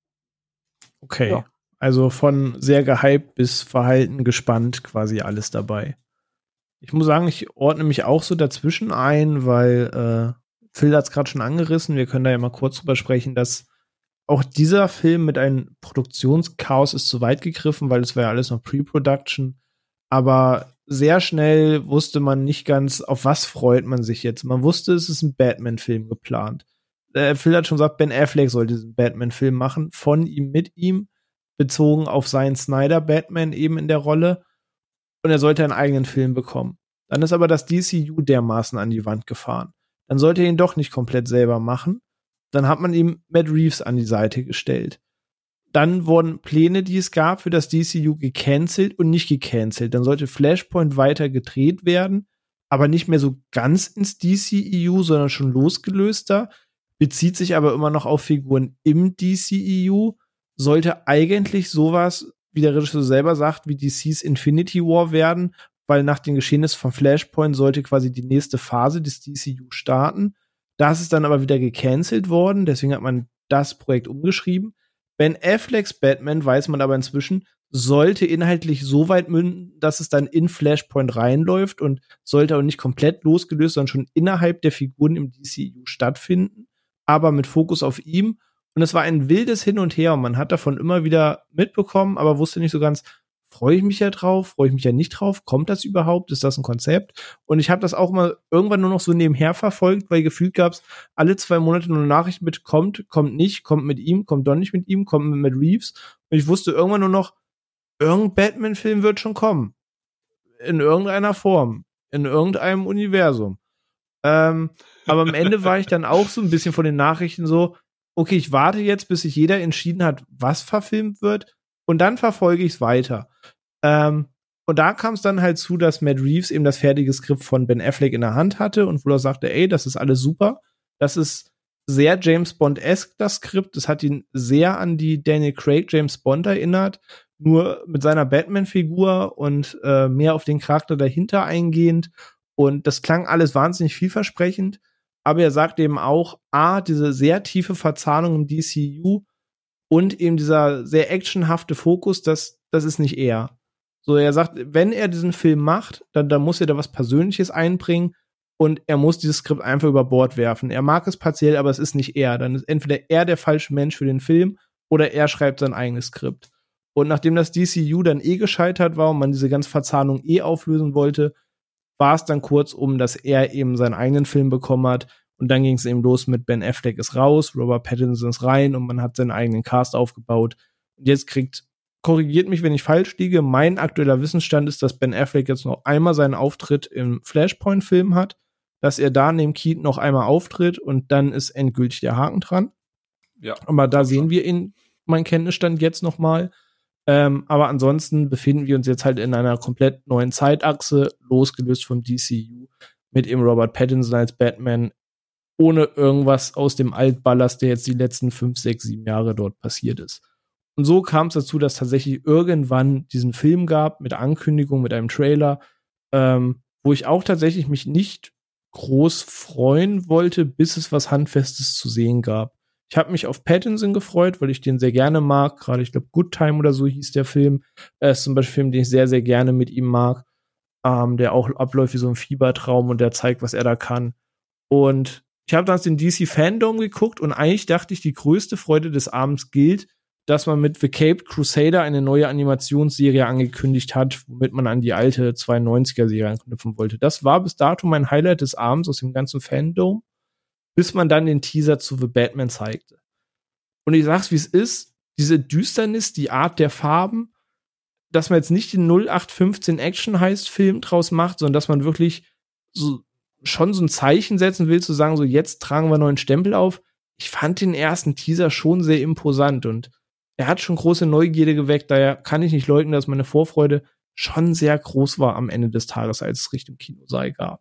Okay. Ja. Also von sehr gehypt bis verhalten gespannt quasi alles dabei. Ich muss sagen, ich ordne mich auch so dazwischen ein, weil äh, Phil hat es gerade schon angerissen. Wir können da ja mal kurz drüber sprechen, dass auch dieser Film mit einem Produktionschaos ist zu weit gegriffen, weil es war ja alles noch Pre-Production. Aber sehr schnell wusste man nicht ganz, auf was freut man sich jetzt. Man wusste, es ist ein Batman-Film geplant. Äh, Phil hat schon gesagt, Ben Affleck soll diesen Batman-Film machen, von ihm, mit ihm, bezogen auf seinen Snyder-Batman eben in der Rolle. Und er sollte einen eigenen Film bekommen. Dann ist aber das D C U dermaßen an die Wand gefahren. Dann sollte er ihn doch nicht komplett selber machen. Dann hat man ihm Matt Reeves an die Seite gestellt. Dann wurden Pläne, die es gab, für das D C U gecancelt und nicht gecancelt. Dann sollte Flashpoint weiter gedreht werden, aber nicht mehr so ganz ins D C E U, sondern schon losgelöster. Bezieht sich aber immer noch auf Figuren im D C E U. Sollte eigentlich sowas, wie der Regisseur selber sagt, wie D C's Infinity War werden, weil nach den Geschehnissen von Flashpoint sollte quasi die nächste Phase des D C U starten. Das ist dann aber wieder gecancelt worden, deswegen hat man das Projekt umgeschrieben. Ben Afflecks Batman, weiß man aber inzwischen, sollte inhaltlich so weit münden, dass es dann in Flashpoint reinläuft und sollte auch nicht komplett losgelöst, sondern schon innerhalb der Figuren im D C E U stattfinden, aber mit Fokus auf ihm. Und es war ein wildes Hin und Her und man hat davon immer wieder mitbekommen, aber wusste nicht so ganz, freue ich mich ja drauf, freue ich mich ja nicht drauf, kommt das überhaupt, ist das ein Konzept? Und ich habe das auch mal irgendwann nur noch so nebenher verfolgt, weil gefühlt gab es alle zwei Monate nur Nachrichten mit kommt, kommt nicht, kommt mit ihm, kommt doch nicht mit ihm, kommt mit Matt Reeves. Und ich wusste irgendwann nur noch, irgendein Batman-Film wird schon kommen. In irgendeiner Form. In irgendeinem Universum. Ähm, aber am Ende war ich dann auch so ein bisschen von den Nachrichten so, okay, ich warte jetzt, bis sich jeder entschieden hat, was verfilmt wird, und dann verfolge ich es weiter. Ähm, und da kam es dann halt zu, dass Matt Reeves eben das fertige Skript von Ben Affleck in der Hand hatte und wo er sagte, ey, das ist alles super. Das ist sehr James Bond-esque, das Skript. Das hat ihn sehr an die Daniel Craig James Bond erinnert, nur mit seiner Batman-Figur und äh, mehr auf den Charakter dahinter eingehend. Und das klang alles wahnsinnig vielversprechend. Aber er sagt eben auch, A, diese sehr tiefe Verzahnung im D C U und eben dieser sehr actionhafte Fokus, das, das ist nicht er. So, er sagt, wenn er diesen Film macht, dann, dann muss er da was Persönliches einbringen und er muss dieses Skript einfach über Bord werfen. Er mag es partiell, aber es ist nicht er. Dann ist entweder er der falsche Mensch für den Film oder er schreibt sein eigenes Skript. Und nachdem das D C U dann eh gescheitert war und man diese ganze Verzahnung eh auflösen wollte, war es dann kurzum, dass er eben seinen eigenen Film bekommen hat. Und dann ging es eben los mit Ben Affleck ist raus, Robert Pattinson ist rein und man hat seinen eigenen Cast aufgebaut. Und jetzt kriegt, korrigiert mich, wenn ich falsch liege, mein aktueller Wissensstand ist, dass Ben Affleck jetzt noch einmal seinen Auftritt im Flashpoint-Film hat, dass er da neben Keaton noch einmal auftritt und dann ist endgültig der Haken dran. Ja. Aber da sehen wir ihn, mein Kenntnisstand jetzt noch mal. Ähm, aber ansonsten befinden wir uns jetzt halt in einer komplett neuen Zeitachse, losgelöst vom D C U, mit eben Robert Pattinson als Batman, ohne irgendwas aus dem Altballast, der jetzt die letzten fünf, sechs, sieben Jahre dort passiert ist. Und so kam es dazu, dass tatsächlich irgendwann diesen Film gab, mit Ankündigung, mit einem Trailer, ähm, wo ich auch tatsächlich mich nicht groß freuen wollte, bis es was Handfestes zu sehen gab. Ich habe mich auf Pattinson gefreut, weil ich den sehr gerne mag. Gerade, ich glaube, Good Time oder so hieß der Film. Er ist zum Beispiel ein Film, den ich sehr, sehr gerne mit ihm mag. Ähm, der auch abläuft wie so ein Fiebertraum und der zeigt, was er da kann. Und ich habe dann den D C Fandom geguckt und eigentlich dachte ich, die größte Freude des Abends gilt, dass man mit The Caped Crusader eine neue Animationsserie angekündigt hat, womit man an die alte zweiundneunziger-Serie anknüpfen wollte. Das war bis dato mein Highlight des Abends aus dem ganzen Fandom, bis man dann den Teaser zu The Batman zeigte. Und ich sag's, wie es ist, diese Düsternis, die Art der Farben, dass man jetzt nicht den null acht fünfzehn Action-Heist-Film draus macht, sondern dass man wirklich so schon so ein Zeichen setzen will, zu sagen, so jetzt tragen wir neuen Stempel auf. Ich fand den ersten Teaser schon sehr imposant und er hat schon große Neugierde geweckt, daher kann ich nicht leugnen, dass meine Vorfreude schon sehr groß war am Ende des Tages, als es Richtung Kinosaal gab.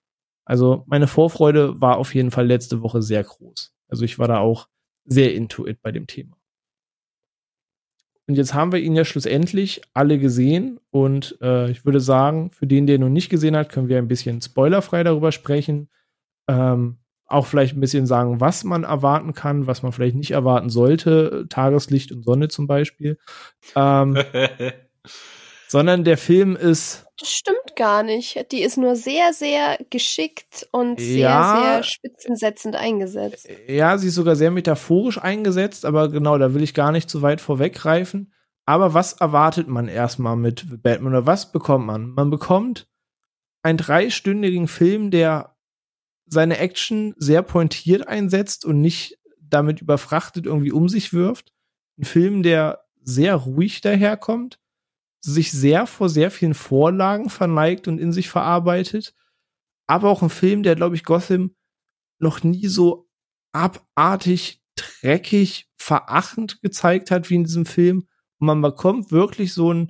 Also meine Vorfreude war auf jeden Fall letzte Woche sehr groß. Also ich war da auch sehr into it bei dem Thema. Und jetzt haben wir ihn ja schlussendlich alle gesehen. Und äh, ich würde sagen, für den, der ihn noch nicht gesehen hat, können wir ein bisschen spoilerfrei darüber sprechen. Ähm, auch vielleicht ein bisschen sagen, was man erwarten kann, was man vielleicht nicht erwarten sollte. Tageslicht und Sonne zum Beispiel. Ähm, sondern der Film ist Das stimmt gar nicht. Die ist nur sehr, sehr geschickt und sehr, Ja. sehr spitzensetzend eingesetzt. Ja, sie ist sogar sehr metaphorisch eingesetzt, aber genau, da will ich gar nicht zu weit vorweggreifen. Aber was erwartet man erstmal mit Batman oder was bekommt man? Man bekommt einen dreistündigen Film, der seine Action sehr pointiert einsetzt und nicht damit überfrachtet irgendwie um sich wirft. Ein Film, der sehr ruhig daherkommt, sich sehr vor sehr vielen Vorlagen verneigt und in sich verarbeitet. Aber auch ein Film, der, glaube ich, Gotham noch nie so abartig, dreckig, verachtend gezeigt hat wie in diesem Film. Und man bekommt wirklich so einen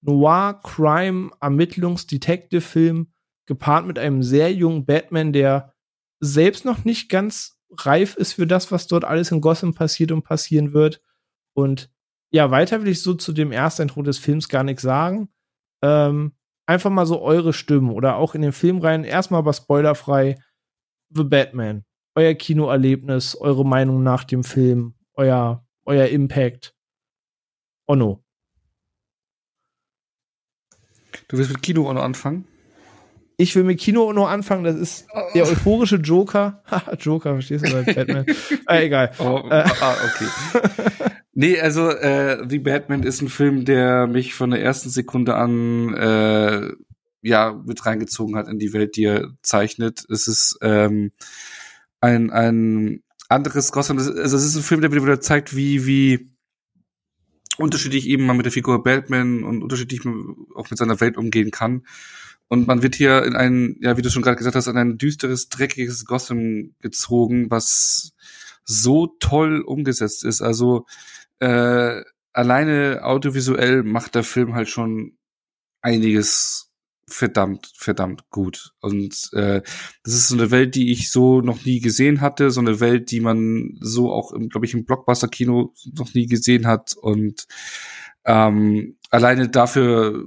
Noir-Crime-Ermittlungs-Detective-Film gepaart mit einem sehr jungen Batman, der selbst noch nicht ganz reif ist für das, was dort alles in Gotham passiert und passieren wird. Und ja, weiter will ich so zu dem Ersteindruck des Films gar nichts sagen. Ähm, einfach mal so eure Stimmen oder auch in den Film rein. Erstmal aber spoilerfrei. The Batman. Euer Kinoerlebnis, eure Meinung nach dem Film, euer, euer Impact. Onno. Du willst mit Kino auch noch anfangen? Ich will mit Kino Onno anfangen, das ist der euphorische Joker. Haha, Joker, verstehst du, bei Batman? äh, egal. Oh, Äh. ah, okay. Nee, also äh, The Batman ist ein Film, der mich von der ersten Sekunde an äh, ja mit reingezogen hat in die Welt, die er zeichnet. Es ist ähm, ein ein anderes Gotham. Also es ist ein Film, der wieder zeigt, wie wie unterschiedlich eben man mit der Figur Batman und unterschiedlich auch mit seiner Welt umgehen kann. Und man wird hier in ein, ja, wie du schon gerade gesagt hast, in ein düsteres, dreckiges Gotham gezogen, was so toll umgesetzt ist. Also äh, alleine audiovisuell macht der Film halt schon einiges verdammt, verdammt gut. Und äh, das ist so eine Welt, die ich so noch nie gesehen hatte, so eine Welt, die man so auch, glaube ich, im Blockbuster-Kino noch nie gesehen hat. Und ähm, alleine dafür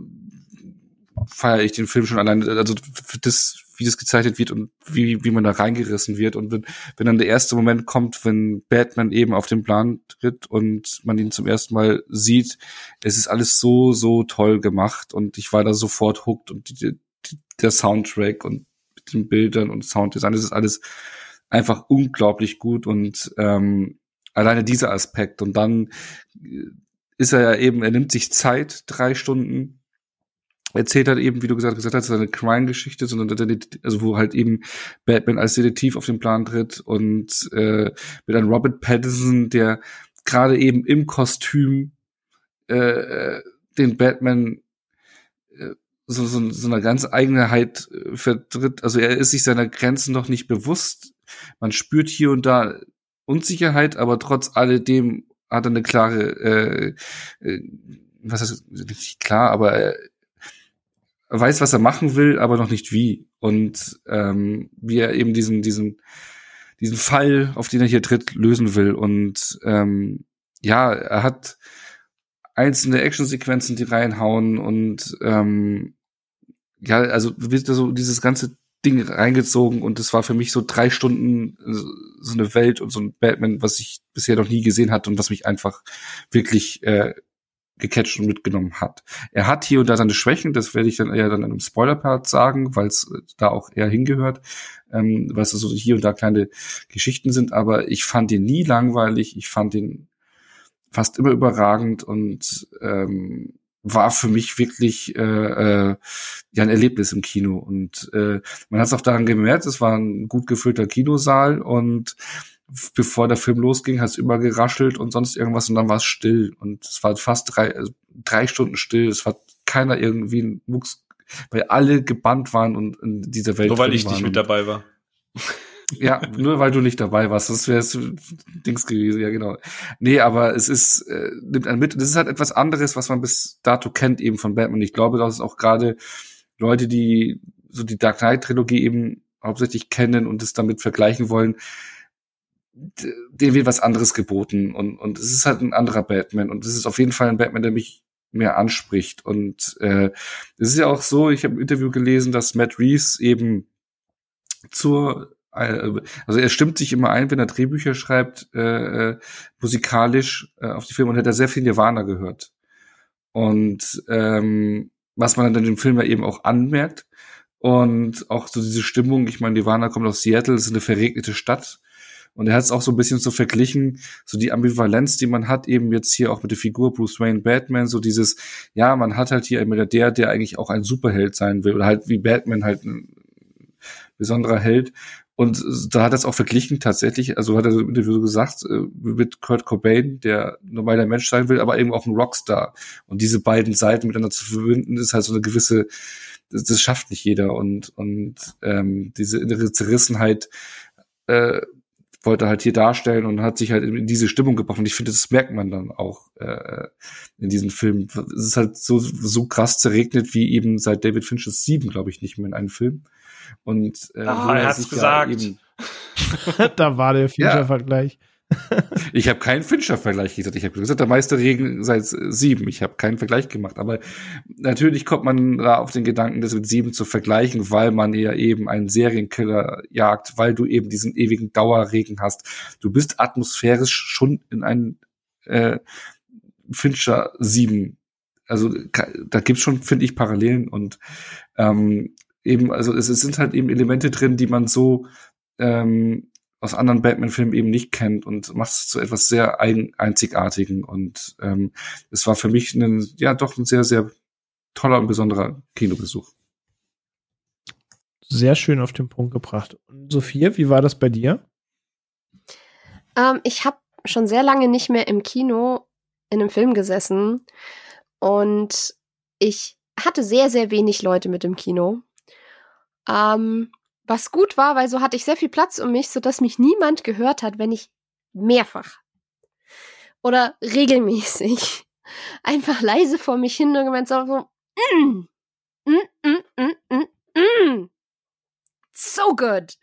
feiere ich den Film schon alleine, also für das, wie das gezeichnet wird und wie wie man da reingerissen wird. Und wenn, wenn dann der erste Moment kommt, wenn Batman eben auf den Plan tritt und man ihn zum ersten Mal sieht, es ist alles so, so toll gemacht und ich war da sofort hooked und die, die, der Soundtrack und mit den Bildern und Sounddesign, das ist alles einfach unglaublich gut und ähm, alleine dieser Aspekt. Und dann ist er ja eben, er nimmt sich Zeit, drei Stunden, erzählt halt eben, wie du gesagt, gesagt hast, eine Crime-Geschichte, sondern also wo halt eben Batman als Detektiv auf den Plan tritt und äh, mit einem Robert Pattinson, der gerade eben im Kostüm äh, den Batman äh, so, so, so eine ganz Eigenheit äh, vertritt. Also er ist sich seiner Grenzen noch nicht bewusst. Man spürt hier und da Unsicherheit, aber trotz alledem hat er eine klare, äh, äh, was heißt nicht klar, aber er weiß, was er machen will, aber noch nicht wie. Und ähm, wie er eben diesen diesen diesen Fall, auf den er hier tritt, lösen will. Und ähm, ja, er hat einzelne Actionsequenzen, die reinhauen und ähm, ja, also wird da so dieses ganze Ding reingezogen und es war für mich so drei Stunden so eine Welt und so ein Batman, was ich bisher noch nie gesehen hatte und was mich einfach wirklich äh, gecatcht und mitgenommen hat. Er hat hier und da seine Schwächen, das werde ich dann eher dann in einem Spoiler-Part sagen, weil es da auch eher hingehört, ähm, weil es so hier und da kleine Geschichten sind, aber ich fand ihn nie langweilig, ich fand ihn fast immer überragend und ähm, war für mich wirklich äh, äh, ja ein Erlebnis im Kino und äh, man hat es auch daran gemerkt, es war ein gut gefüllter Kinosaal und bevor der Film losging, hat es immer geraschelt und sonst irgendwas und dann war es still und es war fast drei, also drei Stunden still, es war keiner irgendwie ein Mucks, weil alle gebannt waren und in dieser Welt nur weil ich waren nicht mit dabei war. Ja, nur weil du nicht dabei warst, das wäre es Dings gewesen, ja genau. Nee, aber es ist, äh, nimmt einen mit, das ist halt etwas anderes, was man bis dato kennt eben von Batman. Ich glaube, dass es auch gerade Leute, die so die Dark Knight Trilogie eben hauptsächlich kennen und es damit vergleichen wollen, dem wird was anderes geboten und und es ist halt ein anderer Batman und es ist auf jeden Fall ein Batman, der mich mehr anspricht und äh, es ist ja auch so, ich habe ein Interview gelesen, dass Matt Reeves eben zur also er stimmt sich immer ein, wenn er Drehbücher schreibt, äh, musikalisch äh, auf die Filme und hat er sehr viel Nirvana gehört. Und ähm, was man dann in dem Film ja eben auch anmerkt und auch so diese Stimmung, ich meine, Nirvana kommt aus Seattle, ist eine verregnete Stadt und er hat es auch so ein bisschen so verglichen, so die Ambivalenz, die man hat, eben jetzt hier auch mit der Figur Bruce Wayne Batman, so dieses, ja, man hat halt hier einen Milliardär, der eigentlich auch ein Superheld sein will oder halt wie Batman halt ein besonderer Held. Und da hat er es auch verglichen tatsächlich, also hat er im Interview gesagt, mit Kurt Cobain, der normaler Mensch sein will, aber eben auch ein Rockstar. Und diese beiden Seiten miteinander zu verbinden, ist halt so eine gewisse, das, das schafft nicht jeder. Und und ähm, diese innere Zerrissenheit äh, wollte er halt hier darstellen und hat sich halt in diese Stimmung gebracht. Und ich finde, das merkt man dann auch äh, in diesem Film. Es ist halt so so krass zerregnet wie eben seit David Finchers Sieben, glaube ich, nicht mehr in einem Film. Und äh, oh, er hat's gesagt. Ja eben, da war der Fincher-Vergleich. Ich habe keinen Fincher-Vergleich gesagt. Ich habe gesagt, der Meisterregen seit sieben. Ich habe keinen Vergleich gemacht. Aber natürlich kommt man da auf den Gedanken, das mit sieben zu vergleichen, weil man ja eben einen Serienkiller jagt, weil du eben diesen ewigen Dauerregen hast. Du bist atmosphärisch schon in einen äh, Fincher sieben. Also da gibt's schon, finde ich, Parallelen und ähm, eben, also es, es sind halt eben Elemente drin, die man so ähm, aus anderen Batman-Filmen eben nicht kennt und macht es zu etwas sehr eigen, einzigartigen und ähm, es war für mich ein, ja doch ein sehr, sehr toller und besonderer Kinobesuch. Sehr schön auf den Punkt gebracht. Und Sophia, wie war das bei dir? Ähm, ich habe schon sehr lange nicht mehr im Kino in einem Film gesessen und ich hatte sehr, sehr wenig Leute mit im Kino. Ähm, was gut war, weil so hatte ich sehr viel Platz um mich, sodass mich niemand gehört hat, wenn ich mehrfach oder regelmäßig einfach leise vor mich hin und gemeint so, mm, mm, mm, mm, mm, mm. So good.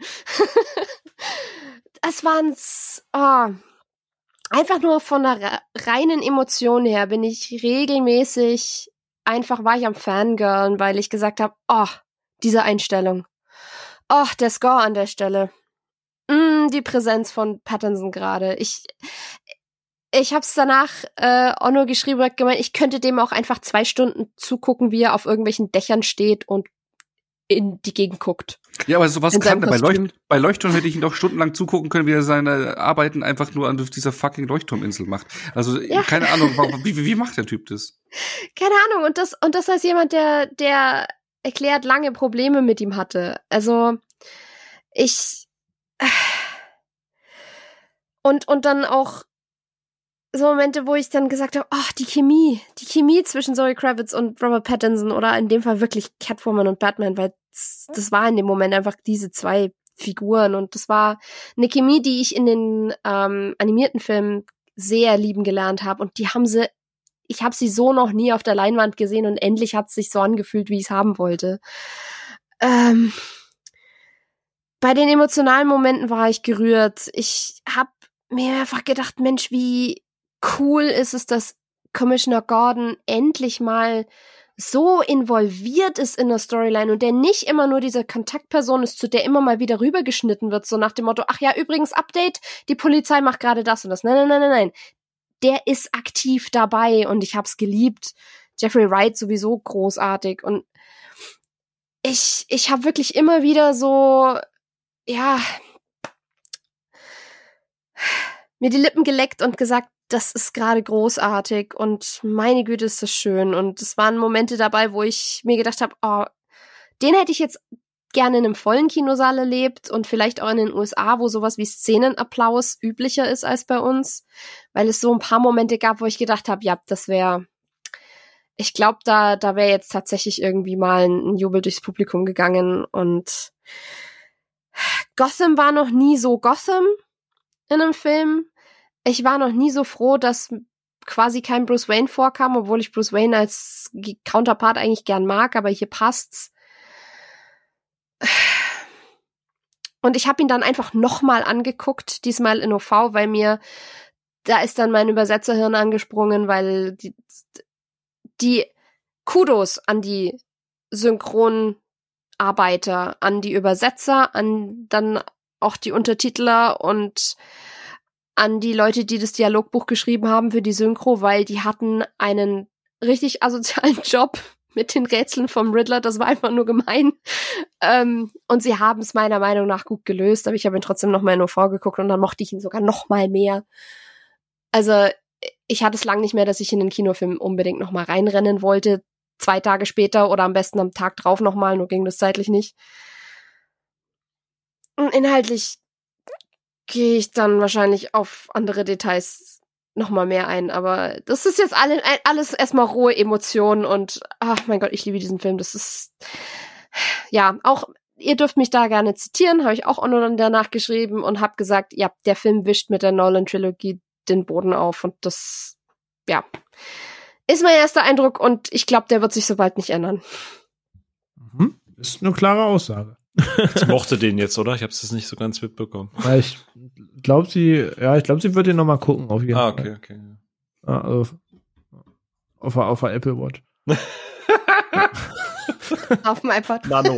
Das waren's, oh, einfach nur von der reinen Emotion her bin ich regelmäßig, einfach war ich am Fangirlen, weil ich gesagt habe, oh, diese Einstellung. Oh, der Score an der Stelle. Mm, die Präsenz von Pattinson gerade. Ich ich hab's danach äh, auch nur geschrieben und gemeint, ich könnte dem auch einfach zwei Stunden zugucken, wie er auf irgendwelchen Dächern steht und in die Gegend guckt. Ja, aber sowas kann er. Bei, Leucht- bei Leuchtturm hätte ich ihn doch stundenlang zugucken können, wie er seine Arbeiten einfach nur an dieser fucking Leuchtturminsel macht. Also, ja. Keine Ahnung, wie, wie macht der Typ das? Keine Ahnung, und das, und das als jemand, der, der erklärt lange Probleme mit ihm hatte. Also, ich, und, und dann auch so Momente, wo ich dann gesagt habe, ach, die Chemie, die Chemie zwischen Zoe Kravitz und Robert Pattinson oder in dem Fall wirklich Catwoman und Batman, weil das, das war in dem Moment einfach diese zwei Figuren und das war eine Chemie, die ich in den ähm, animierten Filmen sehr lieben gelernt habe und die haben sie, ich habe sie so noch nie auf der Leinwand gesehen und endlich hat es sich so angefühlt, wie ich es haben wollte. Ähm, bei den emotionalen Momenten war ich gerührt. Ich habe mir einfach gedacht, Mensch, wie cool ist es, dass Commissioner Gordon endlich mal so involviert ist in der Storyline und der nicht immer nur diese Kontaktperson ist, zu der immer mal wieder rübergeschnitten wird, so nach dem Motto, ach ja, übrigens, Update, die Polizei macht gerade das und das. Nein, nein, nein, nein, nein. Der ist aktiv dabei und ich hab's geliebt. Jeffrey Wright sowieso großartig und ich, ich habe wirklich immer wieder so, ja, mir die Lippen geleckt und gesagt, das ist gerade großartig und meine Güte ist das schön und es waren Momente dabei, wo ich mir gedacht habe, oh, den hätte ich jetzt gerne in einem vollen Kinosaal erlebt und vielleicht auch in den U S A, wo sowas wie Szenenapplaus üblicher ist als bei uns, weil es so ein paar Momente gab, wo ich gedacht habe, ja, das wäre, ich glaube, da da wäre jetzt tatsächlich irgendwie mal ein, ein Jubel durchs Publikum gegangen und Gotham war noch nie so Gotham in einem Film. Ich war noch nie so froh, dass quasi kein Bruce Wayne vorkam, obwohl ich Bruce Wayne als Counterpart eigentlich gern mag, aber hier passt's. Und ich habe ihn dann einfach nochmal angeguckt, diesmal in O V, weil mir, da ist dann mein Übersetzerhirn angesprungen, weil die, die Kudos an die Synchronarbeiter, an die Übersetzer, an dann auch die Untertitler und an die Leute, die das Dialogbuch geschrieben haben für die Synchro, weil die hatten einen richtig asozialen Job mit den Rätseln vom Riddler. Das war einfach nur gemein. Ähm, und sie haben es meiner Meinung nach gut gelöst, aber ich habe ihn trotzdem noch mal in O V geguckt und dann mochte ich ihn sogar noch mal mehr. Also ich hatte es lang nicht mehr, dass ich in den Kinofilm unbedingt noch mal reinrennen wollte. Zwei Tage später oder am besten am Tag drauf noch mal, nur ging das zeitlich nicht. Und inhaltlich gehe ich dann wahrscheinlich auf andere Details noch mal mehr ein, aber das ist jetzt alle, alles erstmal rohe Emotionen und ach mein Gott, ich liebe diesen Film. Das ist, ja, auch, ihr dürft mich da gerne zitieren, habe ich auch online danach geschrieben und habe gesagt, ja, der Film wischt mit der Nolan-Trilogie den Boden auf und das, ja, ist mein erster Eindruck und ich glaube, der wird sich so bald nicht ändern. Mhm. Ist eine klare Aussage. Ich mochte den jetzt, oder? Ich habe es nicht so ganz mitbekommen. Ja, ich glaube, sie, ja, ich glaube, sie wird den noch mal gucken, auf jeden ah, Fall. okay, okay. Ja, also auf, auf der Apple Watch. Auf dem iPod. Nano.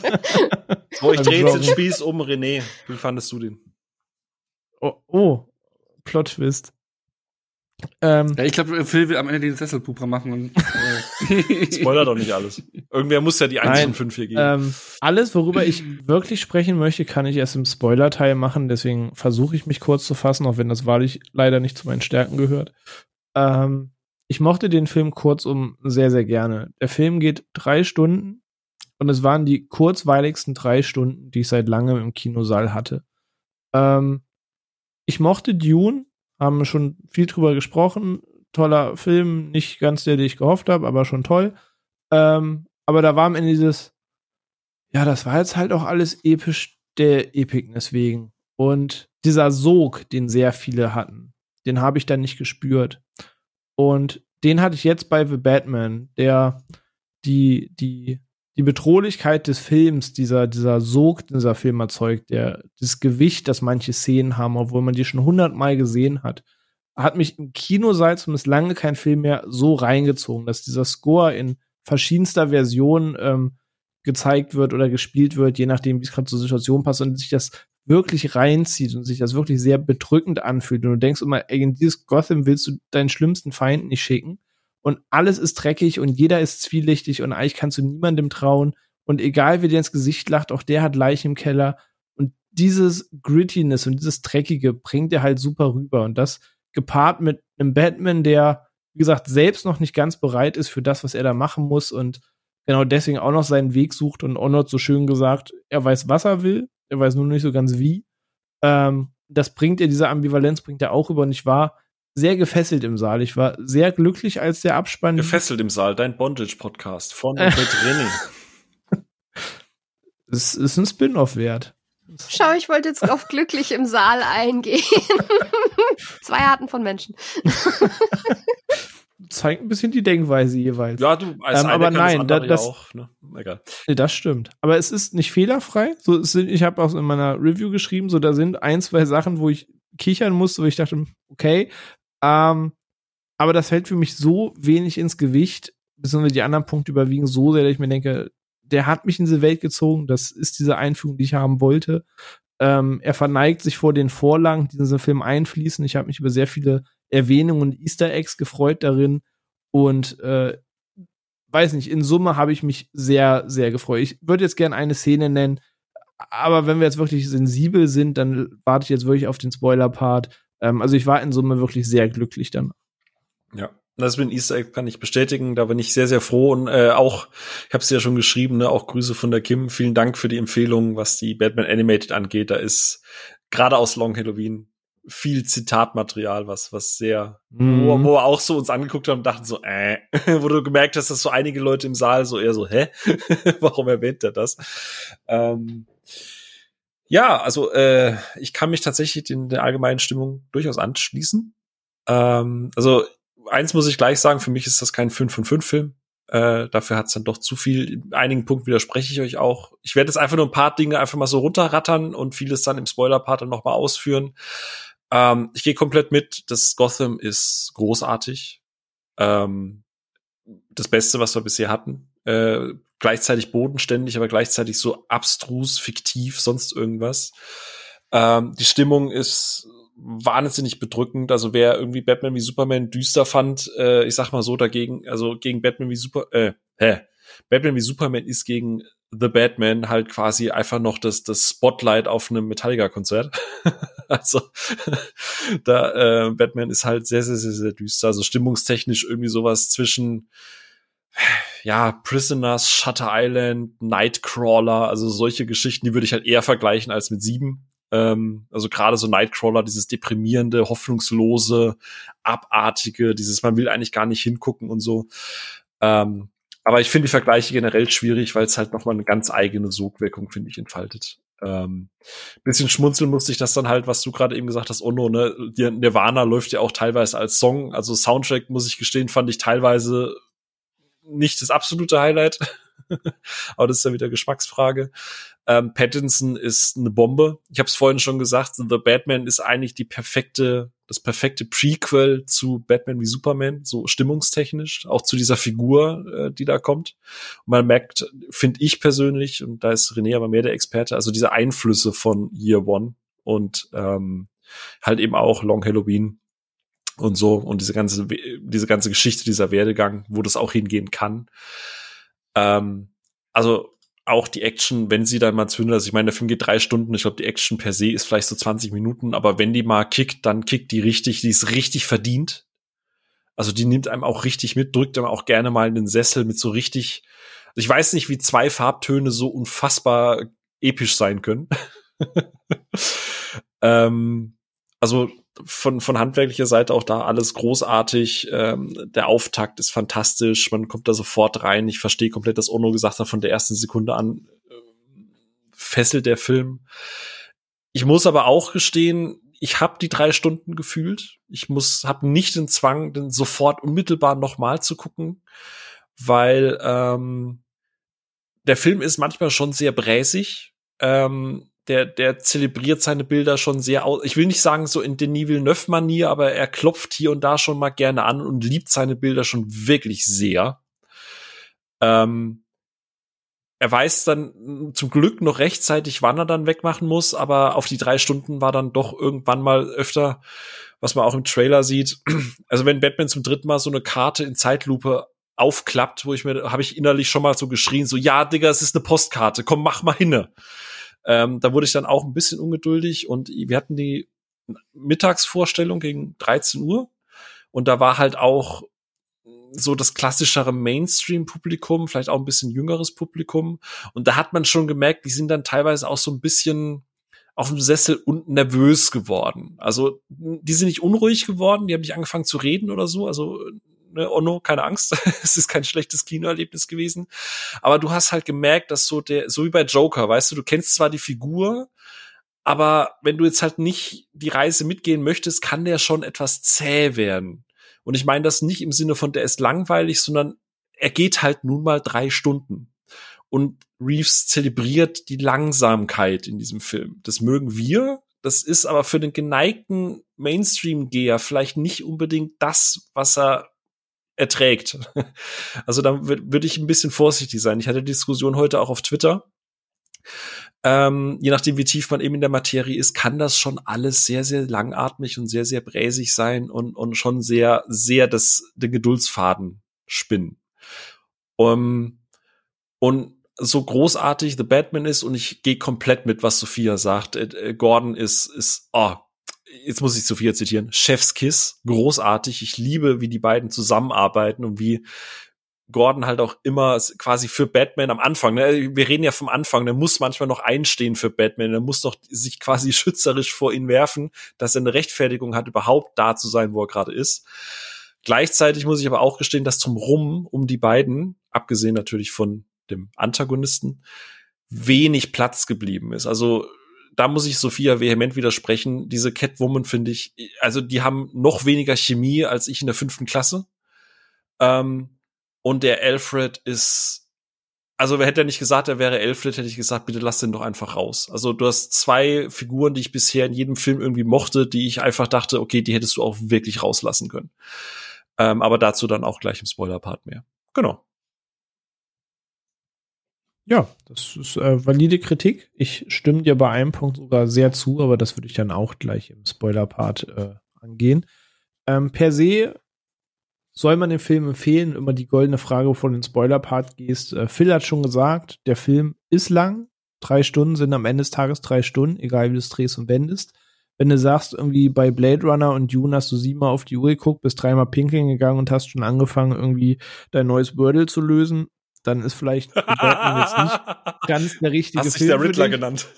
So, ich drehe jetzt den Spieß um, René. Wie fandest du den? Oh, oh Plot-Twist. Ähm, Ja, ich glaube, Phil will am Ende den Sesselpuper machen. Und, äh. Spoiler doch nicht alles. Irgendwer muss ja die eins von fünf hier geben. Ähm, alles, worüber ich wirklich sprechen möchte, kann ich erst im Spoiler-Teil machen. Deswegen versuche ich mich kurz zu fassen, auch wenn das wahrlich leider nicht zu meinen Stärken gehört. Ähm, ich mochte den Film kurzum sehr, sehr gerne. Der Film geht drei Stunden und es waren die kurzweiligsten drei Stunden, die ich seit langem im Kinosaal hatte. Ähm, ich mochte Dune, haben schon viel drüber gesprochen. Toller Film, nicht ganz der, den ich gehofft habe, aber schon toll. Ähm, aber da war am Ende dieses, ja, das war jetzt halt auch alles episch der Epicness wegen. Und dieser Sog, den sehr viele hatten, den habe ich dann nicht gespürt. Und den hatte ich jetzt bei The Batman, der die, die, die Bedrohlichkeit des Films, dieser, dieser Sog, den dieser Film erzeugt, der, das Gewicht, das manche Szenen haben, obwohl man die schon hundertmal gesehen hat, hat mich im Kinosaal zumindest lange kein Film mehr so reingezogen, dass dieser Score in verschiedenster Version ähm, gezeigt wird oder gespielt wird, je nachdem, wie es gerade zur Situation passt und sich das wirklich reinzieht und sich das wirklich sehr bedrückend anfühlt. Und du denkst immer, ey, in dieses Gotham willst du deinen schlimmsten Feind nicht schicken. Und alles ist dreckig und jeder ist zwielichtig und eigentlich kannst du niemandem trauen. Und egal, wer dir ins Gesicht lacht, auch der hat Leichen im Keller. Und dieses Grittiness und dieses Dreckige bringt er halt super rüber. Und das gepaart mit einem Batman, der, wie gesagt, selbst noch nicht ganz bereit ist für das, was er da machen muss und genau deswegen auch noch seinen Weg sucht und Onno hat so schön gesagt, er weiß, was er will, er weiß nur nicht so ganz wie. Ähm, das bringt er, diese Ambivalenz bringt er auch über und ich war sehr gefesselt im Saal. Ich war sehr glücklich, als der Abspann... Gefesselt im Saal, dein Bondage-Podcast von und mit René. Es ist ein Spin-off wert. Schau, ich wollte jetzt auf glücklich im Saal eingehen. Zwei Arten von Menschen. Zeigt ein bisschen die Denkweise jeweils. Ja, du, als ähm, eine aber kann nein, das, das, ja auch, ne? Egal. Nee, das stimmt. Aber es ist nicht fehlerfrei. So, es sind, ich habe auch in meiner Review geschrieben, so da sind ein, zwei Sachen, wo ich kichern musste, wo ich dachte, okay, ähm, aber das fällt für mich so wenig ins Gewicht, beziehungsweise die anderen Punkte überwiegen so sehr, dass ich mir denke, der hat mich in diese Welt gezogen, das ist diese Einführung, die ich haben wollte. Ähm, er verneigt sich vor den Vorlagen, die in diesen Film einfließen. Ich habe mich über sehr viele Erwähnungen und Easter Eggs gefreut darin und äh, weiß nicht, in Summe habe ich mich sehr, sehr gefreut. Ich würde jetzt gerne eine Szene nennen, aber wenn wir jetzt wirklich sensibel sind, dann warte ich jetzt wirklich auf den Spoiler-Part. Ähm, also ich war in Summe wirklich sehr glücklich dann. Ja, das mit dem Easter Egg kann ich bestätigen. Da bin ich sehr, sehr froh und äh, auch, ich habe es ja schon geschrieben, ne, auch Grüße von der Kim. Vielen Dank für die Empfehlung, was die Batman Animated angeht. Da ist gerade aus Long Halloween viel Zitatmaterial, was was sehr, mhm. wo, wo wir auch so uns angeguckt haben und dachten so, äh, wo du gemerkt hast, dass so einige Leute im Saal so eher so, hä? Warum erwähnt er das? Ähm, ja, also äh, ich kann mich tatsächlich in der allgemeinen Stimmung durchaus anschließen. Ähm, also eins muss ich gleich sagen, für mich ist das kein fünf von fünf Film. Äh, dafür hat's dann doch zu viel. In einigen Punkten widerspreche ich euch auch. Ich werde jetzt einfach nur ein paar Dinge einfach mal so runterrattern und vieles dann im Spoiler-Part dann noch mal ausführen. Ähm, ich gehe komplett mit. Das Gotham ist großartig. Ähm, das Beste, was wir bisher hatten. Äh, gleichzeitig bodenständig, aber gleichzeitig so abstrus, fiktiv, sonst irgendwas. Ähm, die Stimmung ist wahnsinnig bedrückend. Also wer irgendwie Batman wie Superman düster fand, äh, ich sag mal so dagegen, also gegen Batman wie Super, äh, hä? Batman wie Superman ist gegen The Batman halt quasi einfach noch das, das Spotlight auf einem Metallica-Konzert. Also da äh, Batman ist halt sehr, sehr, sehr, sehr düster. Also stimmungstechnisch irgendwie sowas zwischen ja, Prisoners, Shutter Island, Nightcrawler, also solche Geschichten, die würde ich halt eher vergleichen als mit Sieben. Ähm, also gerade so Nightcrawler, dieses deprimierende, hoffnungslose, abartige, dieses man will eigentlich gar nicht hingucken und so. Ähm, aber ich finde die Vergleiche generell schwierig, weil es halt nochmal eine ganz eigene Sogwirkung, finde ich, entfaltet. Ähm, bisschen schmunzeln musste ich das dann halt, was du gerade eben gesagt hast, Ono, ne? Nirvana läuft ja auch teilweise als Song, also Soundtrack, muss ich gestehen, fand ich teilweise nicht das absolute Highlight, aber das ist ja wieder Geschmacksfrage. Ähm, Pattinson ist eine Bombe. Ich habe es vorhin schon gesagt, The Batman ist eigentlich die perfekte, das perfekte Prequel zu Batman wie Superman, so stimmungstechnisch, auch zu dieser Figur, äh, die da kommt. Und man merkt, finde ich persönlich, und da ist René aber mehr der Experte, also diese Einflüsse von Year One und ähm, halt eben auch Long Halloween und so und diese ganze diese ganze Geschichte, dieser Werdegang, wo das auch hingehen kann. Ähm, also auch die Action, wenn sie dann mal zündet, also ich meine, der Film geht drei Stunden, ich glaube, die Action per se ist vielleicht so zwanzig Minuten, aber wenn die mal kickt, dann kickt die richtig, die ist richtig verdient. Also die nimmt einem auch richtig mit, drückt einem auch gerne mal in den Sessel mit so richtig, also ich weiß nicht, wie zwei Farbtöne so unfassbar episch sein können. ähm, also von von handwerklicher Seite auch da alles großartig. Ähm, der Auftakt ist fantastisch. Man kommt da sofort rein. Ich verstehe komplett, das Ono gesagt hat, von der ersten Sekunde an äh, fesselt der Film. Ich muss aber auch gestehen, ich habe die drei Stunden gefühlt. Ich muss, habe nicht den Zwang, den sofort unmittelbar nochmal zu gucken, weil ähm, der Film ist manchmal schon sehr bräsig. Ähm, Der, der zelebriert seine Bilder schon sehr aus. Ich will nicht sagen so in Denis Villeneuve-Manier, aber er klopft hier und da schon mal gerne an und liebt seine Bilder schon wirklich sehr. Ähm, er weiß dann zum Glück noch rechtzeitig, wann er dann wegmachen muss, aber auf die drei Stunden war dann doch irgendwann mal öfter, was man auch im Trailer sieht. Also wenn Batman zum dritten Mal so eine Karte in Zeitlupe aufklappt, wo ich mir, habe ich innerlich schon mal so geschrien, so, ja, Digga, es ist eine Postkarte, komm, mach mal hinne. Ähm, da wurde ich dann auch ein bisschen ungeduldig und wir hatten die Mittagsvorstellung gegen dreizehn Uhr und da war halt auch so das klassischere Mainstream-Publikum, vielleicht auch ein bisschen jüngeres Publikum und da hat man schon gemerkt, die sind dann teilweise auch so ein bisschen auf dem Sessel und nervös geworden. Also die sind nicht unruhig geworden, die haben nicht angefangen zu reden oder so, also ne, Ono, keine Angst, es ist kein schlechtes Kinoerlebnis gewesen, aber du hast halt gemerkt, dass so der, so wie bei Joker, weißt du, du kennst zwar die Figur, aber wenn du jetzt halt nicht die Reise mitgehen möchtest, kann der schon etwas zäh werden. Und ich meine das nicht im Sinne von, der ist langweilig, sondern er geht halt nun mal drei Stunden. Und Reeves zelebriert die Langsamkeit in diesem Film. Das mögen wir, das ist aber für den geneigten Mainstream-Geher vielleicht nicht unbedingt das, was er erträgt. Also da würde würd ich ein bisschen vorsichtig sein. Ich hatte die Diskussion heute auch auf Twitter. Ähm, je nachdem, wie tief man eben in der Materie ist, kann das schon alles sehr, sehr langatmig und sehr, sehr bräsig sein und, und schon sehr, sehr das, den Geduldsfaden spinnen. Um, und so großartig The Batman ist, und ich gehe komplett mit, was Sophia sagt. Äh, Gordon ist, ist, oh, jetzt muss ich Sophia zitieren, Chefskiss, großartig. Ich liebe, wie die beiden zusammenarbeiten und wie Gordon halt auch immer quasi für Batman am Anfang, ne, wir reden ja vom Anfang, der muss manchmal noch einstehen für Batman, der muss noch sich quasi schützerisch vor ihn werfen, dass er eine Rechtfertigung hat, überhaupt da zu sein, wo er gerade ist. Gleichzeitig muss ich aber auch gestehen, dass drumrum um die beiden, abgesehen natürlich von dem Antagonisten, wenig Platz geblieben ist. Also da muss ich Sophia vehement widersprechen. Diese Catwoman finde ich, also die haben noch weniger Chemie als ich in der fünften Klasse. Ähm, Und der Alfred ist, also wer hätte ja nicht gesagt, er wäre Alfred, hätte ich gesagt, bitte lass den doch einfach raus. Also du hast zwei Figuren, die ich bisher in jedem Film irgendwie mochte, die ich einfach dachte, okay, die hättest du auch wirklich rauslassen können. Ähm, aber dazu dann auch gleich im Spoiler-Part mehr. Genau. Ja, das ist äh, valide Kritik. Ich stimme dir bei einem Punkt sogar sehr zu, aber das würde ich dann auch gleich im Spoiler-Part äh, angehen. Ähm, per se soll man den Film empfehlen? Immer die goldene Frage, bevor du in den Spoiler-Part gehst. Äh, Phil hat schon gesagt, der Film ist lang. Drei Stunden sind am Ende des Tages drei Stunden, egal wie du es drehst und wendest. Wenn du sagst, irgendwie bei Blade Runner und Dune hast du siebenmal auf die Uhr geguckt, bist dreimal pinkeln gegangen und hast schon angefangen, irgendwie dein neues Wordle zu lösen, dann ist vielleicht Batman jetzt nicht ganz der richtige Hast Film. Hast dich der Riddler genannt.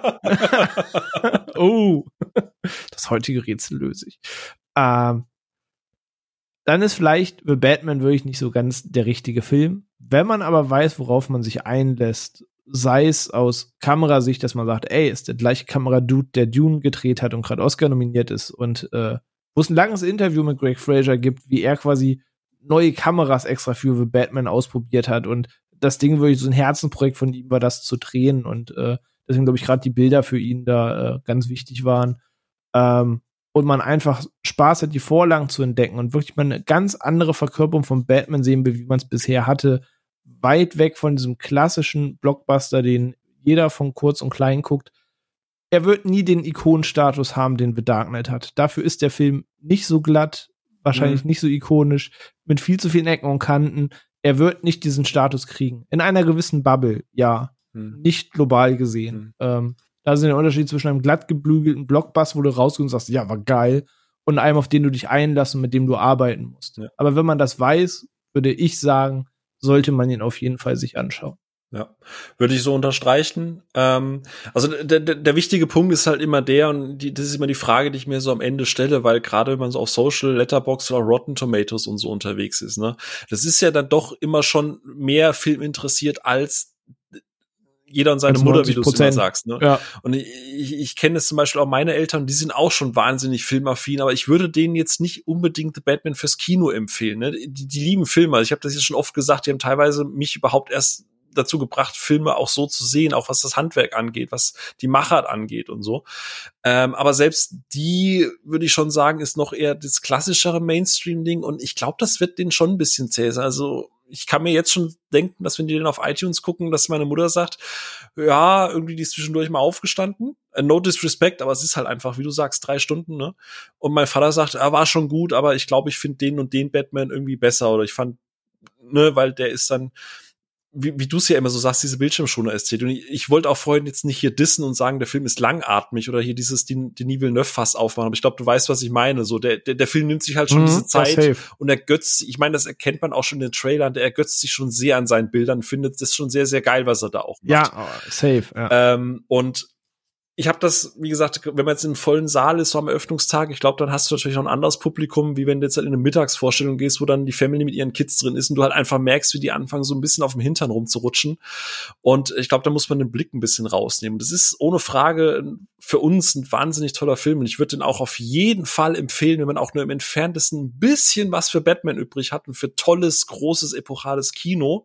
Oh, das heutige Rätsel löse ich. Ähm, dann ist vielleicht The Batman wirklich nicht so ganz der richtige Film. Wenn man aber weiß, worauf man sich einlässt, sei es aus Kamerasicht, dass man sagt, ey, ist der gleiche Kameradude, der Dune gedreht hat und gerade Oscar nominiert ist und äh, wo es ein langes Interview mit Greg Fraser gibt, wie er quasi neue Kameras extra für The Batman ausprobiert hat und das Ding wirklich so ein Herzenprojekt von ihm war, das zu drehen und äh, deswegen glaube ich gerade die Bilder für ihn da äh, ganz wichtig waren. Ähm, und man einfach Spaß hat, die Vorlagen zu entdecken und wirklich mal eine ganz andere Verkörperung von Batman sehen will, wie man es bisher hatte. Weit weg von diesem klassischen Blockbuster, den jeder von Kurz und Klein guckt. Er wird nie den Ikonenstatus haben, den The Dark Knight hat. Dafür ist der Film nicht so glatt, wahrscheinlich mhm. nicht so ikonisch, mit viel zu vielen Ecken und Kanten. Er wird nicht diesen Status kriegen. In einer gewissen Bubble, ja. Mhm. Nicht global gesehen. Mhm. Ähm, da ist der Unterschied zwischen einem glatt gebügelten Blockbuster, wo du rausgehst und sagst, ja, war geil, und einem, auf den du dich einlässt und mit dem du arbeiten musst. Ja. Aber wenn man das weiß, würde ich sagen, sollte man ihn auf jeden Fall sich anschauen. Ja, würde ich so unterstreichen. Ähm, also der, der, der wichtige Punkt ist halt immer der, und die, das ist immer die Frage, die ich mir so am Ende stelle, weil gerade wenn man so auf Social, Letterboxd oder Rotten Tomatoes und so unterwegs ist, ne, das ist ja dann doch immer schon mehr Film interessiert als jeder und seine also Mutter, wie du es immer sagst. Ne? Ja. Und ich, ich, ich kenne es zum Beispiel auch meine Eltern, die sind auch schon wahnsinnig filmaffin, aber ich würde denen jetzt nicht unbedingt The Batman fürs Kino empfehlen. Ne? Die, die lieben Filme. Also ich habe das jetzt schon oft gesagt, die haben teilweise mich überhaupt erst dazu gebracht, Filme auch so zu sehen, auch was das Handwerk angeht, was die Machart angeht und so. Ähm, aber selbst die, würde ich schon sagen, ist noch eher das klassischere Mainstream-Ding, und ich glaube, das wird denen schon ein bisschen zäh sein. Also ich kann mir jetzt schon denken, dass wenn die den auf iTunes gucken, dass meine Mutter sagt, ja, irgendwie die ist zwischendurch mal aufgestanden. No disrespect, aber es ist halt einfach, wie du sagst, drei Stunden, ne? Und mein Vater sagt, er war schon gut, aber ich glaube, ich finde den und den Batman irgendwie besser, oder ich fand, ne, weil der ist dann, wie, wie du es ja immer so sagst, diese Bildschirmschoner-Ästhetik. Und ich, ich wollte auch vorhin jetzt nicht hier dissen und sagen, der Film ist langatmig oder hier dieses Denis Villeneuve-Fass aufmachen. Aber ich glaube, du weißt, was ich meine. So, der, der, der Film nimmt sich halt schon mhm, diese Zeit und ergötzt, ich meine, das erkennt man auch schon in den Trailern, der ergötzt sich schon sehr an seinen Bildern, findet das schon sehr, sehr geil, was er da auch macht. Ja, safe. Ja. Ähm, und ich habe das, wie gesagt, wenn man jetzt im vollen Saal ist, so am Eröffnungstag, ich glaube, dann hast du natürlich noch ein anderes Publikum, wie wenn du jetzt halt in eine Mittagsvorstellung gehst, wo dann die Family mit ihren Kids drin ist und du halt einfach merkst, wie die anfangen, so ein bisschen auf dem Hintern rumzurutschen. Und ich glaube, da muss man den Blick ein bisschen rausnehmen. Das ist ohne Frage für uns ein wahnsinnig toller Film, und ich würde den auch auf jeden Fall empfehlen, wenn man auch nur im Entferntesten ein bisschen was für Batman übrig hat und für tolles, großes, epochales Kino.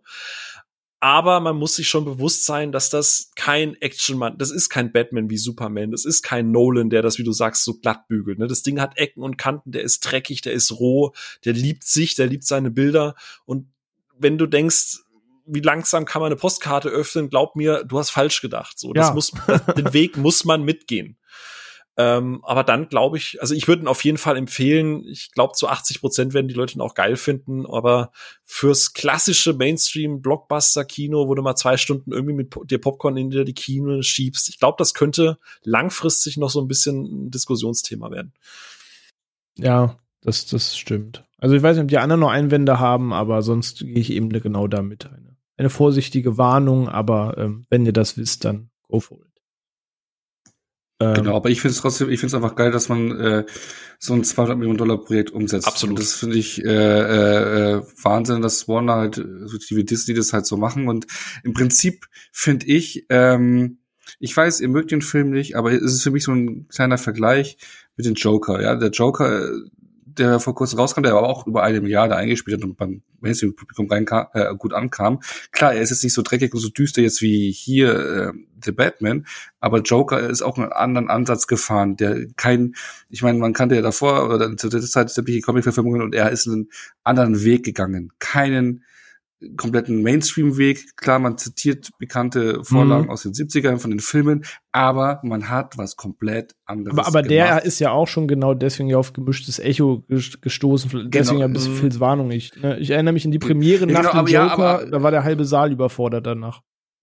Aber man muss sich schon bewusst sein, dass das kein Actionmann, das ist kein Batman wie Superman, das ist kein Nolan, der das, wie du sagst, so glatt bügelt. Ne? Das Ding hat Ecken und Kanten, der ist dreckig, der ist roh, der liebt sich, der liebt seine Bilder. Und wenn du denkst, wie langsam kann man eine Postkarte öffnen, glaub mir, du hast falsch gedacht. So, das ja. muss, das, den Weg muss man mitgehen. Ähm, aber dann glaube ich, also ich würde ihn auf jeden Fall empfehlen. Ich glaube, zu achtzig Prozent werden die Leute ihn auch geil finden. Aber fürs klassische Mainstream-Blockbuster-Kino, wo du mal zwei Stunden irgendwie mit dir Popcorn in dir die Kino schiebst, ich glaube, das könnte langfristig noch so ein bisschen ein Diskussionsthema werden. Ja, das, das stimmt. Also ich weiß nicht, ob die anderen noch Einwände haben, aber sonst gehe ich eben genau damit. Eine, eine vorsichtige Warnung, aber ähm, wenn ihr das wisst, dann go for it. Genau, aber ich finde es trotzdem, ich finde es einfach geil, dass man äh, so ein zweihundert Millionen Dollar Projekt umsetzt. Absolut. Und das finde ich äh, äh, Wahnsinn, dass Warner halt, so wie Disney das halt so machen. Und im Prinzip finde ich, ähm, ich weiß, ihr mögt den Film nicht, aber es ist für mich so ein kleiner Vergleich mit dem Joker. Ja, der Joker, der vor kurzem rauskam, der aber auch über eine Milliarde eingespielt hat und beim Mainstream-Publikum reinkam, äh, gut ankam. Klar, er ist jetzt nicht so dreckig und so düster jetzt wie hier äh, The Batman, aber Joker ist auch einen anderen Ansatz gefahren, der kein, ich meine, man kannte ja davor, oder zu der Zeit sämtliche Comic-Verfilmungen und er ist einen anderen Weg gegangen. Keinen kompletten Mainstream-Weg. Klar, man zitiert bekannte Vorlagen mhm. aus den siebzigern von den Filmen, aber man hat was komplett anderes Aber, aber gemacht. der ist ja auch schon genau deswegen ja auf gemischtes Echo gestoßen. Deswegen ja ein bisschen Phils Warnung nicht. Ne? Ich erinnere mich an die Premiere ja, nach genau, dem Joker, ja, aber, da war der halbe Saal überfordert danach.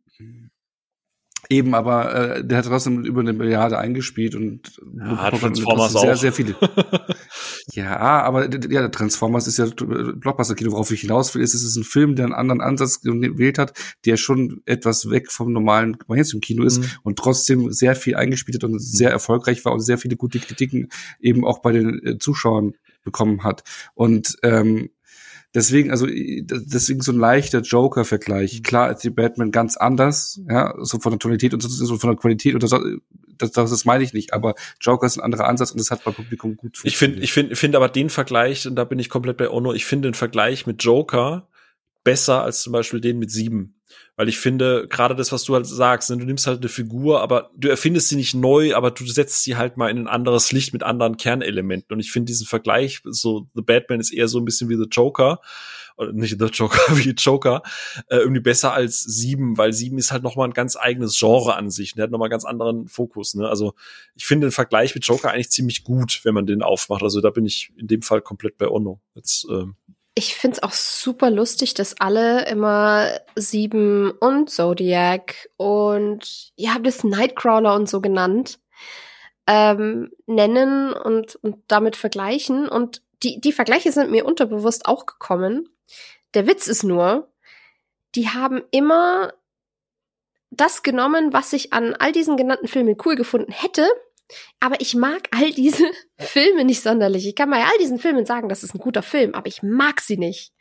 Eben, aber äh, der hat trotzdem über eine Milliarde eingespielt und ja, Transformers sehr, auch. sehr viele. Ja, aber ja, der Transformers ist ja Blockbuster-Kino, worauf ich hinaus will, ist, es ist ein Film, der einen anderen Ansatz gewählt hat, der schon etwas weg vom normalen Mainstream-Kino ist mhm. und trotzdem sehr viel eingespielt hat und mhm. sehr erfolgreich war und sehr viele gute Kritiken eben auch bei den äh, Zuschauern bekommen hat. Und ähm, Deswegen, also deswegen so ein leichter Joker-Vergleich. Klar ist die Batman ganz anders, ja, so von der Tonalität und so von der Qualität und das, das, das meine ich nicht. Aber Joker ist ein anderer Ansatz und das hat beim Publikum gut funktioniert. Ich finde, ich finde, finde aber den Vergleich und da bin ich komplett bei Ono. Ich finde den Vergleich mit Joker besser als zum Beispiel den mit Sieben. Weil ich finde, gerade das, was du halt sagst, ne, du nimmst halt eine Figur, aber du erfindest sie nicht neu, aber du setzt sie halt mal in ein anderes Licht mit anderen Kernelementen. Und ich finde diesen Vergleich, so The Batman ist eher so ein bisschen wie The Joker, oder nicht The Joker, wie Joker, äh, irgendwie besser als Sieben, weil Sieben ist halt noch mal ein ganz eigenes Genre an sich. Der hat noch mal einen ganz anderen Fokus. Ne? Also ich finde den Vergleich mit Joker eigentlich ziemlich gut, wenn man den aufmacht. Also da bin ich in dem Fall komplett bei Ono. Jetzt ähm, Ich find's auch super lustig, dass alle immer Sieben und Zodiac und ihr habt es Nightcrawler und so genannt, ähm, nennen und, und damit vergleichen. Und die, die Vergleiche sind mir unterbewusst auch gekommen. Der Witz ist nur, die haben immer das genommen, was ich an all diesen genannten Filmen cool gefunden hätte. Aber ich mag all diese Filme nicht sonderlich. Ich kann bei all diesen Filmen sagen, das ist ein guter Film, aber ich mag sie nicht.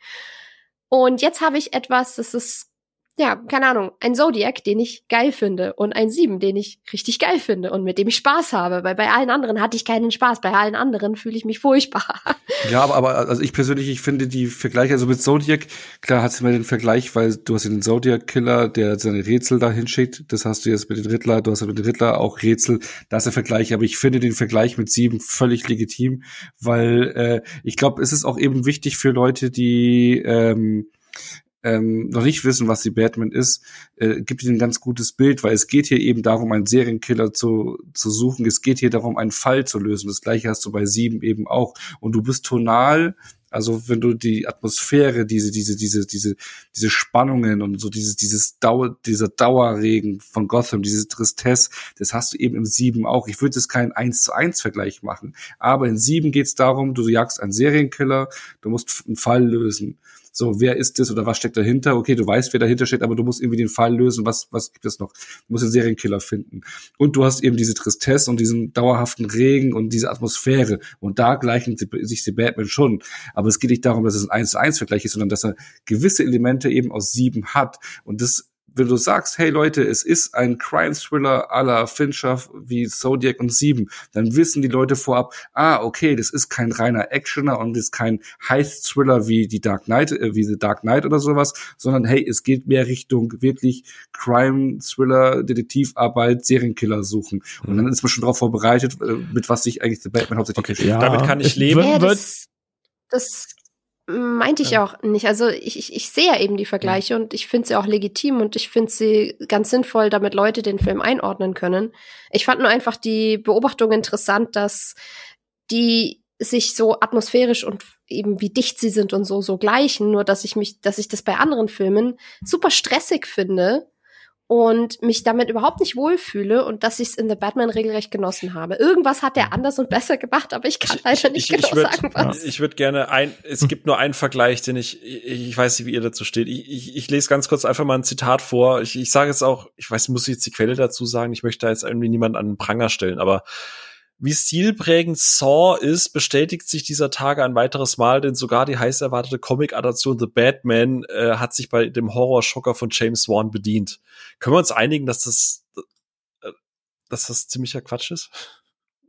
Und jetzt habe ich etwas, das ist, ja, keine Ahnung, ein Zodiac, den ich geil finde und ein Sieben, den ich richtig geil finde und mit dem ich Spaß habe, weil bei allen anderen hatte ich keinen Spaß, bei allen anderen fühle ich mich furchtbar. Ja, aber, aber also ich persönlich, ich finde die Vergleiche, also mit Zodiac, klar hast du immer den Vergleich, weil du hast ja den Zodiac-Killer, der seine Rätsel da hinschickt, das hast du jetzt mit den Riddler, du hast ja mit den Riddler auch Rätsel, da ist der Vergleich, aber ich finde den Vergleich mit Sieben völlig legitim, weil äh, ich glaube, es ist auch eben wichtig für Leute, die ähm, ähm, noch nicht wissen, was die Batman ist, äh, gibt ihnen ein ganz gutes Bild, weil es geht hier eben darum, einen Serienkiller zu zu suchen. Es geht hier darum, einen Fall zu lösen. Das Gleiche hast du bei Sieben eben auch. Und du bist tonal, also wenn du die Atmosphäre, diese diese diese diese diese Spannungen und so dieses dieses Dauer dieser Dauerregen von Gotham, diese Tristesse, das hast du eben im Sieben auch. Ich würde jetzt keinen eins zu eins Vergleich machen, aber in Sieben geht's darum, du jagst einen Serienkiller, du musst einen Fall lösen. So, wer ist das oder was steckt dahinter? Okay, du weißt, wer dahinter steckt, aber du musst irgendwie den Fall lösen. Was, was gibt es noch? Du musst den Serienkiller finden. Und du hast eben diese Tristesse und diesen dauerhaften Regen und diese Atmosphäre. Und da gleichen sich die Batman schon. Aber es geht nicht darum, dass es ein eins zu eins Vergleich ist, sondern dass er gewisse Elemente eben aus Sieben hat. Und das, wenn du sagst, hey Leute, es ist ein Crime-Thriller à la Fincher wie Zodiac und Sieben, dann wissen die Leute vorab, ah, okay, das ist kein reiner Actioner und das ist kein Heist-Thriller wie die Dark Knight, äh, wie The Dark Knight oder sowas, sondern hey, es geht mehr Richtung wirklich Crime-Thriller, Detektivarbeit, Serienkiller suchen. Und dann ist man schon darauf vorbereitet, äh, mit was sich eigentlich The Batman hauptsächlich okay, beschäftigt. ja. Damit kann ich leben. Ja, das, das meinte ich ja. auch nicht. Also ich, ich, ich sehe ja eben die Vergleiche ja. und ich finde sie auch legitim und ich finde sie ganz sinnvoll, damit Leute den Film einordnen können. Ich fand nur einfach die Beobachtung interessant, dass die sich so atmosphärisch und eben wie dicht sie sind und so so gleichen, nur dass ich mich, dass ich das bei anderen Filmen super stressig finde und mich damit überhaupt nicht wohlfühle und dass ich es in The Batman regelrecht genossen habe. Irgendwas hat er anders und besser gemacht, aber ich kann leider nicht ich, genau ich würd, sagen, was. Ich würde gerne ein, es gibt nur einen Vergleich, den ich, ich, ich weiß nicht, wie ihr dazu steht. Ich, ich, ich lese ganz kurz einfach mal ein Zitat vor. Ich, ich sage jetzt auch, ich weiß, muss ich jetzt die Quelle dazu sagen, ich möchte da jetzt irgendwie niemanden an den Pranger stellen, aber wie stilprägend Saw ist, bestätigt sich dieser Tage ein weiteres Mal, denn sogar die heiß erwartete Comic-Adaption The Batman äh, hat sich bei dem Horrorschocker von James Wan bedient. Können wir uns einigen, dass das, äh, dass das ziemlicher Quatsch ist?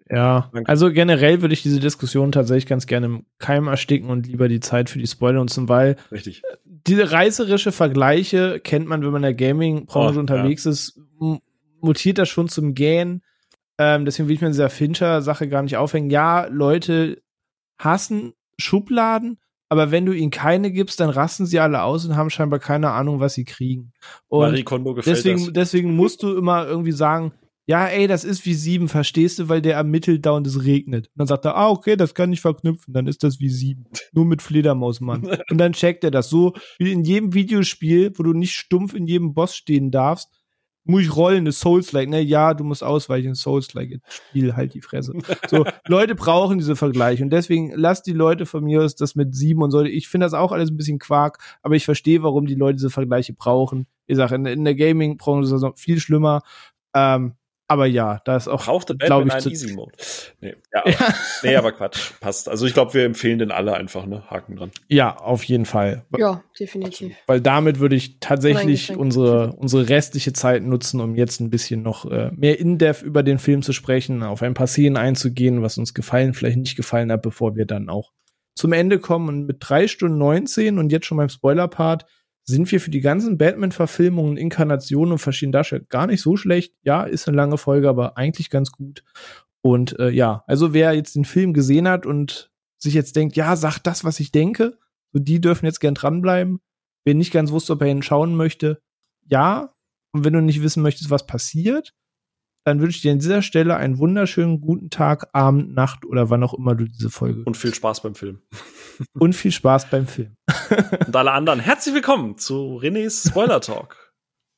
Ja, Danke. also generell würde ich diese Diskussion tatsächlich ganz gerne im Keim ersticken und lieber die Zeit für die Spoiler nutzen, weil Richtig. diese reißerische Vergleiche kennt man, wenn man in der Gaming-Branche Oh, unterwegs ist, m- mutiert das schon zum Gähnen. Ähm, deswegen will ich mir in dieser Fincher-Sache gar nicht aufhängen. Ja, Leute hassen Schubladen, aber wenn du ihnen keine gibst, dann rasten sie alle aus und haben scheinbar keine Ahnung, was sie kriegen. Und Marie Kondo gefällt deswegen, das. deswegen musst du immer irgendwie sagen, ja, ey, das ist wie sieben, verstehst du, weil der ermittelt da und es regnet. Und dann sagt er, ah, okay, das kann ich verknüpfen, dann ist das wie sieben. Nur mit Fledermausmann. Und dann checkt er das. So wie in jedem Videospiel, wo du nicht stumpf in jedem Boss stehen darfst, muss ich rollen, ist Souls-like, ne? Ja, du musst ausweichen, Souls-like, jetzt Spiel, halt die Fresse. So, Leute brauchen diese Vergleiche und deswegen lasst die Leute von mir aus das mit sieben und so. Ich finde das auch alles ein bisschen Quark, aber ich verstehe, warum die Leute diese Vergleiche brauchen. Wie gesagt, in, in der Gaming-Branche ist das noch viel schlimmer. Ähm, aber ja, da ist auch, Brauchte glaube Batman ich, einen zu, Easy Mode. Nee, ja, aber, nee, aber Quatsch. Passt. Also ich glaube, wir empfehlen den alle einfach, ne? Haken dran. ja, auf jeden Fall. Ja, definitiv. Weil damit würde ich tatsächlich Uneingeschränkt. unsere, unsere restliche Zeit nutzen, um jetzt ein bisschen noch äh, mehr in-depth über den Film zu sprechen, auf ein paar Szenen einzugehen, was uns gefallen, vielleicht nicht gefallen hat, bevor wir dann auch zum Ende kommen. Und mit drei Stunden neunzehn und jetzt schon beim Spoiler-Part sind wir für die ganzen Batman-Verfilmungen, Inkarnationen und verschiedene Darsteller gar nicht so schlecht. Ja, ist eine lange Folge, aber eigentlich ganz gut. Und äh, ja, also wer jetzt den Film gesehen hat und sich jetzt denkt, ja, sagt das, was ich denke, so die dürfen jetzt gern dranbleiben. Wer nicht ganz wusste, ob er ihn schauen möchte, ja. Und wenn du nicht wissen möchtest, was passiert, dann wünsche ich dir an dieser Stelle einen wunderschönen guten Tag, Abend, Nacht oder wann auch immer du diese Folge Und viel Spaß beim Film. und viel Spaß beim Film. Und alle anderen, herzlich willkommen zu Renés Spoiler Talk.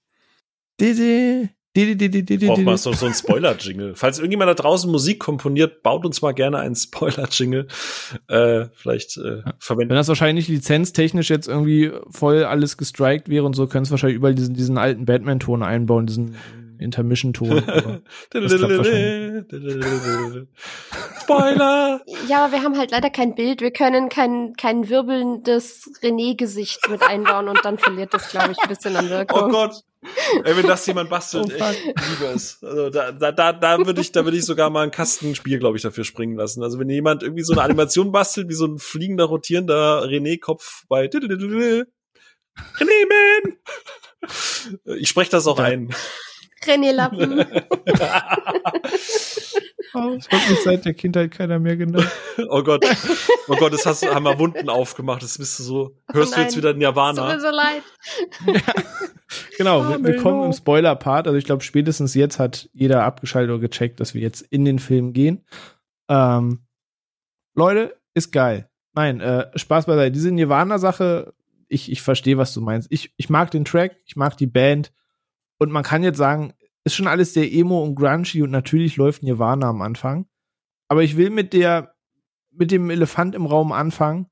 Didi, didi, didi, didi, Braucht mal didi. so, so ein Spoiler-Jingle. Falls irgendjemand da draußen Musik komponiert, baut uns mal gerne einen Spoiler-Jingle. Äh, vielleicht äh, Wenn verwenden. das wahrscheinlich lizenztechnisch jetzt irgendwie voll alles gestrikt wäre und so, können es wahrscheinlich überall diesen, diesen alten Batman-Ton einbauen, diesen Intermission-Ton. aber das klappt wahrscheinlich. Spoiler! Ja, aber wir haben halt leider kein Bild. Wir können kein, kein wirbelndes René-Gesicht mit einbauen und dann verliert das, glaube ich, ein bisschen an Wirkung. Oh Gott. Ey, wenn das jemand bastelt, Oh, fuck. ich liebe es. Also da, da, da, da würde ich, da würde ich sogar mal ein Kastenspiel, glaube ich, dafür springen lassen. Also wenn jemand irgendwie so eine Animation bastelt, wie so ein fliegender, rotierender René-Kopf bei René Man! Ich spreche das auch Ja. ein. René-Lappen. Oh, das hat mich seit der Kindheit keiner mehr genannt. Oh Gott. Oh Gott, das hast, haben wir Wunden aufgemacht. Das bist du so. Hörst du jetzt nein. wieder Tut Nirvana? mir so leid. Genau, wir, wir Amen. kommen im Spoiler-Part. Also ich glaube, spätestens jetzt hat jeder abgeschaltet oder gecheckt, dass wir jetzt in den Film gehen. Ähm, Leute, ist geil. Nein, äh, Spaß beiseite. Diese Nirvana-Sache, ich, ich verstehe, was du meinst. Ich, ich mag den Track, ich mag die Band. Und man kann jetzt sagen, ist schon alles sehr emo und grungy und natürlich läuft Nirvana am Anfang. Aber ich will mit der, mit dem Elefant im Raum anfangen.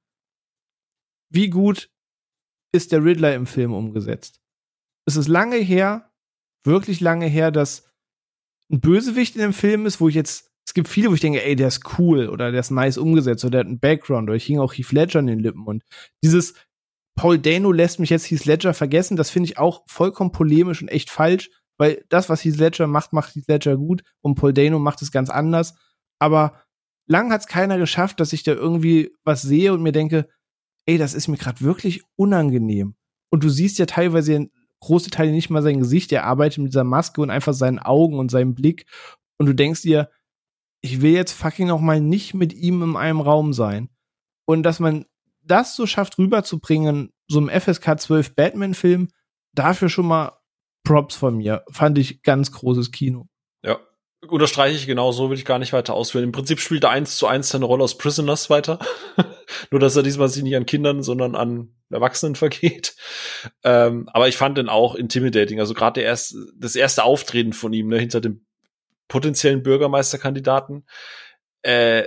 Wie gut ist der Riddler im Film umgesetzt? Es ist lange her, wirklich lange her, dass ein Bösewicht in dem Film ist, wo ich jetzt, es gibt viele, wo ich denke, ey, der ist cool oder der ist nice umgesetzt oder der hat einen Background oder ich hing auch Heath Ledger an den Lippen und dieses Paul Dano lässt mich jetzt Heath Ledger vergessen, das finde ich auch vollkommen polemisch und echt falsch, weil das, was Heath Ledger macht, macht Heath Ledger gut und Paul Dano macht es ganz anders, aber lang hat es keiner geschafft, dass ich da irgendwie was sehe und mir denke, ey, das ist mir gerade wirklich unangenehm. Und du siehst ja teilweise große Teile nicht mal sein Gesicht, er arbeitet mit dieser Maske und einfach seinen Augen und seinem Blick und du denkst dir, ich will jetzt fucking noch mal nicht mit ihm in einem Raum sein. Und dass man das so schafft rüberzubringen, so im F S K zwölf Batman-Film, dafür schon mal Props von mir. Fand ich ganz großes Kino. Ja. Unterstreiche ich genau so, will ich gar nicht weiter ausführen. Im Prinzip spielt er eins zu eins seine Rolle aus Prisoners weiter. Nur, dass er diesmal sich nicht an Kindern, sondern an Erwachsenen vergeht. Ähm, aber ich fand den auch intimidating. Also gerade der erste, das erste Auftreten von ihm, ne, hinter dem potenziellen Bürgermeisterkandidaten. Äh,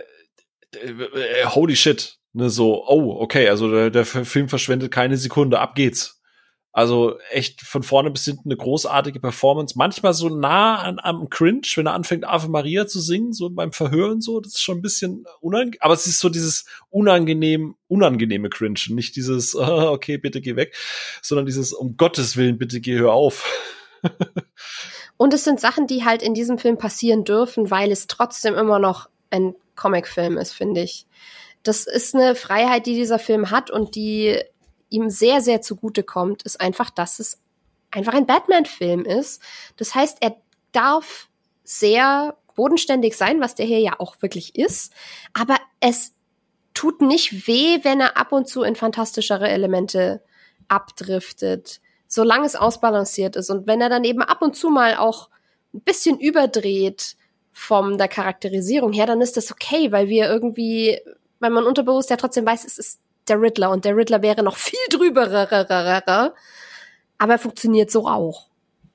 äh, holy shit. Ne, so, oh, okay, also der, der Film verschwendet keine Sekunde, ab geht's. Also echt von vorne bis hinten eine großartige Performance. Manchmal so nah an am Cringe, wenn er anfängt, Ave Maria zu singen, so beim Verhören so. Das ist schon ein bisschen unangenehm. Aber es ist so dieses unangenehm, unangenehme Cringe. Nicht dieses, oh, okay, bitte geh weg, sondern dieses, um Gottes Willen, bitte geh, hör auf. Und es sind Sachen, die halt in diesem Film passieren dürfen, weil es trotzdem immer noch ein Comicfilm ist, finde ich. Das ist eine Freiheit, die dieser Film hat und die ihm sehr, sehr zugutekommt, ist einfach, dass es einfach ein Batman-Film ist. Das heißt, er darf sehr bodenständig sein, was der hier ja auch wirklich ist, aber es tut nicht weh, wenn er ab und zu in fantastischere Elemente abdriftet, solange es ausbalanciert ist. Und wenn er dann eben ab und zu mal auch ein bisschen überdreht von der Charakterisierung her, dann ist das okay, weil wir irgendwie, weil man unterbewusst ja trotzdem weiß, es ist der Riddler und der Riddler wäre noch viel drüber, aber er funktioniert so auch.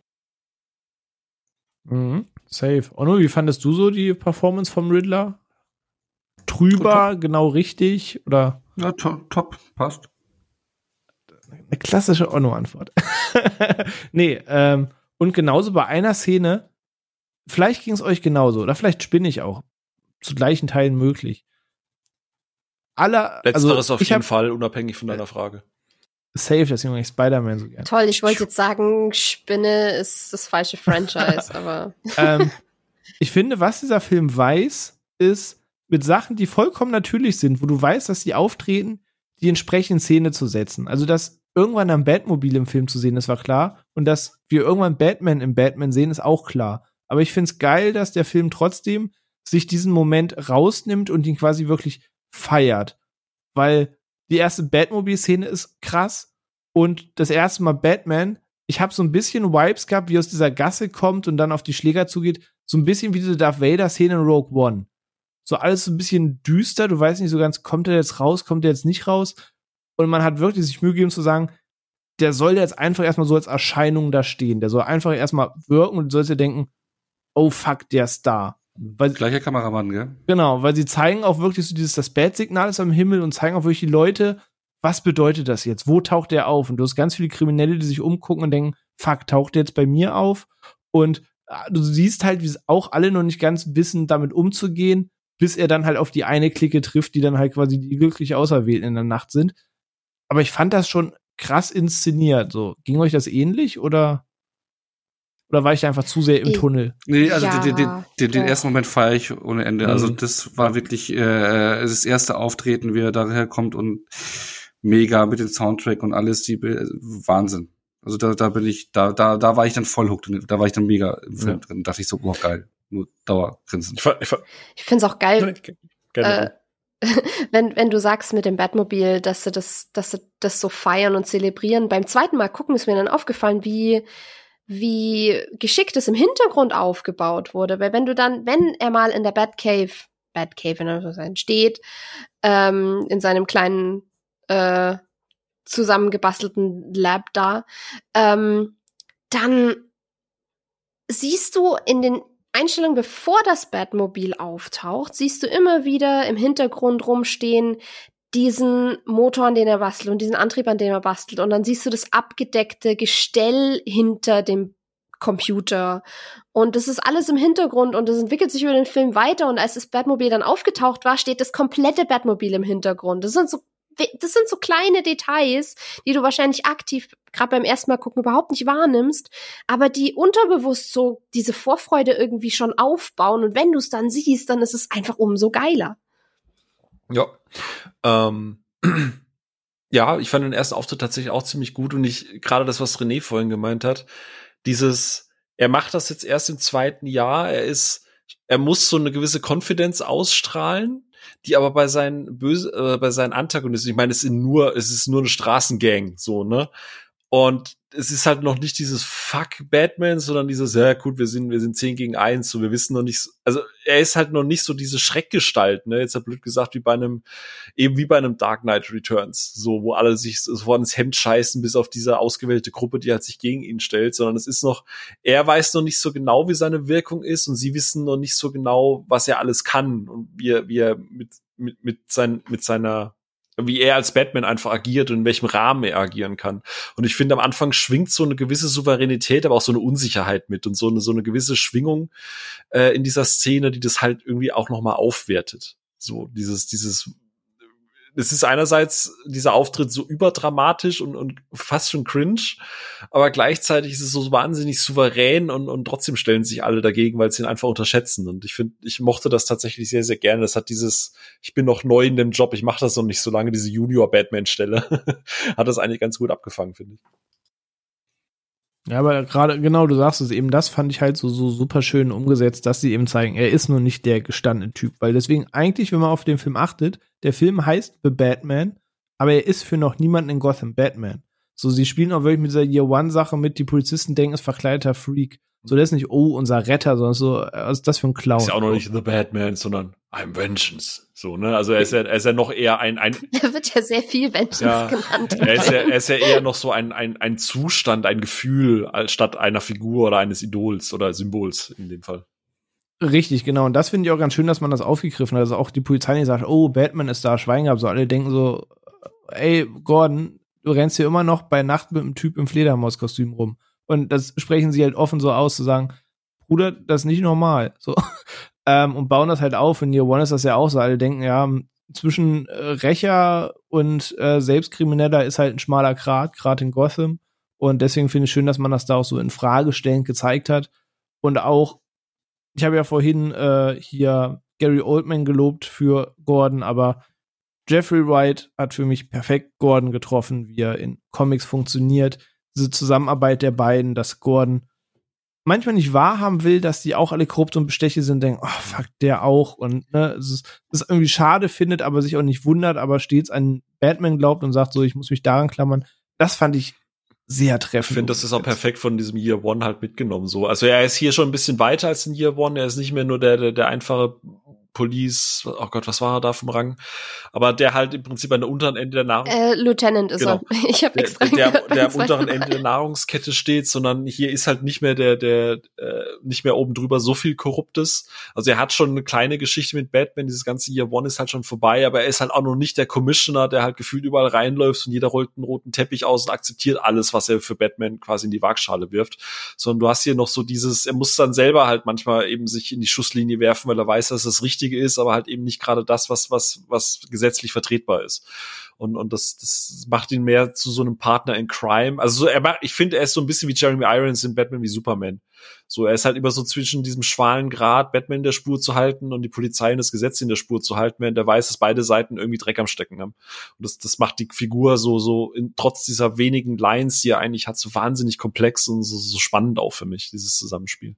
Mhm. Safe. Onno, wie fandest du so die Performance vom Riddler? Drüber, top. Genau richtig? Oder? Ja, to- top, passt. Eine klassische Onno-Antwort. Nee, ähm, und genauso bei einer Szene, vielleicht ging es euch genauso, oder vielleicht spinne ich auch, zu gleichen Teilen möglich. Alle, Letzteres also, auf ich jeden hab, Fall, unabhängig von deiner Frage. Safe, deswegen mag ich Spider-Man so gerne. Toll, ich wollte jetzt sagen, Spinne ist das falsche Franchise, aber ähm, ich finde, was dieser Film weiß, ist, mit Sachen, die vollkommen natürlich sind, wo du weißt, dass die auftreten, die entsprechenden Szene zu setzen. Also, dass irgendwann ein Batmobil im Film zu sehen ist, war klar. Und dass wir irgendwann Batman im Batman sehen, ist auch klar. Aber ich finde es geil, dass der Film trotzdem sich diesen Moment rausnimmt und ihn quasi wirklich feiert. Weil die erste Batmobil-Szene ist krass und das erste Mal Batman, ich habe so ein bisschen Vibes gehabt, wie er aus dieser Gasse kommt und dann auf die Schläger zugeht, so ein bisschen wie diese Darth Vader-Szene in Rogue One. So alles so ein bisschen düster, du weißt nicht so ganz, kommt er jetzt raus, kommt er jetzt nicht raus? Und man hat wirklich sich Mühe gegeben zu sagen, der soll jetzt einfach erstmal so als Erscheinung da stehen. Der soll einfach erstmal wirken und du sollst dir denken, oh fuck, der ist da. Weil, Gleicher Kameramann, gell? Genau, weil sie zeigen auch wirklich so dieses, das Bat-Signal ist am Himmel und zeigen auch wirklich die Leute, was bedeutet das jetzt? Wo taucht der auf? Und du hast ganz viele Kriminelle, die sich umgucken und denken, fuck, taucht der jetzt bei mir auf? Und du siehst halt, wie es auch alle noch nicht ganz wissen, damit umzugehen, bis er dann halt auf die eine Clique trifft, die dann halt quasi die glücklich Auserwählten in der Nacht sind. Aber ich fand das schon krass inszeniert. So, ging euch das ähnlich oder, oder war ich da einfach zu sehr im ich, Tunnel? Nee, also ja, den, den, den, den ersten Moment feiere ich ohne Ende. Mhm. Also das war wirklich äh, das erste Auftreten, wie er daher kommt und mega mit dem Soundtrack und alles, die Wahnsinn. Also da, da bin ich, da, da, da war ich dann voll hooked und da war ich dann mega im Film ja. drin. Da dachte ich so, oh geil, nur Dauergrinsen. Ich, ich, ich finde es auch geil. Äh, wenn, wenn du sagst mit dem Batmobil, dass sie das, dass sie das so feiern und zelebrieren. Beim zweiten Mal gucken ist mir dann aufgefallen, wie, wie geschickt es im Hintergrund aufgebaut wurde. Weil wenn du dann, wenn er mal in der Batcave, Batcave, wenn er so sein steht, ähm, in seinem kleinen, äh, zusammengebastelten Lab da, ähm, dann siehst du in den Einstellungen, bevor das Batmobil auftaucht, siehst du immer wieder im Hintergrund rumstehen diesen Motor, an den er bastelt und diesen Antrieb, an dem er bastelt. Und dann siehst du das abgedeckte Gestell hinter dem Computer. Und das ist alles im Hintergrund und das entwickelt sich über den Film weiter. Und als das Batmobil dann aufgetaucht war, steht das komplette Batmobil im Hintergrund. Das sind so Das sind so kleine Details, die du wahrscheinlich aktiv, gerade beim ersten Mal gucken, überhaupt nicht wahrnimmst, aber die unterbewusst so diese Vorfreude irgendwie schon aufbauen. Und wenn du es dann siehst, dann ist es einfach umso geiler. Ja. Ähm. Ja, ich fand den ersten Auftritt tatsächlich auch ziemlich gut. Und ich, gerade das, was René vorhin gemeint hat, dieses, er macht das jetzt erst im zweiten Jahr, er ist, er muss so eine gewisse Confidence ausstrahlen, die aber bei seinen böse äh, bei seinen Antagonisten, ich meine, es ist nur es ist nur eine Straßengang, so, ne? Und es ist halt noch nicht dieses Fuck Batman, sondern dieses, ja gut, wir sind wir sind zehn gegen eins, so wir wissen noch nicht, also er ist halt noch nicht so diese Schreckgestalt, ne? Jetzt hat blöd gesagt, wie bei einem eben wie bei einem Dark Knight Returns, so wo alle sich sofort ins Hemd scheißen, bis auf diese ausgewählte Gruppe, die halt sich gegen ihn stellt, sondern es ist noch, er weiß noch nicht so genau, wie seine Wirkung ist und sie wissen noch nicht so genau, was er alles kann und wie er, wie er mit mit mit sein mit seiner wie er als Batman einfach agiert und in welchem Rahmen er agieren kann. Und ich finde, am Anfang schwingt so eine gewisse Souveränität, aber auch so eine Unsicherheit mit und so eine so eine gewisse Schwingung äh, in dieser Szene, die das halt irgendwie auch noch mal aufwertet. So dieses dieses es ist einerseits dieser Auftritt so überdramatisch und, und fast schon cringe, aber gleichzeitig ist es so wahnsinnig souverän und, und trotzdem stellen sich alle dagegen, weil sie ihn einfach unterschätzen. Und ich finde, ich mochte das tatsächlich sehr, sehr gerne. Das hat dieses, ich bin noch neu in dem Job, ich mache das noch nicht so lange, diese Junior-Batman-Stelle, hat das eigentlich ganz gut abgefangen, finde ich. Ja, aber gerade, genau, du sagst es eben, das fand ich halt so, so super schön umgesetzt, dass sie eben zeigen, er ist nur nicht der gestandene Typ, weil deswegen eigentlich, wenn man auf den Film achtet, der Film heißt The Batman, aber er ist für noch niemanden in Gotham Batman. So, sie spielen auch wirklich mit dieser Year-One-Sache mit, die Polizisten denken, es ist verkleideter Freak. So, der ist nicht, oh, unser Retter, sondern so, was ist das für ein Clown? Ist ja auch noch nicht The Batman, sondern I'm Vengeance. So, ne? Also er ist ja, er ist ja noch eher ein, ein Er wird ja sehr viel Vengeance ja, genannt. Er ist, ja, er ist ja eher noch so ein, ein, ein Zustand, ein Gefühl, als statt einer Figur oder eines Idols oder Symbols in dem Fall. Richtig, genau. Und das finde ich auch ganz schön, dass man das aufgegriffen hat. Also auch die Polizei nicht sagt, oh, Batman ist da, Schwein gehabt. So alle denken so, ey, Gordon, du rennst hier immer noch bei Nacht mit einem Typ im Fledermauskostüm rum. Und das sprechen sie halt offen so aus, zu sagen, Bruder, das ist nicht normal. So. ähm, und bauen das halt auf. In Year One ist das ja auch so. Alle denken, ja, zwischen äh, Rächer und äh, Selbstkrimineller ist halt ein schmaler Grat, gerade in Gotham. Und deswegen finde ich schön, dass man das da auch so in Frage stellend gezeigt hat. Und auch, ich habe ja vorhin äh, hier Gary Oldman gelobt für Gordon, aber Jeffrey Wright hat für mich perfekt Gordon getroffen, wie er in Comics funktioniert. Diese Zusammenarbeit der beiden, dass Gordon manchmal nicht wahrhaben will, dass die auch alle korrupt und bestechlich sind, denken, oh, fuck, der auch. Und ne, es ist, es ist irgendwie schade findet, aber sich auch nicht wundert, aber stets an Batman glaubt und sagt so, ich muss mich daran klammern. Das fand ich sehr treffend. Ich finde, das ist auch perfekt von diesem Year One halt mitgenommen. So, also er ist hier schon ein bisschen weiter als in Year One. Er ist nicht mehr nur der, der, der einfache Police, oh Gott, was war er da vom Rang? Aber der halt im Prinzip an der unteren Ende der Nahrung... Äh, Lieutenant ist genau. er. Ich habe extra Der, der, gehört, der am unteren Ende der Nahrungskette steht, sondern hier ist halt nicht mehr der, der, äh, nicht mehr oben drüber so viel Korruptes. Also er hat schon eine kleine Geschichte mit Batman, dieses ganze Year One ist halt schon vorbei, aber er ist halt auch noch nicht der Commissioner, der halt gefühlt überall reinläuft und jeder rollt einen roten Teppich aus und akzeptiert alles, was er für Batman quasi in die Waagschale wirft. Sondern du hast hier noch so dieses, er muss dann selber halt manchmal eben sich in die Schusslinie werfen, weil er weiß, dass das Richtige ist, aber halt eben nicht gerade das, was was was gesetzlich vertretbar ist. Und und das das macht ihn mehr zu so einem Partner in Crime. Also so, er macht, ich finde, er ist so ein bisschen wie Jeremy Irons in Batman wie Superman. So, er ist halt immer so zwischen diesem schmalen Grat, Batman in der Spur zu halten und die Polizei und das Gesetz in der Spur zu halten, während er weiß, dass beide Seiten irgendwie Dreck am Stecken haben. Und das das macht die Figur so so in, trotz dieser wenigen Lines, die er eigentlich hat, so wahnsinnig komplex und so, so spannend auch für mich, dieses Zusammenspiel.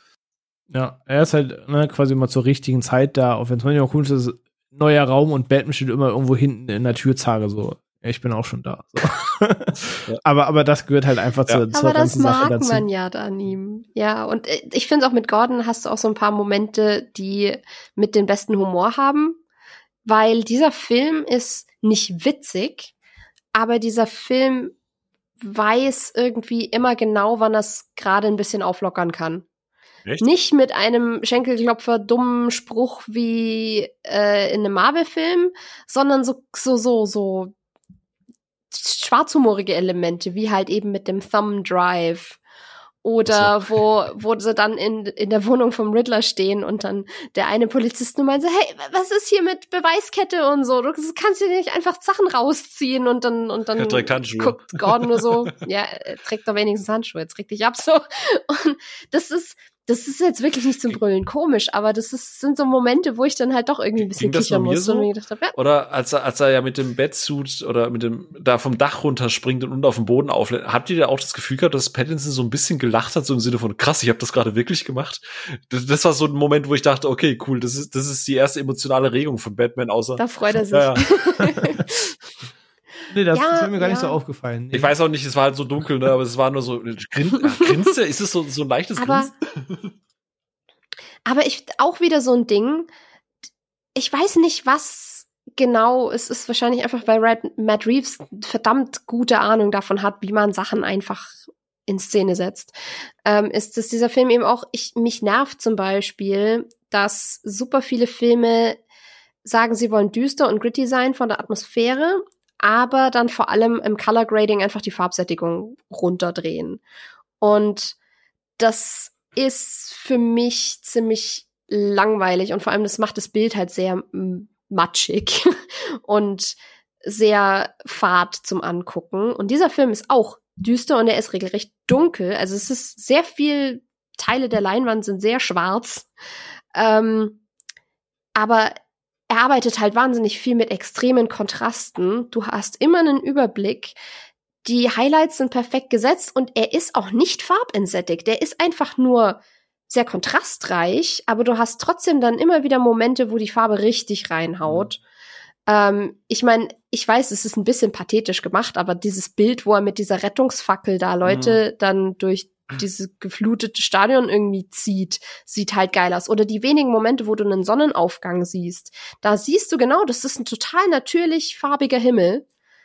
Ja, er ist halt ne, quasi immer zur richtigen Zeit da, auch wenn es manchmal cool ist, neuer Raum und Batman steht immer irgendwo hinten in der Türzage so. Ja, ich bin auch schon da. So. ja. aber, aber das gehört halt einfach ja. zur, zur ganzen Sache dazu. Aber das mag man ja an ihm. Ja, und ich finde auch mit Gordon hast du auch so ein paar Momente, die mit den besten Humor haben, weil dieser Film ist nicht witzig, aber dieser Film weiß irgendwie immer genau, wann er es gerade ein bisschen auflockern kann. Echt? Nicht mit einem Schenkelklopfer dummen Spruch wie äh, in einem Marvel-Film, sondern so so so so schwarzhumorige Elemente, wie halt eben mit dem Thumb Drive oder so. wo wo sie dann in in der Wohnung vom Riddler stehen und dann der eine Polizist nur meint so, hey, was ist hier mit Beweiskette und so? Du kannst dir nicht einfach Sachen rausziehen und dann und dann guckt Gordon nur so, ja, er trägt doch wenigstens Handschuhe, jetzt reg dich ab so. Und das ist Das ist jetzt wirklich nicht zum Brüllen komisch, aber das ist, sind so Momente, wo ich dann halt doch irgendwie ein bisschen kichern muss. So? Und mir gedacht hab, ja. Oder als er, als er ja mit dem Batsuit oder mit dem da vom Dach runterspringt und unten auf dem Boden auflädt, habt ihr da auch das Gefühl gehabt, dass Pattinson so ein bisschen gelacht hat, so im Sinne von krass, ich habe das gerade wirklich gemacht? Das, das war so ein Moment, wo ich dachte, okay, cool, das ist das ist die erste emotionale Regung von Batman, außer da freut er sich. Ja, ja. Nee, das ja, ist mir gar ja. nicht so aufgefallen. Nee. Ich weiß auch nicht, es war halt so dunkel, ne, aber es war nur so, grinst er? Ist es so, so ein leichtes aber, Grinsen? Aber ich, auch wieder so ein Ding, ich weiß nicht, was genau, es ist wahrscheinlich einfach, weil Red, Matt Reeves verdammt gute Ahnung davon hat, wie man Sachen einfach in Szene setzt, ähm, ist, dass dieser Film eben auch, ich, mich nervt zum Beispiel, dass super viele Filme sagen, sie wollen düster und gritty sein von der Atmosphäre, aber dann vor allem im Color Grading einfach die Farbsättigung runterdrehen. Und das ist für mich ziemlich langweilig und vor allem das macht das Bild halt sehr m- matschig und sehr fad zum Angucken. Und dieser Film ist auch düster und er ist regelrecht dunkel. Also es ist sehr viel, Teile der Leinwand sind sehr schwarz. Ähm, aber er arbeitet halt wahnsinnig viel mit extremen Kontrasten. Du hast immer einen Überblick. Die Highlights sind perfekt gesetzt und er ist auch nicht farbentsättigt. Der ist einfach nur sehr kontrastreich, aber du hast trotzdem dann immer wieder Momente, wo die Farbe richtig reinhaut. Mhm. Ähm, ich meine, ich weiß, es ist ein bisschen pathetisch gemacht, aber dieses Bild, wo er mit dieser Rettungsfackel da Leute mhm. dann durch dieses geflutete Stadion irgendwie zieht, sieht halt geil aus. Oder die wenigen Momente, wo du einen Sonnenaufgang siehst, da siehst du genau, das ist ein total natürlich farbiger Himmel.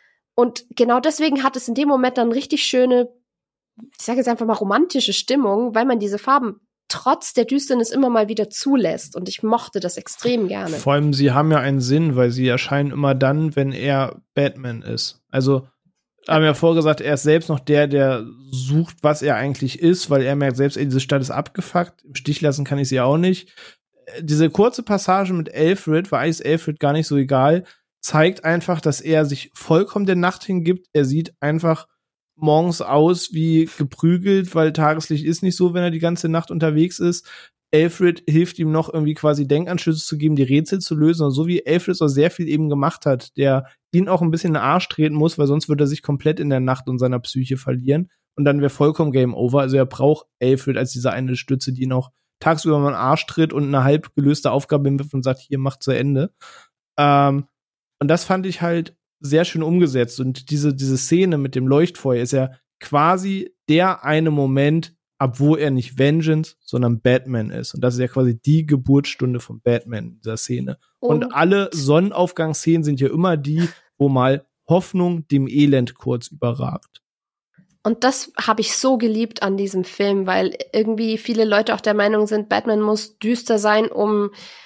Und genau deswegen hat es in dem Moment dann richtig schöne, ich sage jetzt einfach mal romantische Stimmung, weil man diese Farben trotz der Düsternis immer mal wieder zulässt. Und ich mochte das extrem gerne. Vor allem, sie haben ja einen Sinn, weil sie erscheinen immer dann, wenn er Batman ist. Also, haben ja vorgesagt, er ist selbst noch der, der sucht, was er eigentlich ist, weil er merkt selbst, ey, diese Stadt ist abgefuckt. Im Stich lassen kann ich sie auch nicht. Diese kurze Passage mit Alfred, war eigentlich Alfred gar nicht so egal, zeigt einfach, dass er sich vollkommen der Nacht hingibt. Er sieht einfach morgens aus wie geprügelt, weil Tageslicht ist nicht so, wenn er die ganze Nacht unterwegs ist. Alfred hilft ihm noch irgendwie quasi Denkanschlüsse zu geben, die Rätsel zu lösen. Und so wie Alfred auch sehr viel eben gemacht hat, der ihn auch ein bisschen in den Arsch treten muss, weil sonst würde er sich komplett in der Nacht und seiner Psyche verlieren. Und dann wäre vollkommen Game Over. Also er braucht Alfred als diese eine Stütze, die ihn auch tagsüber mal in den Arsch tritt und eine halb gelöste Aufgabe hinwirft und sagt, hier, mach zu Ende. Ähm, und das fand ich halt sehr schön umgesetzt. Und diese, diese Szene mit dem Leuchtfeuer ist ja quasi der eine Moment, ab wo er nicht Vengeance, sondern Batman ist. Und das ist ja quasi die Geburtsstunde von Batman in dieser Szene. Und, und alle Sonnenaufgangsszenen sind ja immer die, wo mal Hoffnung dem Elend kurz überragt. Und das habe ich so geliebt an diesem Film, weil irgendwie viele Leute auch der Meinung sind, Batman muss düster sein, um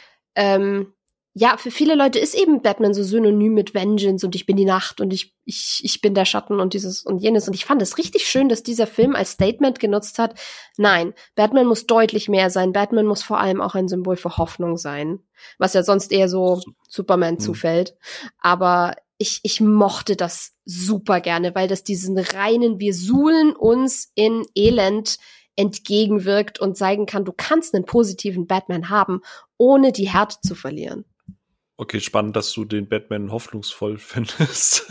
ähm, ja, für viele Leute ist eben Batman so synonym mit Vengeance und ich bin die Nacht und ich ich ich bin der Schatten und dieses und jenes. Und ich fand es richtig schön, dass dieser Film als Statement genutzt hat, nein, Batman muss deutlich mehr sein. Batman muss vor allem auch ein Symbol für Hoffnung sein, was ja sonst eher so Superman mhm. zufällt. Aber ich ich mochte das super gerne, weil das diesen reinen, wir suhlen uns in Elend entgegenwirkt und zeigen kann, du kannst einen positiven Batman haben, ohne die Härte zu verlieren. Okay, spannend, dass du den Batman hoffnungsvoll findest.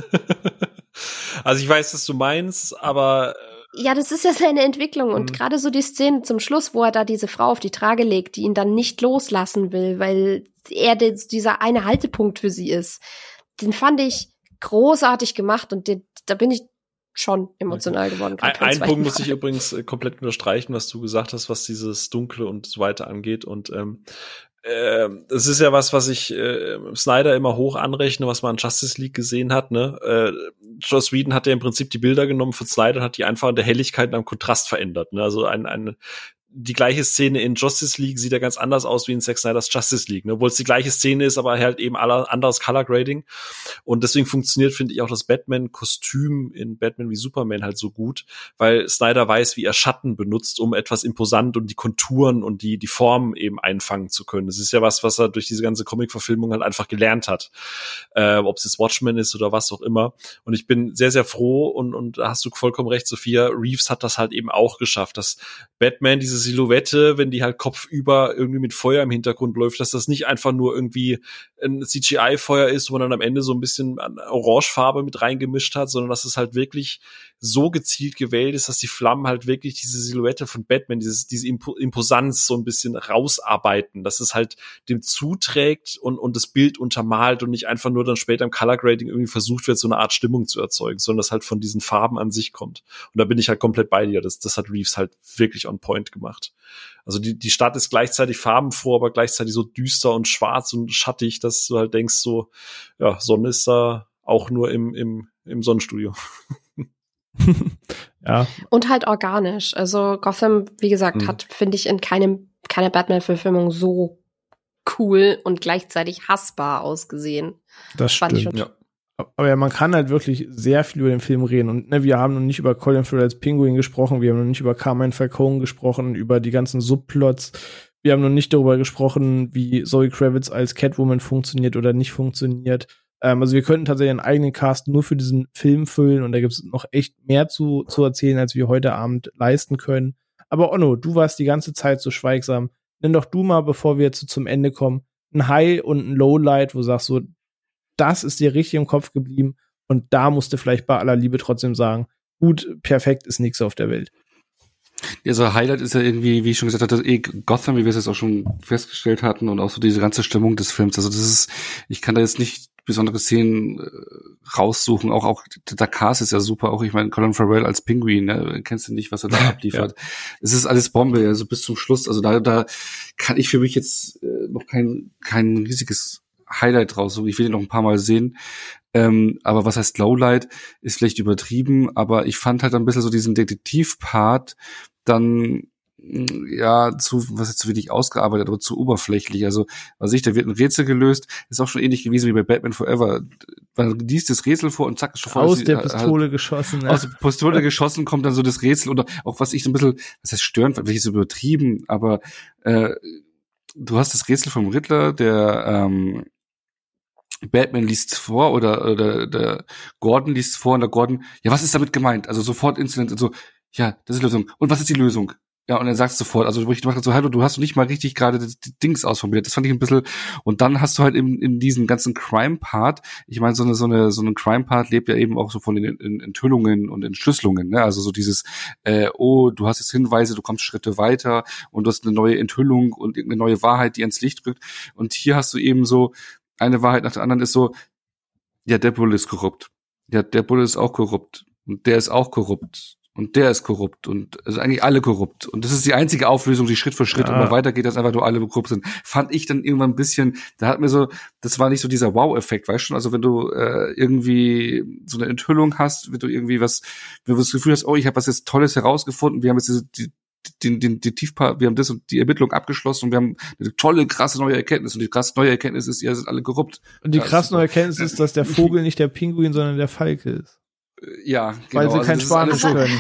Also ich weiß, was du meinst, aber ja, das ist ja seine Entwicklung und gerade so die Szene zum Schluss, wo er da diese Frau auf die Trage legt, die ihn dann nicht loslassen will, weil er dieser eine Haltepunkt für sie ist, den fand ich großartig gemacht und den, da bin ich schon emotional geworden. Ein, ein Punkt muss ich übrigens äh, komplett unterstreichen, was du gesagt hast, was dieses Dunkle und so weiter angeht. Und ähm, äh, es ist ja was, was ich äh, Snyder immer hoch anrechne, was man an Justice League gesehen hat. Ne? Äh, Joss Whedon hat ja im Prinzip die Bilder genommen von Snyder und hat die einfach in der Helligkeit und am Kontrast verändert. Ne? Also ein, ein die gleiche Szene in Justice League sieht ja ganz anders aus wie in Zack Snyders Justice League, ne? Obwohl es die gleiche Szene ist, aber halt eben aller, anderes Color Grading. Und deswegen funktioniert, finde ich, auch das Batman-Kostüm in Batman wie Superman halt so gut, weil Snyder weiß, wie er Schatten benutzt, um etwas imposant und die Konturen und die die Formen eben einfangen zu können. Das ist ja was, was er durch diese ganze Comic-Verfilmung halt einfach gelernt hat. Äh, ob es jetzt Watchmen ist oder was auch immer. Und ich bin sehr, sehr froh und, und da hast du vollkommen recht, Sophia, Reeves hat das halt eben auch geschafft, dass Batman dieses Silhouette, wenn die halt kopfüber irgendwie mit Feuer im Hintergrund läuft, dass das nicht einfach nur irgendwie ein C G I-Feuer ist, wo man dann am Ende so ein bisschen Orangefarbe mit reingemischt hat, sondern dass es halt wirklich so gezielt gewählt ist, dass die Flammen halt wirklich diese Silhouette von Batman, dieses, diese Imposanz so ein bisschen rausarbeiten, dass es halt dem zuträgt und, und das Bild untermalt und nicht einfach nur dann später im Color Grading irgendwie versucht wird, so eine Art Stimmung zu erzeugen, sondern das halt von diesen Farben an sich kommt. Und da bin ich halt komplett bei dir. Das, das hat Reeves halt wirklich on point gemacht. Also die, die Stadt ist gleichzeitig farbenfroh, aber gleichzeitig so düster und schwarz und schattig, dass du halt denkst so, ja, Sonne ist da auch nur im, im, im Sonnenstudio. Ja. Und halt organisch. Also Gotham, wie gesagt, mhm. hat, finde ich, in keinem, keiner Batman-Verfilmung so cool und gleichzeitig hassbar ausgesehen. Das stimmt. Ja. Aber ja, man kann halt wirklich sehr viel über den Film reden. Und ne, wir haben noch nicht über Colin Farrell als Pinguin gesprochen, wir haben noch nicht über Carmine Falcone gesprochen, über die ganzen Subplots. wir haben noch nicht darüber gesprochen, wie Zoe Kravitz als Catwoman funktioniert oder nicht funktioniert. Ähm, also wir könnten tatsächlich einen eigenen Cast nur für diesen Film füllen und da gibt es noch echt mehr zu, zu erzählen, als wir heute Abend leisten können. Aber Onno, du warst die ganze Zeit so schweigsam. Nenn doch du mal, bevor wir jetzt zum Ende kommen, ein High und ein Lowlight, wo du sagst so, das ist dir richtig im Kopf geblieben und da musst du vielleicht bei aller Liebe trotzdem sagen, gut, perfekt ist nichts auf der Welt. Ja, so Highlight ist ja irgendwie, wie ich schon gesagt hatte, eh Gotham, wie wir es jetzt auch schon festgestellt hatten und auch so diese ganze Stimmung des Films. Also das ist, ich kann da jetzt nicht besondere Szenen äh, raussuchen. Auch auch der Cast ist ja super. Auch ich meine Colin Farrell als Pinguin, ne? Kennst du nicht, was er da abliefert? Ja. Es ist alles Bombe, also bis zum Schluss. Also da da kann ich für mich jetzt äh, noch kein kein riesiges Highlight raussuchen. Ich will ihn noch ein paar Mal sehen. Ähm, aber was heißt Lowlight? Ist vielleicht übertrieben, aber ich fand halt ein bisschen so diesen Detektiv-Part dann, ja, zu, was ist zu wenig ausgearbeitet, aber zu oberflächlich. Also, was ich, da wird ein Rätsel gelöst, ist auch schon ähnlich gewesen wie bei Batman Forever. Man liest das Rätsel vor und zack, ist schon vor. Aus der Pistole halt, geschossen. Ja. Aus der Pistole geschossen kommt dann so das Rätsel oder auch was ich so ein bisschen, was heißt störend, vielleicht ist es übertrieben, aber, äh, du hast das Rätsel vom Riddler, der, ähm, Batman liest vor oder, oder der Gordon liest vor und der Gordon, ja, was ist damit gemeint? Also sofort Incident und so, ja, das ist die Lösung. Und was ist die Lösung? Ja, und er sagt sofort, also wo ich dachte so, hallo, du hast nicht mal richtig gerade die, die Dings ausformuliert. Das fand ich ein bisschen, und dann hast du halt in, in diesen ganzen Crime-Part, ich meine, so eine, so eine, so ein Crime-Part lebt ja eben auch so von den in, Enthüllungen und Entschlüsselungen, ne? Also so dieses, äh, oh, du hast jetzt Hinweise, du kommst Schritte weiter und du hast eine neue Enthüllung und irgendeine neue Wahrheit, die ans Licht rückt. Und hier hast du eben so, eine Wahrheit nach der anderen ist so, ja, der Bulle ist korrupt. Ja, der Bulle ist auch korrupt. Und der ist auch korrupt. Und der ist korrupt. Und also eigentlich alle korrupt. Und das ist die einzige Auflösung, die Schritt für Schritt ja. immer weitergeht, dass einfach nur alle korrupt sind. Fand ich dann irgendwann ein bisschen, da hat mir so, das war nicht so dieser Wow-Effekt, weißt du schon? Also wenn du äh, irgendwie so eine Enthüllung hast, wenn du irgendwie was, wenn du das Gefühl hast, oh, ich habe was jetzt Tolles herausgefunden, wir haben jetzt diese, die, den, den, den Tiefpart, wir haben das und die Ermittlung abgeschlossen und wir haben eine tolle, krasse neue Erkenntnis und die krasse neue Erkenntnis ist, ihr seid alle korrupt. Und die krasse neue Erkenntnis ist, dass der Vogel nicht der Pinguin, sondern der Falke ist. Ja, genau. Weil sie kein also Spanisch können.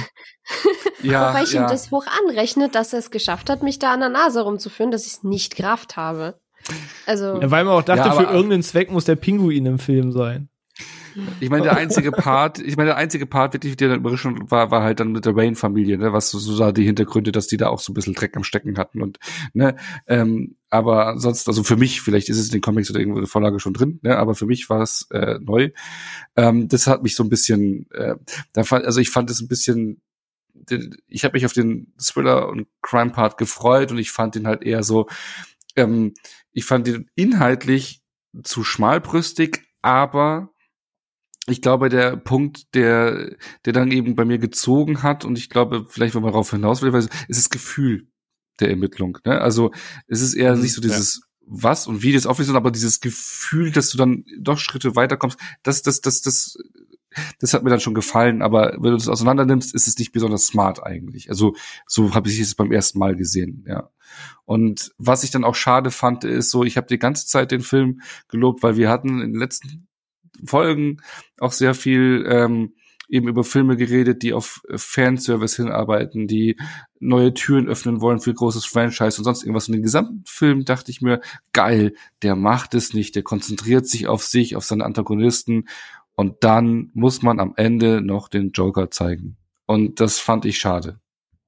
Ja, wobei ich ja. ihm das hoch anrechne, dass er es geschafft hat, mich da an der Nase rumzuführen, dass ich es nicht gerafft habe. Also. Ja, weil man auch dachte, ja, für irgendeinen Zweck muss der Pinguin im Film sein. Ich meine, der einzige Part, ich meine, der einzige Part, wirklich, der dann überraschend war, war halt dann mit der Wayne-Familie, ne, was so, so da die Hintergründe, dass die da auch so ein bisschen Dreck am Stecken hatten und, ne, ähm, aber sonst, also für mich, vielleicht ist es in den Comics oder irgendwo eine Vorlage schon drin, ne, aber für mich war es, äh, neu. Ähm, das hat mich so ein bisschen, äh, da fand, also ich fand es ein bisschen, ich habe mich auf den Thriller- und Crime-Part gefreut und ich fand den halt eher so, ähm, ich fand den inhaltlich zu schmalbrüstig, aber ich glaube, der Punkt, der, der dann eben bei mir gezogen hat, und ich glaube, vielleicht, wenn man darauf hinaus will, ist das Gefühl der Ermittlung, ne? Also, es ist eher mhm, nicht so dieses, ja. was und wie das auflöst, aber dieses Gefühl, dass du dann doch Schritte weiterkommst, das, das, das, das, das hat mir dann schon gefallen, aber wenn du das auseinander nimmst, ist es nicht besonders smart eigentlich. Also, so habe ich es beim ersten Mal gesehen, ja. Und was ich dann auch schade fand, ist so, ich habe die ganze Zeit den Film gelobt, weil wir hatten in den letzten Folgen auch sehr viel ähm, eben über Filme geredet, die auf Fanservice hinarbeiten, die neue Türen öffnen wollen für großes Franchise und sonst irgendwas. Und den gesamten Film dachte ich mir, geil, der macht es nicht, der konzentriert sich auf sich, auf seine Antagonisten und dann muss man am Ende noch den Joker zeigen. Und das fand ich schade.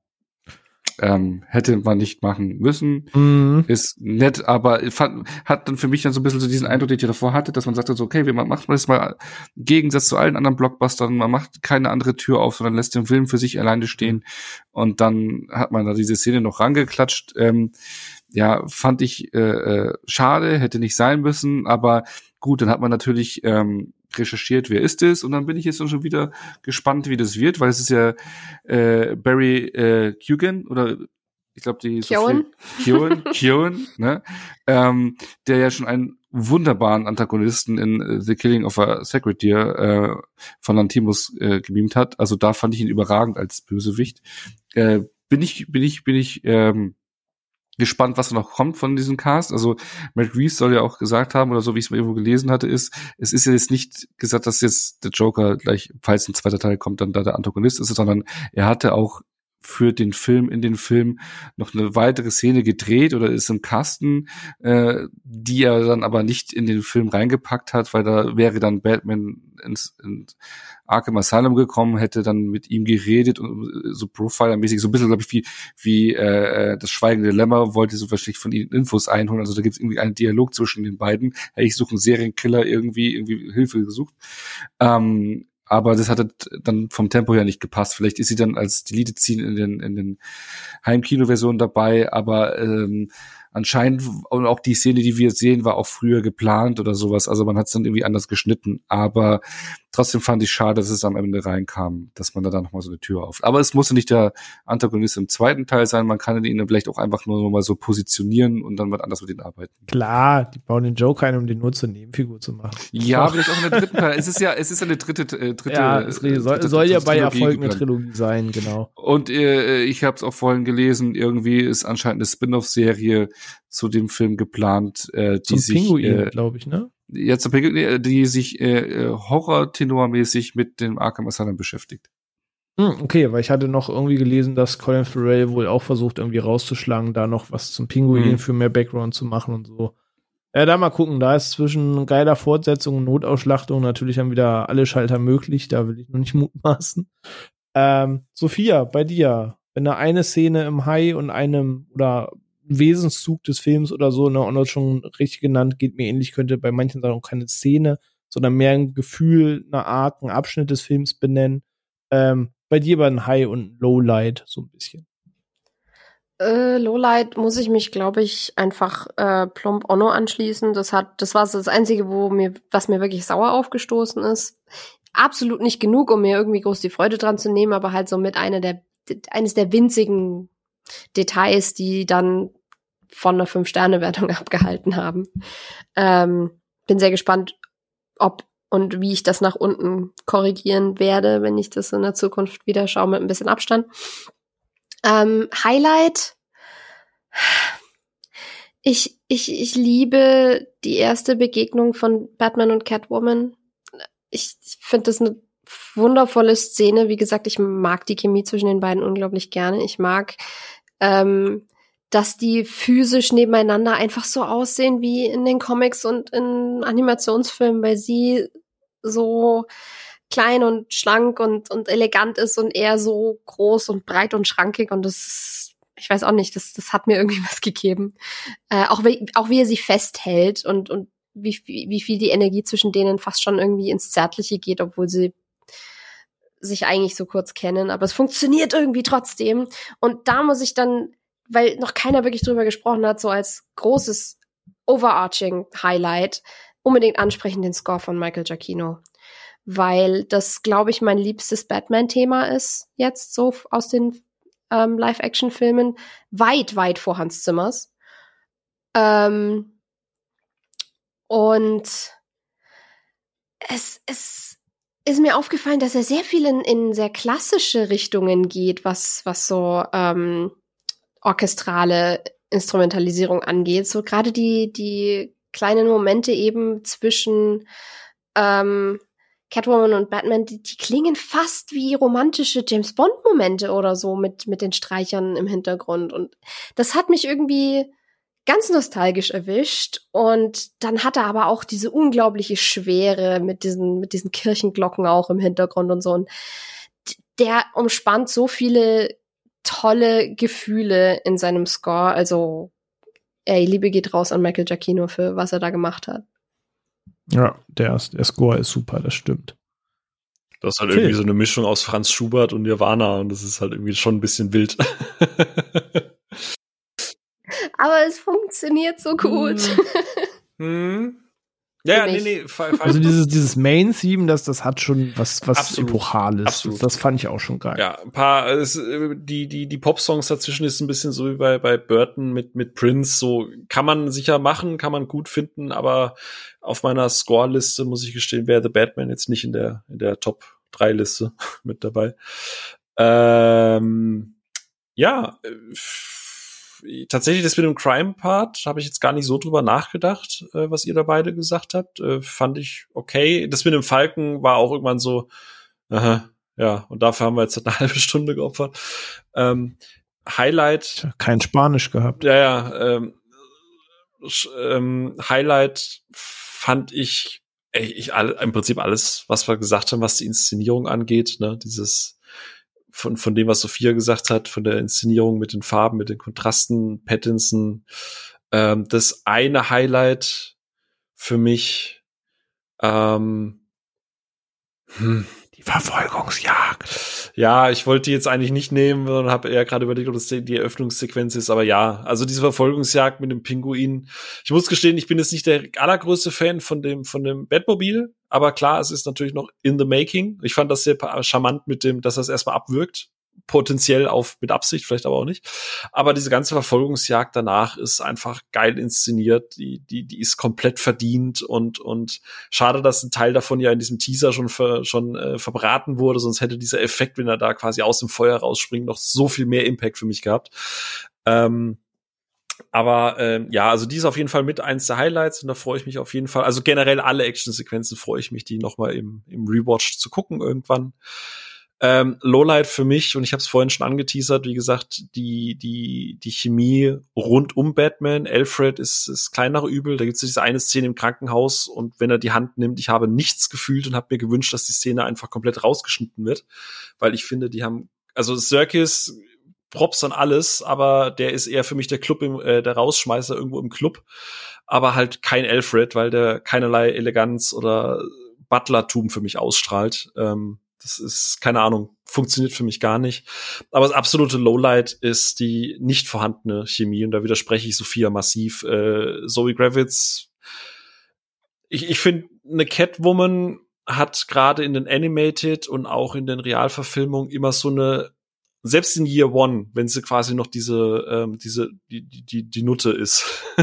Ähm, hätte man nicht machen müssen. Mhm. Ist nett, aber fand, hat dann für mich dann so ein bisschen so diesen Eindruck, den ich davor hatte, dass man sagte so, okay, man macht das mal im Gegensatz zu allen anderen Blockbustern, man macht keine andere Tür auf, sondern lässt den Film für sich alleine stehen. Und dann hat man da diese Szene noch rangeklatscht. Ähm, ja, fand ich äh, äh, schade, hätte nicht sein müssen, aber gut, dann hat man natürlich ähm, recherchiert, wer ist es, und dann bin ich jetzt schon wieder gespannt, wie das wird, weil es ist ja äh, Barry äh, Keoghan oder ich glaube die Keoghan, Keoghan, Keoghan, ne, ähm, der ja schon einen wunderbaren Antagonisten in uh, The Killing of a Sacred Deer äh, von Lanthimos äh, gemimt hat. Also da fand ich ihn überragend als Bösewicht. Äh, bin ich, bin ich, bin ich ähm, gespannt, was noch kommt von diesem Cast. Also Matt Reeves soll ja auch gesagt haben, oder so wie ich es mal irgendwo gelesen hatte, ist, es ist ja jetzt nicht gesagt, dass jetzt der Joker gleich, falls ein zweiter Teil kommt, dann da der Antagonist ist, sondern er hatte auch für den Film, in den Film noch eine weitere Szene gedreht oder ist im Kasten, äh, die er dann aber nicht in den Film reingepackt hat, weil da wäre dann Batman ins, ins Arkham Asylum gekommen, hätte dann mit ihm geredet und so Profiler-mäßig, so ein bisschen, glaube ich, wie, wie äh, das Schweigende Lämmer, wollte so wahrscheinlich von ihnen Infos einholen. Also da gibt es irgendwie einen Dialog zwischen den beiden. Hey, ich suche einen Serienkiller, irgendwie, irgendwie Hilfe gesucht. Ähm, aber das hat dann vom Tempo her nicht gepasst. Vielleicht ist sie dann als Deleted Scene in den, in den Heimkino-Versionen dabei, aber ähm, anscheinend, und auch die Szene, die wir sehen, war auch früher geplant oder sowas. Also man hat es dann irgendwie anders geschnitten. Aber trotzdem fand ich schade, dass es am Ende reinkam, dass man da dann nochmal so eine Tür auf. Aber es musste nicht der Antagonist im zweiten Teil sein. Man kann ihn dann vielleicht auch einfach nur mal so positionieren und dann wird anders mit ihm arbeiten. Klar, die bauen den Joker ein, um den nur zur Nebenfigur zu machen. Ja, Doch. Vielleicht auch in der dritten Teil. Es ist ja, es ist eine dritte, äh, dritte. Ja, es soll, dritte, soll ja bei Erfolg Erfolg eine Trilogie sein, genau. Und äh, ich habe es auch vorhin gelesen. Irgendwie ist anscheinend eine Spin-off-Serie zu dem Film geplant, äh, die Zum sich, Pinguin, äh, glaube ich, ne? Ja, zum Pinguin, die sich äh, Horror-Tenor-mäßig mit dem Arkham Asylum beschäftigt. Hm, okay, weil ich hatte noch irgendwie gelesen, dass Colin Farrell wohl auch versucht, irgendwie rauszuschlagen, da noch was zum Pinguin mhm. für mehr Background zu machen und so. Ja, da mal gucken, da ist zwischen geiler Fortsetzung und Notausschlachtung natürlich dann wieder alle Schalter möglich, da will ich noch nicht mutmaßen. Ähm, Sophia, bei dir, wenn da eine Szene im Hai und einem oder Wesenszug des Films oder so, ne, Arnold schon richtig genannt, geht mir ähnlich, könnte bei manchen Sachen auch keine Szene, sondern mehr ein Gefühl, eine Art, einen Abschnitt des Films benennen. Ähm, bei dir bei ein High und Lowlight so ein bisschen. Äh, Lowlight muss ich mich, glaube ich, einfach äh, plump Onno anschließen. Das hat, das war das Einzige, wo mir, was mir wirklich sauer aufgestoßen ist. Absolut nicht genug, um mir irgendwie groß die Freude dran zu nehmen, aber halt so mit einer der, eines der winzigen Details, die dann von einer fünf-Sterne-Wertung abgehalten haben. Ähm, bin sehr gespannt, ob und wie ich das nach unten korrigieren werde, wenn ich das in der Zukunft wieder schaue mit ein bisschen Abstand. Ähm, Highlight. Ich, ich, ich liebe die erste Begegnung von Batman und Catwoman. Ich finde das eine wundervolle Szene. Wie gesagt, ich mag die Chemie zwischen den beiden unglaublich gerne. Ich mag, ähm, dass die physisch nebeneinander einfach so aussehen wie in den Comics und in Animationsfilmen, weil sie so klein und schlank und, und elegant ist und er so groß und breit und schrankig und das ist, ich weiß auch nicht, das, das hat mir irgendwie was gegeben. Äh, auch, wie, auch wie er sie festhält und, und wie, wie viel die Energie zwischen denen fast schon irgendwie ins Zärtliche geht, obwohl sie sich eigentlich so kurz kennen, aber es funktioniert irgendwie trotzdem. Und da muss ich dann, weil noch keiner wirklich drüber gesprochen hat, so als großes overarching Highlight unbedingt ansprechen den Score von Michael Giacchino. Weil das, glaube ich, mein liebstes Batman-Thema ist jetzt so aus den ähm, Live-Action-Filmen. Weit, weit vor Hans Zimmers. Ähm, und es, es ist mir aufgefallen, dass er sehr viel in, in sehr klassische Richtungen geht, was, was so ähm, orchestrale Instrumentalisierung angeht. So gerade die, die kleinen Momente eben zwischen ähm, Catwoman und Batman, die, die klingen fast wie romantische James-Bond-Momente oder so mit, mit den Streichern im Hintergrund. Und das hat mich irgendwie ganz nostalgisch erwischt. Und dann hat er aber auch diese unglaubliche Schwere mit diesen, mit diesen Kirchenglocken auch im Hintergrund und so. Und der umspannt so viele tolle Gefühle in seinem Score. Also, ey, Liebe geht raus an Michael Giacchino für was er da gemacht hat. Ja, der, der Score ist super, das stimmt. Das ist halt Phil. irgendwie so eine Mischung aus Franz Schubert und Nirvana und das ist halt irgendwie schon ein bisschen wild. Aber es funktioniert so gut. Hm. Ja, nee, nee. Fall, Fall. Also dieses, dieses Main-Theme, das, das hat schon was, was Absolut. Epochales. Absolut. Das fand ich auch schon geil. Ja, ein paar, es, die, die, die Pop-Songs dazwischen ist ein bisschen so wie bei, bei Burton mit, mit Prince. So kann man sicher machen, kann man gut finden, aber auf meiner Score-Liste, muss ich gestehen, wäre The Batman jetzt nicht in der, in der Top drei Liste mit dabei. Ähm, ja, tatsächlich das mit dem Crime-Part habe ich jetzt gar nicht so drüber nachgedacht, äh, was ihr da beide gesagt habt. Äh, fand ich okay. Das mit dem Falken war auch irgendwann so, aha, Ja, und dafür haben wir jetzt eine halbe Stunde geopfert. Ähm, Highlight. Kein Spanisch gehabt. Ja, ja. Ähm, ähm, Highlight fand ich, ey, ich all, im Prinzip alles, was wir gesagt haben, was die Inszenierung angeht. Ne, dieses von von dem, was Sophia gesagt hat, von der Inszenierung mit den Farben, mit den Kontrasten, Pattinson. Ähm, das eine Highlight für mich. Ähm, hm. Die Verfolgungsjagd. Ja, ich wollte die jetzt eigentlich nicht nehmen, sondern habe eher gerade überlegt, ob das die, die Eröffnungssequenz ist. Aber ja, also diese Verfolgungsjagd mit dem Pinguin. Ich muss gestehen, ich bin jetzt nicht der allergrößte Fan von dem von dem Batmobil. Aber klar, es ist natürlich noch in the making. Ich fand das sehr charmant mit dem, dass das erstmal abwirkt. Potenziell auf mit Absicht, vielleicht aber auch nicht. Aber diese ganze Verfolgungsjagd danach ist einfach geil inszeniert. Die, die, die ist komplett verdient und, und schade, dass ein Teil davon ja in diesem Teaser schon, ver, schon äh, verbraten wurde. Sonst hätte dieser Effekt, wenn er da quasi aus dem Feuer rausspringt, noch so viel mehr Impact für mich gehabt. Ähm, aber ähm, ja, also die ist auf jeden Fall mit eins der Highlights und da freue ich mich auf jeden Fall. Also generell alle Actionsequenzen freue ich mich, die noch mal im, im Rewatch zu gucken irgendwann. Ähm, Lowlight für mich, und ich habe es vorhin schon angeteasert, wie gesagt, die die die Chemie rund um Batman. Alfred ist ist kleinere Übel. Da gibt es diese eine Szene im Krankenhaus und wenn er die Hand nimmt, ich habe nichts gefühlt und habe mir gewünscht, dass die Szene einfach komplett rausgeschnitten wird, weil ich finde, die haben, also Serkis, Props an alles, aber der ist eher für mich der Club im, äh, der Rausschmeißer irgendwo im Club, aber halt kein Alfred, weil der keinerlei Eleganz oder Butlertum für mich ausstrahlt. Ähm, Das ist, keine Ahnung, funktioniert für mich gar nicht. Aber das absolute Lowlight ist die nicht vorhandene Chemie. Und da widerspreche ich Sophia massiv. Äh, Zoe Kravitz, ich, ich finde, eine Catwoman hat gerade in den Animated und auch in den Realverfilmungen immer so eine, selbst in Year One, wenn sie quasi noch diese, ähm, diese, die, die, die Nutte ist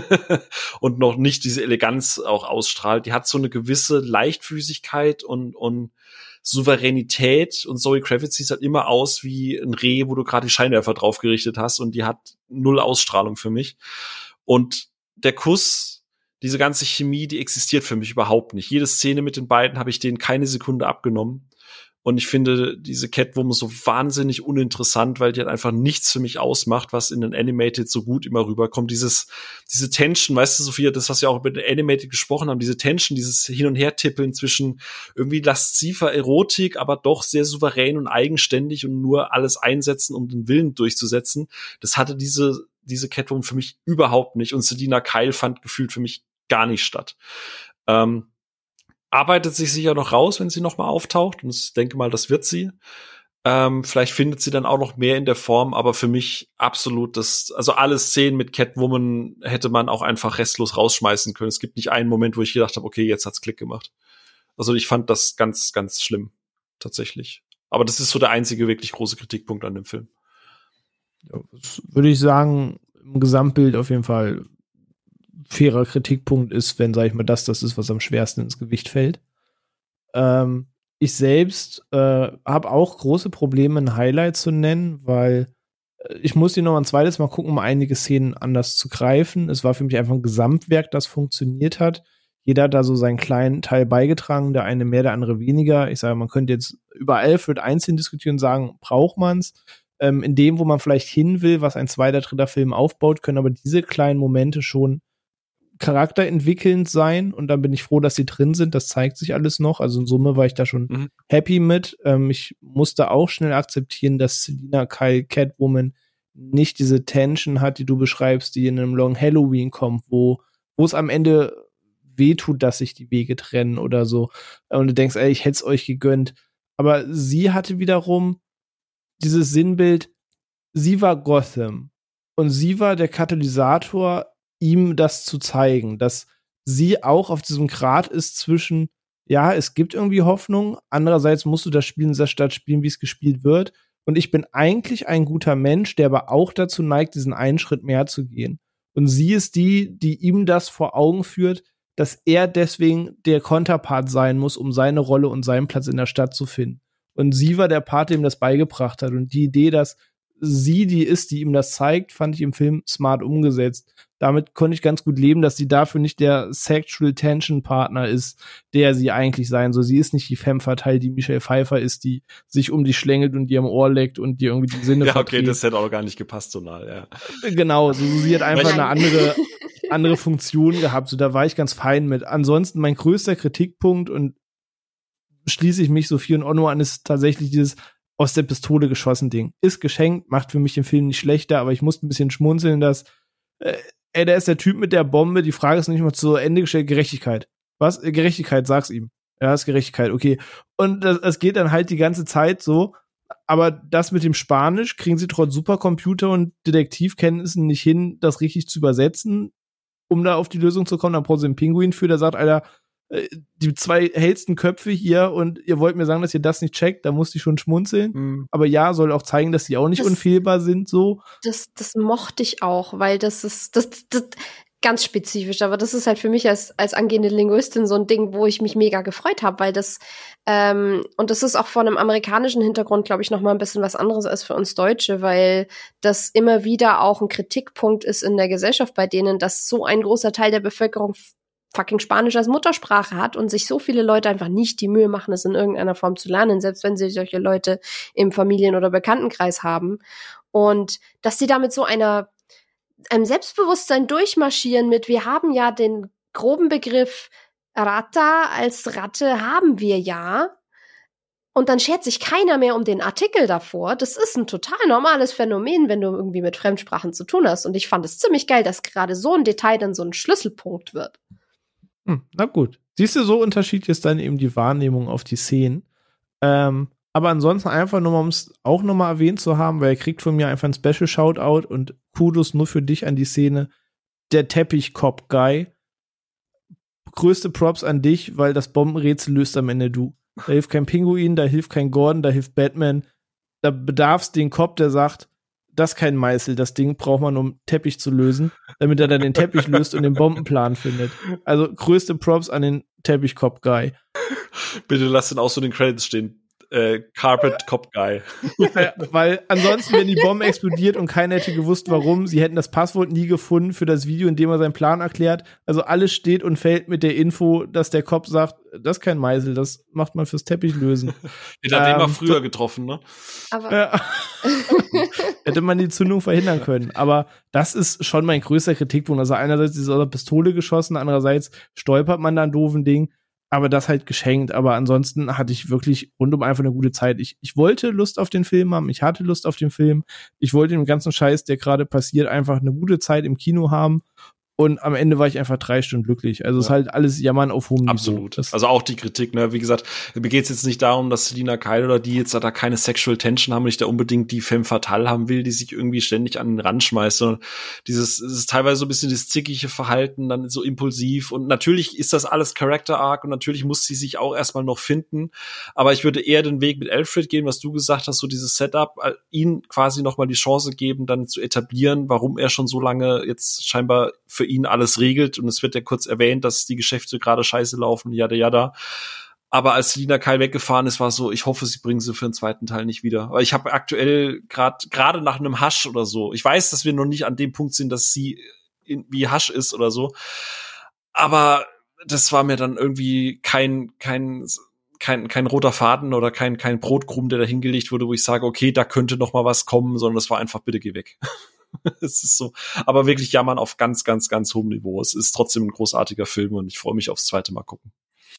und noch nicht diese Eleganz auch ausstrahlt, die hat so eine gewisse Leichtfüßigkeit und, und Souveränität, und Zoe Kravitz sieht halt immer aus wie ein Reh, wo du gerade die Scheinwerfer drauf gerichtet hast, und die hat null Ausstrahlung für mich. Und der Kuss, diese ganze Chemie, die existiert für mich überhaupt nicht. Jede Szene mit den beiden habe ich denen keine Sekunde abgenommen. Und ich finde diese Catwoman so wahnsinnig uninteressant, weil die halt einfach nichts für mich ausmacht, was in den Animated so gut immer rüberkommt. Dieses, diese Tension, weißt du, Sophia, das, was wir auch mit den Animated gesprochen haben, diese Tension, dieses Hin- und Her-Tippeln zwischen irgendwie lasziver Erotik, aber doch sehr souverän und eigenständig und nur alles einsetzen, um den Willen durchzusetzen. Das hatte diese, diese Catwoman für mich überhaupt nicht. Und Selina Kyle fand gefühlt für mich gar nicht statt. Ähm, arbeitet sich sicher noch raus, wenn sie noch mal auftaucht. Und ich denke mal, das wird sie. Ähm, vielleicht findet sie dann auch noch mehr in der Form, aber für mich absolut das, also alle Szenen mit Catwoman hätte man auch einfach restlos rausschmeißen können. Es gibt nicht einen Moment, wo ich gedacht habe, okay, jetzt hat's Klick gemacht. Also ich fand das ganz, ganz schlimm, tatsächlich. Aber das ist so der einzige wirklich große Kritikpunkt an dem Film. Ja, das würde ich sagen, im Gesamtbild auf jeden Fall fairer Kritikpunkt ist, wenn, sag ich mal, das das ist, was am schwersten ins Gewicht fällt. Ähm, ich selbst äh, habe auch große Probleme, ein Highlight zu nennen, weil äh, ich muss die noch ein zweites Mal gucken, um einige Szenen anders zu greifen. Es war für mich einfach ein Gesamtwerk, das funktioniert hat. Jeder hat da so seinen kleinen Teil beigetragen, der eine mehr, der andere weniger. Ich sage, man könnte jetzt über Alfred einzeln diskutieren und sagen, braucht man's? Ähm, in dem, wo man vielleicht hin will, was ein zweiter, dritter Film aufbaut, können aber diese kleinen Momente schon charakterentwickelnd sein, und dann bin ich froh, dass sie drin sind. Das zeigt sich alles noch. Also in Summe war ich da schon mhm. happy mit. Ähm, ich musste auch schnell akzeptieren, dass Selina Kyle Catwoman nicht diese Tension hat, die du beschreibst, die in einem Long Halloween kommt, wo wo es am Ende wehtut, dass sich die Wege trennen oder so. Und du denkst, ey, ich hätte es euch gegönnt. Aber sie hatte wiederum dieses Sinnbild, sie war Gotham. Und sie war der Katalysator, ihm das zu zeigen, dass sie auch auf diesem Grat ist zwischen, ja, es gibt irgendwie Hoffnung, andererseits musst du das Spiel in dieser Stadt spielen, wie es gespielt wird, und ich bin eigentlich ein guter Mensch, der aber auch dazu neigt, diesen einen Schritt mehr zu gehen. Und sie ist die, die ihm das vor Augen führt, dass er deswegen der Konterpart sein muss, um seine Rolle und seinen Platz in der Stadt zu finden. Und sie war der Part, dem das beigebracht hat. Und die Idee, dass sie die ist, die ihm das zeigt, fand ich im Film smart umgesetzt. Damit konnte ich ganz gut leben, dass sie dafür nicht der Sexual Tension Partner ist, der sie eigentlich sein soll. Sie ist nicht die femme fatale, die Michelle Pfeiffer ist, die sich um dich schlängelt und dir am Ohr leckt und dir irgendwie die Sinne Ja, verdreht. okay, das hätte auch gar nicht gepasst, so nah, ja. Genau, so, sie hat einfach Nein. eine andere, andere Funktion gehabt. So, da war ich ganz fein mit. Ansonsten mein größter Kritikpunkt, und schließe ich mich Sophie und Onno an, ist tatsächlich dieses aus der Pistole geschossen Ding. Ist geschenkt, macht für mich den Film nicht schlechter, aber ich musste ein bisschen schmunzeln, dass äh, ey, der ist der Typ mit der Bombe, die Frage ist nicht mal zu Ende gestellt, Gerechtigkeit. Was? Gerechtigkeit, sag's ihm. Ja, ist Gerechtigkeit, okay. Und das, das geht dann halt die ganze Zeit so, aber das mit dem Spanisch kriegen sie trotz Supercomputer und Detektivkenntnissen nicht hin, das richtig zu übersetzen, um da auf die Lösung zu kommen. Dann brauchen sie einen Pinguin für, der sagt, Alter, die zwei hellsten Köpfe hier und ihr wollt mir sagen, dass ihr das nicht checkt, da musste ich schon schmunzeln. Mhm. Aber ja, soll auch zeigen, dass die auch nicht das, unfehlbar sind, so. Das, das mochte ich auch, weil das ist, das, das, ganz spezifisch, aber das ist halt für mich als, als angehende Linguistin so ein Ding, wo ich mich mega gefreut habe, weil das, ähm, und das ist auch vor einem amerikanischen Hintergrund, glaube ich, noch mal ein bisschen was anderes als für uns Deutsche, weil das immer wieder auch ein Kritikpunkt ist in der Gesellschaft bei denen, dass so ein großer Teil der Bevölkerung fucking Spanisch als Muttersprache hat und sich so viele Leute einfach nicht die Mühe machen, es in irgendeiner Form zu lernen, selbst wenn sie solche Leute im Familien- oder Bekanntenkreis haben. Und dass sie damit so einer, einem Selbstbewusstsein durchmarschieren mit, wir haben ja den groben Begriff Rata als Ratte haben wir ja. Und dann schert sich keiner mehr um den Artikel davor. Das ist ein total normales Phänomen, wenn du irgendwie mit Fremdsprachen zu tun hast. Und ich fand es ziemlich geil, dass gerade so ein Detail dann so ein Schlüsselpunkt wird. Hm, na gut. Siehst du, so unterschiedlich ist dann eben die Wahrnehmung auf die Szenen. Ähm, aber ansonsten einfach nur mal, um es auch nochmal erwähnt zu haben, weil er kriegt von mir einfach ein Special Shoutout und Kudos nur für dich an die Szene. Der Teppich-Cop-Guy. Größte Props an dich, weil das Bombenrätsel löst am Ende du. Da hilft kein Pinguin, da hilft kein Gordon, da hilft Batman. Da bedarf's den Cop, der sagt, das ist kein Meißel, das Ding braucht man, um Teppich zu lösen, damit er dann den Teppich löst und den Bombenplan findet. Also größte Props an den Teppich-Cop-Guy. Bitte lass den auch so in den Credits stehen. Äh, Carpet Cop Guy. Ja, weil ansonsten, wenn die Bombe explodiert und keiner hätte gewusst, warum, sie hätten das Passwort nie gefunden für das Video, in dem er seinen Plan erklärt. Also alles steht und fällt mit der Info, dass der Cop sagt, das ist kein Meißel, das macht man fürs Teppichlösen. Den hat ähm, immer früher getroffen, ne? Aber ja. Hätte man die Zündung verhindern können. Aber das ist schon mein größter Kritikpunkt. Also einerseits ist aus der Pistole geschossen, andererseits stolpert man da ein doofen Ding. Aber das halt geschenkt. Aber ansonsten hatte ich wirklich rundum einfach eine gute Zeit. Ich, ich wollte Lust auf den Film haben. Ich hatte Lust auf den Film. Ich wollte den ganzen Scheiß, der gerade passiert, einfach eine gute Zeit im Kino haben. Und am Ende war ich einfach drei Stunden glücklich. Also es ja. ist halt alles Jammern auf hohem Niveau. Absolut. Also auch die Kritik, ne, wie gesagt, mir geht's jetzt nicht darum, dass Selina Kyle oder die jetzt da keine Sexual Tension haben und nicht da unbedingt die femme fatale haben will, die sich irgendwie ständig an den Rand schmeißt, sondern dieses, es ist teilweise so ein bisschen das zickige Verhalten, dann so impulsiv und natürlich ist das alles Character Arc und natürlich muss sie sich auch erstmal noch finden, aber ich würde eher den Weg mit Alfred gehen, was du gesagt hast, so dieses Setup, ihn quasi nochmal die Chance geben, dann zu etablieren, warum er schon so lange jetzt scheinbar für ihn alles regelt und es wird ja kurz erwähnt, dass die Geschäfte gerade scheiße laufen, jada jada. Aber als Selina Kyle weggefahren ist, war es so, ich hoffe, sie bringen sie für den zweiten Teil nicht wieder. Aber ich habe aktuell gerade gerade nach einem Hush oder so, ich weiß, dass wir noch nicht an dem Punkt sind, dass sie in, wie Hush ist oder so, aber das war mir dann irgendwie kein kein kein kein roter Faden oder kein kein Brotkrumm, der da hingelegt wurde, wo ich sage, okay, da könnte noch mal was kommen, sondern das war einfach, bitte geh weg. Es ist so, aber wirklich jammern auf ganz, ganz, ganz hohem Niveau. Es ist trotzdem ein großartiger Film und ich freue mich aufs zweite Mal gucken.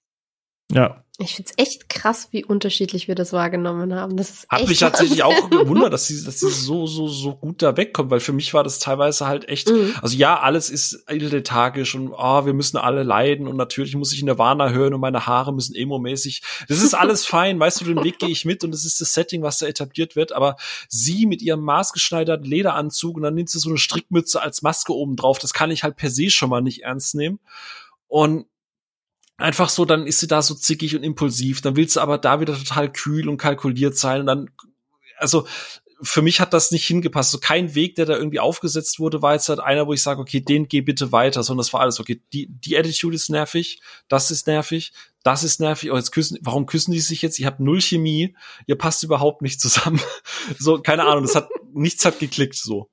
Ja. Ich find's echt krass, wie unterschiedlich wir das wahrgenommen haben. Das ist Hat echt mich tatsächlich auch gewundert, dass sie, dass sie so, so, so gut da wegkommt, weil für mich war das teilweise halt echt, mhm. also ja, alles ist lethargisch und oh, wir müssen alle leiden und natürlich muss ich Nirvana hören und meine Haare müssen emo-mäßig. Das ist alles fein, weißt du, den Weg gehe ich mit und das ist das Setting, was da etabliert wird, aber sie mit ihrem maßgeschneiderten Lederanzug und dann nimmt sie so eine Strickmütze als Maske oben drauf, das kann ich halt per se schon mal nicht ernst nehmen. Und einfach so, dann ist sie da so zickig und impulsiv, dann willst du aber da wieder total kühl und kalkuliert sein und dann, also für mich hat das nicht hingepasst. So kein Weg, der da irgendwie aufgesetzt wurde, war jetzt halt einer, wo ich sage, okay, den geh bitte weiter, sondern das war alles, okay, die, die Attitude ist nervig, das ist nervig, das ist nervig, oh, jetzt küssen, warum küssen die sich jetzt? Ihr habt null Chemie, ihr passt überhaupt nicht zusammen. So, keine Ahnung, das hat, nichts hat geklickt, so.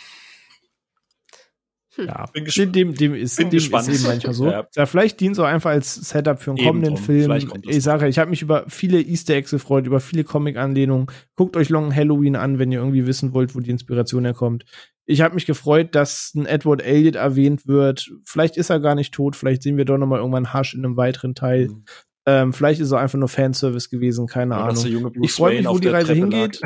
Ja, bin dem, dem, dem ist, bin dem ist eben manchmal so. Ja. Ja, vielleicht dient es auch einfach als Setup für einen eben kommenden drum. Film. Ich sage, ich habe mich über viele Easter Eggs gefreut, über viele Comic-Anlehnungen. Guckt euch Long Halloween an, wenn ihr irgendwie wissen wollt, wo die Inspiration herkommt. Ich habe mich gefreut, dass ein Edward Elliot erwähnt wird. Vielleicht ist er gar nicht tot, vielleicht sehen wir doch noch mal irgendwann Hush in einem weiteren Teil. Mhm. Ähm, vielleicht ist er einfach nur Fanservice gewesen, keine ja, Ahnung. Ich freue mich, wo die Reise hingeht.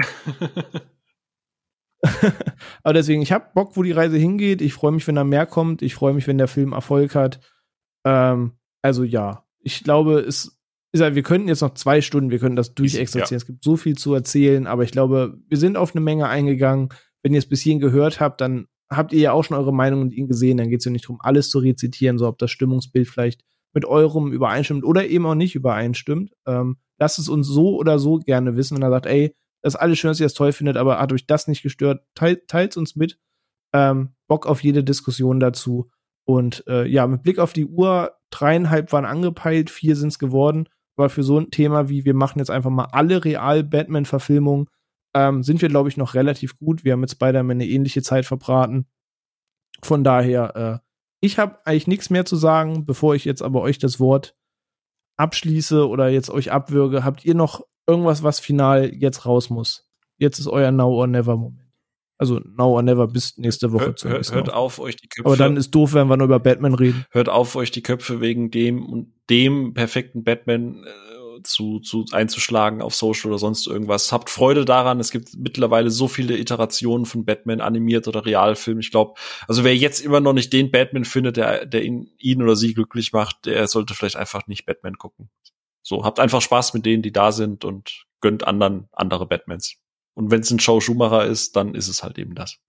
Aber deswegen, ich habe Bock, wo die Reise hingeht. Ich freue mich, wenn da mehr kommt. Ich freue mich, wenn der Film Erfolg hat. Ähm, also ja, ich glaube, es ist halt, wir könnten jetzt noch zwei Stunden, wir könnten das durchexerzieren. Ja. Es gibt so viel zu erzählen, aber ich glaube, wir sind auf eine Menge eingegangen. Wenn ihr es bis hierhin gehört habt, dann habt ihr ja auch schon eure Meinung und ihn gesehen. Dann geht es ja nicht darum, alles zu rezitieren, so ob das Stimmungsbild vielleicht mit eurem übereinstimmt oder eben auch nicht übereinstimmt. Ähm, lasst es uns so oder so gerne wissen, wenn er sagt, ey, das ist alles schön, dass ihr das toll findet, aber hat euch das nicht gestört, Teil, teilt's uns mit. Ähm, Bock auf jede Diskussion dazu. Und äh, ja, mit Blick auf die Uhr, dreieinhalb waren angepeilt, vier sind's geworden. Aber für so ein Thema wie, wir machen jetzt einfach mal alle Real-Batman-Verfilmungen, ähm, sind wir, glaube ich, noch relativ gut. Wir haben mit Spider-Man eine ähnliche Zeit verbraten. Von daher, äh, ich habe eigentlich nichts mehr zu sagen, bevor ich jetzt aber euch das Wort abschließe oder jetzt euch abwürge. Habt ihr noch irgendwas, was final jetzt raus muss? Jetzt ist euer Now or Never Moment. Also Now or Never bis nächste Woche. Hört, hört, hört auf, euch die Köpfe. Aber dann ist doof, wenn wir nur über Batman reden. Hört auf, euch die Köpfe wegen dem und dem perfekten Batman äh, zu, zu einzuschlagen auf Social oder sonst irgendwas. Habt Freude daran. Es gibt mittlerweile so viele Iterationen von Batman, animiert oder Realfilm. Ich glaube, also wer jetzt immer noch nicht den Batman findet, der, der ihn, ihn oder sie glücklich macht, der sollte vielleicht einfach nicht Batman gucken. So, habt einfach Spaß mit denen, die da sind und gönnt anderen andere Batmans. Und wenn es ein Joe Schumacher ist, dann ist es halt eben das.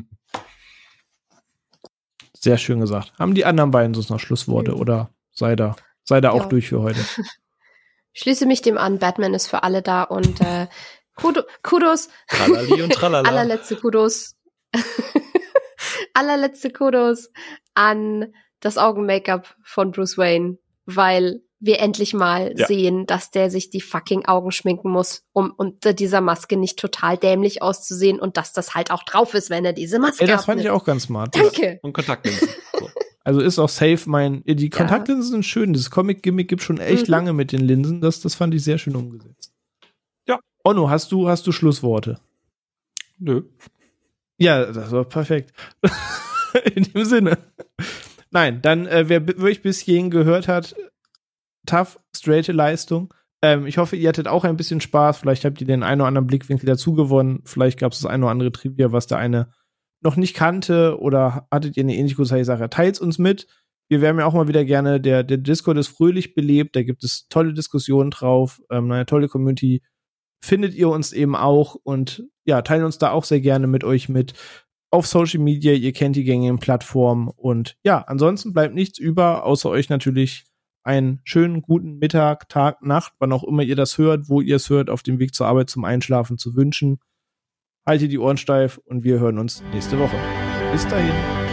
Sehr schön gesagt. Haben die anderen beiden sonst noch Schlussworte mhm. oder sei da, sei da auch ja. durch für heute? Ich schließe mich dem an. Batman ist für alle da und äh, Kudos. Tralali und tralala. Allerletzte Kudos. Allerletzte Kudos an das Augen-Make-up von Bruce Wayne, weil wir endlich mal ja. sehen, dass der sich die fucking Augen schminken muss, um unter dieser Maske nicht total dämlich auszusehen und dass das halt auch drauf ist, wenn er diese Maske hat. Ey, das fand ich auch ganz smart. Danke. Und Kontaktlinsen. So. Also ist auch safe mein, die Kontaktlinsen ja. sind schön. Das Comic-Gimmick gibt schon echt mhm. lange mit den Linsen. Das, das fand ich sehr schön umgesetzt. Ja. Onno, hast du, hast du Schlussworte? Nö. Ja, das war perfekt. In dem Sinne. Nein, dann, äh, wer wirklich bis hierhin gehört hat, tough, straighte Leistung. Ähm, ich hoffe, ihr hattet auch ein bisschen Spaß. Vielleicht habt ihr den einen oder anderen Blickwinkel dazu gewonnen. Vielleicht gab es das eine oder andere Trivia, was der eine noch nicht kannte. Oder hattet ihr eine ähnlich gute Sache? Teilt uns mit. Wir werden ja auch mal wieder gerne, der, der Discord ist fröhlich belebt. Da gibt es tolle Diskussionen drauf. Ähm, eine tolle Community. Findet ihr uns eben auch. Und ja, teilen uns da auch sehr gerne mit euch mit. Auf Social Media. Ihr kennt die gängigen Plattformen. Und ja, ansonsten bleibt nichts über, außer euch natürlich einen schönen, guten Mittag, Tag, Nacht, wann auch immer ihr das hört, wo ihr es hört, auf dem Weg zur Arbeit zum Einschlafen zu wünschen. Haltet die Ohren steif und wir hören uns nächste Woche. Bis dahin.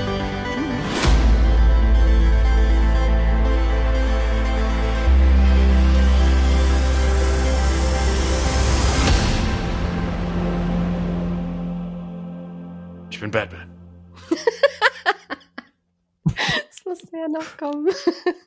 Ich bin Batman. Das muss ja noch kommen.